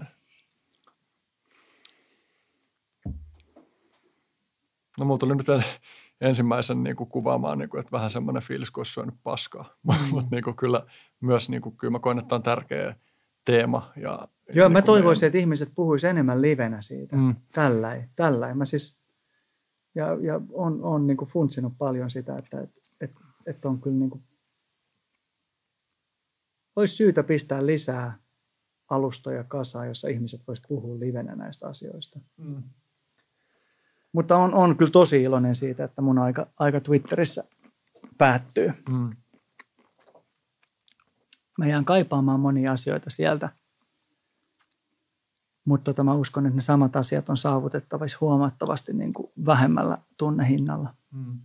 No mulla tuli nyt ensimmäisen niin kuin kuvaamaan, niin kuin, että vähän semmoinen fiilis, kun olisi syönyt paskaa. Mm. Mutta niin kyllä myös, niin kuin, kyllä mä koen, että tämä on tärkeä teema. Ja, Joo, niin mä toivoisin, meidän... että ihmiset puhuisivat enemmän livenä siitä. Mm. Tälläin, tälläin. Mä siis, ja, ja on, on niin kuin funtsinut paljon sitä, että et, et, et on kyllä niin kuin, olisi syytä pistää lisää alustoja kasaan, jossa ihmiset voisivat puhua livenä näistä asioista. Mm. Mutta on, on kyllä tosi iloinen siitä, että mun aika, aika Twitterissä päättyy. Mm. Mä jään kaipaamaan monia asioita sieltä, mutta tota, mä uskon, että ne samat asiat on saavutettavissa huomattavasti niin kuin vähemmällä tunnehinnalla. Mm.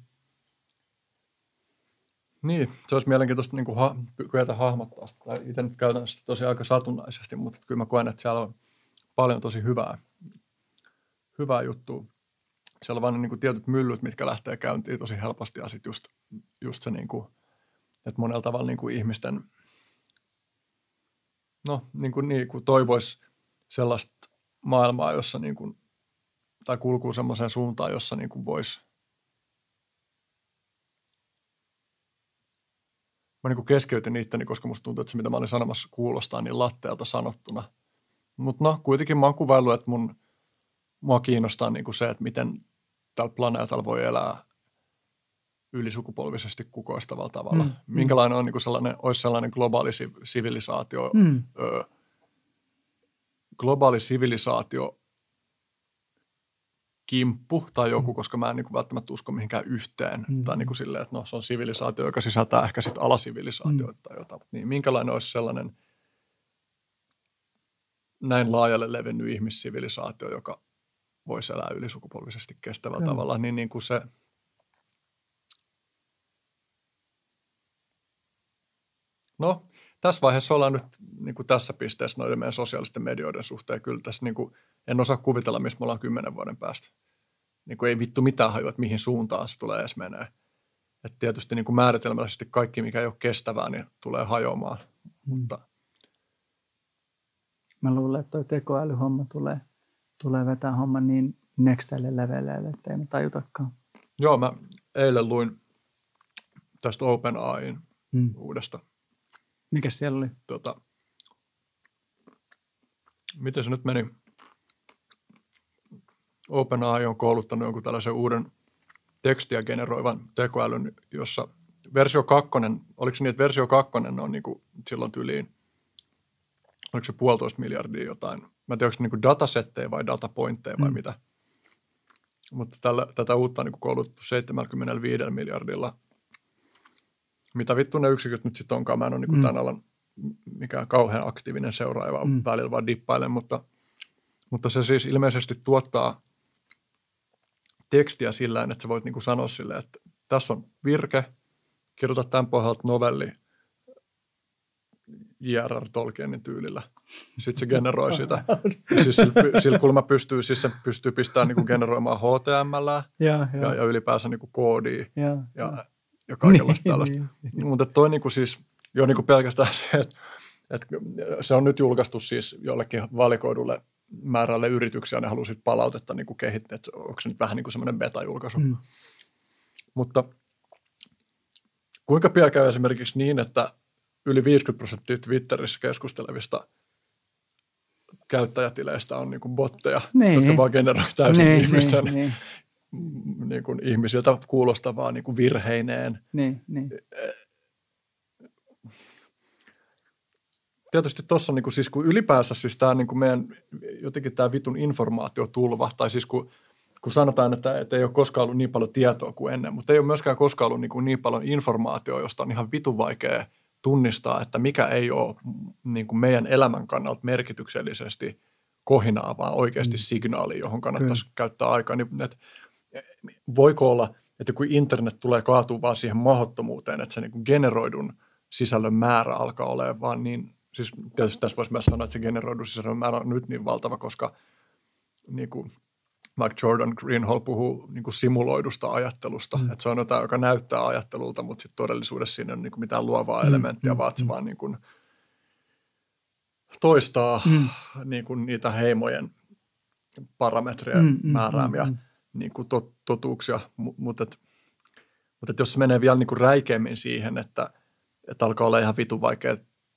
Niin, se olisi mielenkiintoista niin kuin ha- kyetä hahmottaa sitä. Itse nyt käytän sitä tosi aika satunnaisesti, mutta kyllä mä koen, että siellä on paljon tosi hyvää, hyvää juttua. Siellä on vain niin kuin tietyt myllyt, mitkä lähtee käyntiin tosi helposti ja sitten just, just se, niin kuin, että monella tavalla niin kuin ihmisten, no niin kuin, niin kuin toivoisi sellaista maailmaa, jossa niin kuin, tai kulkuu semmoiseen suuntaan, jossa niin kuin voisi, mä niin kuin keskeytin itteni, koska musta tuntuu, että se mitä mä olin sanomassa kuulostaa niin latteelta sanottuna. Mutta no kuitenkin mä oon kuvaillut, että mun, mua kiinnostaa niin kuin se, että miten tällä planeetalla voi elää ylisukupolvisesti kukoistavalla tavalla. Mm, Minkälainen on niin kuin sellainen, olisi sellainen globaali sivilisaatio, mm. ö, globaali sivilisaatio kimppu tai joku, mm. koska mä en niin kuin välttämättä usko mihinkään yhteen. Mm. Tai niin kuin silleen, että no, se on sivilisaatio, joka sisältää ehkä sitten alasivilisaatioita mm. tai jotain. Niin minkälainen olisi sellainen näin laajalle levinnyt ihmissivilisaatio, joka voisi elää ylisukupolvisesti kestävällä Kyllä. tavalla, niin, niin kuin se no, tässä vaiheessa ollaan nyt niin kuin tässä pisteessä noiden meidän sosiaalisten medioiden suhteen. Kyllä tässä niin kuin, en osaa kuvitella, missä me ollaan kymmenen vuoden päästä. Niin kuin ei vittu mitään hajua, että mihin suuntaan se tulee edes menee. Että tietysti niin kuin määritelmällisesti kaikki, mikä ei ole kestävää, niin tulee hajoamaan. Mm. Mutta mä luulen, että toi tekoälyhomma tulee, tulee vetää homman niin nextille leveleille, että ei me tajutakaan. Joo, mä eilen luin tästä OpenAIin mm. uudesta. Mikäs siellä oli? Tota, miten se nyt meni? OpenAI on kouluttanut jonkun tällaisen uuden tekstiä generoivan tekoälyn, jossa versio kakkonen, oliko se niin, että versio kakkonen on niin kuin silloin tyyliin, oliko se puolitoista miljardia jotain, mä en tiedä, onko se niin kuin datasettejä vai datapointteja vai mm. mitä, mutta tällä, tätä uutta on niin kuin koulutettu seitsemänkymmentäviisi miljardilla. Mitä vittu ne yksiköt nyt sitten onkaan, mä en ole niin kuin mm. tämän alan mikään kauhean aktiivinen seuraaja, vaan mm. välillä vaan dippailen, mutta, mutta se siis ilmeisesti tuottaa tekstiä sillä että sä voit niin kuin sanoa silleen, että tässä on virke, kirjoita tämän pohjalta novelli J R R Tolkienin tyylillä. Sitten se generoi sitä. Siis sillä, sillä kulma pystyy, siis se pystyy pistämään niin kuin generoimaan H T M L ja, ja, ja ylipäänsä niin kuin koodia ja, ja, ja, ja kaikenlaista tällaista. Niin, niin. Mutta toi niin kuin siis, jo niin kuin pelkästään se, että, että se on nyt julkaistu siis jollekin valikoidulle määrälle yrityksiä, ne haluaa sitten palautetta niin kuin kehittää, että onko se nyt vähän niin kuin semmoinen beta-julkaisu. Mm. Mutta kuinka pian käy esimerkiksi niin, että yli viisikymmentä prosenttia Twitterissä keskustelevista käyttäjätileistä on niin kuin botteja, niin. jotka vaan generoi täysin niin, ihmisten, niin, niin. Niin kuin ihmisiltä kuulostavaa niin kuin virheineen. Niin, niin. Tietysti tuossa niin kuin siis kun ylipäänsä siis tämä niin kuin meidän jotenkin tämä vitun informaatiotulva, tai siis kun, kun sanotaan, että, että ei ole koskaan ollut niin paljon tietoa kuin ennen, mutta ei ole myöskään koskaan ollut niin, kuin niin paljon informaatiota, josta on ihan vitun vaikea tunnistaa, että mikä ei ole niin kuin meidän elämän kannalta merkityksellisesti kohinaa, vaan oikeasti signaali, johon kannattaisi Kyllä. käyttää aikaa. Niin, että voiko olla, että kun internet tulee kaatua vaan siihen mahdottomuuteen, että se niin kuin generoidun sisällön määrä alkaa olemaan vaan niin, siis tietysti tässä voisi myös sanoa, että se generoidun sisällön määrä on nyt niin valtava, koska niin kuin vaikka Jordan Greenhall puhuu niin kuin simuloidusta ajattelusta, mm. että se on jotain, joka näyttää ajattelulta, mutta sitten todellisuudessa siinä ei ole niin kuin mitään luovaa mm. elementtiä, mm. vaan se mm. vaan niin kuin toistaa mm. niin kuin niitä heimojen parametrien mm. määräämiä mm. niin kuin tot, totuuksia, M- mutta et, mut et jos se menee vielä niin kuin räikeämmin siihen, että, että alkaa olla ihan vitun vaikea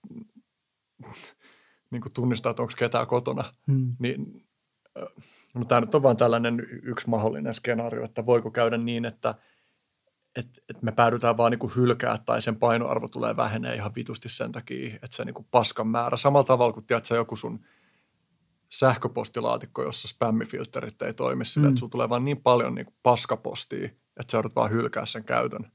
niin kuin tunnistaa, että onko ketään kotona, mm. niin no, tämä nyt on vain tällainen yksi mahdollinen skenaario, että voiko käydä niin, että, että, että me päädytään vaan niin kuin hylkää tai sen painoarvo tulee vähenee ihan vitusti sen takia, että se niin kuin paskan määrä. Samalla tavalla kuin tiedät, sä joku sun sähköpostilaatikko, jossa spämmifilterit ei toimi sille, mm. että sulla tulee vaan niin paljon niin kuin paskapostia, että sä joudut vaan hylkää sen käytön.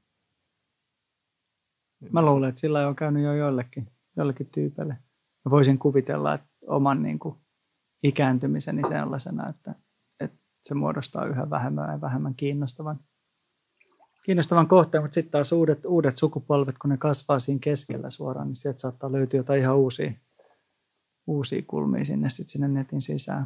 Mä luulen, että sillä on käynyt jo joillekin, joillekin tyypeille. Mä voisin kuvitella, että oman niin kuin ikääntymiseni sellaisena, että, että se muodostaa yhä vähemmän ja vähemmän kiinnostavan, kiinnostavan kohteen, mutta sitten taas uudet, uudet sukupolvet, kun ne kasvaa siinä keskellä suoraan, niin sieltä saattaa löytyä jotain ihan uusia, uusia kulmia sinne, sit sinne netin sisään.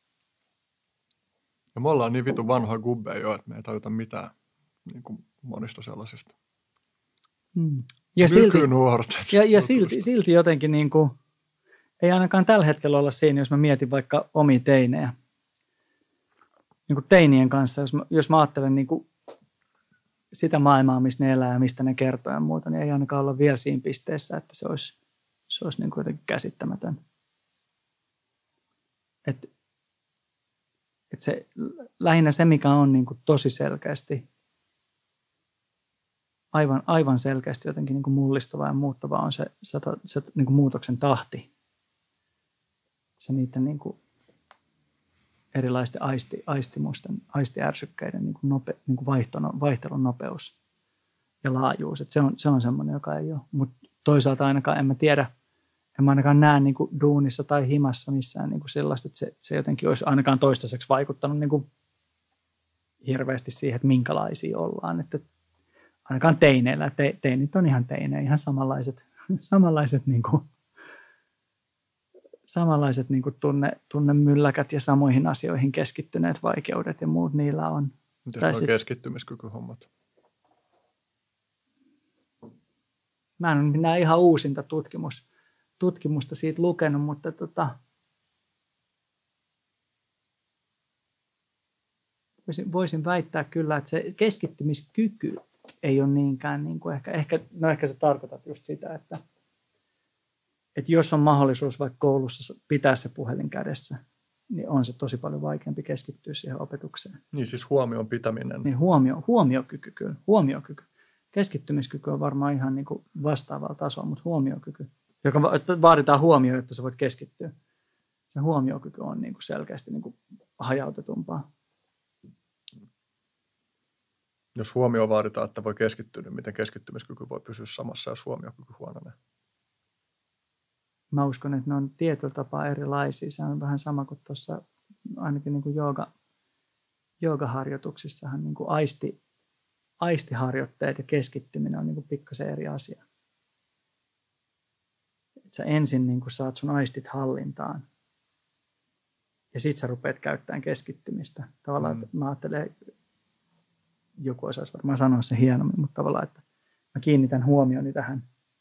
Ja me ollaan niin vitun vanhoja gubbeja jo, että me ei tajuta mitään niin kuin monista sellaisista. Hmm. Ja, silti, ja, ja silti, silti jotenkin niin kuin ei ainakaan tällä hetkellä olla siinä, jos mä mietin vaikka omia teinejä. Niin kuin teinien kanssa, jos mä, jos mä ajattelen niin kuin sitä maailmaa, missä ne elää ja mistä ne kertoo ja muuta, niin ei ainakaan olla vielä siinä pisteessä, että se olisi, se olisi niin kuin jotenkin käsittämätön. Että et se, lähinnä se, mikä on niin kuin tosi selkeästi, aivan, aivan selkeästi jotenkin niin kuin mullistavaa ja muuttavaa, on se, se, se niin kuin muutoksen tahti. Se niiden niin kuin erilaisten aisti, aistimusten, aistiärsykkeiden niin kuin nope, niin kuin vaihtelun, vaihtelun nopeus ja laajuus. Et se on, se on semmoinen, joka ei ole. Mutta toisaalta ainakaan en mä tiedä, en mä ainakaan näe niin kuin duunissa tai himassa missään niin kuin sellaista, että se, se jotenkin olisi ainakaan toistaiseksi vaikuttanut niin kuin hirveästi siihen, että minkälaisia ollaan. Että ainakaan teineillä, te, teinit on ihan teinejä, ihan samanlaiset, samanlaiset niin kuin samanlaiset niin kuin tunne, tunnemylläkät ja samoihin asioihin keskittyneet vaikeudet ja muut niillä on. Miten on sit keskittymiskykyhommat? Mä en ole minä ihan uusinta tutkimus, tutkimusta siitä lukenut, mutta tota, voisin, voisin väittää kyllä, että se keskittymiskyky ei ole niinkään, niin kuin ehkä, ehkä, no ehkä sä tarkoitat just sitä, että että jos on mahdollisuus vaikka koulussa pitää se puhelin kädessä, niin on se tosi paljon vaikeampi keskittyä siihen opetukseen. Niin siis huomion pitäminen. Niin huomio, huomiokyky kyllä, huomiokyky. Keskittymiskyky on varmaan ihan niin kuin vastaavalla tasolla, mutta huomiokyky, joka vaaditaan huomioon, jotta sä voit keskittyä. Se huomiokyky on niin kuin selkeästi niin kuin hajautetumpaa. Jos huomio vaaditaan, että voi keskittyä, niin miten keskittymiskyky voi pysyä samassa, jos huomiokyky huononee? Mä uskon, että ne on tietyllä tapaa erilaisia. Se on vähän sama kuin tuossa ainakin niin kuin jooga, joogaharjoituksissahan niin kuin aisti, aistiharjoitteet ja keskittyminen on niin kuin pikkasen eri asia. Et sä ensin niin kuin saat sun aistit hallintaan ja sit sä rupeat käyttämään keskittymistä. Tavallaan, mm. että mä ajattelen, joku osaisi varmaan sanoa se hienommin, mutta tavallaan, että mä kiinnitän huomioni tähän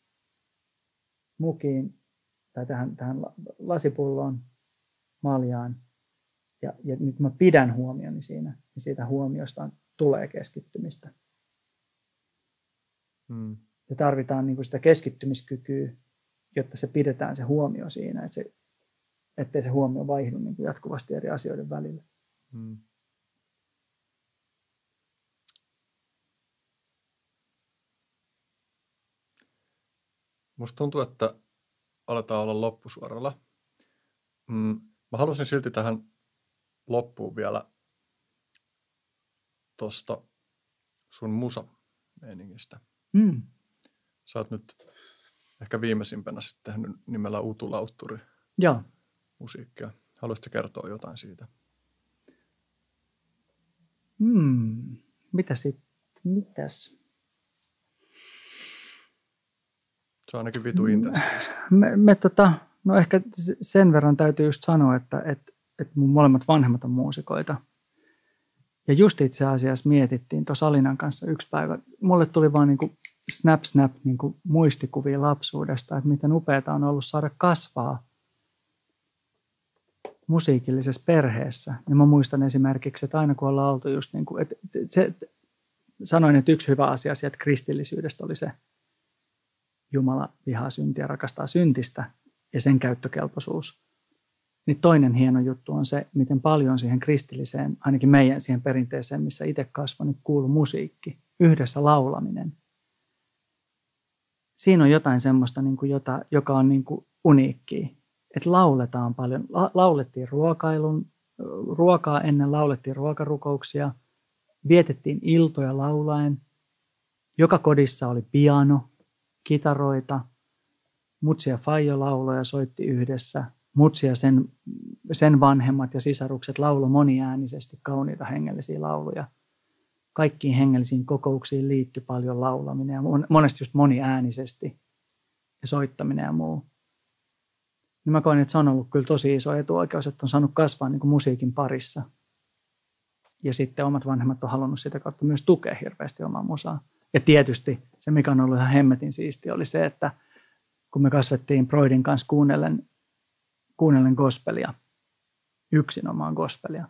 mukiin tai tähän, tähän lasipulloon, maljaan ja, ja nyt mä pidän huomioni siinä ja siitä huomiosta tulee keskittymistä. Mm. Ja tarvitaan niin kuin sitä keskittymiskykyä, jotta se pidetään se huomio siinä, että se, ettei se huomio vaihdu niin kuin jatkuvasti eri asioiden välillä. Mm. Musta tuntuu, että aletaan olla loppusuoralla. Mm, mä haluaisin silti tähän loppuun vielä tuosta sun musa-meiningistä. Mm. Sä oot nyt ehkä viimeisimpänä sitten tehnyt nimellä Utu Lautturi Joo. musiikkia. Haluaisitko kertoa jotain siitä? Hmm. Mitä sitten? Mitäs? Se on ainakin vitu intensiivistä. Me, me tota, no ehkä sen verran täytyy just sanoa, että et, et mun molemmat vanhemmat on muusikoita. Ja just itse asiassa mietittiin tuossa Alinan kanssa yksi päivä. Mulle tuli vaan niinku snap snap niinku muistikuvia lapsuudesta, että miten upeata on ollut saada kasvaa musiikillisessa perheessä. Ja mä muistan esimerkiksi, että aina kun ollaan oltu just niin kuin, että se, sanoin, että yksi hyvä asia sieltä kristillisyydestä oli se, Jumala vihaa syntiä, rakastaa syntistä ja sen käyttökelpoisuus. Niin toinen hieno juttu on se, miten paljon siihen kristilliseen, ainakin meidän siihen perinteeseen, missä itse kasvoin, niin kuuluu musiikki, yhdessä laulaminen. Siinä on jotain semmoista, niin kuin jota, joka on niin kuin uniikkia, että lauletaan paljon. La- laulettiin ruokailun, ruokaa ennen, laulettiin ruokarukouksia, vietettiin iltoja laulaen. Joka kodissa oli piano, kitaroita, mutsi ja faija lauloja soitti yhdessä. Mutsi ja sen, sen vanhemmat ja sisarukset lauloi moniäänisesti kauniita hengellisiä lauluja. Kaikkiin hengellisiin kokouksiin liittyi paljon laulaminen ja monesti just moniäänisesti ja soittaminen ja muu. Niin mä koen, että se on ollut kyllä tosi iso etuoikeus, että on saanut kasvaa niin kuin musiikin parissa. Ja sitten omat vanhemmat on halunnut sitä kautta myös tukea hirveästi omaa musaa. Ja tietysti se, mikä on ollut ihan hemmetin siisti, oli se, että kun me kasvettiin Broidin kanssa kuunnellen, kuunnellen gospelia, yksinomaan gospelia,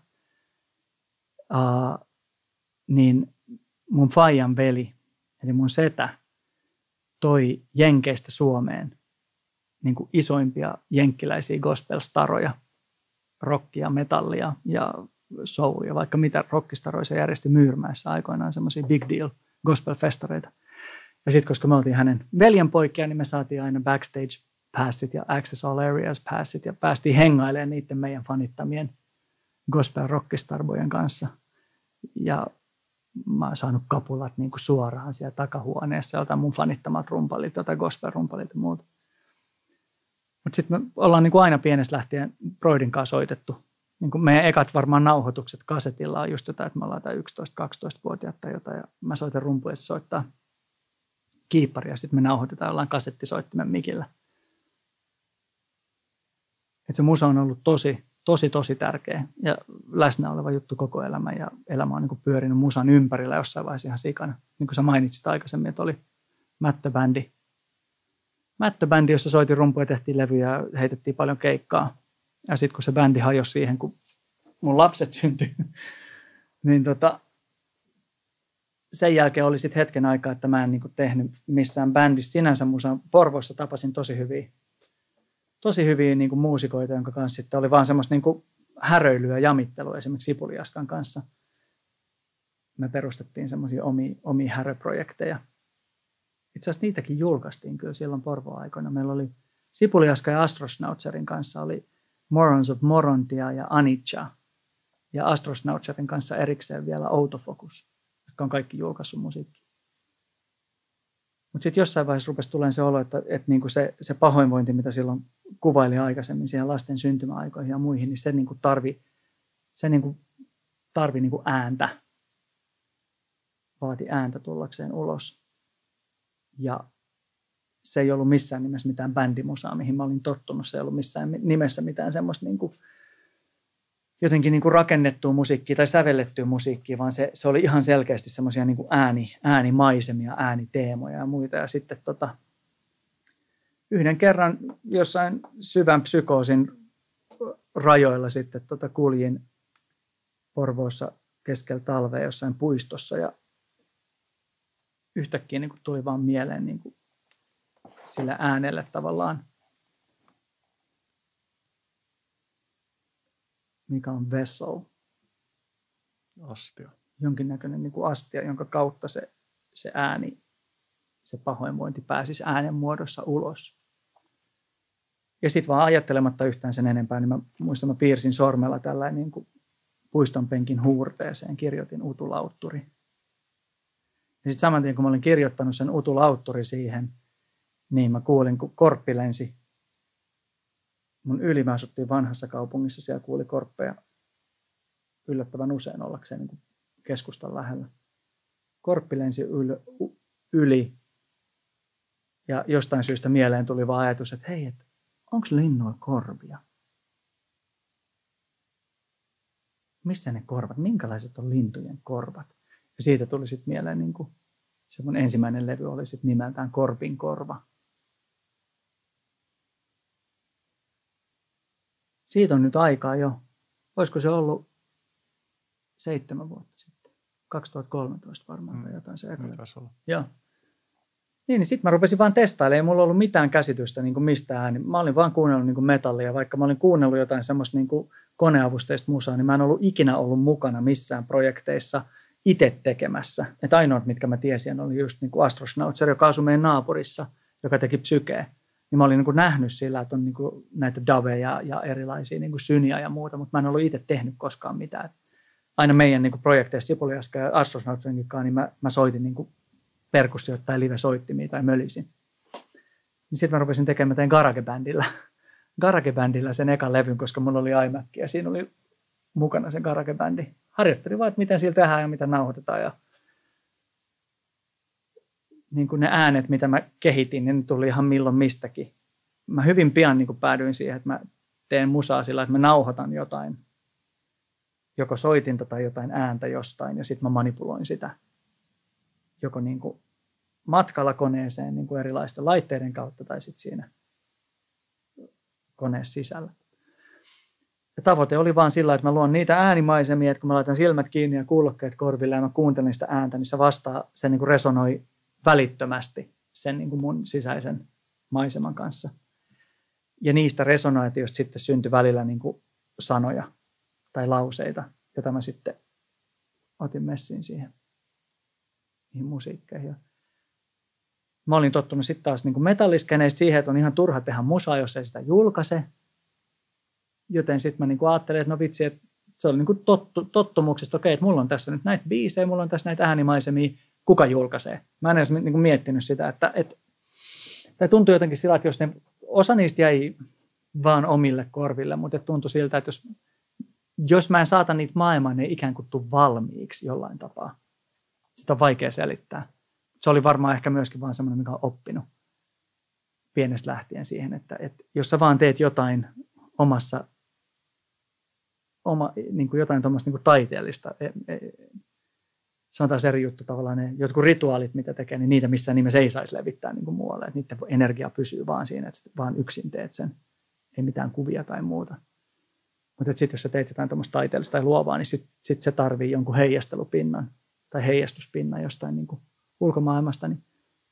uh, niin mun faijan veli, eli mun setä, toi Jenkeistä Suomeen niin kuin isoimpia jenkkiläisiä gospelstaroja, rockia, metallia ja soulia, vaikka mitä rockistaroja se järjesti Myyrmäessä aikoinaan, semmoisia big deal gospel-festareita. Ja sitten, koska me oltiin hänen veljenpoikia, niin me saatiin aina backstage passit ja access all areas passit ja päästiin hengailemaan niiden meidän fanittamien gospel rockistarbojen kanssa. Ja mä oon saanut kapulat niin kuin suoraan siellä takahuoneessa, jotain mun fanittamat rumpalit, jotain gospel-rumpalit ja muuta. Mutta sitten me ollaan niin kuin aina pienestä lähtien Broidin kanssa soitettu. Niin kuin meidän ekat varmaan nauhoitukset kasetilla on just jotain, että me ollaan jotain yksitoista-kaksitoista-vuotiaat tai jotain. Ja mä soitan rumpuja ja se soittaa kiipparia ja sitten me nauhoitetaan jollain kasettisoittimen mikillä. Et se musa on ollut tosi, tosi, tosi tärkeä ja läsnä oleva juttu koko elämä. Ja elämä on niin kuin pyörinyt musan ympärillä jossain vaiheessa ihan sikana. Niin kuin sä mainitsit aikaisemmin, että oli mättöbändi. Mättöbändi, jossa soitin rumpuja, tehtiin levyjä ja heitettiin paljon keikkaa. Ja sitten kun se bändi hajosi siihen, kun mun lapset syntyi, niin tota, sen jälkeen oli sitten hetken aikaa, että mä en niinku tehnyt missään bändissä sinänsä musa. Porvoossa tapasin tosi hyviä, tosi hyviä niinku muusikoita, jonka kanssa sitten oli vaan semmoista niinku häröilyä ja jamittelua esimerkiksi Sipuliaskan kanssa. Me perustettiin semmoisia omia, omia häröprojekteja. itse asiassa niitäkin julkaistiin kyllä silloin Porvoo-aikoina. Meillä oli Sipuliaska ja Astrosnautserin kanssa oli Morons of Morontia ja Anitja. Ja Astrosnautserin kanssa erikseen vielä Autofocus, jotka on kaikki julkaissut musiikkia. Mutta sitten jossain vaiheessa rupesi tulemaan se olo, että, että niinku se, se pahoinvointi, mitä silloin kuvaili aikaisemmin siihen lasten syntymäaikoihin ja muihin, niin se niinku tarvi, se niinku tarvi niinku ääntä. Vaati ääntä tullakseen ulos. Ja se ei ollut missään nimessä mitään bändimusaa, mihin mä olin tottunut. Se ei ollut missään nimessä mitään semmoista niinku, jotenkin niinku rakennettua musiikkia tai sävellettyä musiikkia, vaan se, se oli ihan selkeästi semmoisia niinku ääni, äänimaisemia, ääniteemoja ja muita. Ja sitten tota, yhden kerran jossain syvän psykoosin rajoilla sitten tota kuljin Porvoossa keskellä talvea jossain puistossa ja yhtäkkiä niin kuin tuli vaan mieleen niin kuin sillä äänellä tavallaan, mikä on vessel. Astia. Jonkinnäköinen niin kuin astia, jonka kautta se, se ääni, se pahoinvointi pääsisi äänen muodossa ulos. Ja sitten vaan ajattelematta yhtään sen enempää, niin mä muistan, mä piirsin sormella tällainen niin kuin puiston penkin huurteeseen, kirjoitin utulautturi. Ja sitten saman tien, kun mä olin kirjoittanut sen utulautturi siihen, niin mä kuulin, kun korppi lensi mun yli. Mä asuttiin vanhassa kaupungissa, siellä kuuli korppeja yllättävän usein ollakseen niin kuin keskustan lähellä. Korppi lensi yli ja jostain syystä mieleen tuli vaan ajatus, että hei, et, onko linnuilla korvia? Missä ne korvat? Minkälaiset on lintujen korvat? Ja siitä tuli sitten mieleen, niin kuin se mun ensimmäinen levy oli sitten nimeltään Korpin korva. Siitä on nyt aikaa jo. Olisiko se ollut seitsemän vuotta sitten? kaksituhattakolmetoista varmaan mm. tai jotain se eka. Joo. Niin, niin sitten mä rupesin vaan testailemaan. Ei mulla ollut mitään käsitystä niin kuin mistään. Mä olin vaan kuunnellut niin kuin metallia. Vaikka mä olin kuunnellut jotain semmoista niin kuin koneavusteista musaa, niin mä en ollut ikinä ollut mukana missään projekteissa itse tekemässä. Että ainoat, mitkä mä tiesin, oli just niin kuin Astrosnautser, joka asui meidän naapurissa, joka teki psykeä. Niin mä olin niin kuin nähnyt sillä, että on niin kuin näitä daveja ja erilaisia niin kuin syniä ja muuta, mutta mä en ollut itse tehnyt koskaan mitään. Aina meidän niin kuin projekteissa Sipuliaska ja Astrosnautserin kanssa, niin mä, mä soitin niin kuin perkussioita tai live-soittimia tai mölisin. Niin sitten mä rupesin tekemään, mä tein Garage-bändillä. Garage-bändillä sen ekan levyn, koska mulla oli iMac ja siinä oli mukana se Garage-bändi. Harjoittelin vaan, että miten sillä tehdään ja mitä nauhoitetaan. Ja niin kuin ne äänet, mitä mä kehitin, niin ne tuli ihan milloin mistäkin. Mä hyvin pian niin kuin päädyin siihen, että mä teen musaa sillä, että mä nauhoitan jotain, joko soitinta tai jotain ääntä jostain, ja sitten mä manipuloin sitä joko niin kuin matkalla koneeseen niin kuin erilaisten laitteiden kautta tai sitten siinä koneen sisällä. Ja tavoite oli vaan sillä, että mä luon niitä äänimaisemia, että kun mä laitan silmät kiinni ja kuulokkeet korville ja mä kuuntelen sitä ääntä, niin se vastaa, se niin kuin resonoi välittömästi sen niin kuin mun sisäisen maiseman kanssa. Ja niistä resonaatioista sitten syntyi välillä niin kuin sanoja tai lauseita, joita mä sitten otin messiin siihen, niihin musiikkeihin. Ja mä olin tottunut sitten taas niin kuin metalliskeneistä siihen, että on ihan turha tehdä musaa, jos ei sitä julkaise. Joten sitten mä niin kuin ajattelin, että no vitsi, että se oli niin kuin tottu, tottumuksesta, okei, että mulla on tässä nyt näitä biisejä, mulla on tässä näitä äänimaisemia, kuka julkaisee? Mä en edes niin kuin miettinyt sitä, että, että tämä tuntui jotenkin sillä, että jos ne, osa niistä jäi vaan omille korville, mutta tuntui siltä, että jos, jos mä en saata niitä maailmaan, ne ei ikään kuin tule valmiiksi jollain tapaa. Sitä on vaikea selittää. Se oli varmaan ehkä myöskin vaan semmoinen, mikä on oppinut pienestä lähtien siihen, että, että jos sä vaan teet jotain omassa, oma, niin kuin jotain tuommoista niin kuin taiteellista, se on taas eri juttu tavallaan, ne jotkut rituaalit, mitä tekee, niin niitä missään nimessä ei saisi levittää niin kuin muualle, että niiden energia pysyy vaan siinä, että vaan yksin teet sen, ei mitään kuvia tai muuta. Mutta sitten jos sä teet jotain tuommoista taiteellista tai luovaa, niin sitten sit se tarvii jonkun heijastelupinnan tai heijastuspinnan jostain niin kuin ulkomaailmasta. Niin.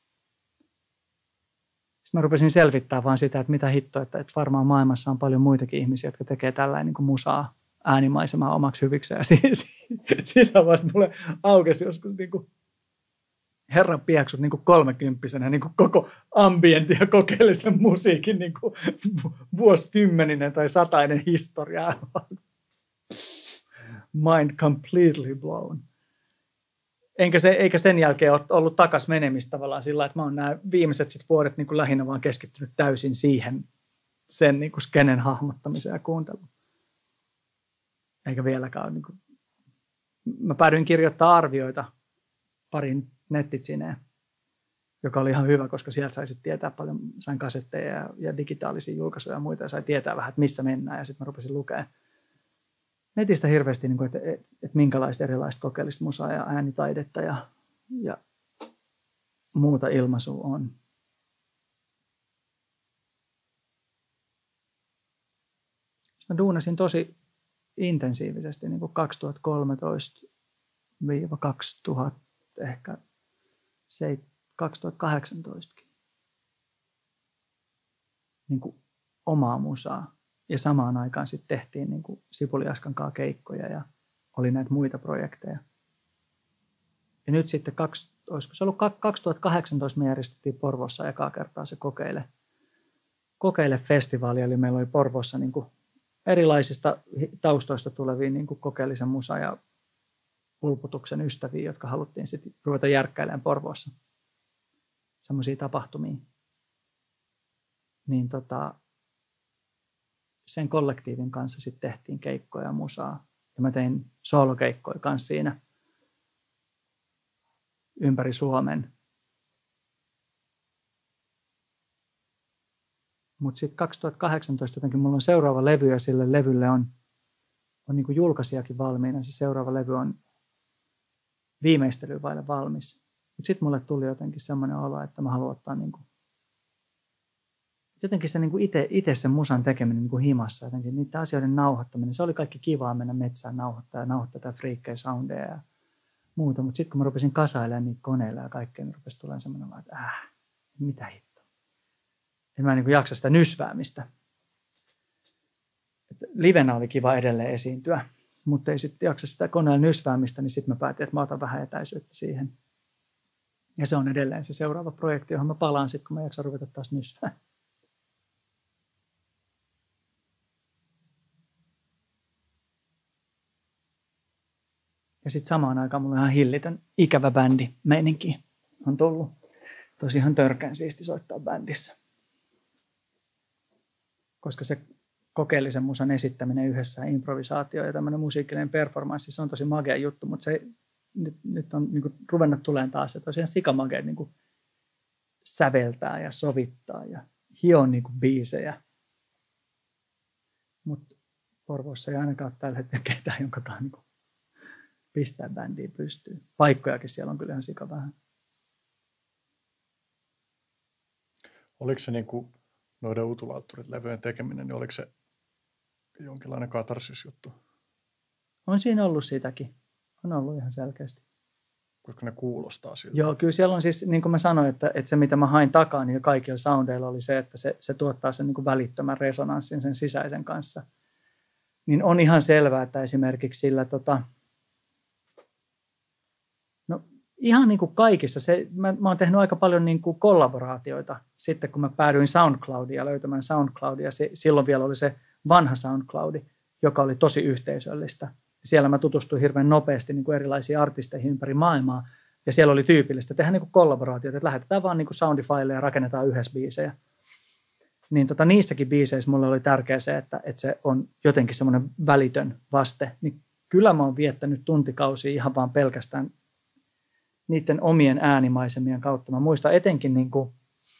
Sitten mä rupesin selvittämään vaan sitä, että mitä hittoa, että, että varmaan maailmassa on paljon muitakin ihmisiä, jotka tekee tällainen niin kuin musaa, äänimaisemaa omaksi hyvikseen. Ja siitä vasta mulle aukesi joskus niin kuin herran pieksut niin kuin kolmekymppisenä niin kuin koko ambientin ja kokeellisen musiikin niin kuin vuosikymmeninen tai satainen historia. Mind completely blown. Enkä se, eikä sen jälkeen ole ollut takas menemistä tavallaan sillä, että mä oon nämä viimeiset sit vuodet niin kuin lähinnä vaan keskittynyt täysin siihen sen niin kuin skenen hahmottamiseen ja kuunteluun. Eikä vieläkään ole. Niin kuin... Mä päädyin kirjoittaa arvioita parin nettitsineen, joka oli ihan hyvä, koska sieltä sai sitten tietää paljon, sain kasetteja ja, ja digitaalisia julkaisuja ja muita ja sai tietää vähän, että missä mennään ja sitten mä rupesin lukemaan netistä hirveästi, niin kuin, että, että, että minkälaista erilaista kokeellista musaa ja äänitaidetta ja, ja muuta ilmaisua on. Mä duunasin tosi intensiivisesti niin kuin kaksituhattakolmetoista kaksituhatta, ehkä kaksituhattakahdeksantoista niin kuin omaa musaa. Ja samaan aikaan sitten tehtiin niin kuin Sipuli Askan kanssa keikkoja ja oli näitä muita projekteja. Ja nyt sitten, kaksi, olisiko se ollut kaksituhattakahdeksantoista, me järjestettiin Porvoossa ekaa kertaa se kokeile, kokeile festivaali. Eli meillä oli Porvoossa niin kuin erilaisista taustoista tulevia niin kuin kokeellisen musa- ja pulputuksen ystäviä, jotka haluttiin sitten ruveta järkkäilemään Porvoossa. Semmoisia tapahtumia. Niin tota, sen kollektiivin kanssa sitten tehtiin keikkoja ja musaa. Ja mä tein soolokeikkoja kanssa siinä ympäri Suomen. Mutta sitten kaksituhattakahdeksantoista jotenkin mulla on seuraava levy ja sille levylle on, on niin kuin julkaisijakin valmiina. Se seuraava levy on viimeistelyyn vaille valmis. Mutta sitten mulle tuli jotenkin semmoinen olo, että mä haluan ottaa niin kuin jotenkin se niin kuin ite, ite sen musan tekeminen niin kuin himassa, jotenkin niiden asioiden nauhoittaminen. Se oli kaikki kivaa mennä metsään nauhoittaa ja nauhoittaa tätä friikkejä soundeja ja muuta. Mutta sitten kun mä rupesin kasailemaan niitä koneilla ja kaikkea, niin rupesi tulemaan semmoinen, että äh, mitä hittoa. En mä niin kuin jaksa sitä nysväämistä. Et livenä oli kiva edelleen esiintyä, mutta ei sitten jaksa sitä koneella nysväämistä, niin sitten mä päätin, että mä otan vähän etäisyyttä siihen. Ja se on edelleen se seuraava projekti, johon mä palaan sitten, kun mä jaksan ruveta taas nysvää. Ja sitten samaan aikaan mulla on ihan hillitön ikävä bändi meininki on tullut. Tosi ihan törkeän siisti soittaa bändissä. Koska se kokeellisen musan esittäminen yhdessä, improvisaatio ja tämmöinen musiikillinen performanssi, se on tosi magea juttu, mutta se nyt, nyt on niin kuin ruvennut tulemaan taas, että tosiaan sikamagea niin kuin säveltää ja sovittaa ja hioa niin kuin biisejä. Mutta Porvoossa ei ainakaan ole tällä hetkellä ketään, jonkakaan niin kuin pistää bändiä pystyyn. Paikkojakin siellä on kyllä ihan sika vähän. Oliko se niin kuin noiden Utulaattorit-levyjen tekeminen, niin oliko se jonkinlainen katarsisjuttu? On siinä ollut sitäkin. On ollut ihan selkeästi. Koska ne kuulostaa siltä. Joo, kyllä siellä on siis, niin kuin mä sanoin, että, että se mitä mä hain takaa niin kaikilla soundeilla oli se, että se, se tuottaa sen niin kuin välittömän resonanssin sen sisäisen kanssa. Niin on ihan selvää, että esimerkiksi sillä tota, no ihan niin kuin kaikissa, se, mä, mä oon tehnyt aika paljon niin kuin kollaboraatioita sitten, kun mä päädyin SoundCloudia löytämään SoundCloudia. Se, silloin vielä oli se vanha SoundCloudi, joka oli tosi yhteisöllistä. Siellä mä tutustuin hirveän nopeasti niin kuin erilaisiin artisteihin ympäri maailmaa. Ja siellä oli tyypillistä tehdä niin kuin kollaboraatioita, että lähetetään vaan niin kuin soundifaileja ja rakennetaan yhdessä biisejä. Niin tota, niissäkin biiseissä mulle oli tärkeää se, että, että se on jotenkin semmoinen välitön vaste. Niin kyllä mä oon viettänyt tuntikausia ihan vaan pelkästään niiden omien äänimaisemien kautta. Mä muistan etenkin, niin kuin,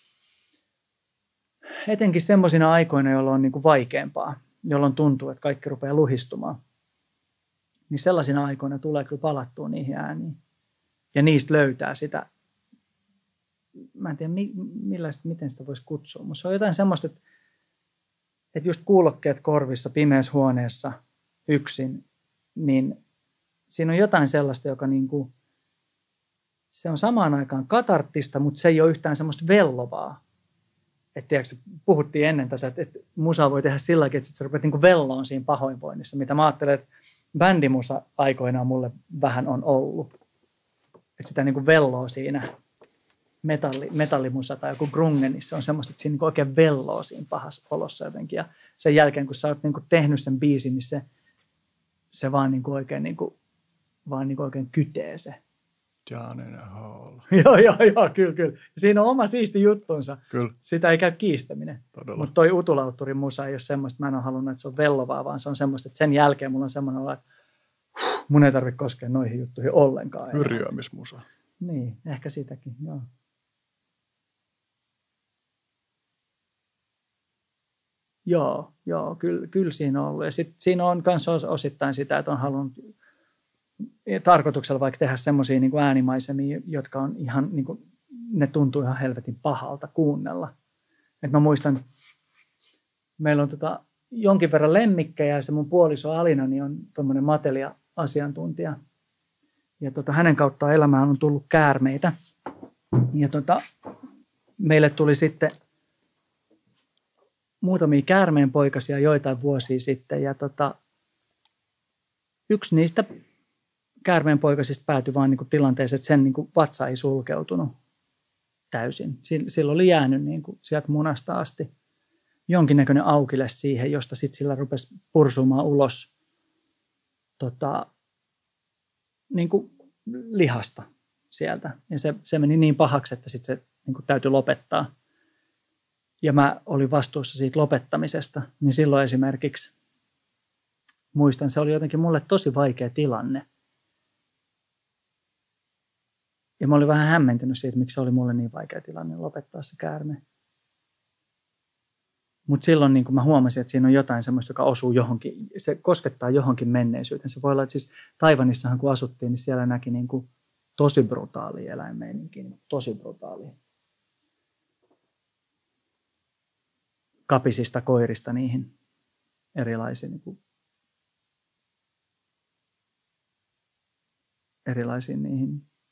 etenkin semmoisina aikoina, jolloin on niin kuin vaikeampaa, jolloin tuntuu, että kaikki rupeaa luhistumaan. Niin sellaisina aikoina tulee kyllä palattua niihin ääniin. Ja niistä löytää sitä, mä en tiedä millaista, miten sitä voisi kutsua, mutta se on jotain semmoista, että, että just kuulokkeet korvissa, pimeässä huoneessa, yksin, niin siinä on jotain sellaista, joka niin kuin, se on samaan aikaan katarttista, mutta se ei ole yhtään semmoista vellovaa. Että tiedätkö, puhuttiin ennen tätä, että, että musaa voi tehdä sillä tavalla, että sä rupeat niin kuin velloon siinä pahoinvoinnissa, mitä mä ajattelen, että bändimusa aikoinaan mulle vähän on ollut. että sitä niin kuin velloo siinä metalli, metallimusa tai joku grunge, niin se on semmoista, että siinä niin oikein velloo siinä pahassa olossa jotenkin. Ja sen jälkeen, kun sä oot niin kuin tehnyt sen biisin, niin se, se vaan niin kuin oikein, niin kuin, vaan niin kuin oikein kytee se. Down in a hole. Joo, joo, joo, kyllä, kyllä. Siinä on oma siisti juttunsa. Kyllä. Sitä ei käy kiistäminen. Todella. Mutta toi Utulautturin musa ei ole semmoista, mä en ole halunnut, että se on vellovaa, vaan se on semmoista, että sen jälkeen mulla on semmoinen olo, että mun ei tarvitse koskea noihin juttuihin ollenkaan. Yrjömismusa. Niin, ehkä sitäkin, joo. Joo, joo, kyllä, kyllä siinä on ollut. Ja sitten siinä on myös osittain sitä, että on halunnut tarkoituksella vaikka tehdä semmoisia niin kuin äänimaisemia, jotka on ihan, niin kuin, ne tuntuu ihan helvetin pahalta kuunnella. Et mä muistan, meillä on tota, jonkin verran lemmikkejä ja se mun puoliso Alina niin on tommoinen matelia-asiantuntija. Ja tota, hänen kauttaan elämään on tullut käärmeitä. Ja tota, meille tuli sitten muutamia käärmeenpoikasia joitain vuosia sitten. Ja tota, yksi niistä käärmeenpoikasista päätyi vaan niin kuin tilanteeseen, että sen niin kuin vatsa ei sulkeutunut täysin. Sillä oli jäänyt niin kuin sieltä munasta asti jonkinnäköinen aukile siihen, josta sitten sillä rupesi pursumaan ulos tota, niin kuin lihasta sieltä. Ja se, se meni niin pahaksi, että sitten se niin kuin täytyi lopettaa. Ja mä olin vastuussa siitä lopettamisesta, niin silloin esimerkiksi muistan, se oli jotenkin mulle tosi vaikea tilanne. Ja mä olin vähän hämmentynyt siitä, miksi se oli mulle niin vaikea tilanne lopettaa se käärme. Mutta silloin niin kun mä huomasin, että siinä on jotain semmoista, joka osuu johonkin, se koskettaa johonkin menneisyyteen. Se voi olla, että siis Taiwanissahan kun asuttiin, niin siellä näki niin kuin tosi brutaalia eläinmeininkiä, niin tosi brutaalia. Kapisista koirista niihin erilaisiin, niin kuin, erilaisiin niihin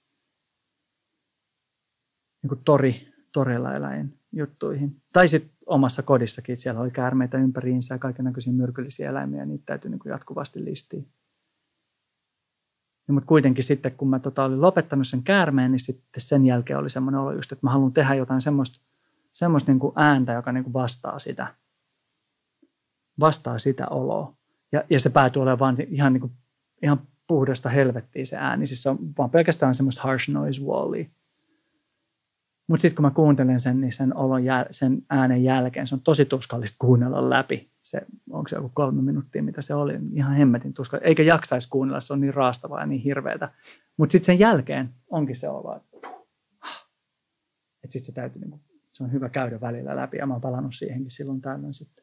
niin kuin tori, toreilla eläin juttuihin. Tai sitten omassa kodissakin, siellä oli käärmeitä ympäriinsä ja kaikennäköisiä myrkyllisiä eläimiä, niitä täytyy niin kuin jatkuvasti listiä. Ja, mutta kuitenkin sitten, kun mä tota olin lopettanut sen käärmeen, niin sitten sen jälkeen oli semmoinen olo just, että mä haluan tehdä jotain semmoista, semmoista niin kuin ääntä, joka niin kuin vastaa sitä, vastaa sitä oloa. Ja, ja se päätyi olemaan vaan ihan, niin kuin, ihan puhdasta helvettiä se ääni. Siis se on vaan pelkästään semmoista harsh noise wallia. Mutta sitten kun mä kuuntelen sen, niin sen, olon jäl- sen äänen jälkeen se on tosi tuskallista kuunnella läpi. Se, onko se joku kolme minuuttia, mitä se oli? Ihan hemmetin tuskallista. Eikä jaksaisi kuunnella, se on niin raastavaa ja niin hirveätä. Mutta sitten sen jälkeen onkin se olo, että et sitten se täytyy, niinku, se on hyvä käydä välillä läpi. Ja mä oon palannut siihenkin silloin tällöin sitten.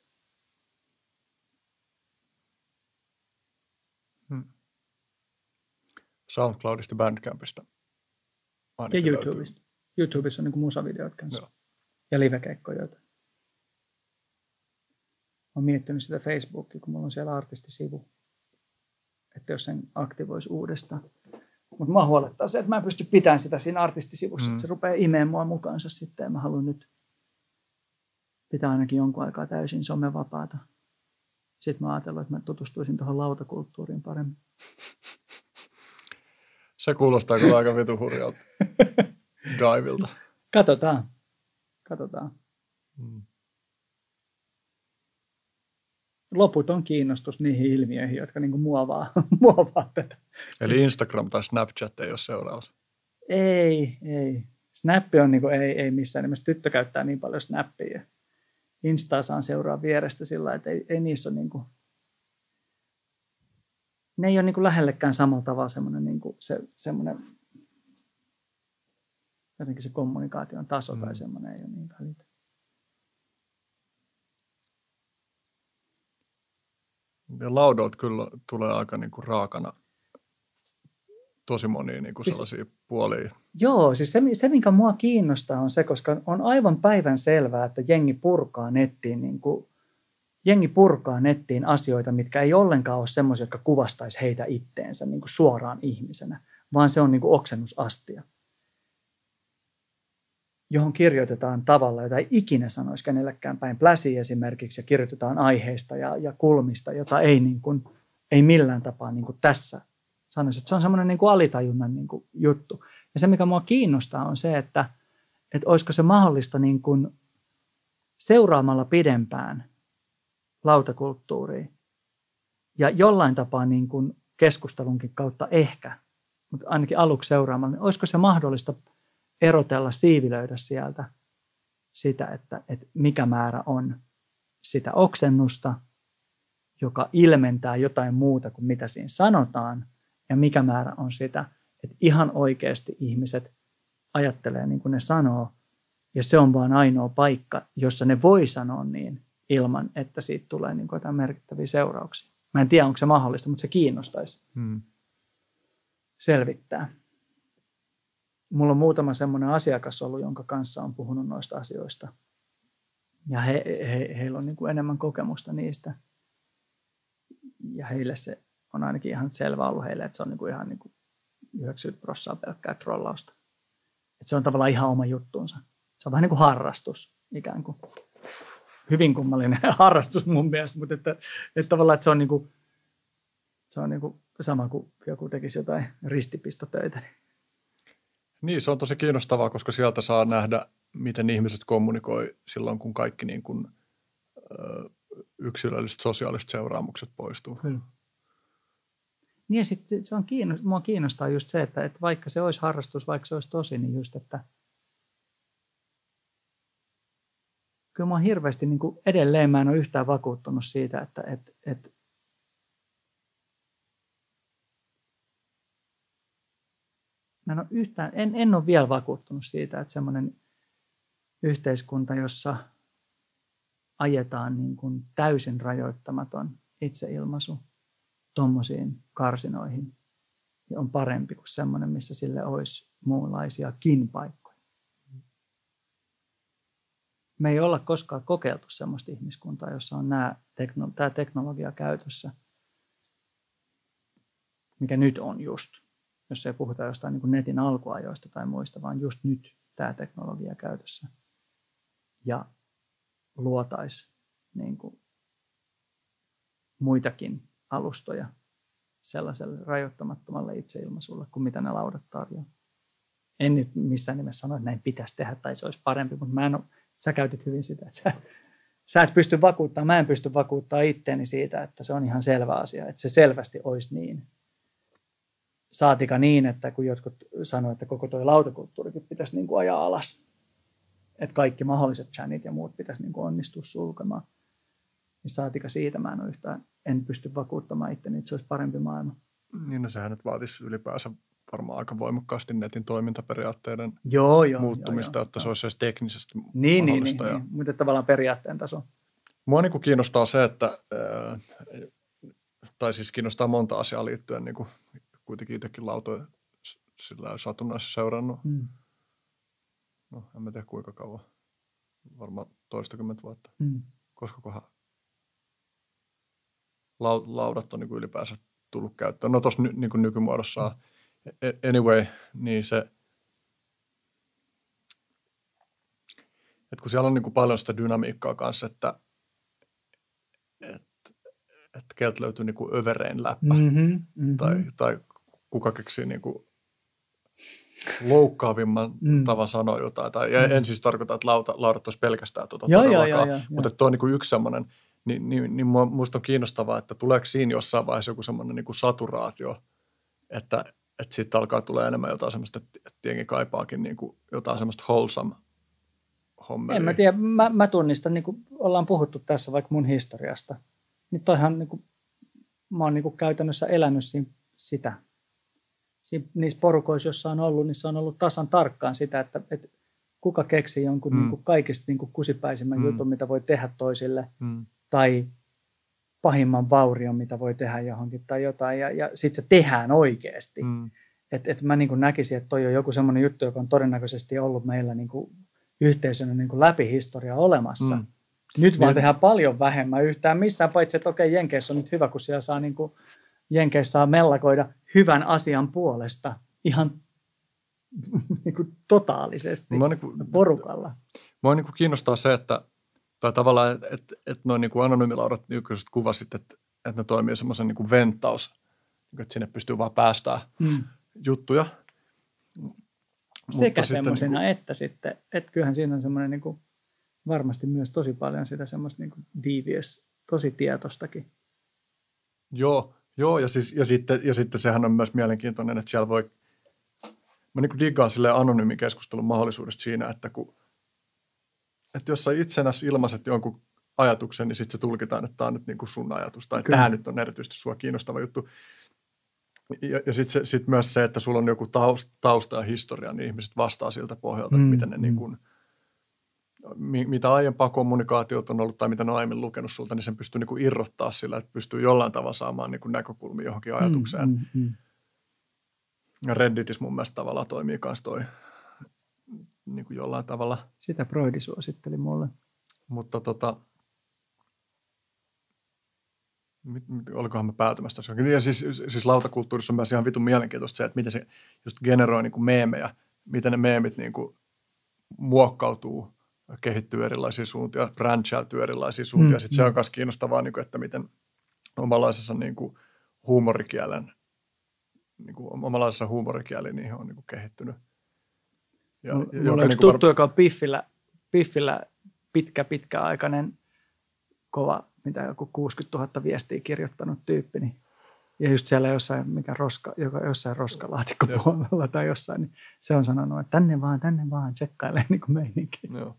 Hmm. SoundCloudista, Bandcampista. Ja YouTubesta. YouTubessa on niin kuin musavideot kanssa. Joo. Ja livekeikkoja. Olen miettinyt sitä Facebookia, kun mulla on siellä artistisivu. Että jos sen aktivoisi uudestaan. Mutta mä huolettaa se, että mä en pysty pitämään sitä siinä artistisivussa. Mm. Että se rupeaa imeen mua mukaansa sitten. Ja mä haluan nyt pitää ainakin jonkun aikaa täysin somevapaata. Sitten mä ajattelin, että mä tutustuisin tuohon lautakulttuuriin paremmin. Se kuulostaa kyllä aika vitu hurjalta. Drivilta. Katsotaan. Katsotaan. Hmm. Loputon kiinnostus niihin ilmiöihin, jotka niinku muovaa, muovaa tätä. Eli Instagram tai Snapchat ei ole seuraavassa? Ei, ei. Snappi on niinku, ei, ei missään nimessä. Tyttö käyttää niin paljon Snappia. Instaa saan seuraa vierestä sillä, että ei, ei niissä ole niinku, ne ei ole niinku lähellekään samalla tavalla semmoinen niinku, se, semmoinen jotenkin se kommunikaation taso mm. tai semmoinen ei ole niin välitä. Ja laudolta kyllä tulee aika niin kuin raakana tosi monia niin kuin siis, sellaisia puolia. Joo, siis se, se, minkä mua kiinnostaa on se, koska on aivan päivän selvää, että jengi purkaa nettiin, niin kuin, jengi purkaa nettiin asioita, mitkä ei ollenkaan ole semmoisia, jotka kuvastaisi heitä itteensä niin kuin suoraan ihmisenä, vaan se on niin kuin oksennusastia, johon kirjoitetaan tavalla, jota ei ikinä sanoisi kenellekään päin pläsiä esimerkiksi, ja kirjoitetaan aiheista ja, ja kulmista, jota ei, niin kuin, ei millään tapaa niin kuin tässä sanoisi. Että se on semmoinen niin kuin alitajunnan niin kuin juttu. Ja se, mikä mua kiinnostaa, on se, että, että olisiko se mahdollista niin kuin seuraamalla pidempään lautakulttuuria ja jollain tapaa niin kuin keskustelunkin kautta ehkä, mutta ainakin aluksi seuraamalla, niin olisiko se mahdollista erotella, siivilöidä sieltä sitä, että, että mikä määrä on sitä oksennusta, joka ilmentää jotain muuta kuin mitä siinä sanotaan, ja mikä määrä on sitä, että ihan oikeasti ihmiset ajattelee niin kuin ne sanoo, ja se on vaan ainoa paikka, jossa ne voi sanoa niin ilman, että siitä tulee niin kuin jotain merkittäviä seurauksia. Mä en tiedä, onko se mahdollista, mutta se kiinnostaisi hmm. selvittää. Mulla on muutama semmoinen asiakas ollut, jonka kanssa on puhunut noista asioista. Ja he, he, heillä on niin kuin enemmän kokemusta niistä. Ja heille se on ainakin ihan selvä ollut heille, että se on niin kuin ihan niin kuin yhdeksänkymmentä prosenttia pelkkää trollausta. Että se on tavallaan ihan oma juttuunsa. Se on vähän niin kuin harrastus ikään kuin. Hyvin kummallinen harrastus mun mielestä, mutta että, että tavallaan että se on, niin kuin, se on niin kuin sama kuin joku tekisi jotain ristipistotöitä. Niin, se on tosi kiinnostavaa, koska sieltä saa nähdä, miten ihmiset kommunikoi silloin, kun kaikki niin kuin, ö, yksilölliset sosiaaliset seuraamukset poistuu. Kyllä. Niin ja sitten se on kiinnostaa, mua kiinnostaa just se, että, että vaikka se olisi harrastus, vaikka se olisi tosi, niin just, että kyllä mä oon hirveästi niin kuin edelleen mä en ole yhtään vakuuttunut siitä, että, että, että mä en ole yhtään, en, en ole vielä vakuuttunut siitä, että semmoinen yhteiskunta, jossa ajetaan niin kuin täysin rajoittamaton itseilmaisu tommosiin karsinoihin, niin on parempi kuin semmoinen, missä sille olisi muunlaisiakin paikkoja. Me ei olla koskaan kokeiltu semmoista ihmiskuntaa, jossa on nämä tekno, tämä teknologia käytössä, mikä nyt on just. Jos ei puhuta jostain niin kuin netin alkuajoista tai muista, vaan just nyt tämä teknologia käytössä. Ja luotaisi niin kuin muitakin alustoja sellaiselle rajoittamattomalle itseilmaisulle kuin mitä ne laudat tarjoaa. En nyt missään nimessä sano, että näin pitäisi tehdä tai se olisi parempi, mutta mä en ole, sä käytit hyvin sitä, että sä, sä et pysty vakuuttamaan, mä en pysty vakuuttamaan itteeni siitä, että se on ihan selvä asia, että se selvästi olisi niin. Saatika niin, että kun jotkut sanoo, että koko tuo lautakulttuurikin pitäisi niin kuin ajaa alas, että kaikki mahdolliset chanit ja muut pitäisi niin kuin onnistua sulkemaan, niin saatika siitä mä en ole yhtään, en pysty vakuuttamaan itteni, että se olisi parempi maailma. Niin no sehän nyt vaatisi ylipäänsä varmaan aika voimakkaasti netin toimintaperiaatteiden joo, joo, muuttumista, joo, että joo. se olisi edes teknisesti niin, mahdollista. Niin, ja... niin, mutta tavallaan periaatteen taso. Mua niin kuin kiinnostaa se, että, äh, tai siis kiinnostaa monta asiaa liittyen, niin kuin kuitenkin itsekin lautoja sillä satunnaisesti seurannut. Hmm. No, en mä tiedä kuinka kauan. Varmaan toistakymmentä vuotta. Hmm. Koska kohan laudat on niin kuin ylipäänsä tullut käyttöön. No tuossa ny, niin kuin nykymuodossaan. Anyway, niin se, että kun siellä on niin kuin paljon sitä dynamiikkaa kanssa, että että, että keltä löytyy niin kuin överein läppä. Mm-hmm, mm-hmm. Tai, tai kuka keksii niin kuin loukkaavimman mm. tavan sanoa jotain. Tai, ja mm. en siis tarkoita, että lauta, laudat olisi pelkästään tuota joo, todellakaan, joo, joo, mutta tuo on niin kuin yksi semmoinen, niin, niin, niin minusta on kiinnostavaa, että tuleeko siinä jossain vaiheessa joku semmoinen niin kuin saturaatio, että, että sitten alkaa tulla enemmän jotain semmoista, että jengi kaipaakin niin kuin jotain semmoista wholesome hommelia. En mä tiedä, mä, mä tunnistan, niin kuin ollaan puhuttu tässä vaikka mun historiasta, niin toihan niin kuin, mä oon niin kuin käytännössä elänyt siinä, sitä. Siinä, niissä porukoissa, joissa on ollut, niin se on ollut tasan tarkkaan sitä, että, että kuka keksii jonkun mm. niin kuin kaikista niin kuin kusipäisimmän mm. jutun, mitä voi tehdä toisille, mm. tai pahimman vaurion, mitä voi tehdä johonkin tai jotain, ja, ja sitten se tehdään oikeasti. Mm. Että et mä niin kuin näkisin, että toi on joku semmoinen juttu, joka on todennäköisesti ollut meillä niin kuin yhteisönä niin kuin läpi historiaa olemassa. Mm. Nyt vaan niin. Tehdään paljon vähemmän yhtään missään, paitsi että okei, Jenkeissä on nyt hyvä, kun siellä saa, niin kuin, Jenkeissä saa mellakoida hyvän asian puolesta ihan niin kuin totaalisesti niin kuin, porukalla. Mua niin kuin kiinnostaa se, että tai tavallaan, että et, et noin niin kuin anonyymilaudat nykyiset kuvasit, että et ne toimii semmoisen niin kuin venttaus, että sinne pystyy vaan päästään mm. juttuja. Sekä semmoisena, niin kuin, että sitten, että kyllähän siinä on semmoinen niin kuin, varmasti myös tosi paljon sitä semmoista niin kuin devious, tosi tietostakin. Joo, joo ja, siis, ja, sitten, ja sitten sehän on myös mielenkiintoinen, että siellä voi, mä niin kuin diggaan silleen anonyymin keskustelun mahdollisuudesta siinä, että, kun, että jos sä itsenäsi ilmaiset jonkun ajatuksen, niin sitten se tulkitaan, että tämä on nyt niin kuin sun ajatus, tai tämä nyt on erityisesti sua kiinnostava juttu. Ja, ja sitten sit myös se, että sulla on joku tausta, tausta ja historia, niin ihmiset vastaa siltä pohjalta, mm, että miten ne mm. niin kuin, mitä aiempaa kommunikaatiota on ollut tai mitä ne on aiemmin lukenut sulta, niin sen pystyy niin kuin irrottaa sillä, että pystyy jollain tavalla saamaan niin kuin näkökulmia johonkin ajatukseen. Mm, mm, mm. Ja Redditis mun mielestä tavallaan toimii myös toi niin kuin jollain tavalla. Sitä Broidi suositteli mulle. Mutta tota, mit, mit, olikohan mä päätymässä tässä? Ja siis, siis lautakulttuurissa on myös ihan vitun mielenkiintoista se, että miten se just generoi niin kuin meemejä, miten ne meemit niin kuin muokkautuu, kehittyy erilaisia suuntia, branchautuu erilaisia suuntia. Mm, Sitten mm. se on myös kiinnostavaa, niin kuin, että miten omanlaisessa niin kuin huumorikielen, niin kuin omanlaisessa huumorikieli niihin on niin kuin kehittynyt. Ja, Mulla joka, on yksi niin tuttu, var... joka on Piffillä, Piffillä pitkä, pitkäaikainen, kova, mitä joku kuusikymmentätuhatta viestiä kirjoittanut tyyppi. Niin, ja just siellä jossain, mikä roska, joka, jossain roskalaatikkopuolella tai jossain, niin se on sanonut, että tänne vaan, tänne vaan, tsekkailee niin kuin meininkin. Joo.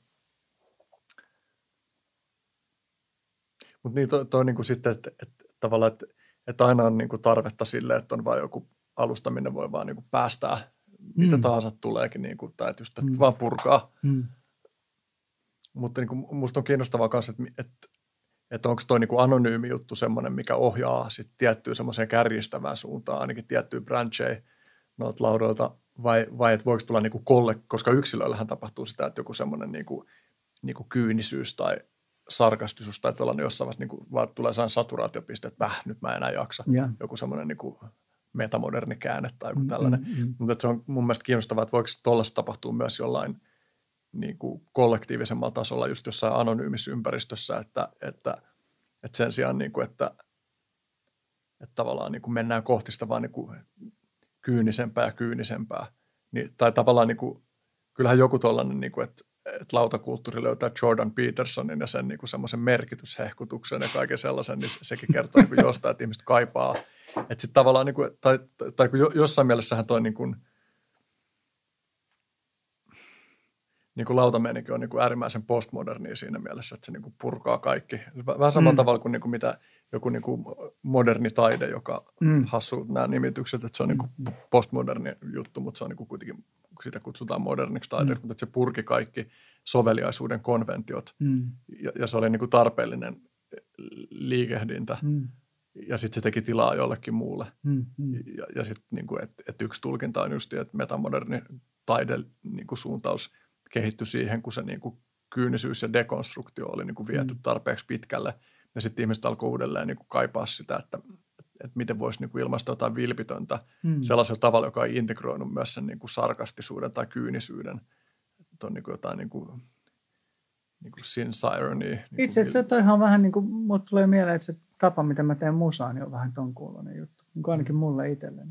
Mutta niin toi, toi niin kuin sitten, että, että tavallaan, että, että aina on niin kuin tarvetta sille, että on vain joku alusta, minne voi vaan niin kuin päästää, mitä mm. tahansa tuleekin, niin kuin, tai että just, että mm. vaan purkaa. Mm. Mutta niin kuin, musta on kiinnostavaa myös, että, että, että onko toi niin kuin anonyymi juttu semmoinen, mikä ohjaa sitten tiettyyn semmoiseen kärjistävään suuntaan, ainakin tiettyyn brancheihin noilta laudoilta, vai, vai että voiko tulla niin kuin kolle, koska yksilöillähän tapahtuu sitä, että joku semmoinen niin kuin, niin kuin kyynisyys tai sarkastisuus tai tällainen jossain vaiheessa niin kuin, vaan tulee sellainen saturaatiopiste, että väh, nyt mä enää jaksa. Yeah. Joku semmoinen niin kuin metamoderni käänne tai joku tällainen. Mm, mm, Mutta se on mun mielestä kiinnostavaa, että voiko tuollaista tapahtua myös jollain niin kuin kollektiivisemmalla tasolla just jossain anonyymissä ympäristössä, että, että, että sen sijaan, niin kuin, että, että tavallaan niin kuin mennään kohti sitä vaan niin kuin kyynisempää ja kyynisempää. Niin, tai tavallaan niin kuin, kyllähän joku tollainen, niin kuin, että että lautakulttuuri löytää Jordan Petersonin ja sen niin kuin semmoisen merkityshehkutuksen ja kaiken sellaisen, niin sekin kertoo niin kuin jostain, että ihmiset kaipaa. Että sitten tavallaan, niin kuin, tai, tai, tai jossain mielessähän toi niin kuin, niin kuin lautameininki on niin kuin äärimmäisen postmodernia siinä mielessä, että se niin kuin purkaa kaikki. Vähän samalla mm. tavalla kuin, niin kuin mitä joku niin kuin moderni taide, joka mm. hassuu nämä nimitykset, että se on niin kuin postmoderni juttu, mutta se on niin kuin kuitenkin, sitä kutsutaan moderniksi taiteeksi, mm. mutta että se purki kaikki soveliaisuuden konventiot mm. ja, ja se oli niin kuin tarpeellinen liikehdintä. Mm. Ja sitten se teki tilaa jollekin muulle. Mm, mm. Ja, ja sitten, niin että et yksi tulkinta on just, että metamoderni taide niin kuin suuntaus kehittyi siihen, kun se niin kuin kyynisyys ja dekonstruktio oli niin kuin viety mm. tarpeeksi pitkälle. Ja sitten ihmiset alkoi uudelleen niin kuin kaipaa sitä, että, että miten voisi niin kuin ilmaista jotain vilpitöntä mm. sellaisella tavalla, joka on integroinut myös sen niin kuin sarkastisuuden tai kyynisyyden. Että on niin kuin jotain niin kuin, niin kuin since-irony. Niin itse asiassa se on ihan vähän niin kuin, mulle tulee mieleen, että se tapa, miten mä teen musaa, niin on vähän ton kuuloinen juttu. Niin kuin ainakin mulle itselleni.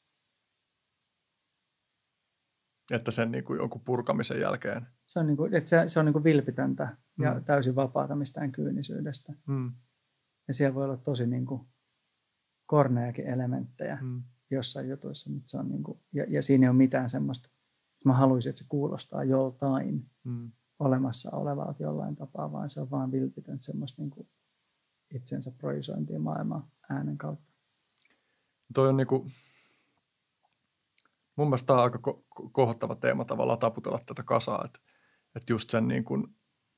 Että sen niin kuin jonkun purkamisen jälkeen. Se on, niin kuin, että se, se on niin kuin vilpitöntä ja mm. täysin vapaata mistään kyynisyydestä. Mm. Ja siellä voi olla tosi niin kuin korneakin elementtejä mm. jossain jutuissa, mutta se on niin kuin, ja, ja siinä ei ole mitään semmoista, mä haluaisin, että se kuulostaa joltain mm. olemassa olevalta jollain tapaa, vaan se on vaan vilpitöntä semmoista niin kuin itsensä projisointia maailmaa äänen kautta. Toi on niin kuin mun mielestä tämä on aika ko- kohottava teema tavallaan taputella tätä kasaa, että, että just sen niin kuin,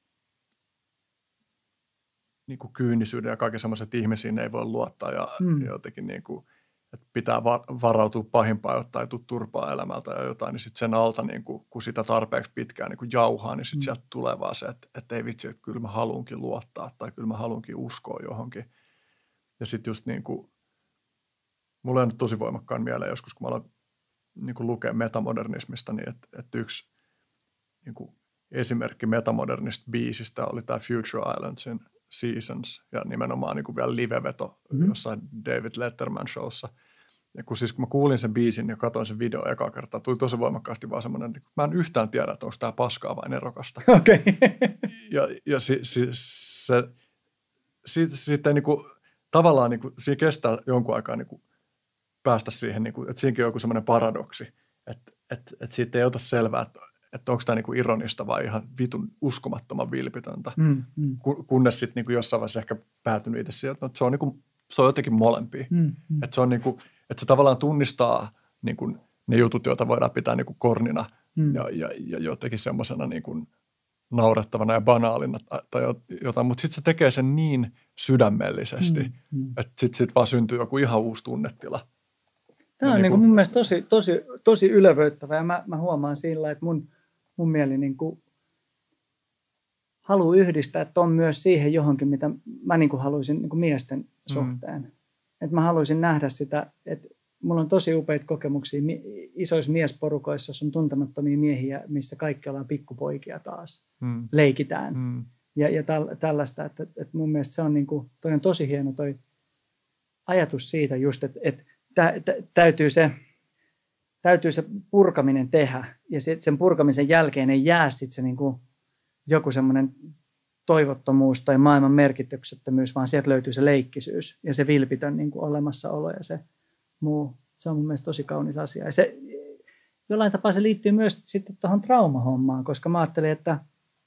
niin kuin kyynisyyden ja kaiken semmoisen, että ihmisiin ei voi luottaa ja mm. jotenkin niin kuin, että pitää va- varautua pahimpaan, jotta ei tule turpaa elämältä ja jotain, niin sitten sen alta, niin kuin, kun sitä tarpeeksi pitkään niin kuin jauhaa, niin sitten mm. sieltä tulee vaan se, että, että ei vitsi, että kyllä mä haluankin luottaa tai kyllä mä haluankin uskoa johonkin. Ja sitten just niin kuin, mulla on nyt tosi voimakkaan mieleen joskus, kun mä aloin niin kuin lukee metamodernismista, niin että, että yksi niin kuin esimerkki metamodernista biisistä oli tämä Future Islandsin Seasons, ja nimenomaan niin kuin vielä liveveto mm-hmm. jossain David Letterman showssa. Ja kun siis kun mä kuulin sen biisin ja katsoin sen videon ekaa kertaa, tuli tosi voimakkaasti vaan semmoinen, että mä en yhtään tiedä, että onko tämä paskaa vai nerokasta. Okei. Okay. Ja, ja si, si, se, siitä, siitä ei niinku, tavallaan niinku, siinä kestää jonkun aikaa niinku päästä siihen, niinku, että siinäkin on joku semmoinen paradoksi, että et, et siitä ei ota selvää, että että onko tämä niinku ironista vai ihan vitun uskomattoman vilpitöntä, Mm, mm. kunnes sitten niinku jossain vaiheessa ehkä päätynyt itse siihen, että se on, niinku, se on jotenkin molempia. Mm, mm. Että se, on niinku, että se tavallaan tunnistaa niinku ne jutut, joita voidaan pitää niinku kornina Mm. ja, ja, ja jotenkin semmoisena niinku naurettavana ja banaalina tai jotain, mutta sitten se tekee sen niin sydämellisesti, Mm, mm. että sitten sit vaan syntyy joku ihan uusi tunnetila. Tämä on niin niin kuin, mun mielestä tosi, tosi, tosi ylevöittävä ja mä, mä huomaan sillä, että mun, mun mieli niin kuin haluaa yhdistää, että on myös siihen johonkin, mitä mä niin kuin haluaisin niin kuin miesten suhteen. Mm. Että mä haluaisin nähdä sitä, että mulla on tosi upeita kokemuksia isoissa miesporukoissa, jossa on tuntemattomia miehiä, missä kaikki ollaan pikkupoikia taas. Mm. Leikitään. Mm. Ja, ja täl, tällaista, että, että mun mielestä se on, niin kuin, toi on tosi hieno toi ajatus siitä just, että, että tä, tä, täytyy, se, täytyy se purkaminen tehdä. Ja sit sen purkamisen jälkeen ei jää sit se niin kuin joku semmoinen toivottomuus tai maailman merkityksettömyys, vaan sieltä löytyy se leikkisyys ja se vilpitön niin kuin olemassaolo ja se muu. Se on mun mielestä tosi kaunis asia. Ja se, jollain tapaa se liittyy myös sitten tuohon traumahommaan, koska mä ajattelin, että,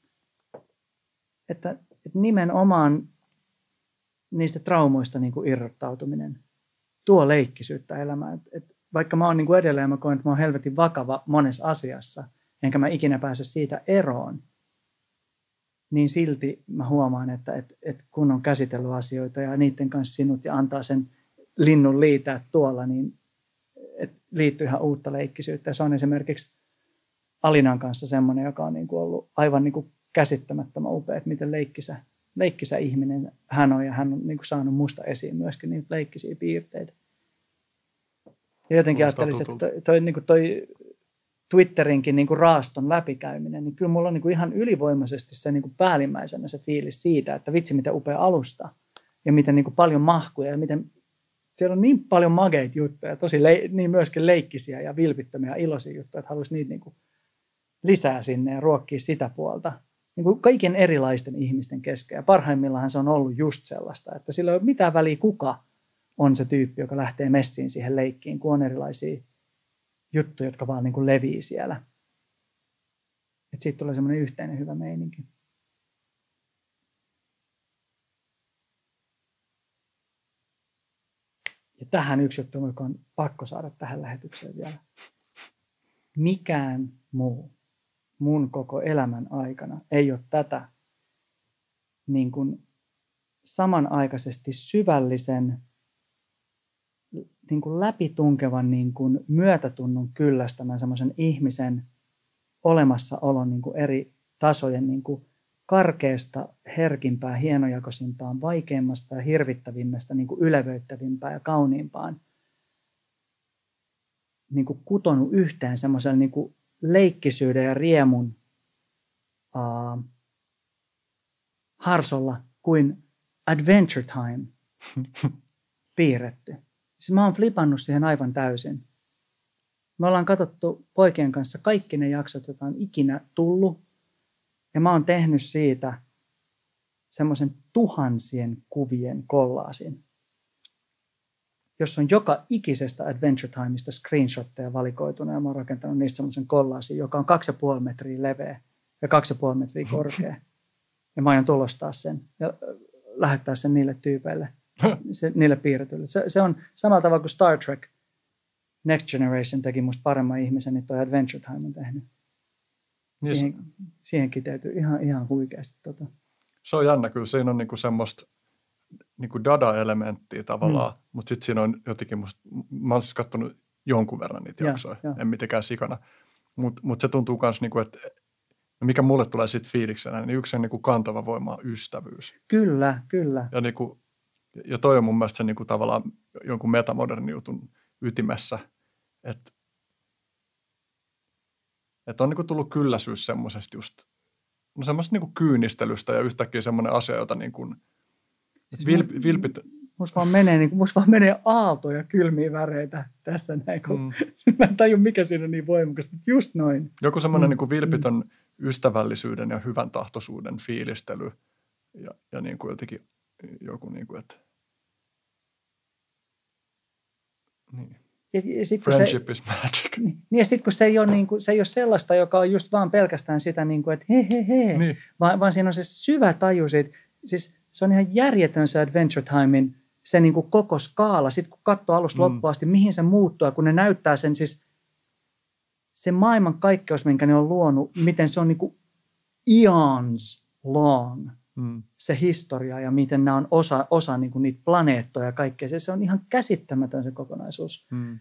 että, että nimenomaan niistä traumoista niin kuin irrottautuminen tuo leikkisyyttä elämään. Et, et vaikka mä oon niin kuin edelleen, mä koen, että mä oon helvetin vakava monessa asiassa, enkä mä ikinä pääse siitä eroon, niin silti mä huomaan, että, että, että kun on käsitellyt asioita ja niiden kanssa sinut ja antaa sen linnun liitää tuolla, niin liittyy ihan uutta leikkisyyttä. Ja se on esimerkiksi Alinan kanssa semmoinen, joka on niin kuin ollut aivan niin kuin käsittämättömän upea, että miten leikkisä, leikkisä ihminen hän on, ja hän on niin kuin saanut musta esiin myöskin niitä leikkisiä piirteitä. Ja jotenkin ajattelisin, että toi, toi, niin kuin toi Twitterinkin niin kuin raaston läpikäyminen, niin kyllä mulla on niin kuin ihan ylivoimaisesti se niin kuin päällimmäisenä se fiilis siitä, että vitsi miten upea alusta ja miten niin kuin paljon mahkuja ja miten siellä on niin paljon mageita juttuja, tosi le- niin myöskin leikkisiä ja vilpittömiä ja iloisia juttuja, että haluaisi niitä niin kuin lisää sinne ja ruokkia sitä puolta. Niin kuin kaiken erilaisten ihmisten kesken. Ja parhaimmillaan se on ollut just sellaista, että sillä ei ole mitään väliä, kuka on se tyyppi, joka lähtee messiin siihen leikkiin, kun on erilaisia juttuja, jotka vaan niin kuin levii siellä. Että siitä tulee semmoinen yhteinen hyvä meininki. Ja tähän yksi juttu, joka on pakko saada tähän lähetykseen vielä. Mikään muu mun koko elämän aikana ei ole tätä niin kuin samanaikaisesti syvällisen, niin kuin läpitunkevan niin kuin myötätunnon kyllästämään semmoisen ihmisen olemassaolon niin kuin eri tasojen niin kuin karkeasta, herkimpää, hienojakoisimpaan, vaikeimmasta ja hirvittävimmästä, niin kuin ylevöittävimpään ja kauniimpaan, niin kuin kutonut yhteen semmoisen niin kuin leikkisyyden ja riemun uh, harsolla kuin Adventure Time piirretty. Siis mä oon flipannut siihen aivan täysin. Me ollaan katsottu poikien kanssa kaikki ne jaksot, joita on ikinä tullut. Ja mä oon tehnyt siitä semmoisen tuhansien kuvien kollaasin, jossa on joka ikisestä Adventure Timeista screenshotteja valikoituna. Ja mä oon rakentanut niistä semmoisen kollaasin, joka on kaksi ja puoli metriä leveä ja kaksi ja puoli metriä korkea. Ja mä aion tulostaa sen ja lähettää sen niille tyypeille, se, niille piirretyille. Se, se on samalla tavalla kuin Star Trek Next Generation teki musta paremman ihmisen, niin toi Adventure Time on tehnyt. Siihen, siihen kiteytyy ihan, ihan huikeasti. Tota. Se on jännä, kyllä siinä on niinku semmoista niinku dada-elementtiä tavallaan, mm. mutta sitten siinä on jotenkin musta, mä oon siis katsonut jonkun verran niitä ja, jaksoja, ja. en mitenkään sikana, mutta mut se tuntuu myös, niinku, että mikä mulle tulee sitten fiiliksenä, niin yksi sen niinku kantava voima on ystävyys. Kyllä, kyllä. Ja, niinku, ja toi on mun mielestä se niinku tavallaan jonkun metamodernin jutun ytimessä, että Että on niinku tullut kylläisyys semmoisesta just, no semmoisesta niinku kyynistelystä ja yhtäkkiä semmoinen asia, jota niinku, siis vilp, vilpit, musta vaan menee, niin kuin, musta vaan menee aaltoja kylmiä väreitä tässä näin, kun mm. mä en tajua, mikä siinä on niin voimakas, mutta just noin. Joku semmoinen mm. niin kuin vilpitön mm. ystävällisyyden ja hyvän tahtoisuuden fiilistely ja, ja niin kuin jotenkin joku niin kuin, että niin. Ja, ja sit, friendship se, is magic. Niin, ja sitten kun se ei, ole, niin kuin, se ei ole sellaista, joka on just vaan pelkästään sitä, niin kuin, että he he he, niin. vaan, vaan siinä on se syvä taju siitä, siis se on ihan järjetön se Adventure Timein se niin kuin koko skaala. Sitten kun katsoo alusta mm. loppuun asti, mihin se muuttuu, kun ne näyttää sen siis, se maailman kaikkeus, minkä ne on luonut, miten se on niin kuin eons long, mm. se historia ja miten nämä on osa, osa niin kuin niitä planeettoja ja kaikkea. Se, se on ihan käsittämätön se kokonaisuus. Mm.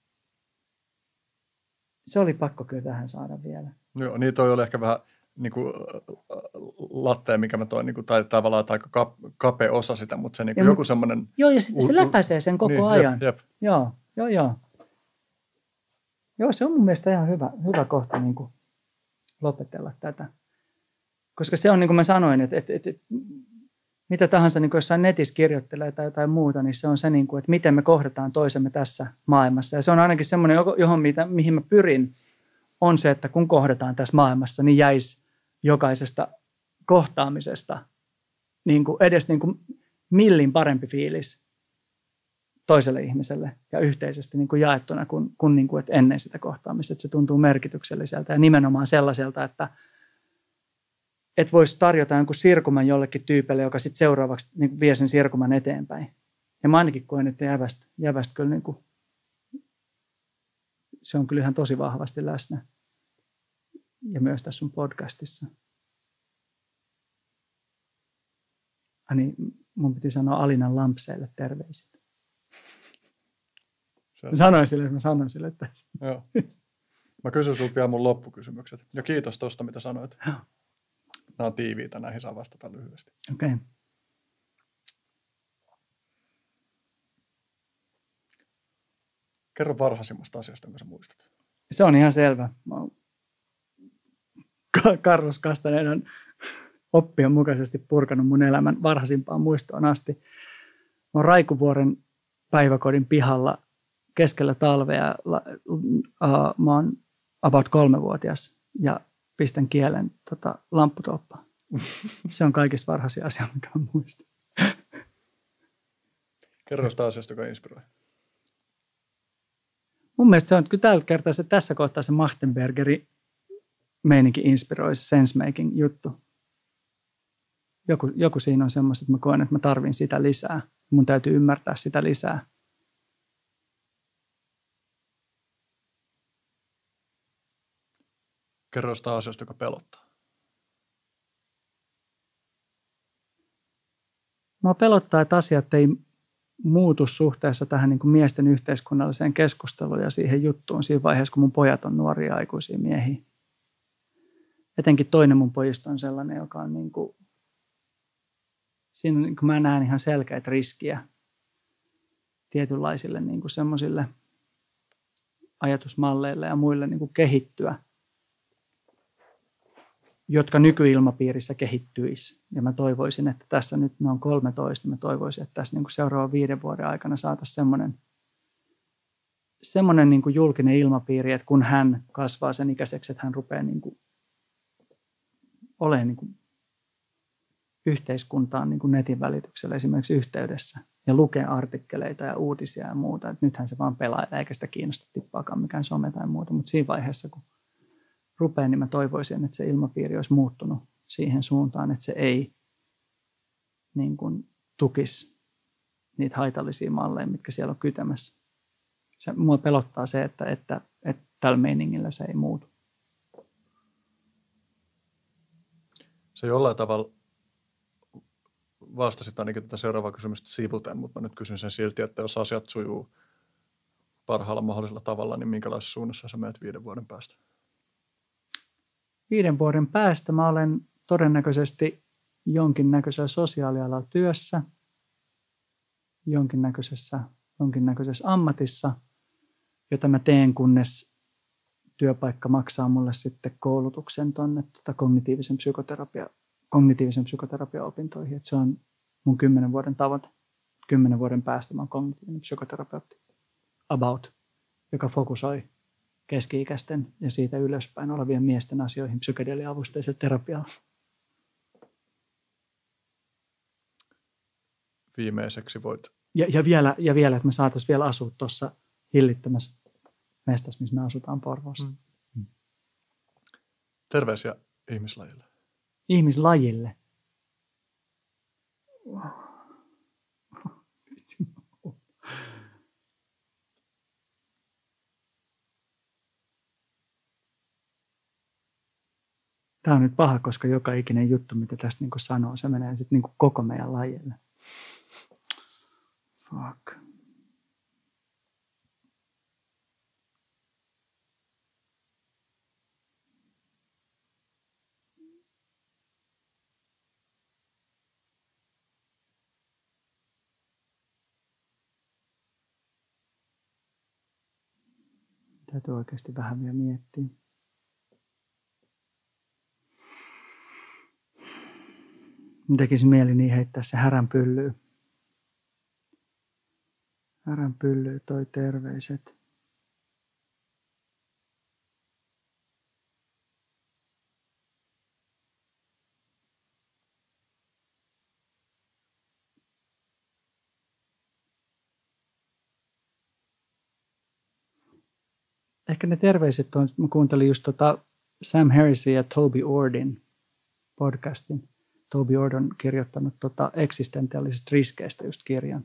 Se oli pakko kyllä tähän saada vielä. Joo, niin toi oli ehkä vähän niin kuin lattea, mikä mä toin, niin kuin, tai tavallaan aika kapea osa sitä, mutta se niin kuin joku semmoinen... Joo, ja sitten se läpäisee sen koko niin, ajan. Jep, jep. Joo, joo, joo. Joo, se on mun mielestä ihan hyvä, hyvä kohta niin kuin lopetella tätä. Koska se on, niin kuin mä sanoin, että, että, että mitä tahansa niin kuin jossain netissä kirjoittelee tai jotain muuta, niin se on se, niin kuin, että miten me kohdataan toisemme tässä maailmassa. Ja se on ainakin semmoinen, johon, mihin mä pyrin, on se, että kun kohdataan tässä maailmassa, niin jäisi jokaisesta kohtaamisesta niin kuin edes niin kuin millin parempi fiilis toiselle ihmiselle ja yhteisesti niin kuin jaettuna kuin, kuin, niin kuin että ennen sitä kohtaamista. Että se tuntuu merkitykselliseltä ja nimenomaan sellaiselta, että et voisi tarjota jonkun sirkuman jollekin tyypille, joka sitten seuraavaksi niin kuin vie sen sirkuman eteenpäin. Ja mä ainakin koen, että jävästä, jävästä kyllä niin kuin, se on kyllä ihan tosi vahvasti läsnä. Ja myös tässä sun podcastissa. Ani, mun piti sanoa Alinan Lampseille terveiset. Mä sanoin sille, mä sanoin sille tässä. Joo. Mä kysyn sulta vielä mun loppukysymykset. Ja kiitos tosta, mitä sanoit. Nämä on tiiviitä, näihin saa vastata lyhyesti. Okei. Okay. Kerro varhaisimmasta asiasta, jonka sä muistat. Se on ihan selvä. Mä oon Carlos Castanedan oppien mukaisesti purkanut mun elämän varhaisimpaan muistoon asti. Mä oon Raikuvuoren päiväkodin pihalla keskellä talvea. Mä oon about kolmevuotias ja pistän kielen tota, lampputolppaan. Se on kaikista varhaisia asia, mikä mä muistan. Kerro sitä asiasta, joka inspiroi. Mun mielestä se on, kyllä tällä kertaa se, tässä kohtaa se Machtenbergerin meininki inspiroi, se sensemaking juttu. Joku, joku siinä on semmoista, että mä koen, että mä tarvin sitä lisää. Mun täytyy ymmärtää sitä lisää. Kerro sitä asiasta, joka pelottaa. Mua pelottaa, että asiat ei muutu suhteessa tähän niin kuin miesten yhteiskunnalliseen keskusteluun ja siihen juttuun siinä vaiheessa, kun mun pojat on nuoria aikuisia miehiä. Etenkin toinen mun pojista on sellainen, joka on niin kuin, siinä niin kuin mä näen ihan selkeitä riskiä tietynlaisille niin kuin semmoisille ajatusmalleille ja muille niin kuin kehittyä, jotka nykyilmapiirissä kehittyisi. Ja mä toivoisin, että tässä nyt ne on kolmetoista, mä toivoisin, että tässä niin kuin seuraavan viiden vuoden aikana saataisiin semmoinen, semmoinen niin kuin julkinen ilmapiiri, että kun hän kasvaa sen ikäiseksi, että hän rupeaa niin kuin olemaan niin kuin yhteiskuntaan niin kuin netin välityksellä esimerkiksi yhteydessä ja lukee artikkeleita ja uutisia ja muuta. Että nythän se vaan pelaa eikä sitä kiinnosta tippaakaan mikään some tai muuta, mutta siinä vaiheessa, kun rupeaa, niin mä toivoisin, että se ilmapiiri olisi muuttunut siihen suuntaan, että se ei niin kuin tukisi niitä haitallisia malleja, mitkä siellä on kytämässä. Se, mua pelottaa se, että, että, että tällä meiningillä se ei muutu. Se jollain tavalla vastasit ainakin tätä seuraavaa kysymystä sivuten, mutta mä nyt kysyn sen silti, että jos asiat sujuu parhaalla mahdollisella tavalla, niin minkälaisessa suunnassa sä menet viiden vuoden päästä? Viiden vuoden päästä mä olen todennäköisesti jonkinnäköisellä sosiaalialalla työssä, jonkinnäköisessä, jonkinnäköisessä ammatissa, jota mä teen, kunnes työpaikka maksaa mulle sitten koulutuksen tuonne tota kognitiivisen psykoterapia, kognitiivisen psykoterapiaopintoihin. Et se on mun kymmenen vuoden tavoite. kymmenen vuoden päästä mä oon kognitiivinen psykoterapeutti about, joka fokusoi keski-ikäisten ja siitä ylöspäin olevien miesten asioihin psykedelia-avusteisella terapialla. Viimeiseksi voit... Ja, ja, vielä, ja vielä, että me saataisiin vielä asua tuossa hillittömässä mestassa, missä me asutaan Porvoossa. Mm. Mm. Terveisiä ihmislajille. Ihmislajille. Tämä on nyt paha, koska joka ikinen juttu, mitä tästä niin sanoo, se menee sitten niin koko meidän lajille. Fuck. Täytyy oikeasti vähän vielä miettiä. Tekisi mieli niin heittää se häränpyllyyn. Häränpyllyyn toi terveiset. Ehkä ne terveiset on, mä kuuntelin just tota Sam Harrisin ja Toby Ordin podcastin. Toby Ord on kirjoittanut tota eksistentiaalisista riskeistä just kirjan.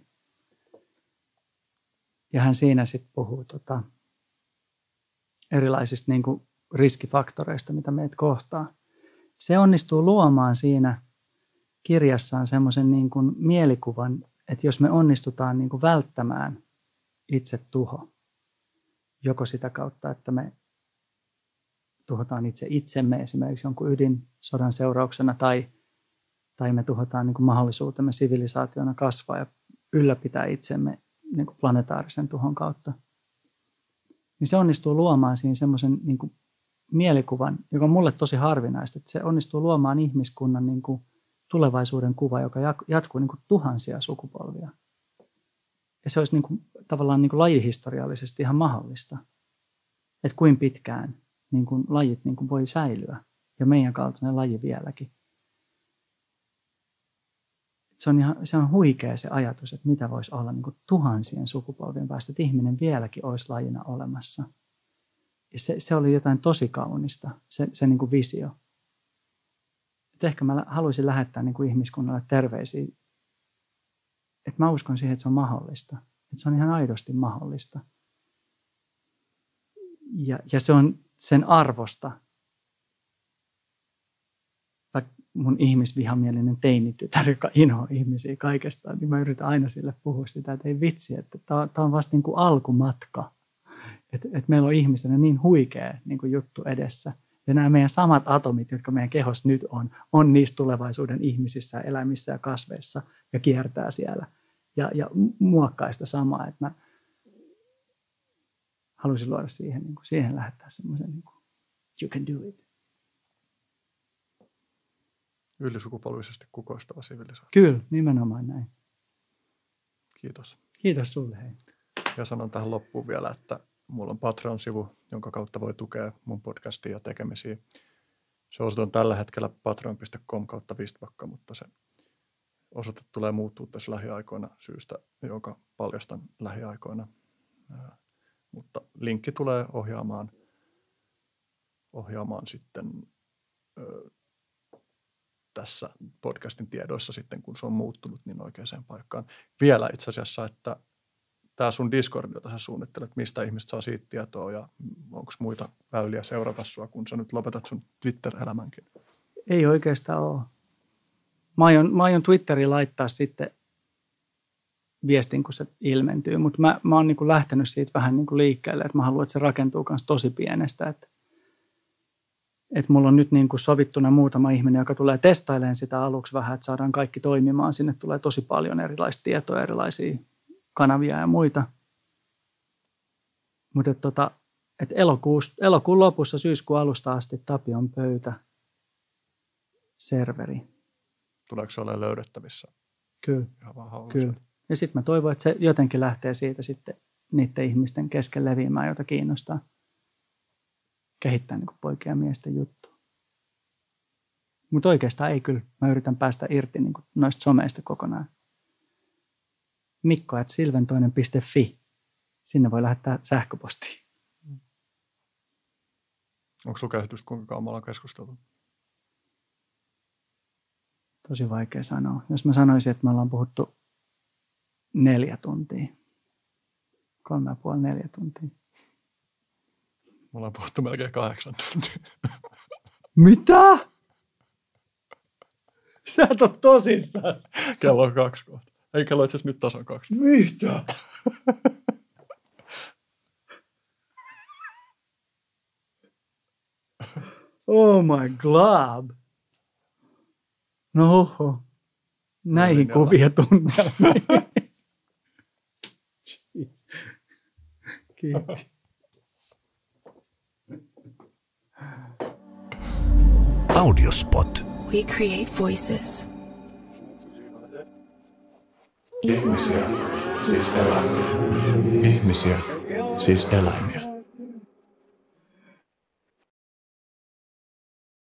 Ja hän siinä sitten puhuu tota erilaisista niin kuin riskifaktoreista, mitä meitä kohtaa. Se onnistuu luomaan siinä kirjassaan semmoisen niin kuin mielikuvan, että jos me onnistutaan niin kuin välttämään itse tuho, joko sitä kautta, että me tuhotaan itse itsemme esimerkiksi jonkun ydinsodan seurauksena, tai, tai me tuhotaan niin kuin mahdollisuutemme sivilisaationa kasvaa ja ylläpitää itsemme niin kuin planetaarisen tuhon kautta, niin se onnistuu luomaan siinä semmoisen niin kuin mielikuvan, joka on mulle tosi harvinaista, että se onnistuu luomaan ihmiskunnan niin kuin tulevaisuuden kuva, joka jatkuu niin kuin tuhansia sukupolvia. Ja se olisi niin kuin, tavallaan niin kuin lajihistoriallisesti ihan mahdollista, että kuinka pitkään niin kuin lajit niin kuin voi säilyä, ja meidän kaltainen laji vieläkin. Se on, ihan, se on huikea se ajatus, että mitä voisi olla niin kuin tuhansien sukupolvien päästä, että ihminen vieläkin olisi lajina olemassa. Ja se, se oli jotain tosi kaunista, se, se niin kuin visio. Et ehkä mä haluaisin lähettää niin kuin ihmiskunnalle terveisiä, että mä uskon siihen, että se on mahdollista. Että se on ihan aidosti mahdollista. Ja, ja se on sen arvosta. Vaikka mun ihmisvihamielinen teinitytär, joka inhoaa ihmisiä kaikestaan, niin mä yritän aina sille puhua sitä, että ei vitsi, että tämä on vasta niin kuin alkumatka. Että et meillä on ihmisenä niin huikea niin kuin juttu edessä. Ja nämä meidän samat atomit, jotka meidän kehossa nyt on, on niissä tulevaisuuden ihmisissä, eläimissä ja kasveissa ja kiertää siellä. Ja, ja muokkaa sitä samaa, että mä haluaisin luoda siihen, niin kuin, siihen lähettää semmoisen, niin kuin, you can do it. Ylisukupolvisesti kukoistava sivilisaatio. Kyllä, nimenomaan näin. Kiitos. Kiitos sulle, hei. Ja sanon tähän loppuun vielä, että mulla on Patreon-sivu, jonka kautta voi tukea mun podcastia ja tekemisiä. Se osoite on tällä hetkellä patreon piste com kautta vistbacka, mutta se osoite tulee muuttua tässä lähiaikoina syystä, jonka paljastan lähiaikoina. Ää, mutta linkki tulee ohjaamaan, ohjaamaan sitten ö, tässä podcastin tiedoissa sitten, kun se on muuttunut niin oikeaan paikkaan. Vielä itse asiassa, että tämä sun Discord, jota sä suunnittelet, mistä ihmiset saa siitä tietoa ja onko muita väyliä seurata sua, kun sä nyt lopetat sun Twitter-elämänkin? Ei oikeastaan ole. Mä aion, mä aion Twitteriin laittaa sitten viestin, kun se ilmentyy, mutta mä, mä oon niin kuin lähtenyt siitä vähän niin kuin liikkeelle, että mä haluan, että se rakentuu myös tosi pienestä, että, että mulla on nyt niin kuin sovittuna muutama ihminen, joka tulee testailemaan sitä aluksi vähän, että saadaan kaikki toimimaan. Sinne tulee tosi paljon erilaista tietoa, erilaisia kanavia ja muita. Mutta että tota, et elokuun lopussa, syyskuun alusta asti Tapion pöytä, serveri. Tuleeko se olemaan löydettävissä? Kyllä, Ihan vaan kyllä, Ja sitten mä toivon, että se jotenkin lähtee siitä sitten niiden ihmisten kesken leviämään, jota kiinnostaa kehittää niin kuin poikien ja miesten juttua. Mutta oikeastaan ei kyllä. Mä yritän päästä irti niin kuin noista someista kokonaan. mikko ät silventoinen piste fi. Sinne voi lähettää sähköpostia. Onko sinulla käsitystä, kuinka kauan me ollaan keskusteltu? Tosi vaikea sanoa. Jos mä sanoisin, että me ollaan puhuttu neljä tuntia. Kolme ja puoli, neljä tuntia. Me ollaan puhuttu melkein kahdeksan tuntia. Mitä? Sä et ole tosissaan. Kello on kaksi kohta. Ei, kello itse asiassa nyt tasan kaksi. Mitä? Oh my glob. No oho. Näihin kuvia tunnelmiin. Kiitos. Audiospot. We create voices. Ihmisiä, siis eläimiä. Ihmisiä, siis eläimiä.